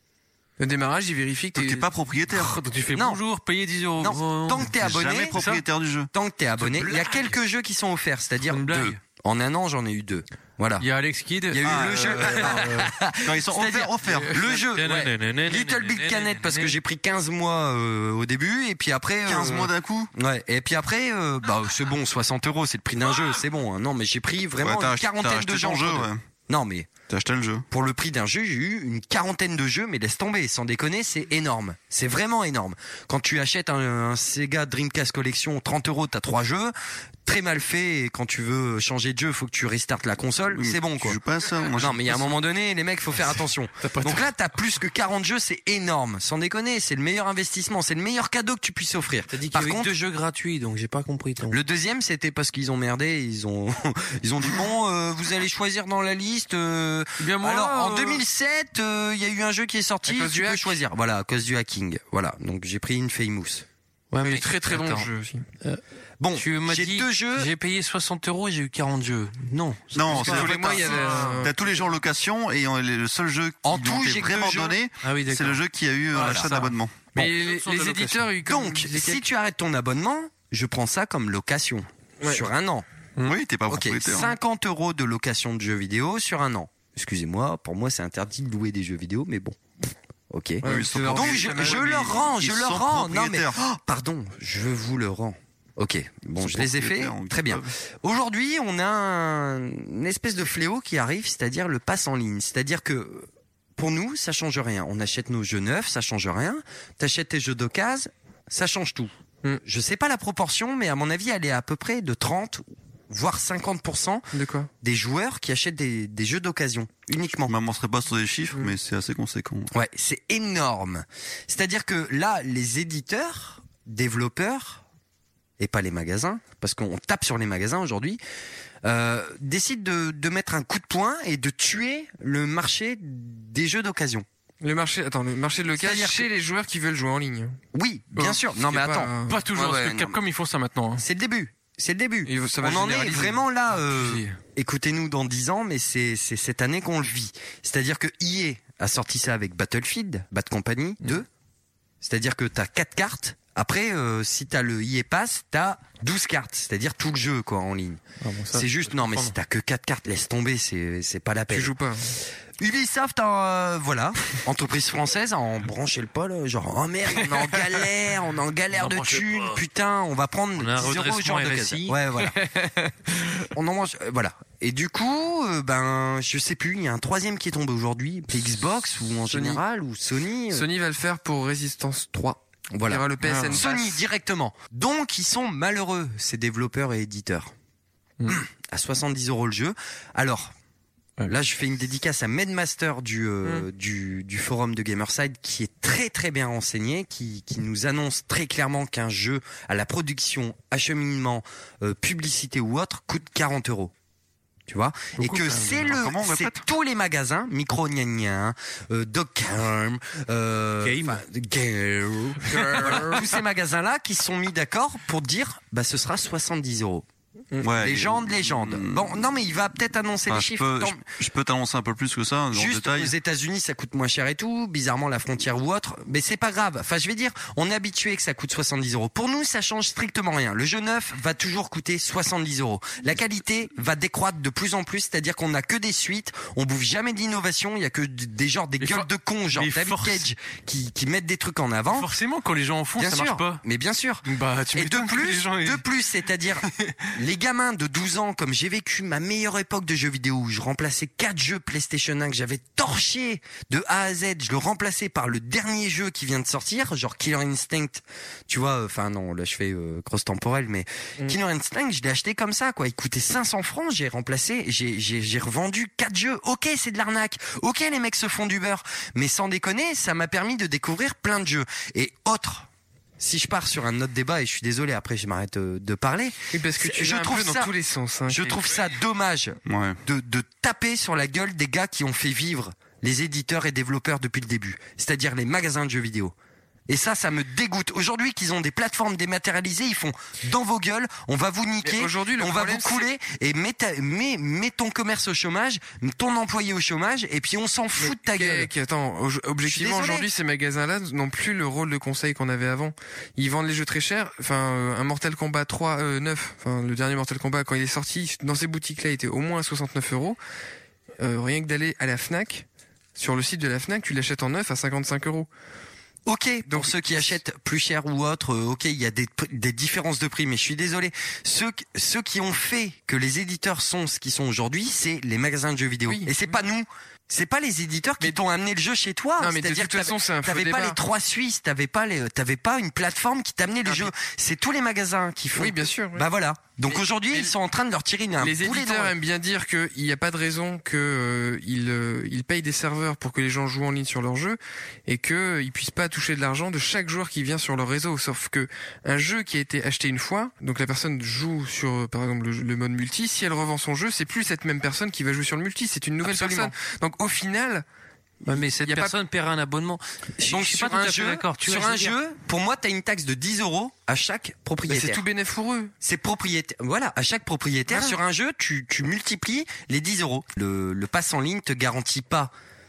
le démarrage, il vérifie que Donc t'es t'es pas propriétaire. Donc tu fais Non. bonjour, payez dix euros. Non, tant que t'es T'es abonné, jamais propriétaire du jeu. tant que t'es abonné, C'est une il y a blague. quelques jeux qui sont offerts, c'est-à-dire Une blague. deux. En un an, j'en ai eu deux. Voilà. Il y a Alex Kidd. Il y a eu Ah, le euh, jeu. Quand ils sont C'est-à-dire, offerts, offerts. Le jeu, ouais. Little Big Canet parce que j'ai pris quinze mois euh, au début et puis après. quinze euh, mois d'un coup. Ouais. Et puis après, euh, bah c'est bon, soixante euros, c'est le prix d'un jeu, c'est bon. Hein. Non, mais j'ai pris vraiment Ouais, t'as une acheté- t'as quarantaine acheté de jeux. ton jeu, ouais. Non, mais T'as acheté le jeu. pour le prix d'un jeu, j'ai eu une quarantaine de jeux, mais laisse tomber, sans déconner, c'est énorme. C'est vraiment énorme. Quand tu achètes un, un Sega Dreamcast Collection, trente euros, t'as trois jeux. Très mal fait, et quand tu veux changer de jeu, faut que tu restartes la console, Oui, c'est bon tu quoi. joues pas à ça. Moi, je Non joue mais il y a pas un moment donné, les mecs, faut faire attention. Donc là, t'as plus que quarante jeux, c'est énorme. Sans déconner, c'est le meilleur investissement, c'est le meilleur cadeau que tu puisses offrir. T'as dit qu'il y Par avait contre, deux jeux gratuits, donc j'ai pas compris ton. le deuxième, c'était parce qu'ils ont merdé, ils ont, ils ont dit bon, euh, vous allez choisir dans la liste. euh, Bien moi, Alors en euh, deux mille sept, euh, il y a eu un jeu qui est sorti, À cause tu du peux hack. choisir. Voilà, à cause du hacking. Voilà, donc j'ai pris une Famous. Ouais, mais très très bon attends. jeu aussi. Bon, Tu m'as j'ai dit, deux jeux. j'ai payé soixante euros et j'ai eu quarante jeux. Non. Non, Parce c'est que tous tous les mois, il y avait un- T'as tous les jeux en location et en- le seul jeu qui En lui tout, ont été j'ai que vraiment deux jeux. donné, Ah oui, c'est d'accord. le jeu qui a eu Voilà, l'achat ça. d'abonnement. Mais Bon, les, sont de les location. éditeurs, ils comme Donc, lesquels- si tu arrêtes ton abonnement, je prends ça comme location Ouais. sur un an. Oui, t'es pas Ok, propriétaire. cinquante euros de location de jeux vidéo sur un an. Excusez-moi, pour moi c'est interdit de louer des jeux vidéo, mais bon. Ok. Oui, ils sont Donc je, propriétaires. je le rends, je Ils le sont rends. Non mais propriétaires. oh, pardon, je vous le rends. Ok, bon, Ils je sont les ai fait, propriétaires, on très bien. peut- Aujourd'hui, on a un- une espèce de fléau qui arrive, c'est-à-dire le pass en ligne. C'est-à-dire que pour nous, ça change rien. On achète nos jeux neufs, ça change rien. T'achètes tes jeux d'occasion, ça change tout. Hmm. Je sais pas la proportion, mais à mon avis, elle est à peu près de trente voire cinquante pour cent De quoi? des joueurs qui achètent des, des jeux d'occasion uniquement. Je m'avancerai pas sur des chiffres, Mm. mais c'est assez conséquent. Ouais, c'est énorme. C'est-à-dire que là, les éditeurs, développeurs, et pas les magasins, parce qu'on tape sur les magasins aujourd'hui, euh, décident de, de mettre un coup de poing et de tuer le marché des jeux d'occasion. Le marché, attends, le marché de local C'est-à-dire chez les joueurs qui veulent jouer en ligne. Oui, bien Oh, sûr. Non c'est mais pas, attends, euh, Pas toujours, Ouais, parce ouais, que non, Capcom, ils font ça maintenant. hein. c'est le début. C'est le début. Et ça va On en est généraliser. vraiment là. euh, Si. écoutez-nous dans dix ans, mais c'est c'est cette année qu'on le vit. C'est-à-dire que E A a sorti ça avec Battlefield, Bad Company deux. C'est-à-dire que t'as quatre cartes. Après, euh, si t'as le E A Pass, t'as douze cartes. C'est-à-dire tout le jeu quoi en ligne. Ah bon, ça, C'est je juste peux non, mais comprendre. si t'as que quatre cartes, laisse tomber. C'est c'est pas la peine. Tu joues pas. Ubisoft, euh, voilà, entreprise française, en branchez le pas là, genre oh merde, on est en galère, on est en galère On de branchez thunes, pas. putain, on va prendre On a un dix euros redressement genre de R S caisse. I. Ouais, voilà. On en mange, euh, voilà. Et du coup, euh, ben, je sais plus, il y a un troisième qui est tombé aujourd'hui, Xbox ou en Sony. général ou Sony. euh, Sony va le faire pour Resistance trois. Voilà. Il y aura le P S N Ah. Pass. Sony directement. Donc ils sont malheureux, ces développeurs et éditeurs. Mm. À soixante-dix euros le jeu. Alors, Ouais. là je fais une dédicace à Medmaster du, euh, Mm. du, du forum de Gamerside qui est très très bien renseigné, qui, qui nous annonce très clairement qu'un jeu à la production, acheminement, euh, publicité ou autre coûte quarante euros. Tu vois, et Beaucoup, que quand même. c'est le, Comment on c'est répète tous les magasins, Micro Gna Gna, euh, Doccarm, euh, Game. enfin, Game, voilà, tous ces magasins-là qui se sont mis d'accord pour dire, bah, ce sera soixante-dix euros. Ouais, Légende, et- légende. Mm. Bon, non, mais il va peut-être annoncer Enfin, les je chiffres. peux, Tant- je, je peux t'annoncer un peu plus que ça, dans le Juste détail. aux États-Unis, ça coûte moins cher et tout. Bizarrement, la frontière ou autre, mais c'est pas grave. Enfin, je vais dire, on est habitué que ça coûte soixante-dix euros. Pour nous, ça change strictement rien. Le jeu neuf va toujours coûter soixante-dix euros. La qualité va décroître de plus en plus, c'est-à-dire qu'on n'a que des suites, on bouffe jamais d'innovation. Il y a que d- des genres, des Mais gueules for- de cons, genre mais David force- Cage, qui, qui mettent des trucs en avant. Forcément, quand les gens en font, Bien ça sûr, marche pas. mais bien sûr. Bah, tu Et de m'étonnes que les plus, gens, ils- de plus, c'est-à-dire les gamins de douze ans, comme j'ai vécu ma meilleure époque de jeux vidéo où je remplaçais quatre jeux PlayStation un que j'avais torché de A à Z, je le remplaçais par le dernier jeu qui vient de sortir, genre Killer Instinct, tu vois, enfin non, là je fais euh, cross temporel, mais Mm. Killer Instinct, je l'ai acheté comme ça, quoi. Il coûtait cinq cents francs, j'ai remplacé, j'ai, j'ai, j'ai revendu quatre jeux. Ok, c'est de l'arnaque. Ok, les mecs se font du beurre. Mais sans déconner, ça m'a permis de découvrir plein de jeux. Et autre, si je pars sur un autre débat, et je suis désolé, après je m'arrête euh, de parler. Oui, parce que C'est- tu je vas un trouve peu dans ça- tous les sens. hein, Je qui- trouve ça dommage Ouais. de, de taper sur la gueule des gars qui ont fait vivre les éditeurs et développeurs depuis le début. C'est-à-dire les magasins de jeux vidéo. Et ça, ça me dégoûte. Aujourd'hui, qu'ils ont des plateformes dématérialisées, ils font dans vos gueules, on va vous niquer, aujourd'hui, le on va vous problème, couler et mets, ta- mets, mets ton commerce au chômage, ton employé au chômage, et puis on s'en fout de ta gueule. Mec, attends, au- objectivement, désolé. aujourd'hui, ces magasins-là n'ont plus le rôle de conseil qu'on avait avant. Ils vendent les jeux très chers. Enfin, euh, un Mortal Kombat trois, euh, neuf, enfin, le dernier Mortal Kombat, quand il est sorti, dans ces boutiques-là, il était au moins à soixante-neuf euros. Euh, rien que d'aller à la Fnac, sur le site de la Fnac, tu l'achètes en neuf à cinquante-cinq euros. Ok, pour ceux qui achètent plus cher ou autre, euh, ok, il y a des, des différences de prix, mais je suis désolé. Ceux, qui- ceux qui ont fait que les éditeurs sont ce qu'ils sont aujourd'hui, c'est les magasins de jeux vidéo. Oui, et c'est pas nous. C'est pas les éditeurs qui t'ont amené le jeu chez toi. Non, mais de C'est-à-dire toute que façon, c'est un faux t'avais pas débat. les trois Suisses, t'avais pas les, t'avais pas une plateforme qui t'amenait les jeux. C'est tous les magasins qui font. Oui, bien sûr. oui. Bah voilà. Donc Mais- aujourd'hui, mais ils sont en train de leur tirer une un Les boulet éditeurs dans le- aiment bien dire qu'il n'y a pas de raison que euh, ils, euh, ils payent des serveurs pour que les gens jouent en ligne sur leur jeu et que ils puissent pas toucher de l'argent de chaque joueur qui vient sur leur réseau. Sauf que un jeu qui a été acheté une fois, donc la personne joue sur euh, par exemple le, le mode multi, si elle revend son jeu, c'est plus cette même personne qui va jouer sur le multi, c'est une nouvelle Absolument. personne. Donc au final, Ouais, mais cette y a pas- personne paiera un abonnement. Je, Donc je suis sur pas tout un à fait jeu, d'accord. Tu vois, sur je un veux dire- jeu, pour moi, t'as une taxe de dix euros à chaque bah, propriétaire. c'est tout bénéf pour eux. C'est propriétaire. Voilà, à chaque propriétaire Voilà. sur un jeu, tu, tu multiplies les dix euros. Le, le pass en ligne te garantit pas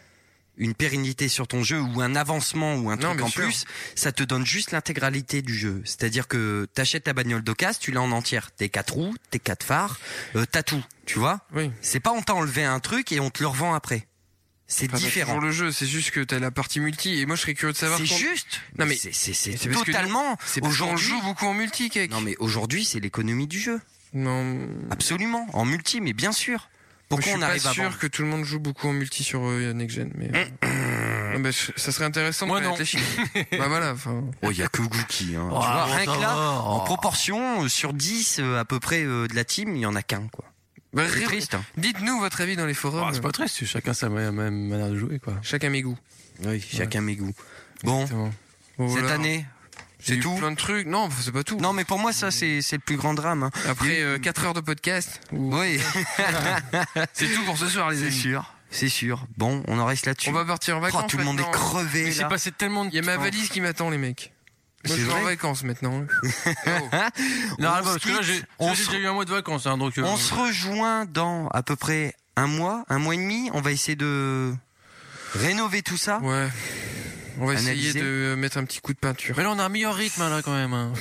une pérennité sur ton jeu ou un avancement ou un Non, truc bien en sûr. plus. Ça te donne juste l'intégralité du jeu. C'est-à-dire que t'achètes ta bagnole d'occasion, tu l'as en entière. Tes quatre roues, tes quatre phares, euh, t'as tout. Tu vois? Oui. C'est pas on t'a enlevé un truc et on te le revend après. C'est Enfin, t'as différent. toujours le jeu, c'est juste que t'as la partie multi et moi je serais curieux de savoir. C'est quand- juste. Non mais c'est c'est c'est c'est parce que totalement. c'est parce qu'on Aujourd'hui, joue beaucoup en multi, Cake. non mais aujourd'hui c'est l'économie du jeu. Non. Absolument, en multi, mais bien sûr. Pourquoi Moi, on je arrive suis à pas sûr vendre que tout le monde joue beaucoup en multi sur euh, Next Gen, mais euh, non, bah, je- ça serait intéressant de Moi, connaître non. les chiffres. Bah voilà, enfin. Oh, il y a que Gookie. Hein. Oh, tu vois, bon, rien ça que là, va. en Oh. proportion, euh, sur dix euh, à peu près euh, de la team, il y en a qu'un, quoi. Bah, C'est ré- triste. Hein. Dites-nous votre avis dans les forums. Ah, c'est pas triste, chacun sa ma- même manière de jouer, quoi. Chacun mes goûts. Oui, chacun mes goûts. Bon, Exactement. Bon, cette voilà. année, J'ai c'est eu tout. plein de trucs. Non, c'est pas tout. Non, mais pour moi, ça, c'est c'est le plus grand drame. Hein. Après euh, quatre heures de podcast. ou- Oui, C'est tout pour ce soir, les c'est amis. sûr. C'est sûr. Bon, on en reste là-dessus. On va partir en vacances. Oh, tout le monde est maintenant. crevé. Mais c'est là. passé tellement de Il y a ma temps. valise qui m'attend, les mecs. Moi, C'est je suis en vrai vacances maintenant. Oh. Non, On parce se que là, quitte. j'ai On j'ai se- déjà eu un mois de vacances, hein, donc. euh, On se rejoint dans à peu près un mois, un mois et demi. On va essayer de rénover tout ça. Ouais. On va essayer Analyser. de mettre un petit coup de peinture. Mais là, on a un meilleur rythme, hein, là, quand même. hein.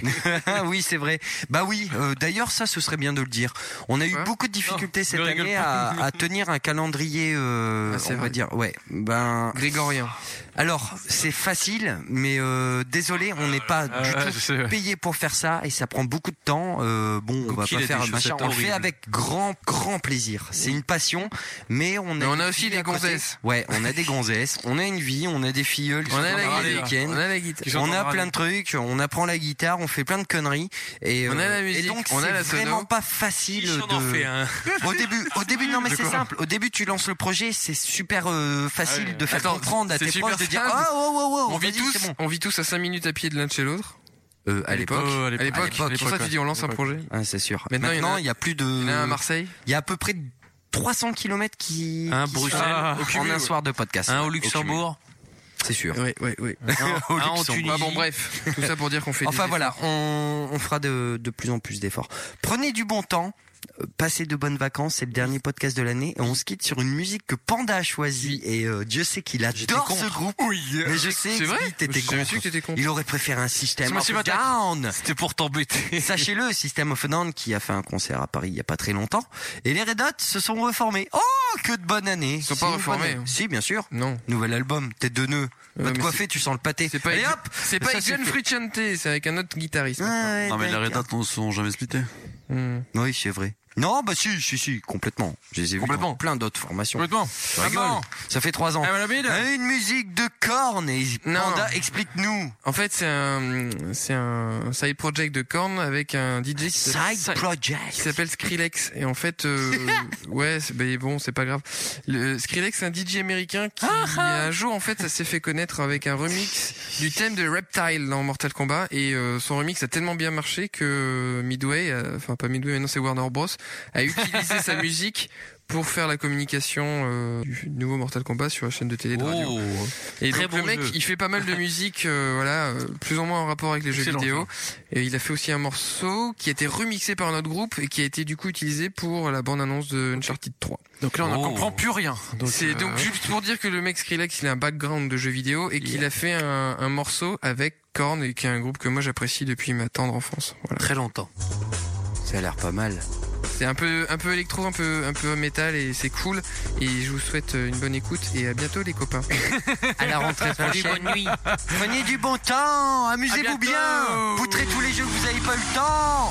Ah oui, c'est vrai. Bah oui, euh, d'ailleurs, ça, ce serait bien de le dire. On a eu Quoi beaucoup de difficultés Non, cette ne rigole année pas. à, à tenir un calendrier, euh, Ah, c'est on va vrai. dire, ouais. Ben, Grégorien. alors, c'est facile, mais euh, désolé, on n'est pas Ah, du ouais, je tout sais. payé pour faire ça et ça prend beaucoup de temps. Euh, bon, on va Cookie, pas il a faire des un machin. chaussettes On le fait horribles. avec grand, grand plaisir. C'est une passion, mais on a. Mais on a une aussi vie des à côté. gonzesses. Ouais, on a des gonzesses. On a une vie, on a des filleuls. qui On sont a dans la les guitare. week-ends. On a la guitare. Qui sont On en a radio. plein de trucs, on apprend la guitare, on fait plein de conneries et On a euh, la musique, et donc on a c'est la sono. vraiment pas facile Si on en de fait un. au début au début non mais De c'est quoi simple, au début tu lances le projet, c'est super euh, facile Ah oui. de faire Attends, comprendre à c'est tes super proches de dire simple. oh oh oh oh On vit vas-y, tous, c'est bon. on vit tous à cinq minutes à pied de l'un de chez l'autre. Euh, à À l'époque l'époque. Oh, à À l'époque. l'époque. À l'époque, C'est pour ça que tu dis on lance un projet. ah, c'est sûr. Maintenant, il y en Maintenant, a- il y a plus de Il y en a un à Marseille. il y a à peu près trois cents kilomètres qui, Un qui Bruxelles, sont au en cumul, un ouais. soir de podcast. Un au Au Luxembourg. cumul. C'est sûr. Oui, oui, oui. Au un en Luxembourg. Tunisie. Ah bon, bref. Tout ça pour dire qu'on fait des Enfin voilà, efforts. on, on fera de, de plus en plus d'efforts. Prenez du bon temps, euh, passez de bonnes vacances, c'est le dernier podcast de l'année et on se quitte sur une musique que Panda a choisie et euh, Dieu sait qu'il adore ce groupe. Oui. Mais je sais C'est que vrai. t'étais J'ai jamais contre. su que t'étais contre. Il aurait préféré un système C'est of ma a Down. C'était pour t'embêter. Sachez-le, System of a Down qui a fait un concert à Paris il y a pas très longtemps et les Red Hot se sont reformés. Oh, que de bonne année. Ils sont C'est pas une bonne reformés, année. hein. Si, bien sûr. Non. Nouvel album, tête de nœud. Va Ouais, te mais coiffer, tu sens le pâté. C'est pas Allez Ex- hop. c'est pas Ça, c'est John fait. Frusciante, c'est avec un autre guitariste. Ah, ouais, Non, mais les Red d'accord. Hot ne sont jamais splittés. Hmm. Oui, c'est vrai. Non, bah si, si, si, complètement. Je les ai vus Complètement. dans plein d'autres formations. Complètement. Je rigole. Ah bon. Ça fait trois ans. Ah, voilà, bide. Euh, Une musique de Korn et Non. Panda, explique-nous. En fait, c'est un, c'est un side project de Korn avec un D J qui s'appelle- Side qui Project. s'appelle Skrillex. Et en fait, euh, ouais, c'est, ben bon, c'est pas grave. Le Skrillex, c'est un D J américain qui, un jour, en fait, ça s'est fait connaître avec un remix du thème de Reptile dans Mortal Kombat. Et euh, son remix a tellement bien marché que Midway, euh, enfin pas Midway, mais non, c'est Warner Bros, a utilisé sa musique pour faire la communication euh, du nouveau Mortal Kombat sur la chaîne de télé de radio. Oh, Et très donc bon le mec, jeu. il fait pas mal de musique, euh, voilà, euh, plus ou moins en rapport avec les jeux Excellent, vidéo. Et il a fait aussi un morceau qui a été remixé par un autre groupe et qui a été du coup utilisé pour la bande-annonce de Uncharted trois. Donc là, on ne Oh. comprend plus rien. Donc, C'est euh, donc juste pour dire que le mec Skrillex, il a un background de jeux vidéo et qu'il a fait un, un morceau avec Korn, et qui est un groupe que moi j'apprécie depuis ma tendre enfance. Voilà. Très longtemps. Ça a l'air pas mal. C'est un peu, un peu électro, un peu, un peu métal et c'est cool. Et je vous souhaite une bonne écoute et à bientôt les copains. À la rentrée Salut, prochaine. bonne nuit. Prenez du bon temps, À amusez-vous bientôt. bien. Poutrez tous les jeux que vous n'avez pas eu le temps.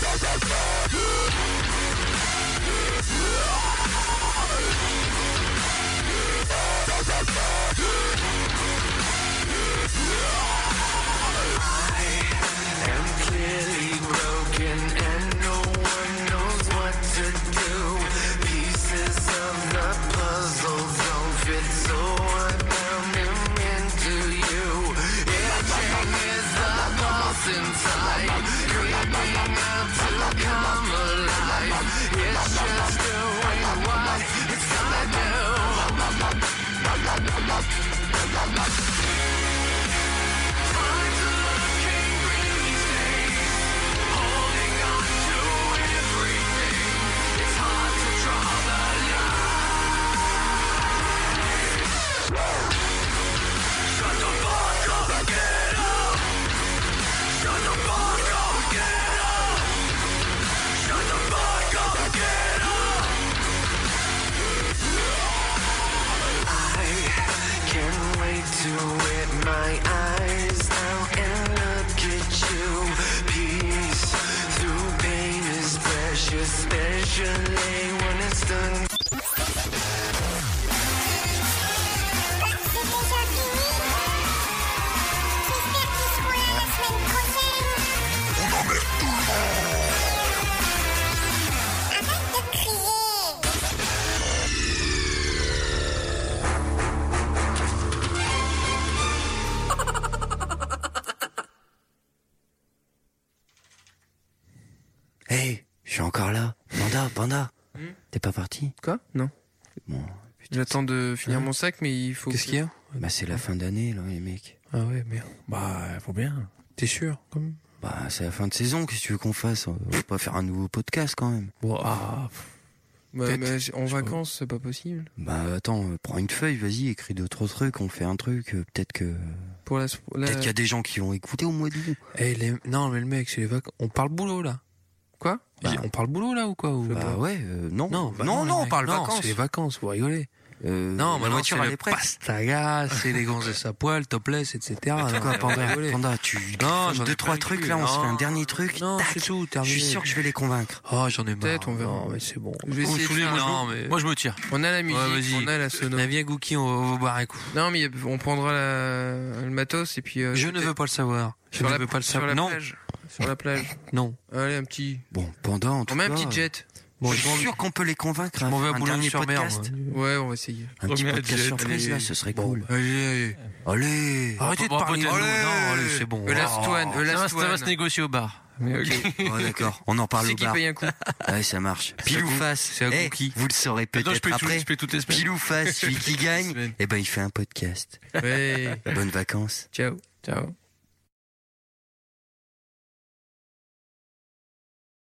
Hey, je suis encore là. Panda, Panda. T'es pas parti? Quoi? Non. Bon, J'attends de finir Hein mon sac, mais il faut. Qu'est-ce qu'il y a? bah c'est la fin d'année là, les mecs. Ah ouais, merde. Bah, faut bien. T'es sûr, quand même? Bah c'est la fin de saison, qu'est-ce que tu veux qu'on fasse? On va pas faire un nouveau podcast quand même. Bon, ah, Ouais, peut-être. mais en vacances, c'est pas possible. Bah attends, euh, prends une feuille, vas-y, écris d'autres trucs, on fait un truc, euh, peut-être que... Pour la. la- Peut-être qu'il y a des gens qui vont écouter au mois d'août. Eh, les... Non, mais le mec, c'est les vacances. On parle boulot, là. Quoi? Bah, On parle boulot, là, ou quoi? Ou... Bah ouais, euh, non. Non, bah non, les non, on mecs. parle Non, vacances. c'est les vacances, vous rigolez. Euh, Non, la maintenant, voiture, c'est elle le est prête. pastaga, c'est les gonzesses à poil, topless, et cetera. C'est quoi, Non, Panda, rigolez. Panda, tu Non, tu j'en ai deux, plein trois le trucs, cul. là, on se fait un Non, dernier truc. Non, tac. c'est tout, Je terminé. suis sûr que je vais les convaincre. Oh, j'en ai marre. Peut-être, on verra. Non, mais c'est bon. Je vais Vous essayer de saoulez, faire moi, un non, jour. mais... Moi, je me tire. On a la musique, Ouais, vas-y. on a la sono. Mais viens, Gookie, on va, on va boire un coup. Non, mais on prendra la... le matos et puis. euh, Je ne veux pas le savoir. Je Sur ne la, veux pas le sur savoir. la Non, plage. Sur la plage. non. Allez, un petit. Bon, Panda, en tout On met cas... un petit jet. Bon, je je m'en suis sûr qu'on peut les convaincre. je m'en vais à un dernier Boulogne-sur-Mer. podcast. moi. Ouais, on va essayer. Un petit Remets un podcast jet, surprise, allez. là, ce serait Bon, cool. Allez, Allez. arrêtez de Bon, parler. peut-être. Non, Allez. allez, c'est bon. Le last Oh. one, le Ça va, last ça va one. se négocier au bar. Mais ok. Oh, d'accord, on en parle C'est au qui bar. paye un coup? Ouais, ça marche. Pile ou face. c'est un Eh, cookie. vous le saurez Attends, je peut-être paye tout- après. je paye toutes les semaines. Pile ou face, celui qui gagne, Semaine. eh ben il fait un podcast. Ouais. Bonnes vacances. Ciao. Ciao.